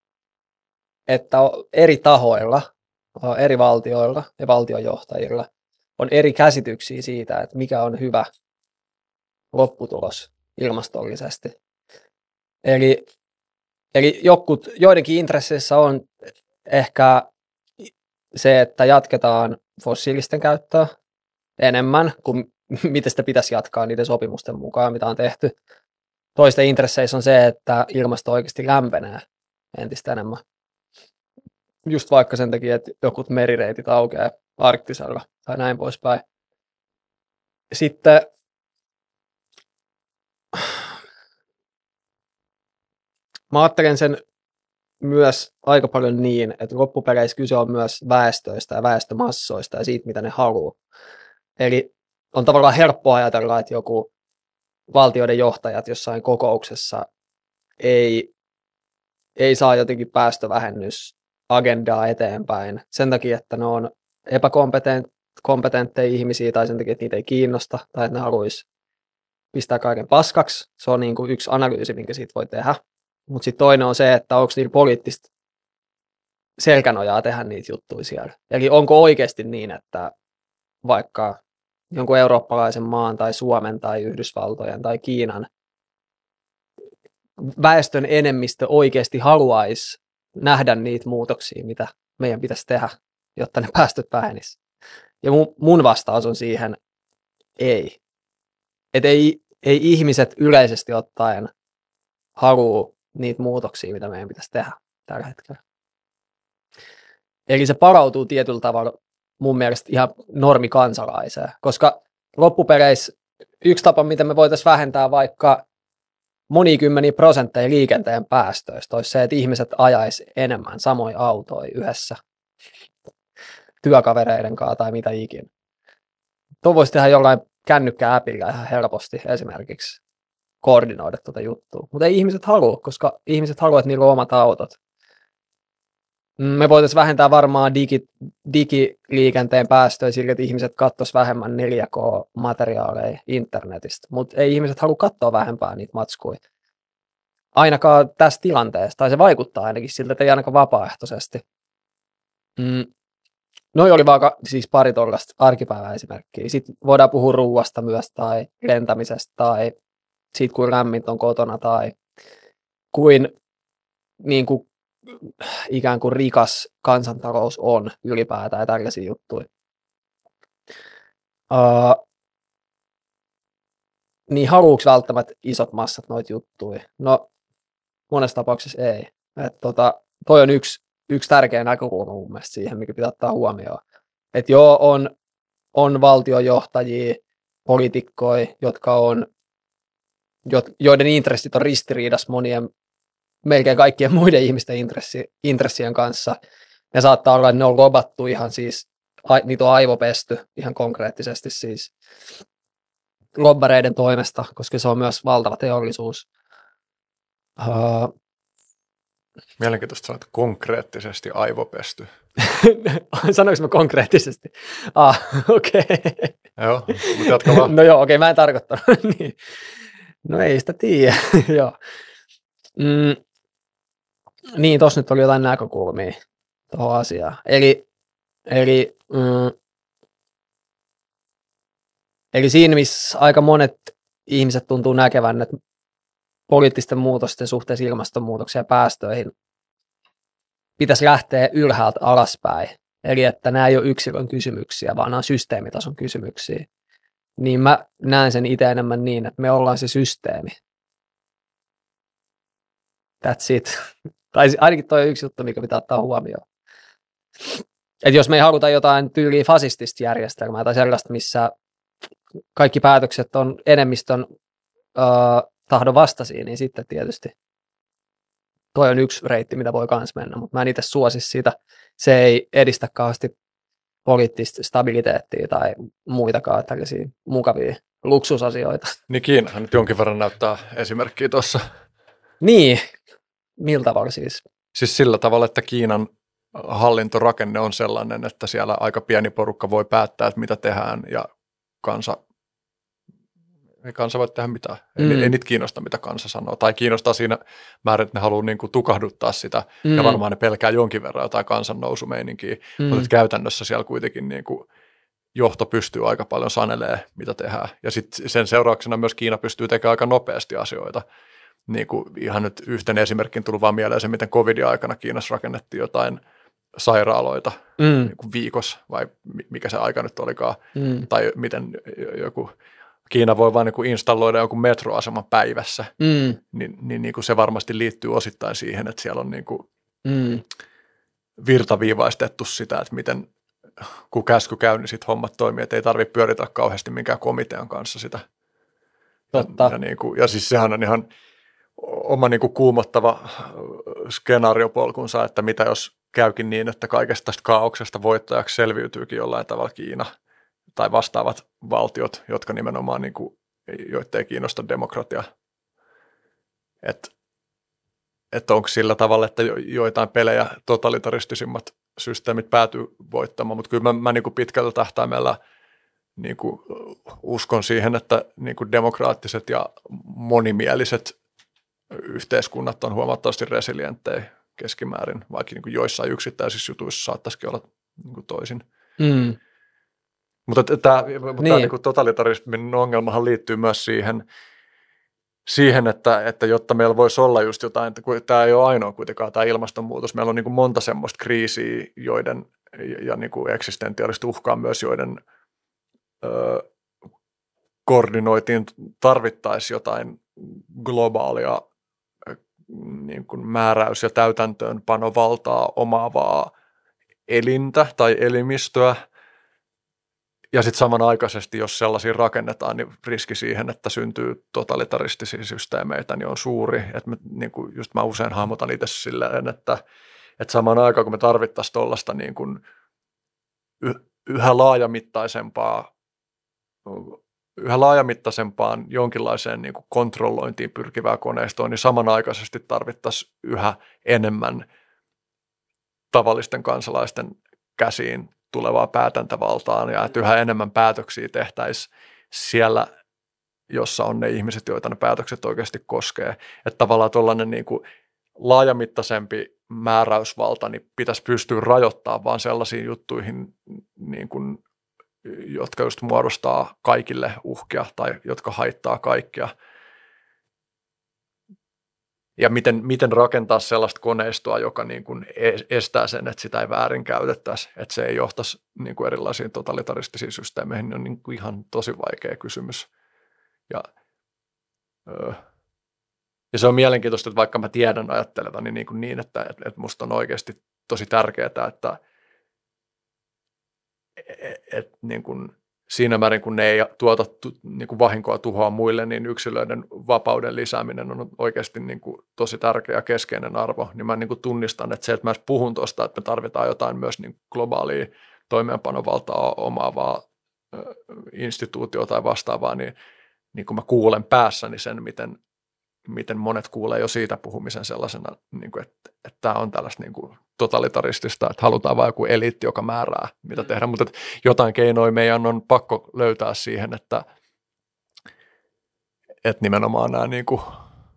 eri tahoilla, eri valtioilla ja valtionjohtajilla on eri käsityksiä siitä, että mikä on hyvä lopputulos ilmastollisesti. Eli joidenkin intresseissä on ehkä se, että jatketaan fossiilisten käyttöä enemmän kuin miten sitä pitäisi jatkaa niiden sopimusten mukaan, mitä on tehty. Toisten intresseissä on se, että ilmasto oikeasti lämpenee entistä enemmän. Just vaikka sen takia, että jokut merireitit aukeaa arktisella tai näin poispäin. Sitten mä ajattelen sen myös aika paljon niin, että loppupeleissä kyse on myös väestöistä ja väestömassoista ja siitä, mitä ne haluaa. Eli on tavallaan helppo ajatella, että joku valtioiden johtajat jossain kokouksessa ei saa jotenkin päästövähennysagendaa eteenpäin sen takia, että ne on epäkompetentteja ihmisiä tai sen takia, että niitä ei kiinnosta tai että ne haluaisi pistää kaiken paskaksi. Se on niin kuin yksi analyysi, minkä siitä voi tehdä. Mutta sitten toinen on se, että onko niillä poliittista selkänojaa tehdä niitä juttuja siellä. Eli onko oikeasti niin, että vaikka jonkun eurooppalaisen maan tai Suomen tai Yhdysvaltojen tai Kiinan väestön enemmistö oikeasti haluaisi nähdä niitä muutoksia, mitä meidän pitäisi tehdä, jotta ne päästöt vähenisivät. Ja mun vastaus on siihen ei. Että ei ihmiset yleisesti ottaen halua niitä muutoksia, mitä meidän pitäisi tehdä tällä hetkellä. Eli se parautuu tietyllä tavalla mun mielestä ihan normikansalaiseen, koska loppupeleissä yksi tapa, miten me voitaisiin vähentää vaikka monikymmeniä prosentteja liikenteen päästöistä, olisi se, että ihmiset ajaisi enemmän samoja autoja yhdessä työkavereiden kanssa tai mitä ikinä. Tuo voisi tehdä jollain kännykkä-äpillä ihan helposti esimerkiksi koordinoida tuota juttua. Mutta ei ihmiset halua, koska ihmiset haluaa, että niillä on omat autot. Me voitaisiin vähentää varmaan digiliikenteen päästöjä sillä, että ihmiset katsoisivat vähemmän 4K-materiaaleja internetistä, mutta ei ihmiset halua katsoa vähempää niitä matskuja. Ainakaan tässä tilanteessa, tai se vaikuttaa ainakin siltä, että ei ainakaan vapaaehtoisesti. Noi oli vaan siis pari tuollaista arkipäiväesimerkkiä. Sitten voidaan puhua ruuasta myös, tai lentämisestä, tai siitä, kuin lämmintä on kotona, tai kuin, niin kuin ikään kuin rikas kansantalous on ylipäätään ja tällaisia juttuja. Niin haluuks välttämättä isot massat noita juttuja? No, monessa tapauksessa ei. Toi on yksi tärkeä näkökulma mun mielestä siihen, mikä pitää ottaa huomioon. Että joo, on valtiojohtajia, poliitikkoja, joiden intressit on ristiriidassa monien, melkein kaikkien muiden ihmisten intressien kanssa. Ja saattaa olla, että ne on lobattu ihan siis, niitä on aivopesty ihan konkreettisesti siis lobbareiden toimesta, koska se on myös valtava teollisuus. Mielenkiintoista sanoa, että konkreettisesti aivopesty. Sanoinko mä konkreettisesti? Okei. Okay. Joo, mutta jatka vaan. No joo, okei, mä en tarkoittanut. Niin. No ei sitä tiedä. Joo. Niin, tossa nyt oli jotain näkökulmia tuohon asiaan. Eli siinä, missä aika monet ihmiset tuntuu näkevän, että poliittisten muutosten suhteessa ilmastonmuutokseen ja päästöihin pitäisi lähteä ylhäältä alaspäin. Eli että nämä ei ole yksilön kysymyksiä, vaan nämä on systeemitason kysymyksiä. Niin mä näen sen itse enemmän niin, että me ollaan se systeemi. That's it. Tai ainakin toi on yksi juttu, mikä pitää ottaa huomioon. Että jos me ei haluta jotain tyyliä fasistista järjestelmää tai sellaista, missä kaikki päätökset on enemmistön tahdon vastaisia, niin sitten tietysti toi on yksi reitti, mitä voi kans mennä, mutta mä en itse suosi sitä. Se ei edistä kauheasti poliittista stabiliteettia tai muitakaan tällaisia mukavia luksusasioita. Niin Kiinahan nyt jonkin verran näyttää esimerkkiä tuossa. Niin, millä tavalla siis? Siis sillä tavalla, että Kiinan hallintorakenne on sellainen, että siellä aika pieni porukka voi päättää, että mitä tehdään ja ei kansa voi tehdä mitään. Ei niitä kiinnosta, mitä kansa sanoo. Tai kiinnostaa siinä määrin, että ne haluaa niin kuin tukahduttaa sitä. Ja varmaan ne pelkää jonkin verran jotain kansannousumeininkiä. Mutta käytännössä siellä kuitenkin niin kuin johto pystyy aika paljon sanelemaan, mitä tehdään. Ja sitten sen seurauksena myös Kiina pystyy tekemään aika nopeasti asioita. Niin kuin ihan nyt yhtenä esimerkkin tullut vaan mieleen se, miten covidin-aikana Kiinassa rakennettiin jotain sairaaloita niin kuin viikossa, vai mikä se aika nyt olikaan. Tai miten joku Kiina voi vain niin installoida joku metroaseman päivässä, niin kuin se varmasti liittyy osittain siihen, että siellä on niin kuin virtaviivaistettu sitä, että miten kun käsky käy, niin sitten hommat toimii, että ei tarvitse pyöritellä kauheasti minkään komitean kanssa sitä. Totta. Ja siis sehän on ihan oma niin kuin kuumottava skenaariopolkunsa, että mitä jos käykin niin, että kaikesta tästä kaauksesta voittajaksi selviytyykin jollain tavalla Kiina tai vastaavat valtiot, jotka nimenomaan niin kuin, joita ei kiinnosta demokratia. Että onko sillä tavalla, että joitain pelejä totalitaristisimmat systeemit päätyy voittamaan, mutta kyllä mä niin kuin pitkällä tähtäimellä niin kuin uskon siihen, että niin kuin demokraattiset ja monimieliset yhteiskunnat on huomattavasti resilienttejä keskimäärin, vaikka niin kuin joissain yksittäisissä jutuissa saattaisikin olla niin kuin toisin. Mutta tämä niin kuin totalitarismin ongelmahan liittyy myös siihen että jotta meillä voisi olla just jotain, että tämä ei ole ainoa kuitenkaan tämä ilmastonmuutos, meillä on niin kuin monta semmoista kriisiä, joiden ja niin kuin eksistentiaalista uhkaa myös, joiden koordinoitiin tarvittaisiin jotain globaalia niin kuin määräys- ja täytäntöönpanovaltaa omaavaa elintä tai elimistöä. Ja sitten samanaikaisesti, jos sellaisia rakennetaan, niin riski siihen, että syntyy totalitaristisia systeemeitä, niin on suuri. Että niin kuin just mä usein hahmotan itse silleen, että samaan aikaan, kun me tarvittaisiin tuollaista niin kuin yhä laajamittaisempaan jonkinlaiseen niin kuin kontrollointiin pyrkivää koneistoa, niin samanaikaisesti tarvittaisiin yhä enemmän tavallisten kansalaisten käsiin tulevaa päätäntävaltaan ja että yhä enemmän päätöksiä tehtäisiin siellä, jossa on ne ihmiset, joita ne päätökset oikeasti koskee. Että tavallaan tuollainen niin kuin laajamittaisempi määräysvalta niin pitäisi pystyä rajoittamaan vaan sellaisiin juttuihin, niin kuin, jotka just muodostaa kaikille uhkia tai jotka haittaa kaikkia. Ja miten rakentaa sellaista koneistoa, joka niin kuin estää sen, että sitä ei väärinkäytettäisi, että se ei johtaisi niin kuin erilaisiin totalitaristisiin systeemeihin, on niin kuin ihan tosi vaikea kysymys. Ja se on mielenkiintoista, että vaikka mä tiedän ajattelevani niin että musta on oikeasti tosi tärkeää, että niin kuin siinä määrin, kun ne ei tuota niin kuin vahinkoa tuhoa muille, niin yksilöiden vapauden lisääminen on oikeasti niin kuin tosi tärkeä ja keskeinen arvo. Niin mä niin kuin tunnistan, että se, että mä puhun tuosta, että me tarvitaan jotain myös niin globaalia toimeenpanovaltaa omaavaa instituutio tai vastaavaa, niin kun mä kuulen päässäni sen, miten monet kuulee jo siitä puhumisen sellaisena, niin kuin, että tämä on tällaista niin kuin totalitaristista, että halutaan vain joku eliitti, joka määrää, mitä tehdään. Mutta jotain keinoja meidän on pakko löytää siihen, että nimenomaan nämä niin kuin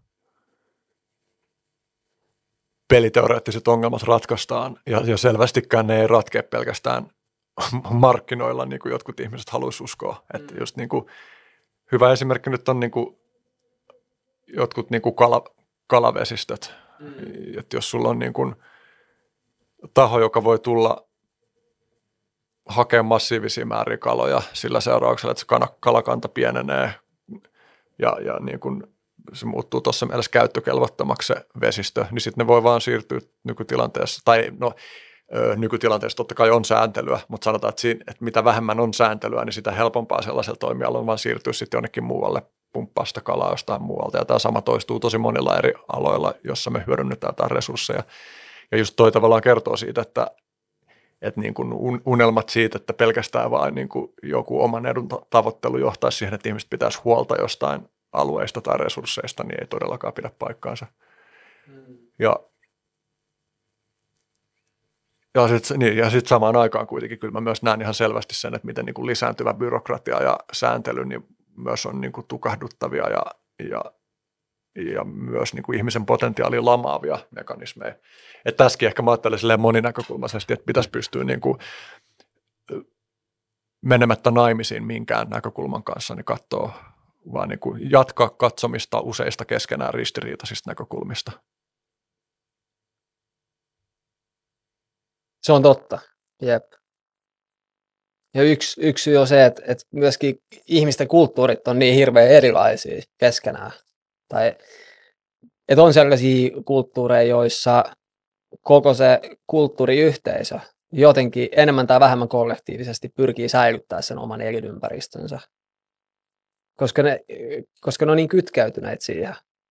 peliteoreettiset ongelmat ratkaistaan, ja selvästikään ne ei ratkea pelkästään markkinoilla, niin kuin jotkut ihmiset haluaisi uskoa. Että just niin kuin, hyvä esimerkki nyt on niin kuin jotkut niin kuin kalavesistöt. Että jos sulla on niin kuin taho, joka voi tulla hakemaan massiivisia määriä kaloja sillä seurauksella, että se kalakanta pienenee ja niin kuin se muuttuu tuossa mielessä käyttökelvottomaksi se vesistö, niin sitten ne voi vaan siirtyä nykytilanteessa. Tai no, nykytilanteessa totta kai on sääntelyä, mutta sanotaan, että mitä vähemmän on sääntelyä, niin sitä helpompaa sellaisella toimialalla on vaan siirtyä sitten jonnekin muualle pumppaa sitä kalaa jostain muualta. Ja tämä sama toistuu tosi monilla eri aloilla, jossa me hyödynnetään jotain resursseja. Ja just toi tavallaan kertoo siitä, että niin kuin unelmat siitä, että pelkästään vain niin kuin joku oman edun tavoittelu johtaisi siihen, että ihmiset pitäisi huolta jostain alueista tai resursseista, niin ei todellakaan pidä paikkaansa. Ja sitten samaan aikaan kuitenkin kyllä mä myös näen ihan selvästi sen, että miten niin kuin lisääntyvä byrokratia ja sääntely niin myös on niin kuin tukahduttavia ja myös niin kuin ihmisen potentiaalin lamaavia mekanismeja. Että tässäkin ehkä mä ajattelen silleen moninäkökulmaisesti, että pitäisi pystyä niin kuin menemättä naimisiin minkään näkökulman kanssa, niin katsoo vaan niin kuin jatkaa katsomista useista keskenään ristiriitaisista näkökulmista. Se on totta, jep. Ja yksi syy on se, että myöskin ihmisten kulttuurit on niin hirveän erilaisia keskenään. Tai että on sellaisia kulttuureja, joissa koko se kulttuuriyhteisö jotenkin enemmän tai vähemmän kollektiivisesti pyrkii säilyttämään sen oman elinympäristönsä. Koska ne on niin kytkeytyneet siihen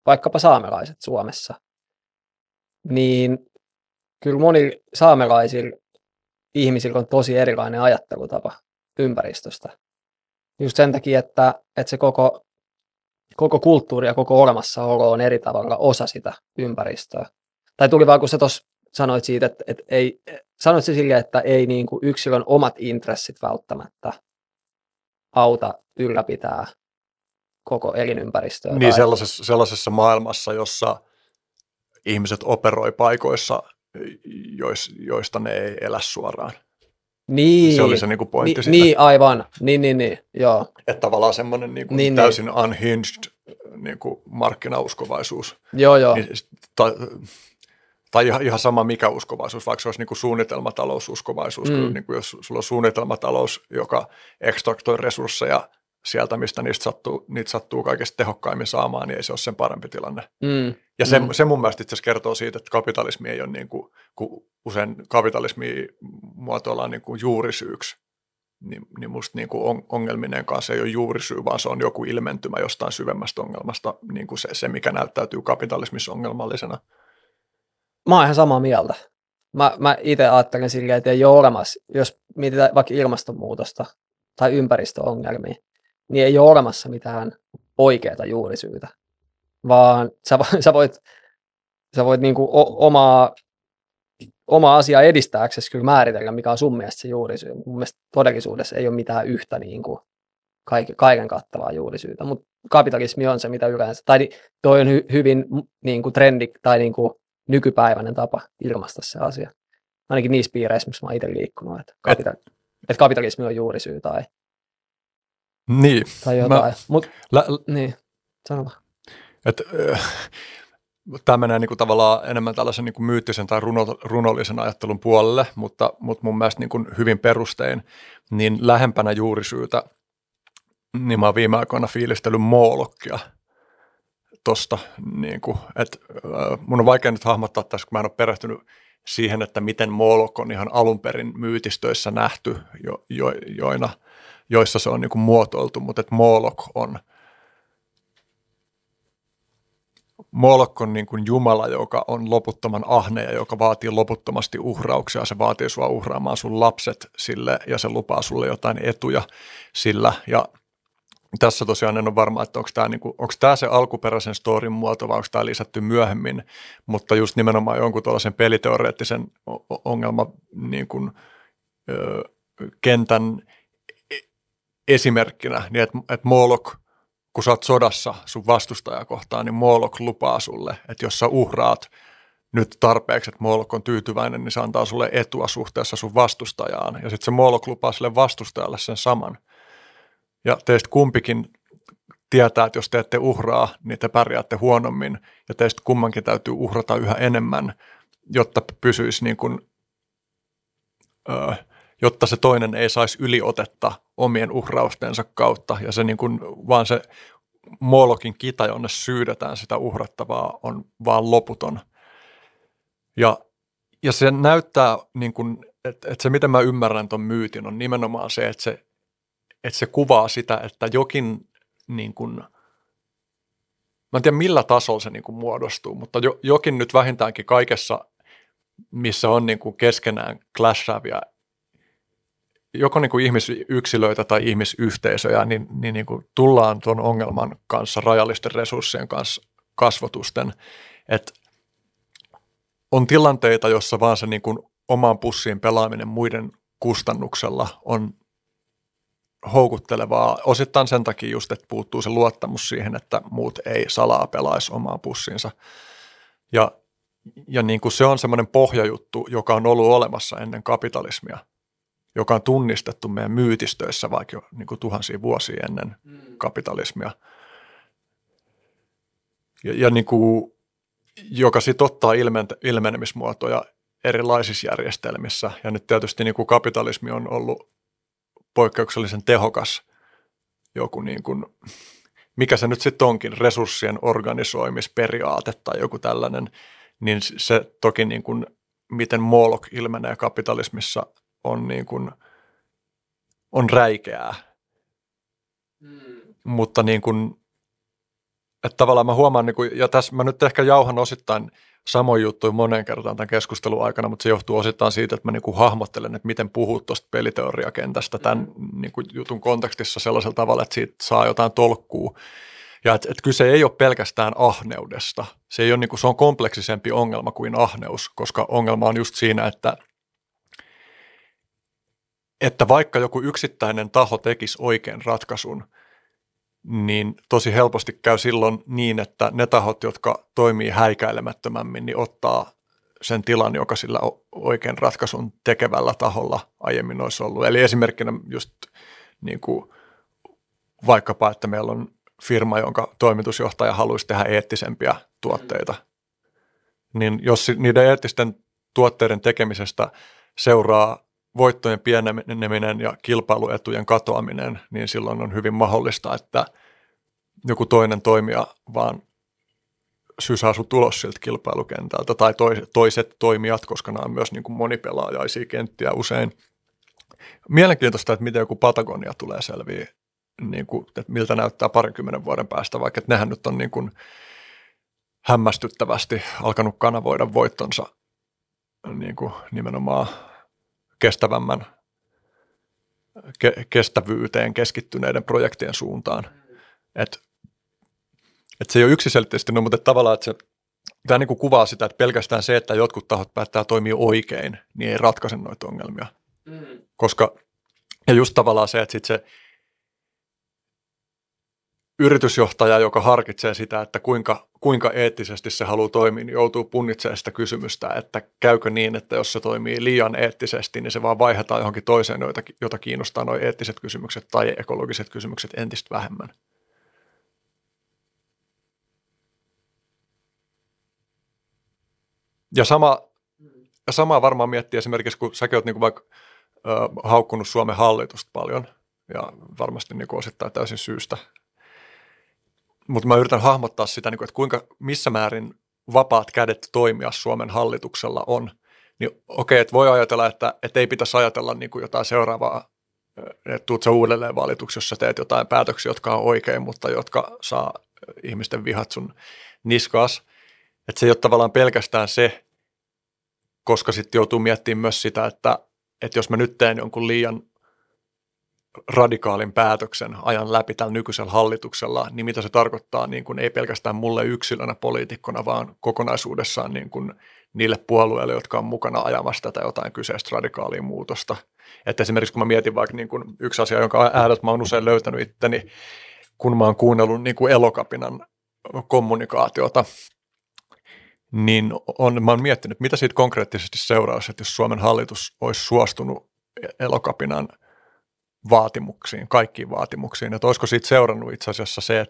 vaikkapa saamelaiset Suomessa, niin kyllä monilla saamelaisilla ihmisillä on tosi erilainen ajattelutapa ympäristöstä. Just sen takia, että se koko kulttuuri ja koko olemassaolo on eri tavalla osa sitä ympäristöä. Tai tuli vaan, kun sä tuossa sanoit siitä, että ei, sanoit se silleen, että ei niin kuin yksilön omat intressit välttämättä auta ylläpitää koko elinympäristöä. Niin sellaisessa maailmassa, jossa ihmiset operoi paikoissa, joista ne ei elä suoraan. Niin, se oli se niin kuin pointti siitä. Niin, aivan. Niin, joo. Että tavallaan semmoinen niin täysin unhinged niin kuin markkinauskovaisuus. Joo. Niin, tai ihan sama mikä uskovaisuus, vaikka se olisi niin kuin suunnitelmataloususkovaisuus. Kyllä, niin kuin jos sulla on suunnitelmatalous, joka ekstraktoi resursseja sieltä, mistä niitä sattuu kaikista tehokkaimmin saamaan, niin ei se ole sen parempi tilanne. Ja se mun mielestä itse asiassa kertoo siitä, että kapitalismi ei ole niin kuin, kun usein kapitalismi muotoillaan niin kuin juurisyyksi, niin musta niin kuin ongelminen kanssa ei ole juurisyy, vaan se on joku ilmentymä jostain syvemmästä ongelmasta, niin kuin se mikä näyttäytyy kapitalismissa ongelmallisena. Mä oon ihan samaa mieltä. Mä itse ajattelen silleen, että ei ole olemassa, jos mietitään vaikka ilmastonmuutosta tai ympäristöongelmia, niin ei ole olemassa mitään oikeaa juurisyytä, vaan sä voit niin kuin omaa asiaa edistääksesi kyllä määritellä, mikä on sun mielestä se juurisyy. Mun mielestä todellisuudessa ei ole mitään yhtä niin kuin kaiken kattavaa juurisyytä, mutta kapitalismi on se, mitä yleensä, tai toi on hyvin niin kuin trendi tai niin kuin nykypäiväinen tapa ilmaista se asia. Ainakin niissä piireissä, missä mä oon itse liikkunut, että kapitalismi on juurisyy tai niin. Tai jotain. Niin, sano vaan. Tämä menee niin kuin tavallaan enemmän tällaisen niin kuin myyttisen tai runollisen ajattelun puolelle, mutta mun mielestä niin kuin hyvin perustein, niin lähempänä juurisyytä, niin mä oon viime aikoina fiilistellyt Molokia tosta. Niin kuin, että mun on vaikea nyt hahmottaa tässä, kun mä en ole perehtynyt siihen, että miten Molok on ihan alun perin myytistöissä nähty, joissa se on niin kuin muotoiltu, mutta että Molok on niin kuin Jumala, joka on loputtoman ahne ja joka vaatii loputtomasti uhrauksia. Se vaatii sua uhraamaan sun lapset sille ja se lupaa sulle jotain etuja sillä. Ja tässä tosiaan en ole varma, että onko tämä se alkuperäisen storin muoto vai onko tämä lisätty myöhemmin, mutta just nimenomaan jonkun tuollaisen peliteoreettisen ongelma niin kuin, kentän esimerkkinä, niin että Molok, kun sä oot sodassa sun vastustajaa kohtaan, niin Molok lupaa sulle, että jos sä uhraat nyt tarpeeksi, että Molok on tyytyväinen, niin se antaa sulle etua suhteessa sun vastustajaan. Ja sitten se Molok lupaa sille vastustajalle sen saman. Ja teistä kumpikin tietää, että jos te ette uhraa, niin te pärjäätte huonommin. Ja teistä kummankin täytyy uhrata yhä enemmän, jotta pysyisi niin kuin, jotta se toinen ei saisi yliotetta omien uhraustensa kautta. Ja se niin kuin, vaan se Molokin kita, jonne syydetään sitä uhrattavaa, on vaan loputon. Ja se näyttää, niin kuin, että se miten mä ymmärrän ton myytin, on nimenomaan se, että se kuvaa sitä, että jokin, niin kuin, mä en tiedä millä tasolla se niin kuin muodostuu, mutta jokin nyt vähintäänkin kaikessa, missä on niin kuin keskenään clashaavia, joko niin kuin ihmisyksilöitä tai ihmisyhteisöjä, niin kuin tullaan tuon ongelman kanssa, rajallisten resurssien kanssa, kasvotusten, että on tilanteita, jossa vaan se niin kuin omaan pussiin pelaaminen muiden kustannuksella on houkuttelevaa. Osittain sen takia just, että puuttuu se luottamus siihen, että muut ei salaa pelaisi omaan pussiinsa. Ja niin kuin se on semmoinen pohjajuttu, joka on ollut olemassa ennen kapitalismia, joka on tunnistettu meidän myytistöissä vaikka jo niin kuin tuhansia vuosia ennen kapitalismia. Ja niin kuin, joka sitten ottaa ilmenemismuotoja erilaisissa järjestelmissä. Ja nyt tietysti niin kuin kapitalismi on ollut poikkeuksellisen tehokas joku niin kuin, mikä se nyt sitten onkin, resurssien organisoimisperiaate tai joku tällainen, niin se toki niin kuin, miten Molok ilmenee kapitalismissa on niin kuin, on räikeää. Mutta niin kuin, että tavallaan mä huomaan, niin kuin, ja tässä mä nyt ehkä jauhan osittain samoin juttuja moneen kertaan tämän keskustelun aikana, mutta se johtuu osittain siitä, että mä niin kuin hahmottelen, että miten puhut tuosta peliteoriakentästä tämän niin kuin jutun kontekstissa sellaisella tavalla, että siitä saa jotain tolkkua. Ja että kyse ei ole pelkästään ahneudesta. Se ei ole niin kuin, se on kompleksisempi ongelma kuin ahneus, koska ongelma on just siinä, että vaikka joku yksittäinen taho tekisi oikean ratkaisun, niin tosi helposti käy silloin niin, että ne tahot, jotka toimii häikäilemättömämmin, niin ottaa sen tilan, joka sillä oikean ratkaisun tekevällä taholla aiemmin olisi ollut. Eli esimerkkinä just niin kuin vaikkapa, että meillä on firma, jonka toimitusjohtaja haluaisi tehdä eettisempiä tuotteita, niin jos niiden eettisten tuotteiden tekemisestä seuraa voittojen pieneneminen ja kilpailuetujen katoaminen, niin silloin on hyvin mahdollista, että joku toinen toimija vaan sysää sun tulos siltä kilpailukentältä tai toiset toimijat, koska nämä on myös niin kuin monipelaajaisia kenttiä usein. Mielenkiintoista, että miten joku Patagonia tulee selviä, niin kuin, että miltä näyttää 20 vuoden päästä, vaikka että nehän nyt on niin kuin hämmästyttävästi alkanut kanavoida voittonsa niin kuin nimenomaan kestävämmän kestävyyteen keskittyneiden projektien suuntaan. Että se ei ole yksiselitteisesti, no, mutta tavallaan, että tämä niin kuin kuvaa sitä, että pelkästään se, että jotkut tahot päättää toimia oikein, niin ei ratkaise noita ongelmia. Koska, ja just tavallaan se, että sit se yritysjohtaja, joka harkitsee sitä, että kuinka eettisesti se haluaa toimia, niin joutuu punnitsemaan sitä kysymystä, että käykö niin, että jos se toimii liian eettisesti, niin se vaan vaihdetaan johonkin toiseen, jota kiinnostaa nuo eettiset kysymykset tai ekologiset kysymykset entistä vähemmän. Ja samaa varmaan miettii esimerkiksi, kun säkin oot niin kuin vaikka haukkunut Suomen hallitusta paljon, ja varmasti niin kuin osittain täysin syystä. Mutta mä yritän hahmottaa sitä, että missä määrin vapaat kädet toimia Suomen hallituksella on. Niin okei, että voi ajatella, että ei pitäisi ajatella niin kuin jotain seuraavaa, että tuut sä uudelleen valituksi, jos sä teet jotain päätöksiä, jotka on oikein, mutta jotka saa ihmisten vihat sun niskaas. Että se ei ole tavallaan pelkästään se, koska sitten joutuu miettimään myös sitä, että jos mä nyt teen jonkun liian radikaalin päätöksen ajan läpi tällä nykyisellä hallituksella, niin mitä se tarkoittaa niin kuin ei pelkästään mulle yksilönä poliitikkona, vaan kokonaisuudessaan niin kuin niille puolueille, jotka on mukana ajamassa tätä jotain kyseistä radikaalia muutosta. Että esimerkiksi kun mä mietin vaikka niin kuin yksi asia, jonka ääreltä mä oon usein löytänyt itteni, kun mä oon kuunnellut niin kuin Elokapinan kommunikaatiota, niin mä oon miettinyt, mitä siitä konkreettisesti seuraisi, että jos Suomen hallitus olisi suostunut Elokapinan vaatimuksiin, kaikkiin vaatimuksiin, että olisiko siitä seurannut itse asiassa se,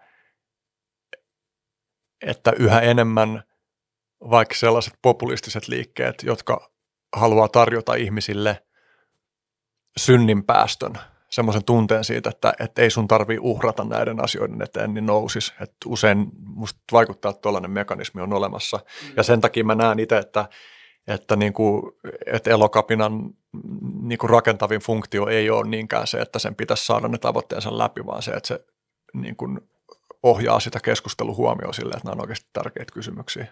että yhä enemmän vaikka sellaiset populistiset liikkeet, jotka haluaa tarjota ihmisille synninpäästön, semmoisen tunteen siitä, että ei sun tarvitse uhrata näiden asioiden eteen, niin nousisi. Että usein musta vaikuttaa, että tuollainen mekanismi on olemassa. Ja sen takia mä näen itse, että Elokapinan niin kuin rakentavin funktio ei ole niinkään se, että sen pitäisi saada ne tavoitteensa läpi, vaan se, että se niin kuin ohjaa sitä keskusteluhuomioon silleen, että nämä on oikeasti tärkeitä kysymyksiä.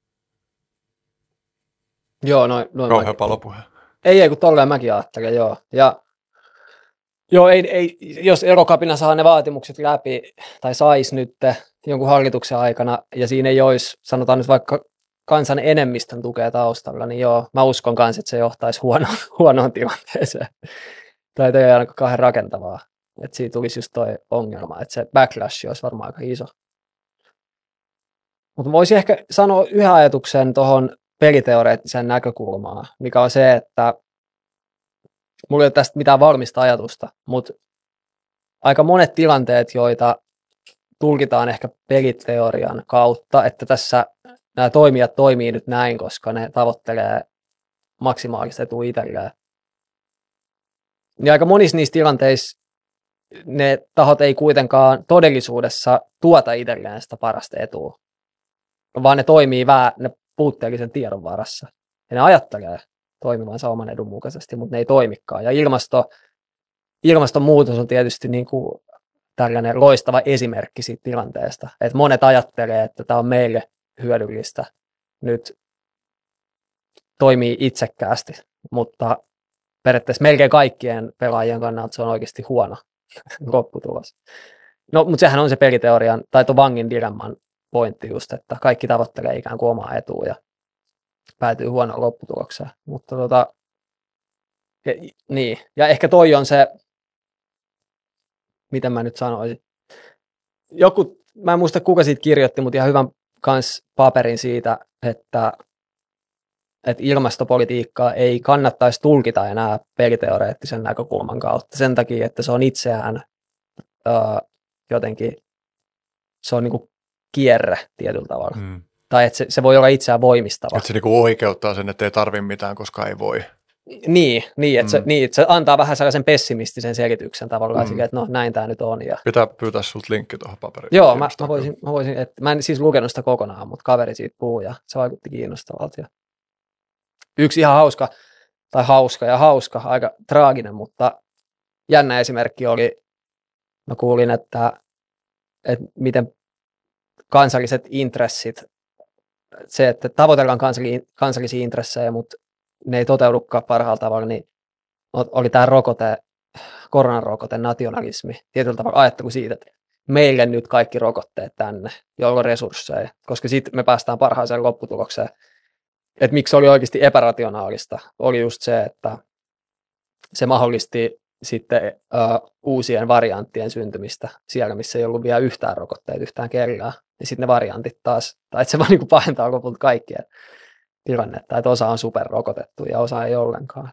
Joo, noin. Kauhean palopuhe. Ei, kun tolleen mäkin ajattelen, joo. Ja joo, ei, jos Elokapina saa ne vaatimukset läpi, tai saisi nyt jonkun hallituksen aikana, ja siinä ei olisi, sanotaan nyt vaikka kansan enemmistön tukea taustalla, niin joo, mä uskon kanssa, että se johtaisi huonoon tilanteeseen. Tai ei ainakaan kauhean rakentavaa. Että siitä tulisi just toi ongelma, että se backlash olisi varmaan aika iso. Mutta voisin ehkä sanoa yhden ajatuksen tuohon peliteoreettiseen näkökulmaan, mikä on se, että mulla ei ole tästä mitään valmista ajatusta, mutta aika monet tilanteet, joita tulkitaan ehkä peliteorian kautta, että tässä nämä toimijat toimii nyt näin, koska ne tavoittelee maksimaalista etua itselleen. Ja aika monissa niissä tilanteissa ne tahot ei kuitenkaan todellisuudessa tuota itselleen sitä parasta etua, vaan ne toimii vähän ne puutteellisen tiedon varassa. Ja ne ajattelee toimivansa oman edun mukaisesti, mutta ne ei toimikaan. Ja ilmastonmuutos on tietysti niin kuin tällainen loistava esimerkki siitä tilanteesta. Että monet ajattelee, että tämä on meille hyödyllistä nyt toimii itsekkäästi, mutta periaatteessa melkein kaikkien pelaajien kannalta se on oikeasti huono lopputulos. No, mutta sehän on se peliteorian, tai tuon Wangin dilemman pointti just, että kaikki tavoittelee ikään kuin omaa etua ja päätyy huonoon lopputulokseen. Mutta niin, ja ehkä toi on se, miten mä nyt sanoisin. Mä en muista kuka siitä kirjoitti, mutta ihan hyvän kans paperin siitä, että ilmastopolitiikkaa ei kannattaisi tulkita enää peliteoreettisen näkökulman kautta sen takia, että se on itseään jotenkin, se on niinku kierre tietyllä tavalla. Tai että se voi olla itseään voimistava. Että se niinku oikeuttaa sen, että ei tarvitse mitään, koska ei voi. Niin, että se antaa vähän sellaisen pessimistisen selityksen tavallaan sille, että no näin tämä nyt on. Ja... Pitää pyytää sulta linkki tuohon paperiin. Joo, mä voisin, että mä en siis lukenut sitä kokonaan, mutta kaveri siitä puhuu ja se vaikutti kiinnostavalta. Ja yksi ihan hauska, aika traaginen, mutta jännä esimerkki oli, mä kuulin, että miten kansalliset intressit, se, että tavoitellaan kansallisia intressejä, mutta ne ei toteudukaan parhaalla tavalla, niin oli tämä koronarokote, nationalismi, tietyllä tavalla ajattelu siitä, että meille nyt kaikki rokotteet tänne, joilla on resursseja, koska sitten me päästään parhaaseen lopputulokseen. Että miksi se oli oikeasti epärationaalista, oli just se, että se mahdollisti sitten uusien varianttien syntymistä siellä, missä ei ollut vielä yhtään rokotteita, yhtään kellään. Ja sitten ne variantit taas, tai että se vaan niin kuin pahentaa lopulta kaikkea tilannetta, että osa on superrokotettu ja osa ei ollenkaan.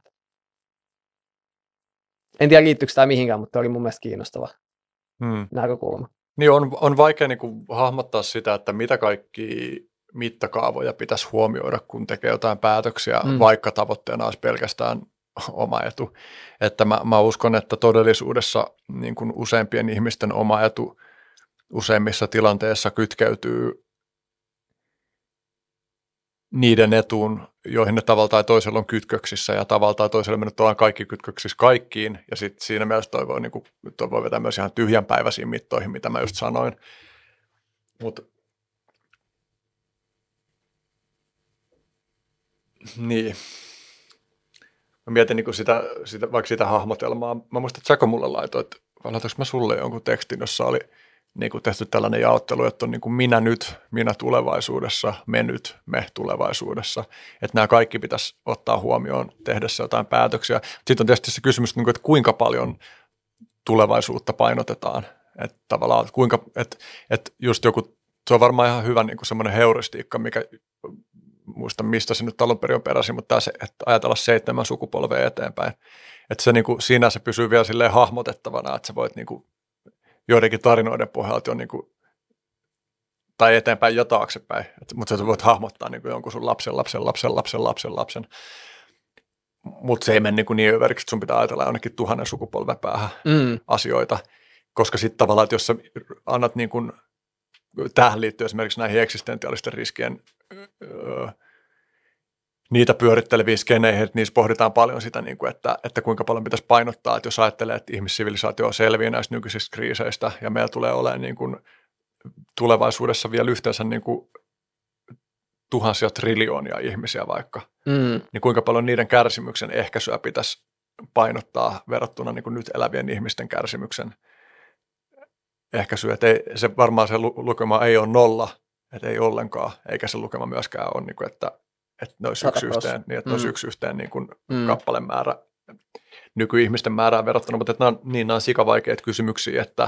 En tiedä liittyykö tämä mihinkään, mutta oli mun mielestä kiinnostava näkökulma. Niin on vaikea niin kuin hahmottaa sitä, että mitä kaikki mittakaavoja pitäisi huomioida, kun tekee jotain päätöksiä, vaikka tavoitteena olisi pelkästään oma etu. Että mä uskon, että todellisuudessa niin kuin useimpien ihmisten oma etu useimmissa tilanteissa kytkeytyy niiden etuun, joihin ne tavalla tai toisella on kytköksissä, ja tavalla tai toisella me nyt ollaan kaikki kytköksissä kaikkiin, ja sitten siinä mielessä toi voi vetää myös ihan tyhjänpäiväisiin mittoihin, mitä mä just sanoin. Niin. Mä mietin niin vaikka sitä hahmotelmaa. Mä muistan, että Säkö mulle laitoi, että laitoinko mä sulle jonkun tekstin, jossa oli niin kuin tehty tällainen jaottelu, että on niin kuin minä nyt, minä tulevaisuudessa, me nyt, me tulevaisuudessa. Että nämä kaikki pitäisi ottaa huomioon tehdessä jotain päätöksiä. Sitten on tietysti se kysymys, että kuinka paljon tulevaisuutta painotetaan. Että tavallaan, että just joku, se on varmaan ihan hyvä niin kuin semmoinen heuristiikka, mikä muista mistä se nyt alun perin on peräisin, mutta tämä, että ajatella 7 sukupolvea eteenpäin. Että se niin kuin, siinä se pysyy vielä silleen hahmotettavana, että sä voit niin kuin, joidenkin tarinoiden pohjalta on niin kuin, tai eteenpäin ja taaksepäin, mutta sä voit hahmottaa niin kuin jonkun sun lapsen. Mutta se ei mene niin överiksi, että sun pitää ajatella jonnekin 1000 sukupolven päähän asioita, koska sitten tavallaan, että jos sä annat niin kuin, tähän liittyy esimerkiksi näihin eksistentiaalisten riskien niitä pyöritteleviä skeneihin, että niissä pohditaan paljon sitä, niin kuin, että kuinka paljon pitäisi painottaa, että jos ajattelee, että ihmissivilisaatio selviää näistä nykyisistä kriiseistä ja meillä tulee olemaan niin kuin tulevaisuudessa vielä yhteensä niin kuin tuhansia triljoonia ihmisiä vaikka, niin kuinka paljon niiden kärsimyksen ehkäisyä pitäisi painottaa verrattuna niin kuin nyt elävien ihmisten kärsimyksen ehkäisyä. Että se varmaan se lukema ei ole 0, että ei ollenkaan, eikä se lukema myöskään ole, niin kuin, että ne olisi yksi yhteen niin kuin kappalemäärä nykyihmisten määrään verrattuna, mutta että nämä on sikavaikeita kysymyksiä, että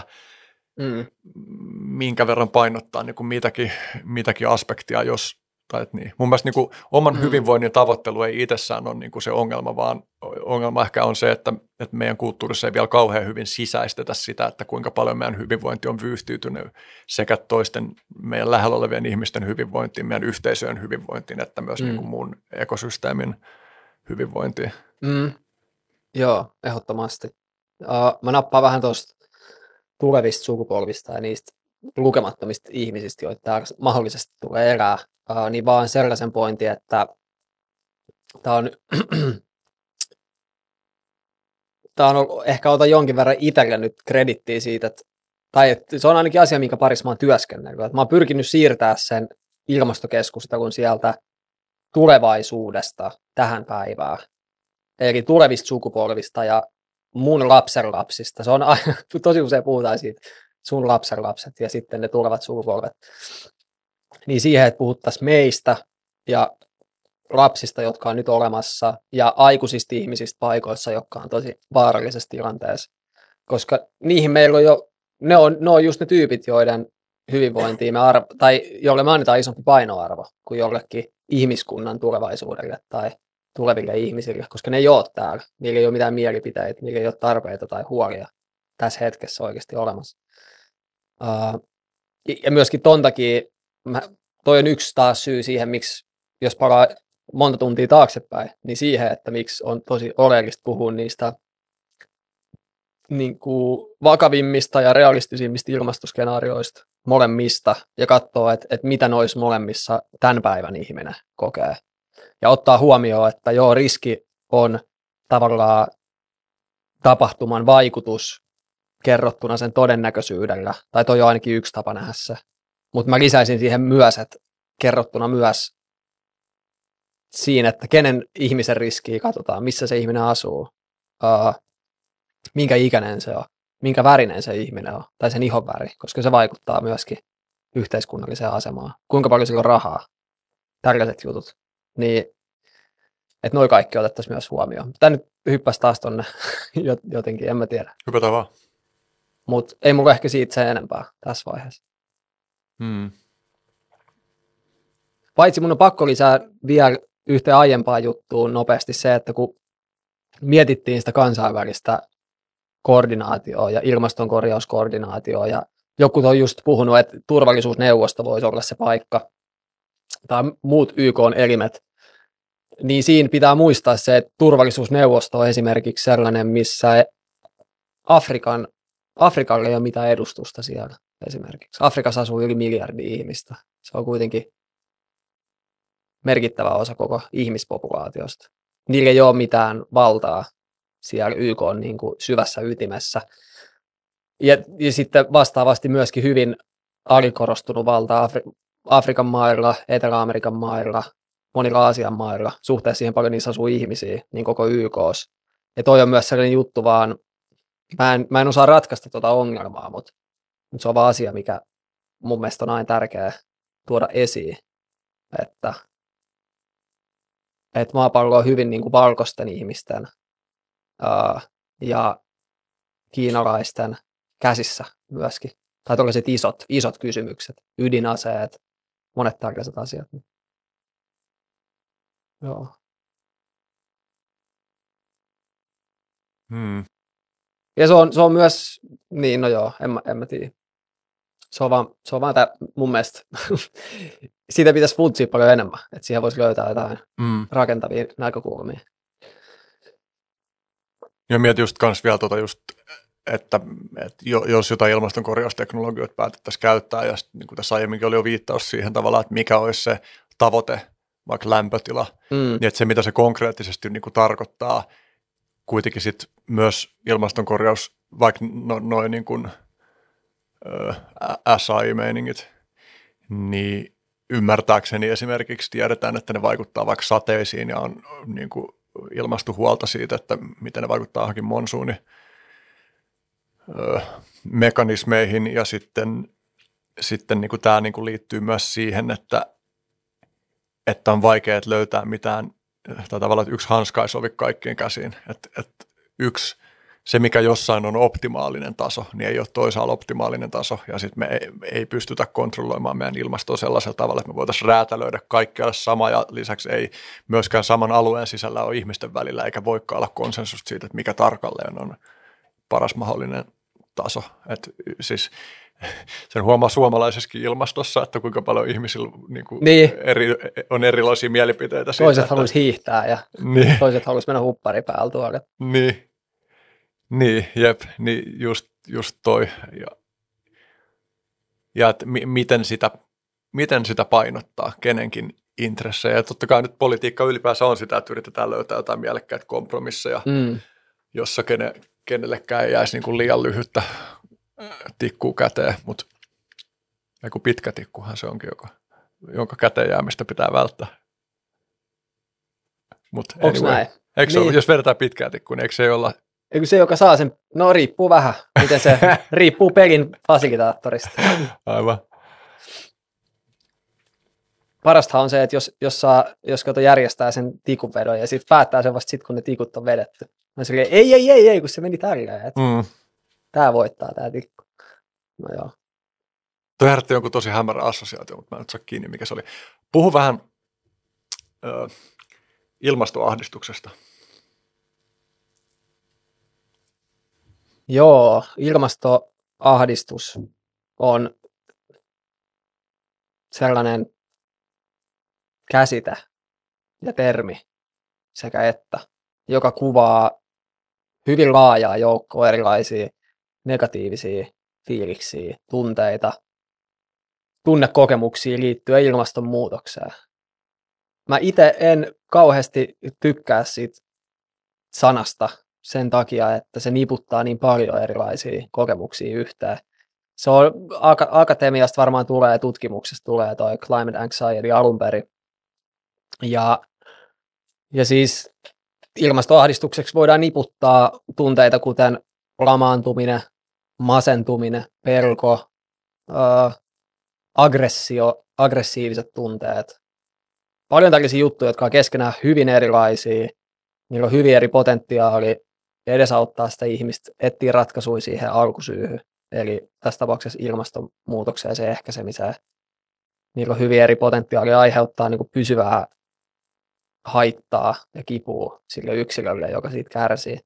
minkä verran painottaa niin kuin mitäkin aspektia, niin. Mun mielestä niin kuin oman hyvinvoinnin tavoittelu ei itsessään ole niin kuin se ongelma, vaan ongelma ehkä on se, että meidän kulttuurissa ei vielä kauhean hyvin sisäistetä sitä, että kuinka paljon meidän hyvinvointi on vyyhtyytynyt sekä toisten meidän lähellä olevien ihmisten hyvinvointiin, meidän yhteisöjen hyvinvointiin, että myös niin kuin muun ekosysteemin hyvinvointiin. Joo, ehdottomasti. Mä nappaan vähän tuosta tulevista sukupolvista ja niistä lukemattomista ihmisistä, joita täällä mahdollisesti tulee elää, niin vaan sellaisen pointin, että tämä on ehkä ota jonkin verran itselle nyt kredittiä siitä, että tai että se on ainakin asia, minkä parissa mä oon työskennellyt. Mä oon pyrkinyt siirtää sen ilmastokeskustelun sieltä tulevaisuudesta tähän päivään, eli tulevista sukupolvista ja mun lapsenlapsista. Se on tosi usein puhutaan siitä sun lapsenlapset ja sitten ne tulevat sukupolvet. Niin siihen, että puhuttaisiin meistä ja lapsista, jotka on nyt olemassa, ja aikuisista ihmisistä paikoissa, jotka on tosi vaarallisessa tilanteessa. Koska niihin meillä on jo, ne on just ne tyypit, joiden hyvinvointiin tai jolle me annetaan isompi painoarvo kuin jollekin ihmiskunnan tulevaisuudelle tai tuleville ihmisille, koska ne ei ole täällä. Niillä ei ole mitään mielipiteitä, niillä ei ole tarpeita tai huolia tässä hetkessä oikeasti olemassa. Ja myöskin ton takia, toi on yksi taas syy siihen, miksi, jos palaa monta tuntia taaksepäin, niin siihen, että miksi on tosi oleellista puhua niistä niin kuin vakavimmista ja realistisimmista ilmastoskenaarioista molemmista ja katsoa, että mitä noissa molemmissa tämän päivän ihminen kokee. Ja ottaa huomioon, että joo, riski on tavallaan tapahtuman vaikutus kerrottuna sen todennäköisyydellä, tai toi on ainakin yksi tapa nähdä se. Mutta mä lisäisin siihen myös, että kerrottuna myös siinä, että kenen ihmisen riskiä katsotaan, missä se ihminen asuu, minkä ikäinen se on, minkä värinen se ihminen on, tai sen ihon väri, koska se vaikuttaa myöskin yhteiskunnalliseen asemaan. Kuinka paljon sillä on rahaa, tällaiset jutut. Niin, että noi kaikki otettaisiin myös huomioon. Tämä nyt hyppäsi taas tonne jotenkin, en mä tiedä. Hypätään vaan. Mutta ei mulla ehkä siitä sen enempää tässä vaiheessa. Paitsi mun on pakko lisää vielä yhteen aiempaan juttuun nopeasti se, että kun mietittiin sitä kansainvälistä koordinaatioa ja ilmastonkorjauskoordinaatioa ja joku on just puhunut, että turvallisuusneuvosto voisi olla se paikka tai muut YK-elimet, niin siinä pitää muistaa se, että turvallisuusneuvosto on esimerkiksi sellainen, missä Afrikalle ei ole mitään edustusta siellä esimerkiksi. Afrikassa asuu yli 1 miljardia ihmistä. Se on kuitenkin merkittävä osa koko ihmispopulaatiosta. Niillä ei ole mitään valtaa siellä YK:n niin kuin syvässä ytimessä. Ja sitten vastaavasti myöskin hyvin alikorostunut valta Afrikan mailla, Etelä-Amerikan mailla, monilla Aasian mailla, suhteessa siihen paljon niissä asuu ihmisiä, niin koko YK:ssa. Ja toi on myös sellainen juttu vaan, mä en osaa ratkaista tuota ongelmaa, mutta se on vaan asia, mikä mun mielestä on aina tärkeää tuoda esiin, että maapallo on hyvin niin kuin valkoisten ihmisten ja kiinalaisten käsissä myöskin. Tai tällaiset isot kysymykset, ydinaseet, monet tällaiset asiat. Joo. Ja se on myös, niin no joo, en mä tiedä. Se on vaan mun mielestä, siitä pitäisi funtsia paljon enemmän, että siihen voisi löytää jotain rakentavia näkökulmia. Ja mietin just kans vielä että jos jotain ilmastonkorjausteknologioita päätettäisiin käyttää, ja niin kuin tässä aiemminkin oli jo viittaus siihen tavallaan, että mikä olisi se tavoite, vaikka lämpötila, niin että se mitä se konkreettisesti niin kuin tarkoittaa, kuitenkin sit myös ilmastonkorjaus, vaikka noin niin kuin SAI-meiningit, niin ymmärtääkseni esimerkiksi tiedetään, että ne vaikuttaa vaikka sateisiin ja on niin kuin ilmastu huolta siitä, että miten ne vaikuttaa johonkin monsuunimekanismeihin ja sitten niin kuin tämä niin kuin liittyy myös siihen, että on vaikea löytää mitään, tai tavallaan, että yksi hanska ei sovi kaikkien käsiin, että yksi se, mikä jossain on optimaalinen taso, niin ei ole toisaalla optimaalinen taso, ja sitten me ei pystytä kontrolloimaan meidän ilmastoa sellaisella tavalla, että me voitaisiin räätälöidä kaikkea sama, ja lisäksi ei myöskään saman alueen sisällä ole ihmisten välillä, eikä voikaan olla konsensusta siitä, että mikä tarkalleen on paras mahdollinen taso. Et siis sen huomaa suomalaisessakin ilmastossa, että kuinka paljon ihmisillä on erilaisia mielipiteitä. Toiset haluaisi hiihtää ja toiset haluaisi mennä huppari päällä tuolla. Niin, jep, niin just toi. Ja että miten sitä painottaa kenenkin intressejä. Ja totta kai nyt politiikka ylipäänsä on sitä, että yritetään löytää jotain mielekkäitä kompromisseja, jossa kenellekään ei jäisi niin kuin liian lyhyttä tikkuu käteen, mutta joku pitkä tikkuhan se onkin, jonka käteen jäämistä pitää välttää. Onko näin? Eikö se niin. ole, jos vedetään pitkää tikkua, niin eikö se olla... Eikö se, joka saa sen, no riippuu vähän, miten se riippuu pelin fasilitaattorista. Aivan. Parastahan on se, että jos kato järjestää sen tikunvedon ja sitten päättää sen vasta sitten, kun ne tikut on vedetty. Mä silleen, ei, kun se meni tälleen. Tää voittaa, tää tikku. No joo. Tuo herätti jonkun tosi hämärä assosiaatio, mutta mä en nyt saa kiinni, mikä se oli. Puhu vähän ilmastoahdistuksesta. Joo, ilmastoahdistus on sellainen käsite ja termi sekä että, joka kuvaa hyvin laajaa joukkoa erilaisia negatiivisia fiiliksiä, tunteita, tunnekokemuksia liittyen ilmastonmuutokseen. Mä itse en kauheasti tykkää siitä sanasta sen takia, että se niputtaa niin paljon erilaisia kokemuksia yhteen. Se on, akatemiasta varmaan tulee, tutkimuksesta tulee toi climate anxiety alun perin. Ja siis ilmastoahdistukseksi voidaan niputtaa tunteita kuten lamaantuminen, masentuminen, pelko, aggressiiviset tunteet. Paljon tällaisia juttuja, jotka on keskenään hyvin erilaisia. Niillä on hyvin eri potentiaali edesauttaa sitä ihmistä, etsiä ratkaisuja siihen alkusyyhyn. Eli tässä tapauksessa ilmastonmuutokseen se ehkäisemiseen. Niillä on hyvin eri potentiaali aiheuttaa niin kuin pysyvää haittaa ja kipua sille yksilölle, joka siitä kärsii.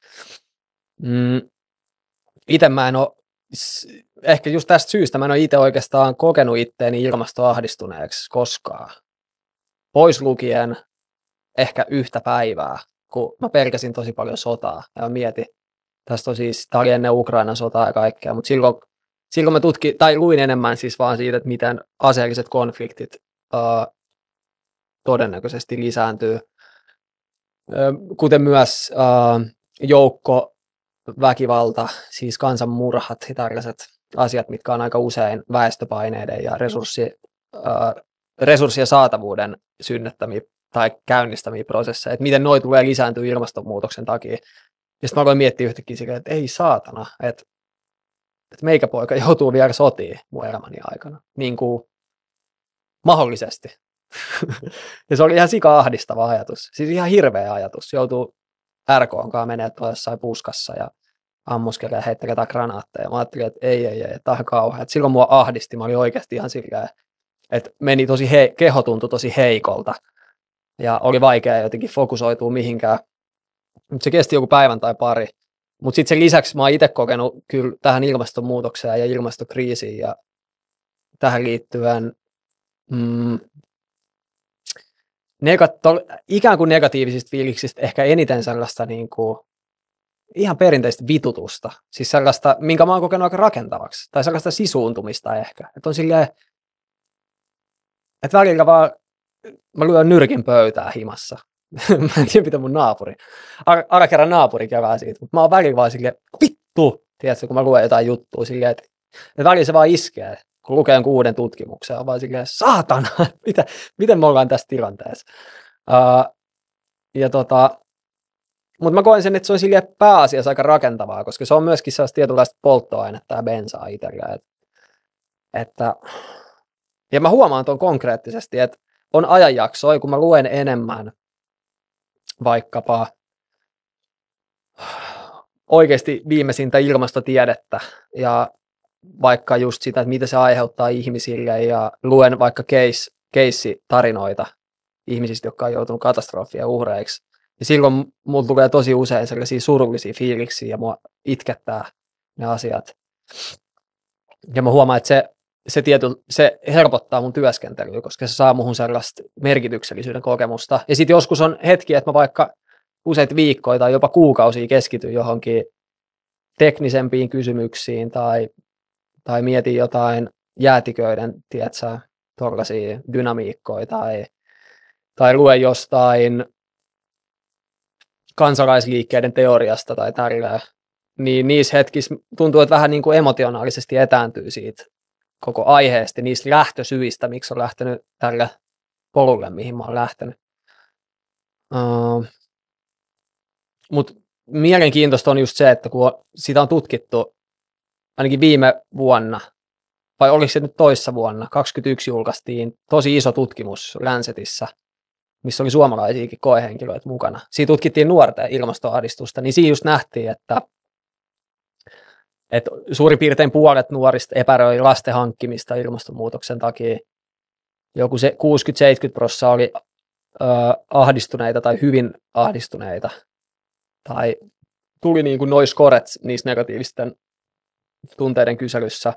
Itse mä en ole, ehkä just tästä syystä mä en ole itse oikeastaan kokenut itteeni ilmastoahdistuneeksi koskaan. Pois lukien ehkä yhtä päivää, kun mä pelkäsin tosi paljon sotaa. Ja mä mietin, tästä on siis, tää oli ennen Ukrainan sotaa ja kaikkea, mutta silloin mä luin enemmän siis vaan siitä, että miten aseelliset konfliktit todennäköisesti lisääntyy, kuten myös joukkoväkivalta, siis kansanmurhat ja tällaiset asiat, mitkä on aika usein väestöpaineiden ja resurssien saatavuuden synnyttämiä tai käynnistämiä prosesseja, että miten noi tulee lisääntyä ilmastonmuutoksen takia. Ja sitten mä aloin miettiä yhtäkkiä silleen, että ei saatana, että meikäpoika joutuu vielä sotiin mun elämäni aikana, niin kuin mahdollisesti. Ja se oli ihan sika-ahdistava ajatus, siis ihan hirveä ajatus, joutuu RK:nkaan menee tuolla jossain puskassa ja ammuskelee ja heittelee jotain granaatteja. Mä ajattelin, että ei, tämä on kauhea. Silloin mua ahdisti, mä olin oikeasti ihan silleen, että meni keho tuntui tosi heikolta ja oli vaikea jotenkin fokusoitua mihinkään. Mutta se kesti joku päivän tai pari. Mutta sitten sen lisäksi mä oon itse kokenut kyllä tähän ilmastonmuutokseen ja ilmastokriisiin ja tähän liittyen ikään kuin negatiivisista fiiliksistä ehkä eniten sellaista niin kuin ihan perinteistä vitutusta. Siis sellaista, minkä mä oon kokenut aika rakentavaksi. Tai sellaista sisuuntumista ehkä. Että on silleen, että välillä vaan mä lyön nyrkin pöytää himassa. Mä en tiedä, mitä mun naapuri. Arakerran naapuri kevää siitä. Mutta mä oon välillä vaan silleen, vittu! Tiedätkö, kun mä luen jotain juttua silleen, että välillä se vaan iskee. Kun lukee jonkun uuden tutkimuksen, on vaan silleen, saatana! Miten me ollaan tässä tilanteessa? Mutta mä koen sen, että se on silleen pääasiassa aika rakentavaa, koska se on myöskin sellaista tietynlaista polttoainetta ja bensaa itsellä. Ja mä huomaan tuon konkreettisesti, että on ajanjaksoja, kun mä luen enemmän vaikkapa oikeasti viimeisintä ilmastotiedettä ja vaikka just sitä, että mitä se aiheuttaa ihmisille ja luen vaikka case-tarinoita ihmisistä, jotka on joutunut katastrofien uhreiksi. Ja silloin mulla tulee tosi usein sellaisia surullisia fiiliksiä ja mua itkettää ne asiat. Ja mä huomaan, että se helpottaa mun työskentelyä, koska se saa muhun sellaista merkityksellisyyden kokemusta. Ja sitten joskus on hetki, että mä vaikka useita viikkoja tai jopa kuukausia keskityn johonkin teknisempiin kysymyksiin tai mietin jotain jäätiköiden, tiedätkö, tuollaisia dynamiikkoja tai luen jostain kansalaisliikkeiden teoriasta tai tällä, niin niissä hetkissä tuntuu, että vähän niin kuin emotionaalisesti etääntyy siitä koko aiheesta, niistä lähtösyistä, miksi on lähtenyt tälle polulle, mihin mä oon lähtenyt. Mutta mielenkiintoista on just se, että kun sitä on tutkittu ainakin viime vuonna, vai oliko se nyt toissa vuonna, 2021 julkaistiin tosi iso tutkimus Lancetissa, missä oli suomalaisiakin koehenkilöitä mukana. Siinä tutkittiin nuorten ilmastoahdistusta, niin siinä just nähtiin, että suurin piirtein puolet nuorista epäröi lasten hankkimista ilmastonmuutoksen takia. Joku 60-70% oli ahdistuneita tai hyvin ahdistuneita. Tai tuli niin kuin noi scoret niissä negatiivisten tunteiden kyselyssä.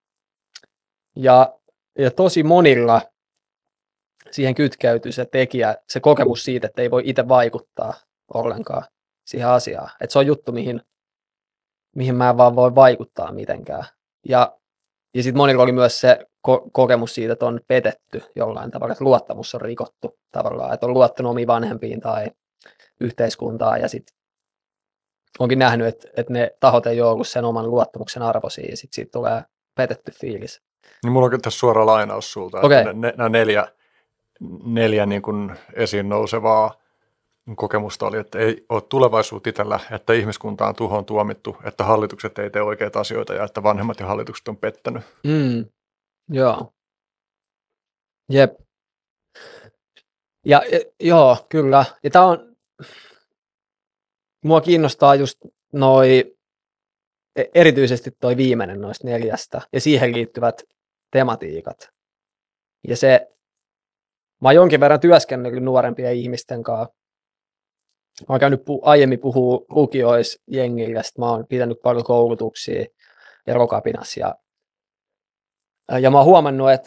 Ja tosi monilla siihen kytkeytyy se tekijä, se kokemus siitä, että ei voi itse vaikuttaa ollenkaan siihen asiaan. Että se on juttu, mihin mä en vaan voi vaikuttaa mitenkään. Ja sitten monilla oli myös se kokemus siitä, että on petetty jollain tavalla, että luottamus on rikottu tavallaan, että on luottanut omiin vanhempiin tai yhteiskuntaan ja sitten onkin nähnyt, että ne tahot ei ole ollut sen oman luottamuksen arvoisia ja sitten siitä tulee petetty fiilis. Niin mulla on tässä suora lainaus sulta, Okay. että nämä neljä niin kuin esiin nousevaa kokemusta oli, että ei ole tulevaisuutta itsellä, että ihmiskunta on tuhoon tuomittu, että hallitukset ei tee oikeita asioita ja että vanhemmat ja hallitukset on pettänyt. Joo. Jep. Ja joo, kyllä. Ja tää on, mua kiinnostaa just erityisesti toi viimeinen noista 4 ja siihen liittyvät tematiikat. Ja mä oon jonkin verran työskennellyt nuorempien ihmisten kanssa. Mä oon käynyt aiemmin puhua lukioisjengillä, sitten mä oon pitänyt paljon koulutuksia Erokapinassa. Ja mä oon huomannut, että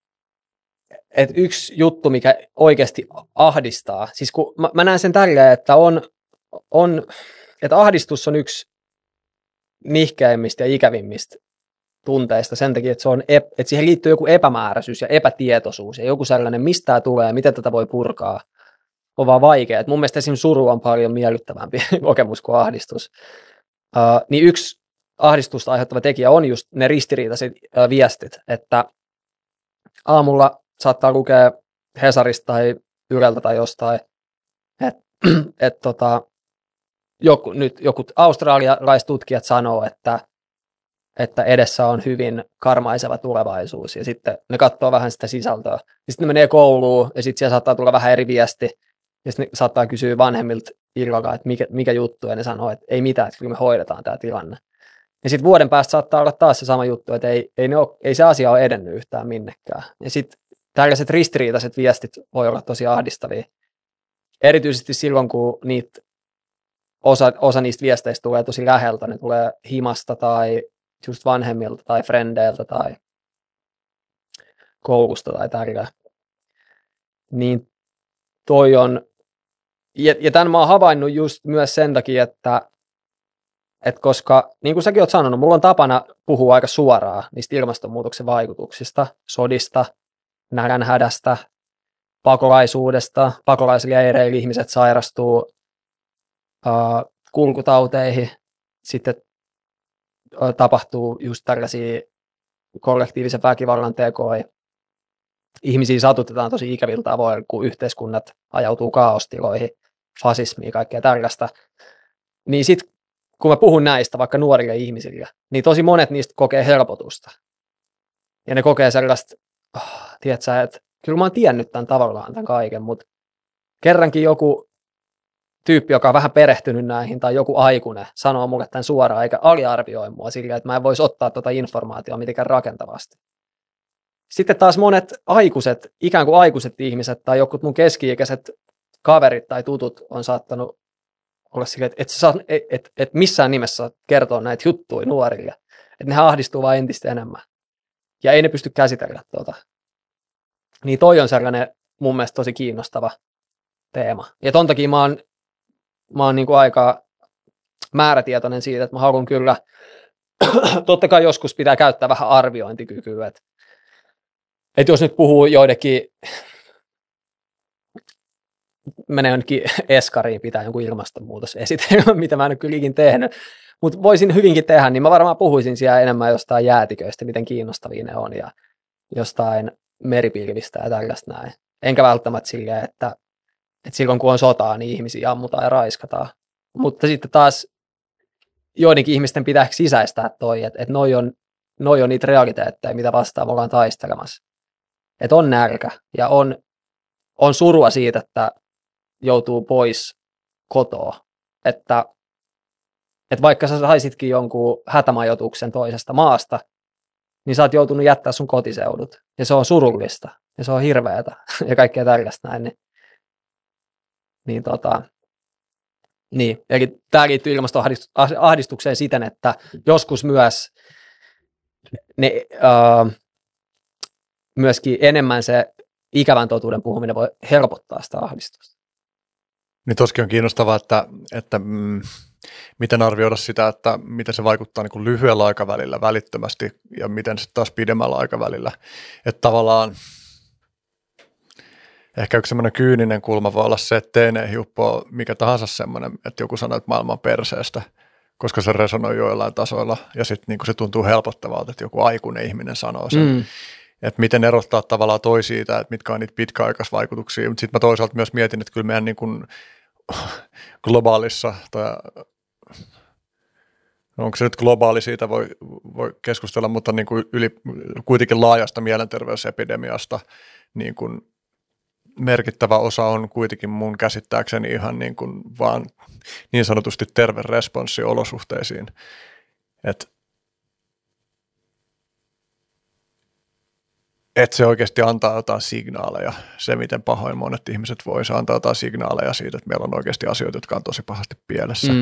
yksi juttu, mikä oikeasti ahdistaa, siis kun mä näen sen tälleen, että että ahdistus on yksi nihkeimmistä ja ikävimmistä tunteista sen takia, että, että siihen liittyy joku epämääräisyys ja epätietoisuus ja joku sellainen, mistä tämä tulee ja miten tätä voi purkaa, on vaan vaikea. Et mun mielestä esimerkiksi suru on paljon miellyttävämpi kokemus kuin ahdistus. Niin yksi ahdistusta aiheuttava tekijä on just ne ristiriitaiset viestit, että aamulla saattaa lukea Hesarista tai Yleltä tai jostain, että joku australialaistutkijat sanoo, että edessä on hyvin karmaiseva tulevaisuus, ja sitten ne katsoo vähän sitä sisältöä. Ja sitten ne menee kouluun, ja sitten siellä saattaa tulla vähän eri viesti, ja sitten ne saattaa kysyä vanhemmilta illalla, että mikä juttu, ja ne sanoo, että ei mitään, että kyllä me hoidetaan tämä tilanne. Ja sitten vuoden päästä saattaa olla taas se sama juttu, että ei se asia ole edennyt yhtään minnekään. Ja sitten tällaiset ristiriitaiset viestit voi olla tosi ahdistavia. Erityisesti silloin, kun osa niistä viesteistä tulee tosi läheltä, ne tulee himasta tai just vanhemmilta tai frendeiltä tai koulusta tai tällä. Niin toi on, ja tämän mä oon havainnut just myös sen takia, että koska, niin kuin säkin oot sanonut, mulla on tapana puhua aika suoraan niistä ilmastonmuutoksen vaikutuksista, sodista, nälänhädästä, pakolaisuudesta, pakolaisleireillä ihmiset sairastuu kulkutauteihin, sitten tapahtuu just tällaisia kollektiivisen väkivallan tekoja. Ihmisiä satutetaan tosi ikävillä tavoin, kun yhteiskunnat ajautuu kaaostiloihin, fasismiin ja kaikkea tällaista. Niin sitten kun mä puhun näistä vaikka nuorille ihmisille, niin tosi monet niistä kokee helpotusta. Ja ne kokee sellaista, tiedätkö, että kyllä mä oon tiennyt tämän tavallaan tämän kaiken, mutta kerrankin joku tyyppi, joka on vähän perehtynyt näihin, tai joku aikuinen sanoo mulle tämän suoraan, eikä aliarvioi mua sillä, että mä en voisi ottaa tuota informaatiota mitenkään rakentavasti. Sitten taas monet aikuiset, ikään kuin aikuiset ihmiset, tai jokut mun keski-ikäiset kaverit tai tutut on saattanut olla sillä, että missään nimessä kertoo näitä juttuja nuorille. Että nehän ahdistuu vaan entistä enemmän. Ja ei ne pysty käsitellä tuota. Niin toi on sellainen mun mielestä tosi kiinnostava teema. Ja ton takia mä oon niin kuin aika määrätietoinen siitä, että mä haluan kyllä, totta kai joskus pitää käyttää vähän arviointikykyä. Että jos nyt puhuu joidenkin, menee jonnekin eskariin pitää jonkun ilmastonmuutosesitelmän, mitä mä en ole kyllä ikin tehnyt, Mutta voisin hyvinkin tehdä, niin mä varmaan puhuisin siellä enemmän jostain jäätiköistä, miten kiinnostavia ne on ja jostain meripilvistä ja tällaista näin. Enkä välttämättä silleen, että silloin kun on sotaa, niin ihmisiä ammutaan ja raiskataan. Mutta sitten taas joidenkin ihmisten pitää sisäistää toi, että noi on niitä realiteetteja, mitä vastaan me ollaan taistelemassa. Että on nälkä ja on surua siitä, että joutuu pois kotoa. Että vaikka sä saisitkin jonkun hätämajoituksen toisesta maasta, niin sä oot joutunut jättää sun kotiseudut. Ja se on surullista. Ja se on hirveätä. Ja kaikkea tällaista näin. Niin. Eli tämä liittyy ilmastoahdistukseen siten, että joskus myös myöskin enemmän se ikävän totuuden puhuminen voi helpottaa sitä ahdistusta. Niin toskin on kiinnostavaa, että miten arvioida sitä, että miten se vaikuttaa niin kuin lyhyellä aikavälillä välittömästi ja miten sitten taas pidemmällä aikavälillä. Että tavallaan ehkä yksi semmoinen kyyninen kulma voi olla se, että teineihin uppoo mikä tahansa semmoinen, että joku sanoo, että maailma on perseestä, koska se resonoi joillain tasoilla ja sitten niin se tuntuu helpottavalta, että joku aikuinen ihminen sanoo sen. Että miten erottaa tavallaan toi siitä, että mitkä on niitä pitkäaikaisvaikutuksia, mutta sitten mä toisaalta myös mietin, että kyllä meidän niin kuin globaalissa, tai onko se nyt globaali, siitä voi keskustella, mutta niin kuin kuitenkin laajasta mielenterveysepidemiasta niin kuin merkittävä osa on kuitenkin mun käsittääkseni ihan niin kuin vaan niin sanotusti terve responssi olosuhteisiin. Että se oikeasti antaa jotain signaaleja, se miten pahoin monet ihmiset voi, se antaa jotain signaaleja siitä, että meillä on oikeasti asioita, jotka on tosi pahasti pielessä.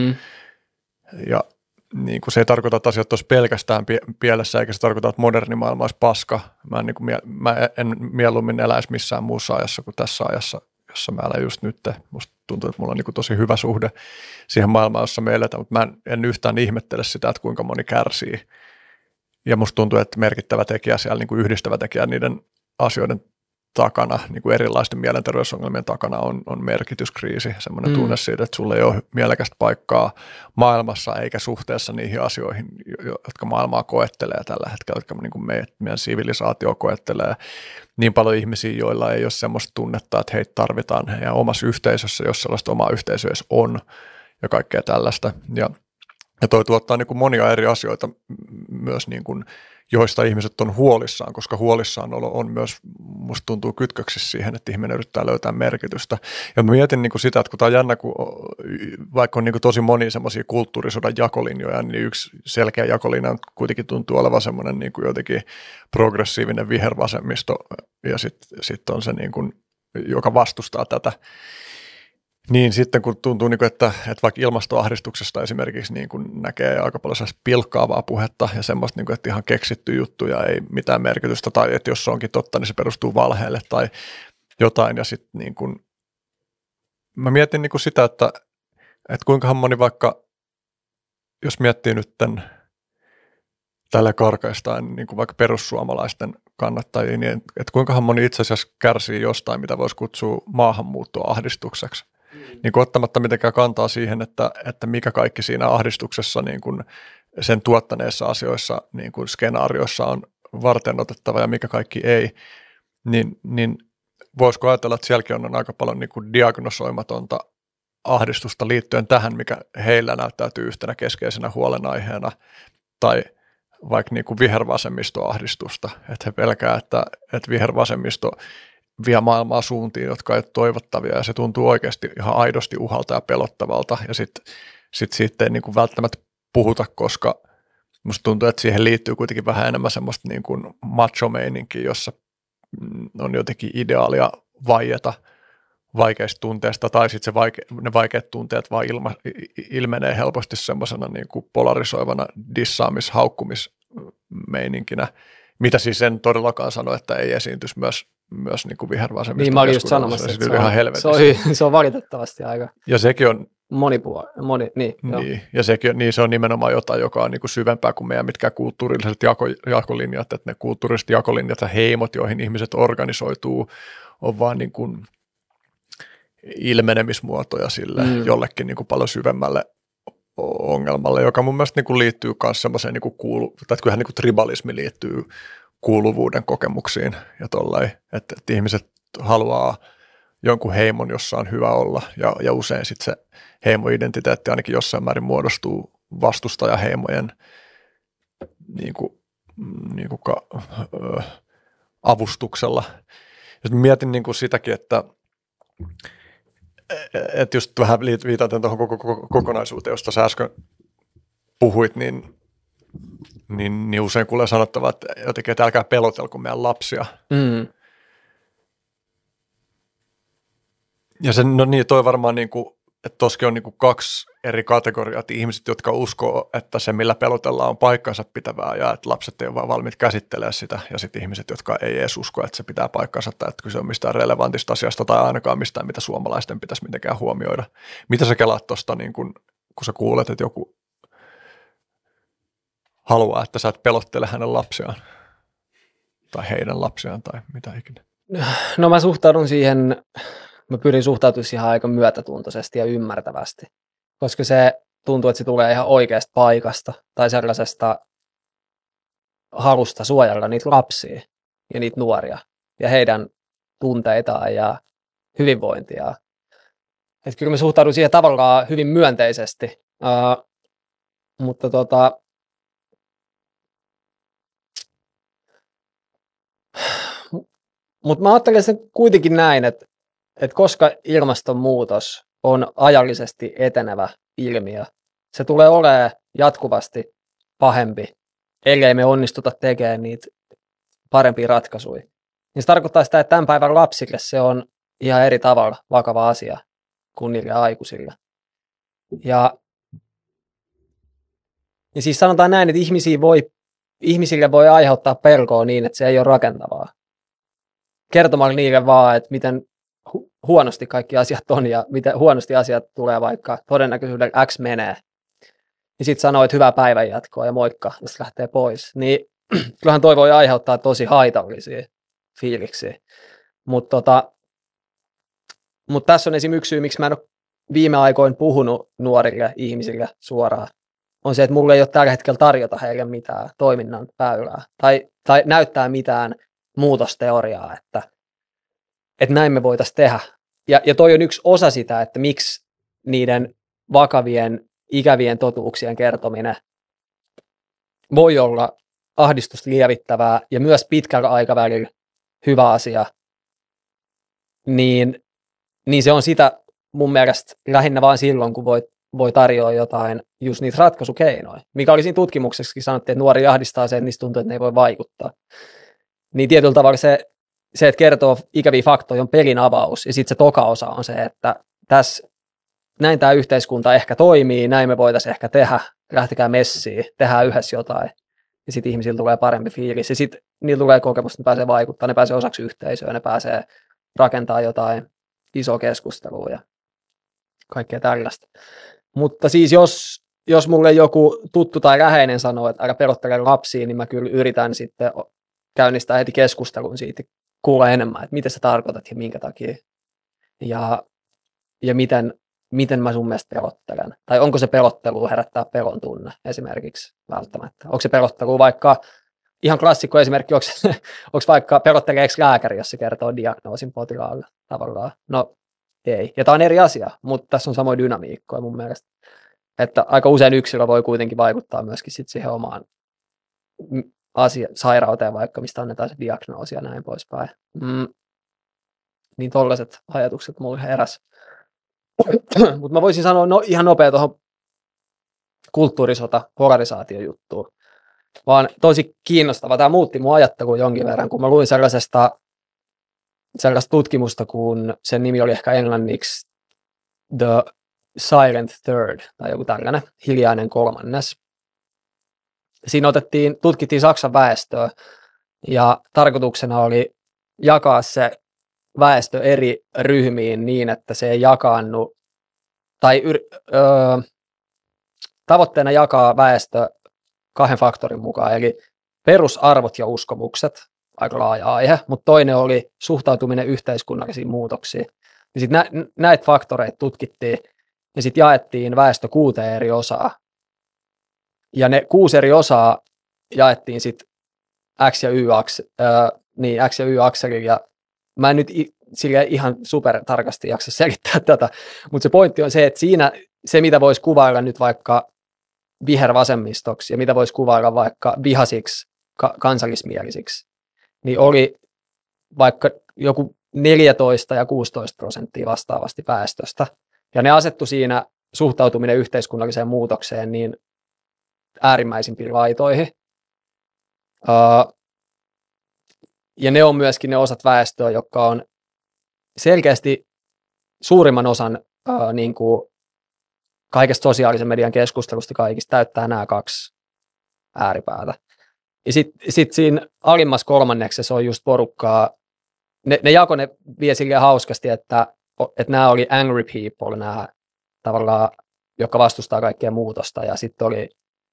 Ja niin kuin se ei tarkoita, että asiat olisi pelkästään pielessä, eikä se tarkoita, että moderni maailma olisi paska. Mä en mieluummin eläisi missään muussa ajassa kuin tässä ajassa, jossa mä elän just nyt. Musta tuntuu, että mulla on niin kuin tosi hyvä suhde siihen maailmaan, jossa me eletään, mutta mä en yhtään ihmettele sitä, että kuinka moni kärsii. Ja musta tuntuu, että merkittävä tekijä siellä, niin kuin yhdistävä tekijä niiden asioiden takana, niin kuin erilaisten mielenterveysongelmien takana on merkityskriisi, semmoinen tunne siitä, että sulla ei ole mielekästä paikkaa maailmassa eikä suhteessa niihin asioihin, jotka maailmaa koettelee tällä hetkellä, jotka niin kuin meidän sivilisaatio koettelee. Niin paljon ihmisiä, joilla ei ole semmoista tunnetta, että heitä tarvitaan heidän omassa yhteisössä, jos sellaista omaa yhteisöä on ja kaikkea tällaista. Ja toi tuottaa niin kuin monia eri asioita myös, niin kuin, joista ihmiset on huolissaan, koska huolissaanolo on myös, musta tuntuu kytköksissä siihen, että ihminen yrittää löytää merkitystä. Ja mä mietin niin kuin sitä, että kun tämä on jännä, kun vaikka on niin kuin tosi monia semmoisia kulttuurisodan jakolinjoja, niin yksi selkeä jakolinja kuitenkin tuntuu olevan semmoinen niin kuin jotenkin progressiivinen vihervasemmisto, ja sitten on se, niin kuin, joka vastustaa tätä. Niin sitten kun tuntuu, että vaikka ilmastoahdistuksesta esimerkiksi niin kun näkee aika paljon pilkkaavaa puhetta ja semmoista, että ihan keksitty juttuja ei mitään merkitystä, tai että jos se onkin totta, niin se perustuu valheelle tai jotain. Ja sitten niin kun, mä mietin niin kun sitä, että kuinkahan moni vaikka, jos miettii nyt tällä karkeastaan niin kuin vaikka perussuomalaisten kannattajia, niin että kuinkahan moni itse asiassa kärsii jostain, mitä voisi kutsua maahanmuuttoahdistukseksi. Niin kuin ottamatta mitenkään kantaa siihen, että mikä kaikki siinä ahdistuksessa niin kuin sen tuottaneissa asioissa, niin kuin skenaarioissa on varteenotettava ja mikä kaikki ei, niin voisiko ajatella, että sielläkin on aika paljon niin kuin diagnosoimatonta ahdistusta liittyen tähän, mikä heillä näyttäytyy yhtenä keskeisenä huolenaiheena, tai vaikka niin kuin vihervasemmistoahdistusta, että he pelkää, että vihervasemmisto vie maailmaa suuntiin, jotka ei ole toivottavia, ja se tuntuu oikeasti ihan aidosti uhalta ja pelottavalta, ja sitten siitä ei niin kuin välttämättä puhuta, koska musta tuntuu, että siihen liittyy kuitenkin vähän enemmän semmoista niin kuin macho-meininkiä, jossa on jotenkin ideaalia vaieta vaikeista tunteista, tai sitten ne vaikeat tunteet vaan ilmenee helposti semmoisena niin kuin polarisoivana dissaamis-haukkumismeininkinä, mitä siis en todellakaan sano, että ei esiintyisi myös niin kuin vihervasemmiston niin, mä olin just sanomassa, että se on valitettavasti aika ja sekin on se on nimenomaan jotain, joka on niin kuin syvempää kuin meidän mitkään kulttuurilliset jakolinjat, että ne kulttuuriset jakolinjat ja heimot, joihin ihmiset organisoituu, on vaan niin kuin ilmenemismuotoja sille jollekin niin kuin paljon syvemmälle ongelmalle, joka mun mielestä niin kuin liittyy myös semmoiseen, niin tai kyllähän niin kuin tribalismi liittyy kuuluvuuden kokemuksiin ja tollain, että ihmiset haluaa jonkun heimon, jossa on hyvä olla ja usein sitten se heimoidentiteetti ainakin jossain määrin muodostuu vastustajaheimojen avustuksella. Jos mietin niin kuin sitäkin, että just vähän viitaten tuohon kokonaisuuteen, josta sä äsken puhuit, niin usein kuulee sanottava, että jotenkin, että älkää pelotelko meidän lapsia. Ja toi varmaan niin kuin, että toskin on niin kuin kaksi eri kategoriaa, että ihmiset, jotka uskoo, että se millä pelotellaan on paikkansa pitävää ja että lapset ei ole vaan valmiit käsittelemään sitä ja sitten ihmiset, jotka ei edes usko, että se pitää paikkansa tai että kyse on mistään relevantista asiasta tai ainakaan mistään, mitä suomalaisten pitäisi mitenkään huomioida. Mitä sä kelaat tuosta, niin kun sä kuulet, että joku haluaa, että sä et pelottele hänen lapsiaan tai heidän lapsiaan tai mitä ikinä? No mä pyrin suhtautumaan siihen aika myötätuntoisesti ja ymmärtävästi, koska se tuntuu, että se tulee ihan oikeasta paikasta tai sellaisesta halusta suojella niitä lapsia ja niitä nuoria ja heidän tunteitaan ja hyvinvointiaan. Että kyllä mä suhtaudun siihen tavallaan hyvin myönteisesti, mutta mä ajattelen sen kuitenkin näin, että koska ilmastonmuutos on ajallisesti etenevä ilmiö, se tulee olemaan jatkuvasti pahempi, ellei me onnistuta tekemään niitä parempia ratkaisuja. Niin se tarkoittaa sitä, että tämän päivän lapsille se on ihan eri tavalla vakava asia kuin niille aikuisille. Ja siis sanotaan näin, että ihmisille voi aiheuttaa pelkoa niin, että se ei ole rakentavaa. Kertomalla niille vaan, että miten huonosti kaikki asiat on ja miten huonosti asiat tulee, vaikka todennäköisyydellä X menee. Ja sitten sanoo, että hyvää päivänjatkoa ja moikka, ja sitten lähtee pois. Niin kyllähän toi voi aiheuttaa tosi haitallisia fiiliksiä. Mutta tässä on esim. Yksi syy, miksi mä en ole viime aikoina puhunut nuorille ihmisille suoraan, on se, että mulla ei ole tällä hetkellä tarjota heille mitään toiminnan väylää tai näyttää mitään muutosteoriaa, että näin me voitaisiin tehdä. Ja toi on yksi osa sitä, että miksi niiden vakavien, ikävien totuuksien kertominen voi olla ahdistusta lievittävää ja myös pitkällä aikavälillä hyvä asia, niin se on sitä mun mielestä lähinnä vain silloin, kun voi tarjoa jotain just niitä ratkaisukeinoja. Mikä oli siinä tutkimuksessakin sanottiin, että nuori ahdistaa se, että niistä tuntuu, että ne ei voi vaikuttaa. Niin tietyllä tavalla se, että kertoo ikäviä faktoja on pelin avaus, ja sitten se toka osa on se, että näin tämä yhteiskunta ehkä toimii, näin me voitaisiin ehkä tehdä, lähtekää messiin, tehdään yhdessä jotain, ja sitten ihmisillä tulee parempi fiilis, ja sitten niillä tulee kokemus, että ne pääsee vaikuttamaan, ne pääsee osaksi yhteisöä, ne pääsee rakentamaan jotain isoa keskustelua ja kaikkea tällaista. Mutta siis jos mulle joku tuttu tai läheinen sanoo, että älä pelottele lapsia, niin mä kyllä yritän sitten käynnistää heti keskustelun siitä, kuulla enemmän, että mitä sä tarkoitat ja minkä takia. Ja miten mä sun mielestä pelottelen. Tai onko se pelottelu herättää pelon tunne esimerkiksi välttämättä. Onko se pelottelu vaikka, ihan klassikko esimerkki, onko vaikka pelotteleeko lääkäri, jos se kertoo diagnoosin potilaalle tavallaan. No ei. Ja tämä on eri asia, mutta tässä on samoin dynamiikkoja mun mielestä. Että aika usein yksilö voi kuitenkin vaikuttaa myöskin sit siihen omaan sairauteen, vaikka mistä annetaan se diagnoosi ja näin poispäin. Niin tollaiset ajatukset mulle heräs. Mutta mä voisin sanoa ihan nopea tuohon kulttuurisota, polarisaatiojuttuun. Vaan tosi kiinnostava. Tämä muutti mun ajattelua jonkin verran, kun mä luin sellaista tutkimusta, kun sen nimi oli ehkä englanniksi The Silent Third, tai joku tällainen, hiljainen kolmannes. Siinä tutkittiin Saksan väestöä, ja tarkoituksena oli jakaa se väestö eri ryhmiin niin, että se ei jakaannu, tai tavoitteena jakaa väestö kahden faktorin mukaan, eli perusarvot ja uskomukset, aika laaja aihe, mutta toinen oli suhtautuminen yhteiskunnallisiin muutoksiin. Ja sitten näitä faktoreita tutkittiin, ja sitten jaettiin väestö 6 eri osaa. Ja ne 6 eri osaa jaettiin sitten X ja X ja Y-akselilla, ja mä en nyt ihan super tarkasti jaksa selittää tätä, mutta se pointti on se, että siinä se, mitä voisi kuvailla nyt vaikka vihervasemmistoksi ja mitä voisi kuvailla vaikka vihasiksi kansallismielisiksi, niin oli vaikka joku 14 ja 16% vastaavasti väestöstä. Ja ne asettu siinä suhtautuminen yhteiskunnalliseen muutokseen niin äärimmäisimpiin laitoihin. Ja ne on myöskin ne osat väestöä, jotka on selkeästi suurimman osan niin kuin kaikesta sosiaalisen median keskustelusta kaikista täyttää nämä 2 ääripäätä. Ja sitten siinä alimmassa kolmanneksessa on just porukkaa, ne jako ne vie silleen hauskasti, että nämä oli angry people, nämä tavallaan, jotka vastustaa kaikkea muutosta, ja sitten oli,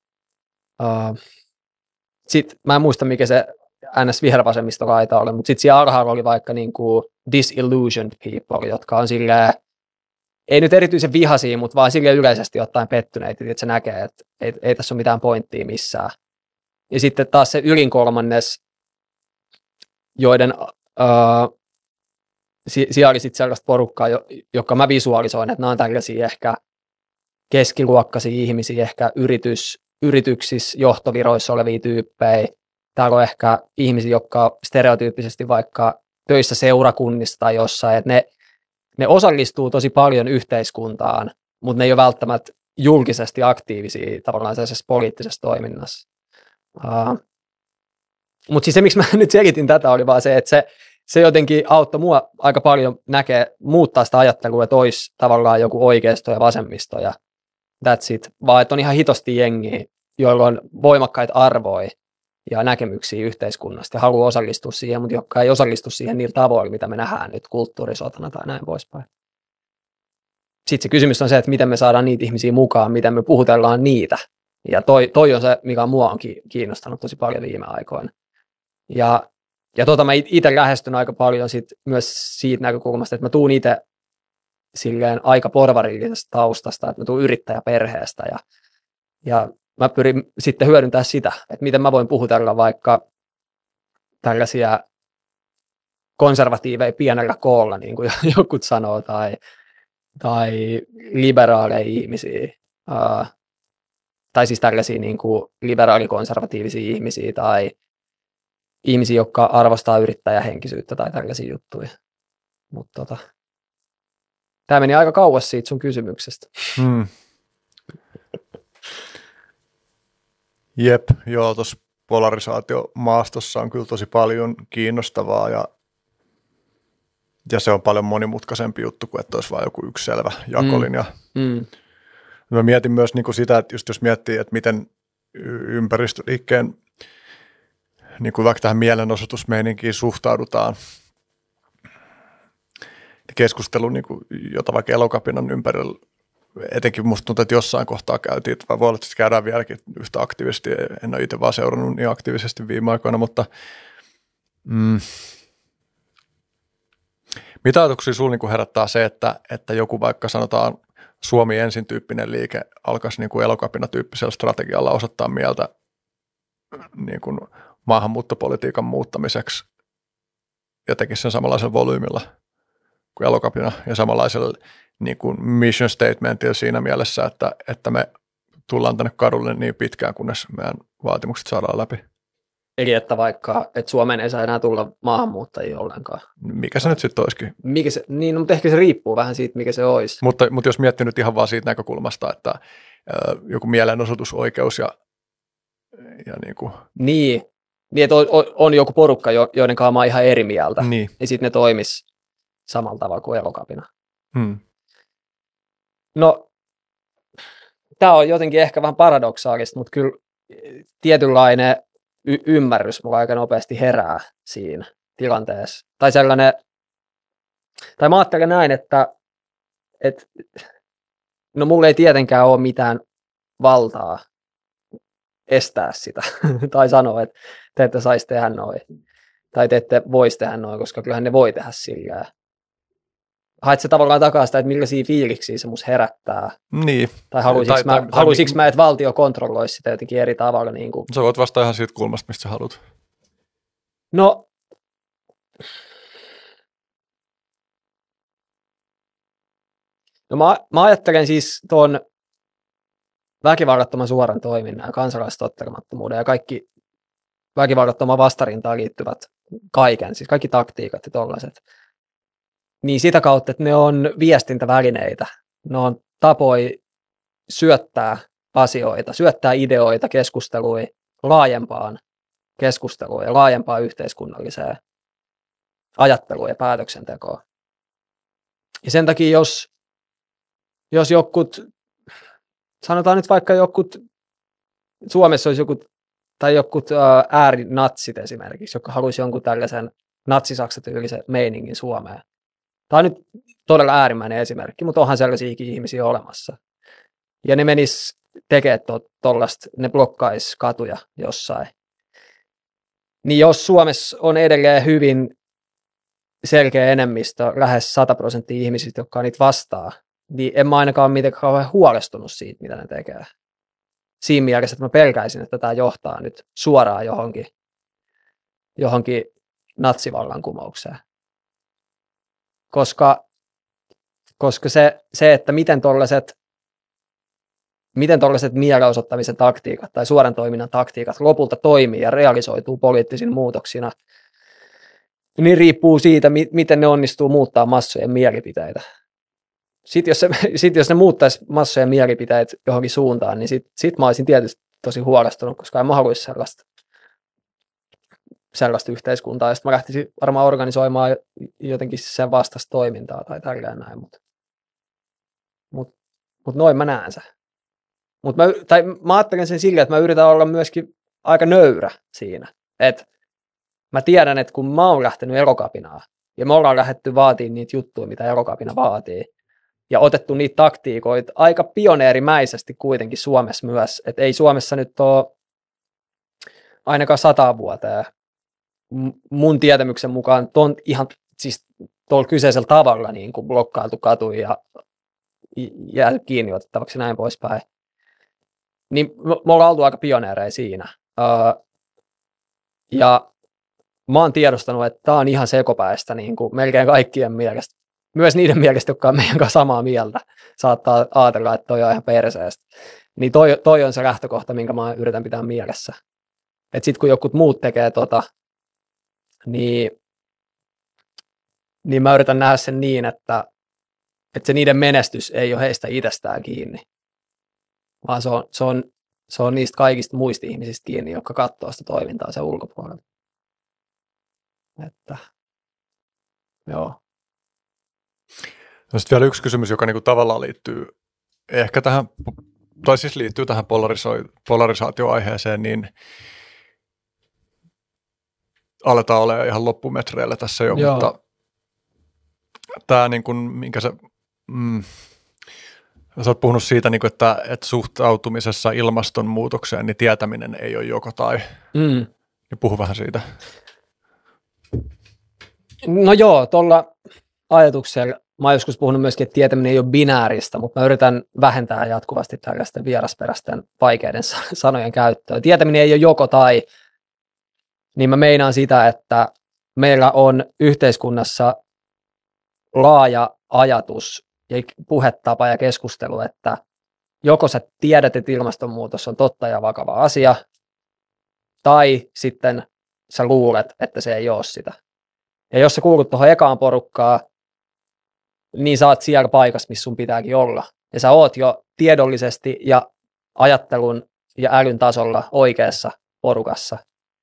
mä en muista mikä se NS-vihervasemmistolaita oli, mutta sitten siellä alhaalla oli vaikka niinku disillusioned people, jotka on silleen, ei nyt erityisen vihaisia, mutta vaan silleen yleisesti ottaen pettyneitä, että se näkee, että ei tässä ole mitään pointtia missään. Ja sitten taas se ylin kolmannes, joiden siellä oli sitten sellaista porukkaa, joka mä visualisoin, että nämä on tällaisia ehkä keskiluokkaisia ihmisiä, ehkä yrityksissä johtoviroissa olevia tyyppejä. Täällä on ehkä ihmisiä, jotka stereotyyppisesti vaikka töissä seurakunnissa tai jossain, että ne osallistuu tosi paljon yhteiskuntaan, mutta ne ei ole välttämättä julkisesti aktiivisia tavallaan sellaisessa poliittisessa toiminnassa. Mutta siis se, miksi mä nyt selitin tätä, oli vaan se, että se jotenkin auttoi mua aika paljon muuttaa sitä ajattelua, että olisi tavallaan joku oikeisto ja vasemmisto ja that's it. Vaan että on ihan hitosti jengiä, joilla on voimakkaita arvoja ja näkemyksiä yhteiskunnasta ja haluaa osallistua siihen, mutta jotka ei osallistu siihen niillä tavoilla, mitä me nähdään nyt kulttuurisotana tai näin poispäin. Sitten se kysymys on se, että miten me saadaan niitä ihmisiä mukaan, miten me puhutellaan niitä. Ja toi on se, mikä mua on kiinnostanut tosi paljon viime aikoina. Ja mä itse lähestyn aika paljon myös siitä näkökulmasta, että mä tuun itse silleen aika porvarillisesta taustasta, että mä tuun yrittäjäperheestä ja mä pyrin sitten hyödyntämään sitä, että miten mä voin puhutella vaikka tällaisia konservatiiveja pienellä koolla, niin kuin jotkut sanoo, tai liberaaleja ihmisiä, tai siis tällaisia niin kuin liberaalikonservatiivisia ihmisiä, tai ihmisiä, jotka arvostaa yrittäjähenkisyyttä tai tällaisia juttuja. Mutta tämä meni aika kauas siitä sun kysymyksestä. Jep, joo, tuossa polarisaatiomaastossa on kyllä tosi paljon kiinnostavaa ja se on paljon monimutkaisempi juttu kuin että olisi vain joku yksi selvä jakolinja. Mä mietin myös niin kuin sitä, että just jos miettii, että miten ympäristöliikkeen niin kuin vaikka tähän mielenosoitusmeininkiin suhtaudutaan, keskustelu, niin kuin, jota vaikka Elokapinan ympärillä, etenkin musta tuntuu, että jossain kohtaa käytiin, vai voi olla, että käydään vieläkin yhtä aktiivisesti, en ole itse vaan seurannut niin aktiivisesti viime aikoina, mutta mitä ajatuksia sinulla niin herättää se, että joku vaikka sanotaan Suomi ensin -tyyppinen liike alkaisi niin kuin Elokapina-tyyppisellä strategialla osoittaa mieltä niin kuin maahanmuuttopolitiikan muuttamiseksi ja tekisi sen samanlaisella volyymilla kuin Elokapina ja samanlaisella niin kuin mission statementilla siinä mielessä, että me tullaan tänne kadulle niin pitkään, kunnes meidän vaatimukset saadaan läpi. Eli että vaikka, että Suomeen ei saa enää tulla maahanmuuttajia ollenkaan. Mikä se nyt sitten olisikin? Niin, mutta ehkä se riippuu vähän siitä, mikä se olisi. Mutta jos miettii nyt ihan vaan siitä näkökulmasta, että joku mielenosoitusoikeus ja niin kuin. Niin, että on joku porukka, joiden kanssa mä oon ihan eri mieltä. Niin. Ja sitten ne toimis samalla tavalla kuin Elokapina. No, tämä on jotenkin ehkä vähän paradoksaalista, mutta kyllä tietynlainen ymmärrys mulla aika nopeasti herää siinä tilanteessa. Tai mä ajattelen näin, että no mulla ei tietenkään ole mitään valtaa estää sitä tai sanoa, että te ette saisi tehdä noin tai te ette voisi tehdä noin, koska kyllähän ne voi tehdä sillä. haet se tavallaan takaa sitä, että millaisia fiiliksiä se musta herättää. Niin. Tai haluaisinko mä, että valtio kontrolloisi sitä jotenkin eri tavalla? Niin kuin. Sä voit vastata ihan siitä kulmasta, mistä sä haluat. No, mä ajattelen siis tuon väkivallattoman suoran toiminnan ja kansalaistottelemattomuuden ja kaikki väkivallattoman vastarintaan liittyvät kaiken, siis kaikki taktiikat ja tollaiset. Niin sitä kautta, että ne on viestintävälineitä, ne on tapoja syöttää asioita, syöttää ideoita, keskusteluja laajempaan keskusteluun ja laajempaan yhteiskunnalliseen ajatteluun ja päätöksentekoon. Ja sen takia, jos jokut, sanotaan nyt vaikka jokut, Suomessa olisi jokut äärinatsit esimerkiksi, jotka haluaisi jonkun tällaisen natsisaksatyylisen meiningin Suomeen. Tämä on nyt todella äärimmäinen esimerkki, mutta onhan sellaisiakin ihmisiä olemassa. Ja ne menis tekemään tollaista, ne blokkaisi katuja jossain. Niin jos Suomessa on edelleen hyvin selkeä enemmistö, lähes 100% ihmisistä, jotka on niitä vastaa, niin en mä ainakaan mitenkään kauhean huolestunut siitä, mitä ne tekee. Siinä mielessä, että mä pelkäisin, että tämä johtaa nyt suoraan johonkin natsivallankumoukseen. Koska se että miten tollaiset mielenosoittamisen taktiikat tai suoran toiminnan taktiikat lopulta toimii ja realisoituu poliittisina muutoksina, niin riippuu siitä, miten ne onnistuu muuttaa massojen mielipiteitä. Sitten jos ne muuttaisi massojen mielipiteitä johonkin suuntaan, niin sit mä olisin tietysti tosi huolestunut, koska en mä haluaisi sellaista yhteiskuntaa, ja sitten mä lähtisin varmaan organisoimaan jotenkin sen vastaista toimintaa tai tälleen näin, mutta noin mä näen sen. Mä ajattelen sen silleen, että mä yritän olla myöskin aika nöyrä siinä, että mä tiedän, että kun mä oon lähtenyt Elokapinaan, ja me ollaan lähdetty vaatimaan niitä juttuja, mitä Elokapina vaatii, ja otettu niitä taktiikoita aika pioneerimäisesti kuitenkin Suomessa myös, että ei Suomessa nyt ole ainakaan 100 vuoteen mun tietämyksen mukaan ihan siis tuolla kyseisellä tavalla niin kuin blokkailtu katu ja jääty kiinni otettavaksi ja näin poispäin. Niin me ollaan oltu aika pioneereja siinä. Ja mä oon tiedostanut, että tää on ihan sekopäistä niin kuin melkein kaikkien mielestä. Myös niiden mielestä, jotka on meidän kanssa samaa mieltä, saattaa ajatella, että toi on ihan perseestä. Niin toi on se lähtökohta, minkä mä yritän pitää mielessä. Että sit kun jotkut muut tekee niin mä yritän nähdä sen niin, että se niiden menestys ei ole heistä itsestään kiinni, vaan se on niistä kaikista muista ihmisistä kiinni, jotka katsoo sitä toimintaa sen ulkopuolella. Että, joo. No sitten vielä yksi kysymys, joka niinku tavallaan liittyy ehkä tähän, tai siis liittyy tähän polarisaatioaiheeseen, niin aletaan olemaan ihan loppumetreillä tässä jo, Joo. mutta tämä, niin kuin, minkä sä olet puhunut siitä, niin kuin, että suhtautumisessa ilmastonmuutokseen niin tietäminen ei ole joko tai. Niin puhu vähän siitä. No joo, tuolla ajatuksella mä oon joskus puhunut myöskin, että tietäminen ei ole binääristä, mutta mä yritän vähentää jatkuvasti tällaisten vierasperäisten vaikeiden sanojen käyttöä. Tietäminen ei ole joko tai, niin mä meinaan sitä, että meillä on yhteiskunnassa laaja ajatus ja puhetapa ja keskustelu, että joko sä tiedät, että ilmastonmuutos on totta ja vakava asia, tai sitten sä luulet, että se ei ole sitä. Ja jos sä kuulut tuohon ekaan porukkaan, niin sä oot siellä paikassa, missä sun pitääkin olla. Ja sä oot jo tiedollisesti ja ajattelun ja älyn tasolla oikeassa porukassa.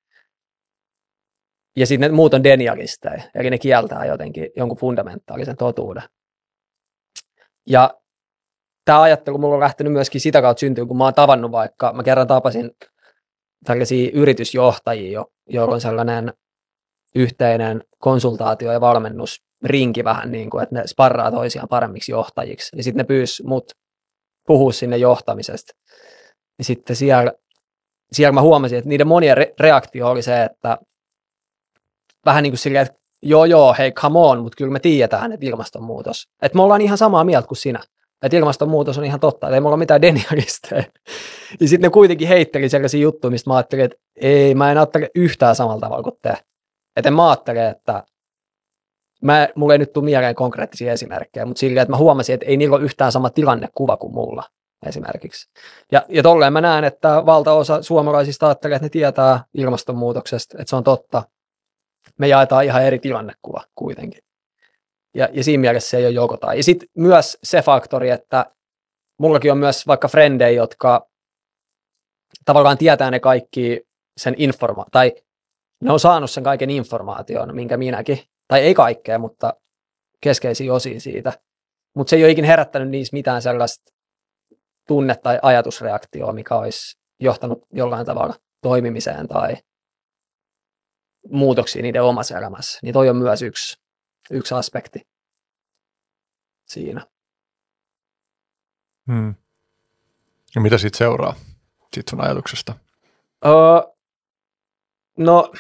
Ja sitten ne muut on denialisteja, eli ne kieltää jotenkin jonkun fundamentaalisen totuuden. Ja tämä ajattelu mulla on lähtenyt myöskin sitä kautta syntyä, kun mä oon tavannut vaikka, mä kerran tapasin tällaisia yritysjohtajia, joilla on sellainen yhteinen konsultaatio- ja valmennusrinki vähän niin kuin, että ne sparraa toisiaan paremmiksi johtajiksi. Ja sitten ne pyysi mut puhua sinne johtamisesta. Ja sitten siellä mä huomasin, että niiden monien reaktio oli se, että vähän niin kuin silleen, että joo, hei, come on, mutta kyllä me tiedetään, että ilmastonmuutos. Että me ollaan ihan samaa mieltä kuin sinä. Että ilmastonmuutos on ihan totta, että ei me olla mitään denialisteja. Ja sitten ne kuitenkin heitteli sellaisia juttuja, mistä mä ajattelin, että ei, mä en ajattele yhtään samalla tavalla kuin te. Että mä ajattelen, että mulla ei nyt tule mieleen konkreettisia esimerkkejä, mutta silleen, että mä huomasin, että ei niillä ole yhtään sama tilannekuva kuin mulla esimerkiksi. Ja tolleen mä näen, että valtaosa suomalaisista ajattelee, että ne tietää ilmastonmuutoksesta, että se on totta. Me jaetaan ihan eri tilannekuva kuitenkin. Ja siinä mielessä se ei ole joko tai. Ja sitten myös se faktori, että mullakin on myös vaikka frendejä, jotka tavallaan tietää ne kaikki sen tai ne on saanut sen kaiken informaation, minkä minäkin, tai ei kaikkea, mutta keskeisiä osia siitä. Mutta se ei ole ikinä herättänyt niissä mitään sellaista tunne- tai ajatusreaktioa, mikä olisi johtanut jollain tavalla toimimiseen tai muutoksiin niiden omassa elämässä. Niin toi on myös yksi aspekti siinä. Ja mitä siitä seuraa, siitä sun ajatuksesta? No,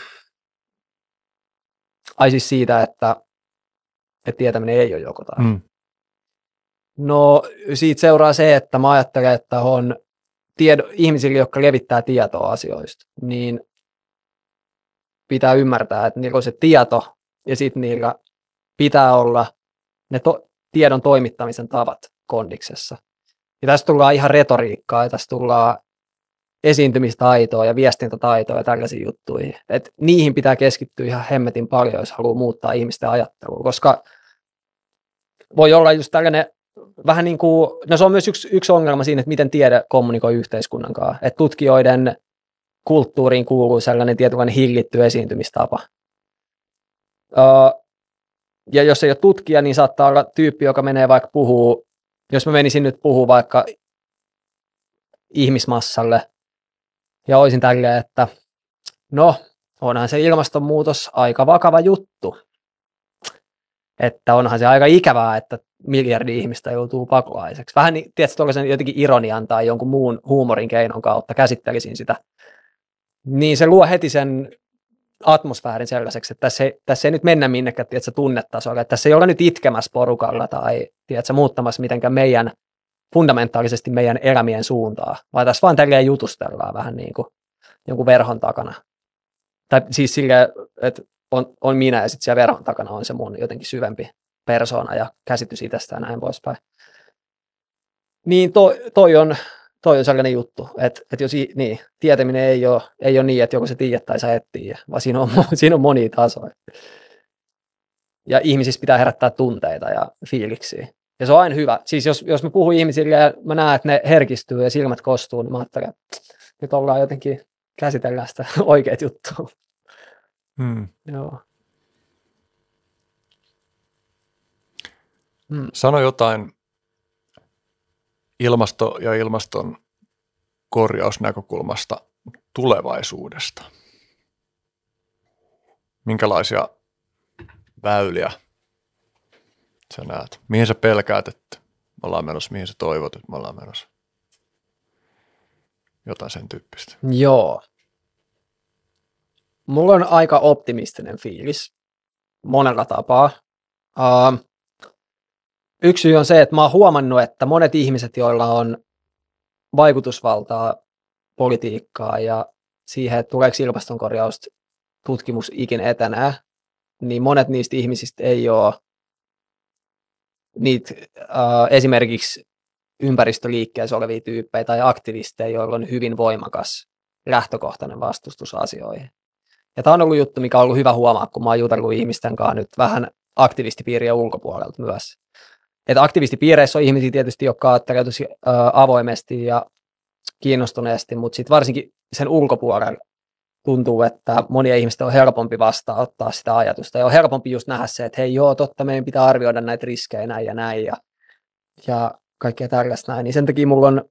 siis siitä, että tietäminen ei ole joko tai. No, siitä seuraa se, että mä ajattelen, että on ihmisille, jotka levittää tietoa asioista, niin pitää ymmärtää, että niillä on se tieto ja sitten niillä pitää olla ne tiedon toimittamisen tavat kondiksessa. Ja tässä tullaan ihan retoriikkaa ja tässä tullaan esiintymistaitoa ja viestintätaitoa ja tällaisia juttuja. Et niihin pitää keskittyä ihan hemmetin paljon, jos haluaa muuttaa ihmisten ajattelua, koska voi olla just tällainen vähän niin kuin, no se on myös yksi ongelma siinä, että miten tiede kommunikoi yhteiskunnan kanssa. Että tutkijoiden kulttuuriin kuuluu sellainen tietynlainen hillitty esiintymistapa. Ja jos ei ole tutkija, niin saattaa olla tyyppi, joka menee vaikka puhuu, jos mä menisin nyt puhua vaikka ihmismassalle, ja olisin tälleen, että no, onhan se ilmastonmuutos aika vakava juttu. Että onhan se aika ikävää, että miljardi ihmistä joutuu pakolaiseksi. Vähän niin, tiedätkö, tuollaisen jotenkin ironian tai jonkun muun huumorin keinon kautta käsittelisin sitä. Niin se luo heti sen atmosfäärin sellaiseksi, että tässä ei nyt mennä minnekään, tiedätkö, tunnetasolla. Että tässä ei olla nyt itkemässä porukalla tai tiedätkö, muuttamassa mitenkään fundamentaalisesti meidän elämien suuntaa, vaan tässä vaan tälleen jutustellaan vähän niin kuin jonkun verhon takana. Tai siis silleen, että on minä ja sitten siellä verhon takana on se mun jotenkin syvempi persoona ja käsitys itsestä ja näin poispäin. Niin toi on sellainen juttu, että jos niin, tietäminen ei ole niin, että joko se tiedät tai sä et tiedä, vaan siinä on monia tasoja. Ja ihmisissä pitää herättää tunteita ja fiiliksiä. Ja se on aina hyvä. Siis jos mä puhun ihmisille ja mä näen, että ne herkistyy ja silmät kostuu, niin mä ajattelen, että nyt ollaan jotenkin käsitellään sitä oikeat juttua. Joo. Sano jotain ilmasto- ja ilmaston korjausnäkökulmasta tulevaisuudesta. Minkälaisia väyliä sä näet? Mihin sä pelkäät, että me ollaan menossa? Mihin sä toivot, että me ollaan menossa? Jotain sen tyyppistä. Joo. Mulla on aika optimistinen fiilis monella tapaa. Yksi syy on se, että mä oon huomannut, että monet ihmiset, joilla on vaikutusvaltaa politiikkaa ja siihen, että tuleeko ilmastonkorjausta tutkimus ikinä etenee, niin monet niistä ihmisistä ei ole niitä esimerkiksi ympäristöliikkeessä olevia tyyppejä tai aktivisteja, joilla on hyvin voimakas lähtökohtainen vastustus asioihin. Ja tämä on ollut juttu, mikä on ollut hyvä huomaa, kun mä oon jutellut ihmisten kanssa nyt vähän aktivistipiirien ulkopuolelta myös. Että aktivistipiireissä on ihmisiä tietysti, jotka ajattelevat tosi avoimesti ja kiinnostuneesti, mutta sitten varsinkin sen ulkopuolella tuntuu, että monia ihmistä on helpompi vastaanottaa sitä ajatusta. Ja on helpompi just nähdä se, että hei joo, totta, meidän pitää arvioida näitä riskejä näin ja näin ja kaikkea tällaista näin. Niin sen takia mulla on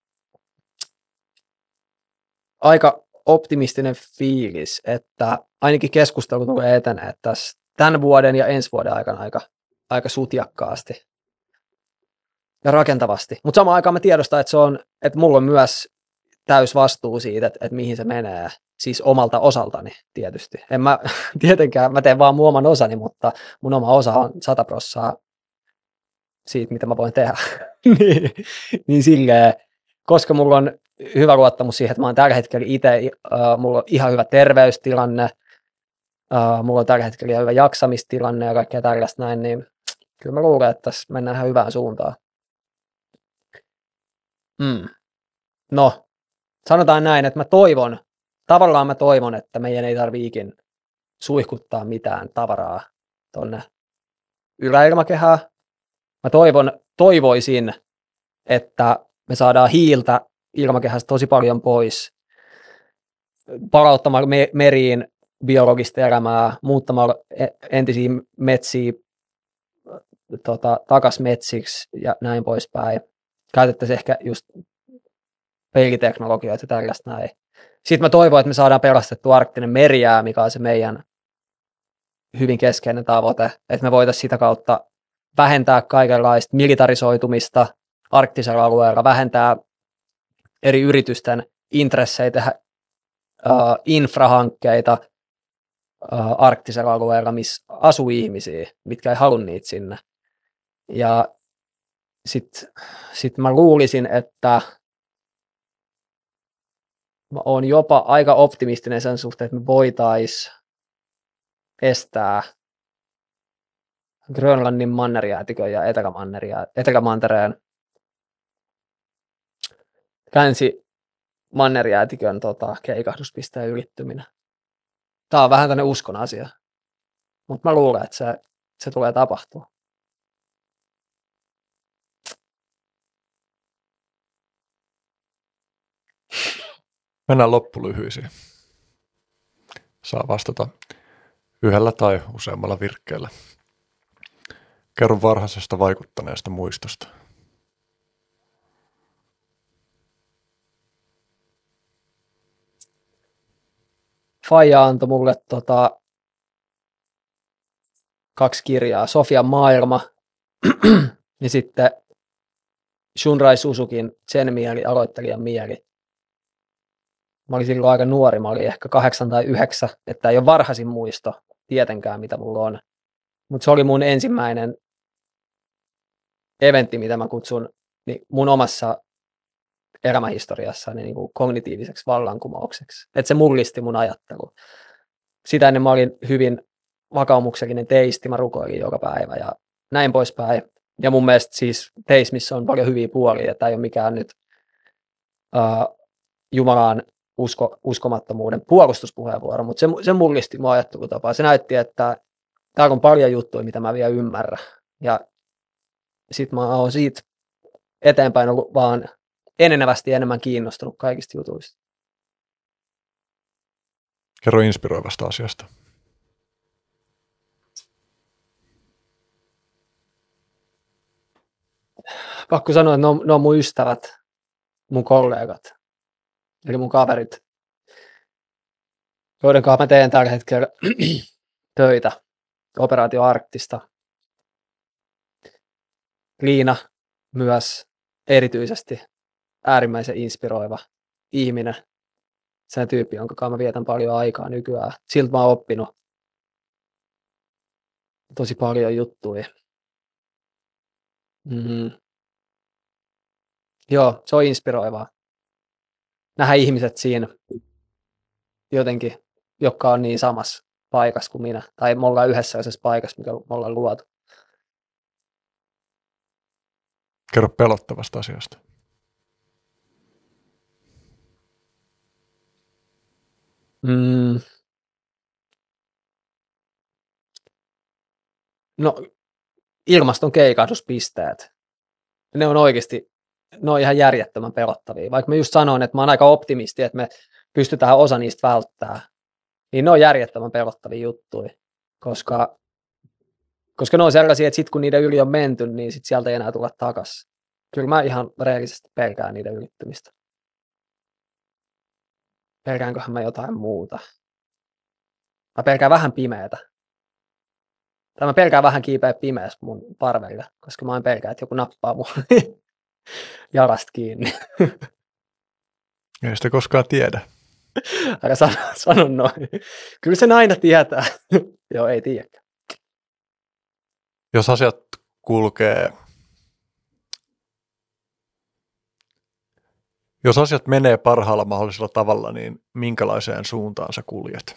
aika optimistinen fiilis, että ainakin keskustelu tulee etenee tässä tämän vuoden ja ensi vuoden aikana aika sutjakkaasti ja rakentavasti. Mutta samaan aikaan mä tiedostan, että mulla on myös täys vastuu siitä, että mihin se menee. Siis omalta osaltani tietysti. En mä tietenkään, mä teen vaan mun oman osani, mutta mun oma osa on 100% siitä, mitä mä voin tehdä. niin silleen, koska mulla on hyvä luottamus siihen, että mä oon tällä hetkellä itse, mulla on ihan hyvä terveystilanne, mulla on tällä hetkellä ihan hyvä jaksamistilanne ja kaikkea tällaista näin, niin kyllä mä luulen, että tässä mennään ihan hyvään suuntaan. No, sanotaan näin, että tavallaan mä toivon, että meidän ei tarvitse ikin suihkuttaa mitään tavaraa tonne yläilmakehään. Mä toivoisin, että me saadaan hiiltä ilmakehästä tosi paljon pois, palauttamalla meriin biologista elämää, muuttamalla entisiä metsiä takas metsiksi ja näin poispäin. Käytettäisiin ehkä just peiliteknologioita ja tällaista näin. Sitten mä toivon, että me saadaan pelastettua arktinen merijää, mikä on se meidän hyvin keskeinen tavoite, että me voitaisiin sitä kautta vähentää kaikenlaista militarisoitumista arktisella alueella, vähentää eri yritysten intressejä tehdä infrahankkeita arktisella alueella, missä asuu ihmisiä, mitkä ei halua niitä sinne. Ja sit mä luulisin, että mä oon jopa aika optimistinen sen suhteen, että me voitaisiin estää Grönlannin mannerjäätikön ja Etelämantereen länsi-mannerjäätikön keikahduspisteen ylittyminen. Tämä on vähän tämmöinen uskon asia, mutta mä luulen, että se tulee tapahtua. Mennään loppulyhyisiin. Saa vastata yhdellä tai useammalla virkkeellä. Kerro varhaisesta vaikuttaneesta muistosta. Faija antoi mulle 2 kirjaa, Sofian maailma ja sitten Shunrai Suzukin Zen mieli, aloittelijan mieli. Mä olin silloin aika nuori, mä olin ehkä 8 tai 9, että ei ole varhaisin muisto tietenkään, mitä mulla on. Mutta se oli mun ensimmäinen eventti, mitä mä kutsun niin mun omassa elämähistoriassani niin kuin kognitiiviseksi vallankumoukseksi. Että se mullisti mun ajattelu. Sitä ennen mä olin hyvin vakaumuksellinen teisti, mä rukoilin joka päivä ja näin poispäin. Ja mun mielestä siis teismissä on paljon hyviä puolia, että ei ole mikään nyt Jumalaan uskomattomuuden puolustuspuheenvuoro, mutta se mullisti mun ajattelutapaa. Se näytti, että täällä on paljon juttuja, mitä mä vielä ymmärrän. Ja sit mä oon siitä eteenpäin ollut vaan enenevästi enemmän kiinnostunut kaikista jutuista. Kerro inspiroivasta asiasta. Pakko sanoa, että ne on mun ystävät, mun kollegat, eli mun kaverit, joiden kanssa mä teen tällä hetkellä töitä, Operaatio Arktista. Liina myös erityisesti äärimmäisen inspiroiva ihminen. Sen tyyppi, jonka kanssa mä vietän paljon aikaa nykyään. Siltä mä oon oppinut tosi paljon juttuja. Joo, se on inspiroivaa. Nähdä ihmiset siinä jotenkin, jotka on niin samassa paikassa kuin minä. Tai me ollaan yhdessä paikassa, mikä me ollaan luotu. Kerro pelottavasta asiasta. No, ilmaston keikahduspisteet. Ne on oikeasti, ne on ihan järjettömän pelottavia. Vaikka mä just sanoin, että mä oon aika optimisti, että me pystytään osa niistä välttämään, niin ne on järjettömän pelottavia juttuja. Koska ne on sellaisia, että sit kun niiden yli on menty, niin sit sieltä ei enää tulla takaisin. Kyllä mä ihan reellisesti pelkään niiden ylittymistä. Pelkäänköhän mä jotain muuta? Mä pelkään vähän pimeätä. Tai mä pelkään vähän kiipeä pimeässä mun parvelle, koska mä en pelkää, että joku nappaa mun jalasta kiinni. Ei sitä koskaan tiedä. Älä sano noin. Kyllä sen aina tietää. Joo, ei tiedä. Jos asiat kulkee, jos asiat menee parhaalla mahdollisella tavalla, niin minkälaiseen suuntaan sä kuljet?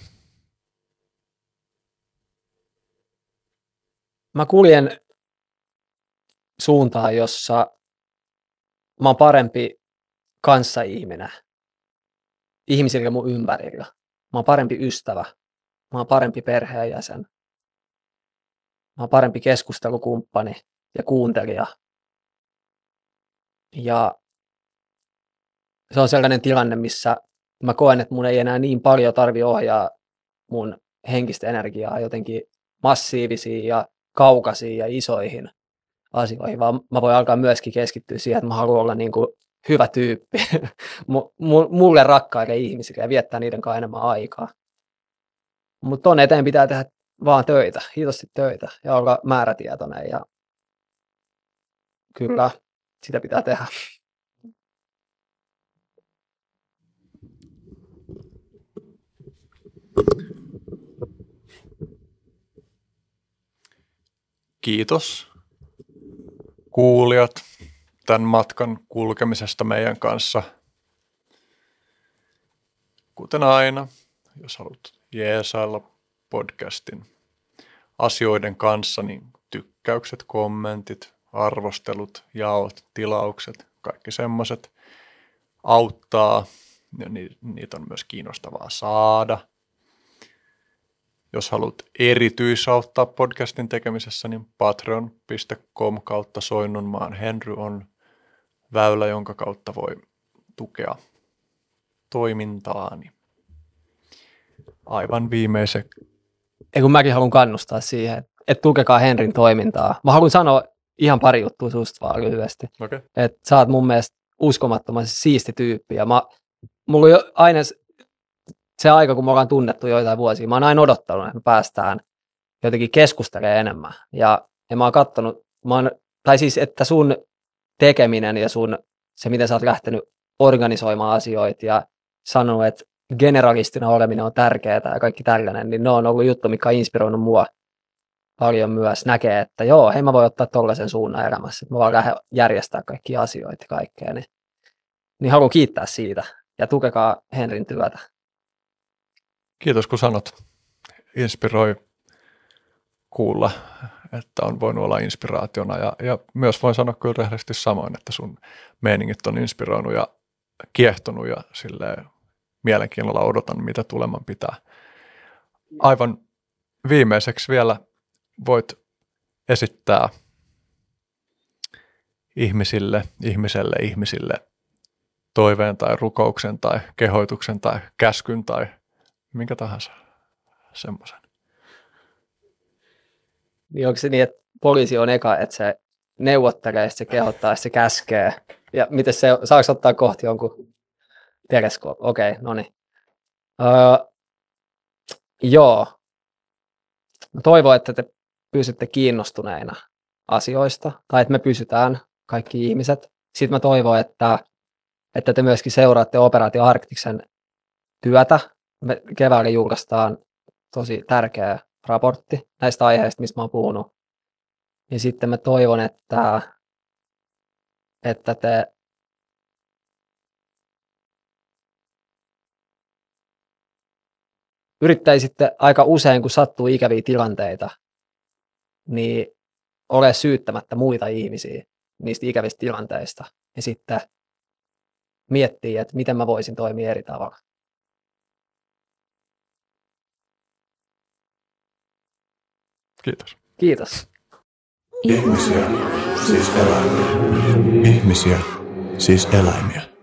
Mä kuljen suuntaan, jossa mä oon parempi kanssaihminen ihmisille mun ympärillä. Mä oon parempi ystävä. Mä oon parempi perheenjäsen. Mä oon parempi keskustelukumppani ja kuuntelija. Ja se on sellainen tilanne, missä mä koen, että mun ei enää niin paljon tarvi ohjaa mun henkistä energiaa jotenkin massiivisiin ja kaukaisiin ja isoihin asioihin, vaan mä voin alkaa myöskin keskittyä siihen, että mä haluan olla niin kuin hyvä tyyppi mulle rakkaille ihmisille ja viettää niiden kanssa enemmän aikaa. Mutta ton eteen pitää tehdä vaan töitä, hitosti töitä ja olla määrätietoinen ja kyllä sitä pitää tehdä. Kiitos kuulijat tämän matkan kulkemisesta meidän kanssa. Kuten aina, jos haluat jeesailla podcastin asioiden kanssa, niin tykkäykset, kommentit, arvostelut, jaot, tilaukset, kaikki semmoiset auttaa ja niitä on myös kiinnostavaa saada. Jos haluat erityisauttaa podcastin tekemisessä, niin patreon.com/Soinnunmaan Henry on väylä, jonka kautta voi tukea toimintaani. Aivan viimeisen. Kun mäkin haluan kannustaa siihen, että tukekaa Henrin toimintaa. Mä haluan sanoa ihan pari juttua susta vaan lyhyesti. Okay. Että sä oot mun mielestä uskomattoman siisti tyyppi. Ja mulla on jo aina se aika, kun me ollaan tunnettu joitain vuosia, mä oon aina odottanut, että me päästään jotenkin keskustelemaan enemmän. Ja mä oon kattonut, että sun tekeminen ja se, miten sä oot lähtenyt organisoimaan asioita ja sanonut, että generalistina oleminen on tärkeää ja kaikki tällainen, niin ne on ollut juttu, mikä on inspiroinut mua paljon myös. Näkee, että joo, hei mä voin ottaa tollaisen suunnan elämässä, että mä vaan lähden järjestää kaikkia asioita ja kaikkea. Niin haluan kiittää siitä ja tukekaa Henrin työtä. Kiitos kun sanot. Inspiroi kuulla, että on voinut olla inspiraationa ja myös voin sanoa kyllä rehellisesti samoin, että sun meiningit on inspiroinut ja kiehtonut ja silleen mielenkiinnolla odotan, mitä tuleman pitää. Aivan viimeiseksi vielä voit esittää ihmisille toiveen tai rukouksen tai kehoituksen tai käskyn tai minkä tahansa semmoisen. Niin onko se niin, että poliisi on eka, että se neuvottelee, se kehottaa, se käskee. Ja miten saako ottaa kohti jonkun teleskoopin? Okei, no niin. Joo. Mä toivon, että te pysytte kiinnostuneina asioista, tai että me pysytään, kaikki ihmiset. Sitten mä toivon, että te myöskin seuraatte Operaatio Arktiksen työtä. Me keväällä julkaistaan tosi tärkeä raportti näistä aiheista, mistä mä oon puhunut. Ja sitten mä toivon, että te yrittäisitte aika usein, kun sattuu ikäviä tilanteita, niin ole syyttämättä muita ihmisiä niistä ikävistä tilanteista. Ja sitten miettiä, että miten mä voisin toimia eri tavalla. Kiitos. Kiitos. Ihmisiä, siis eläimiä. Ihmisiä, siis eläimiä.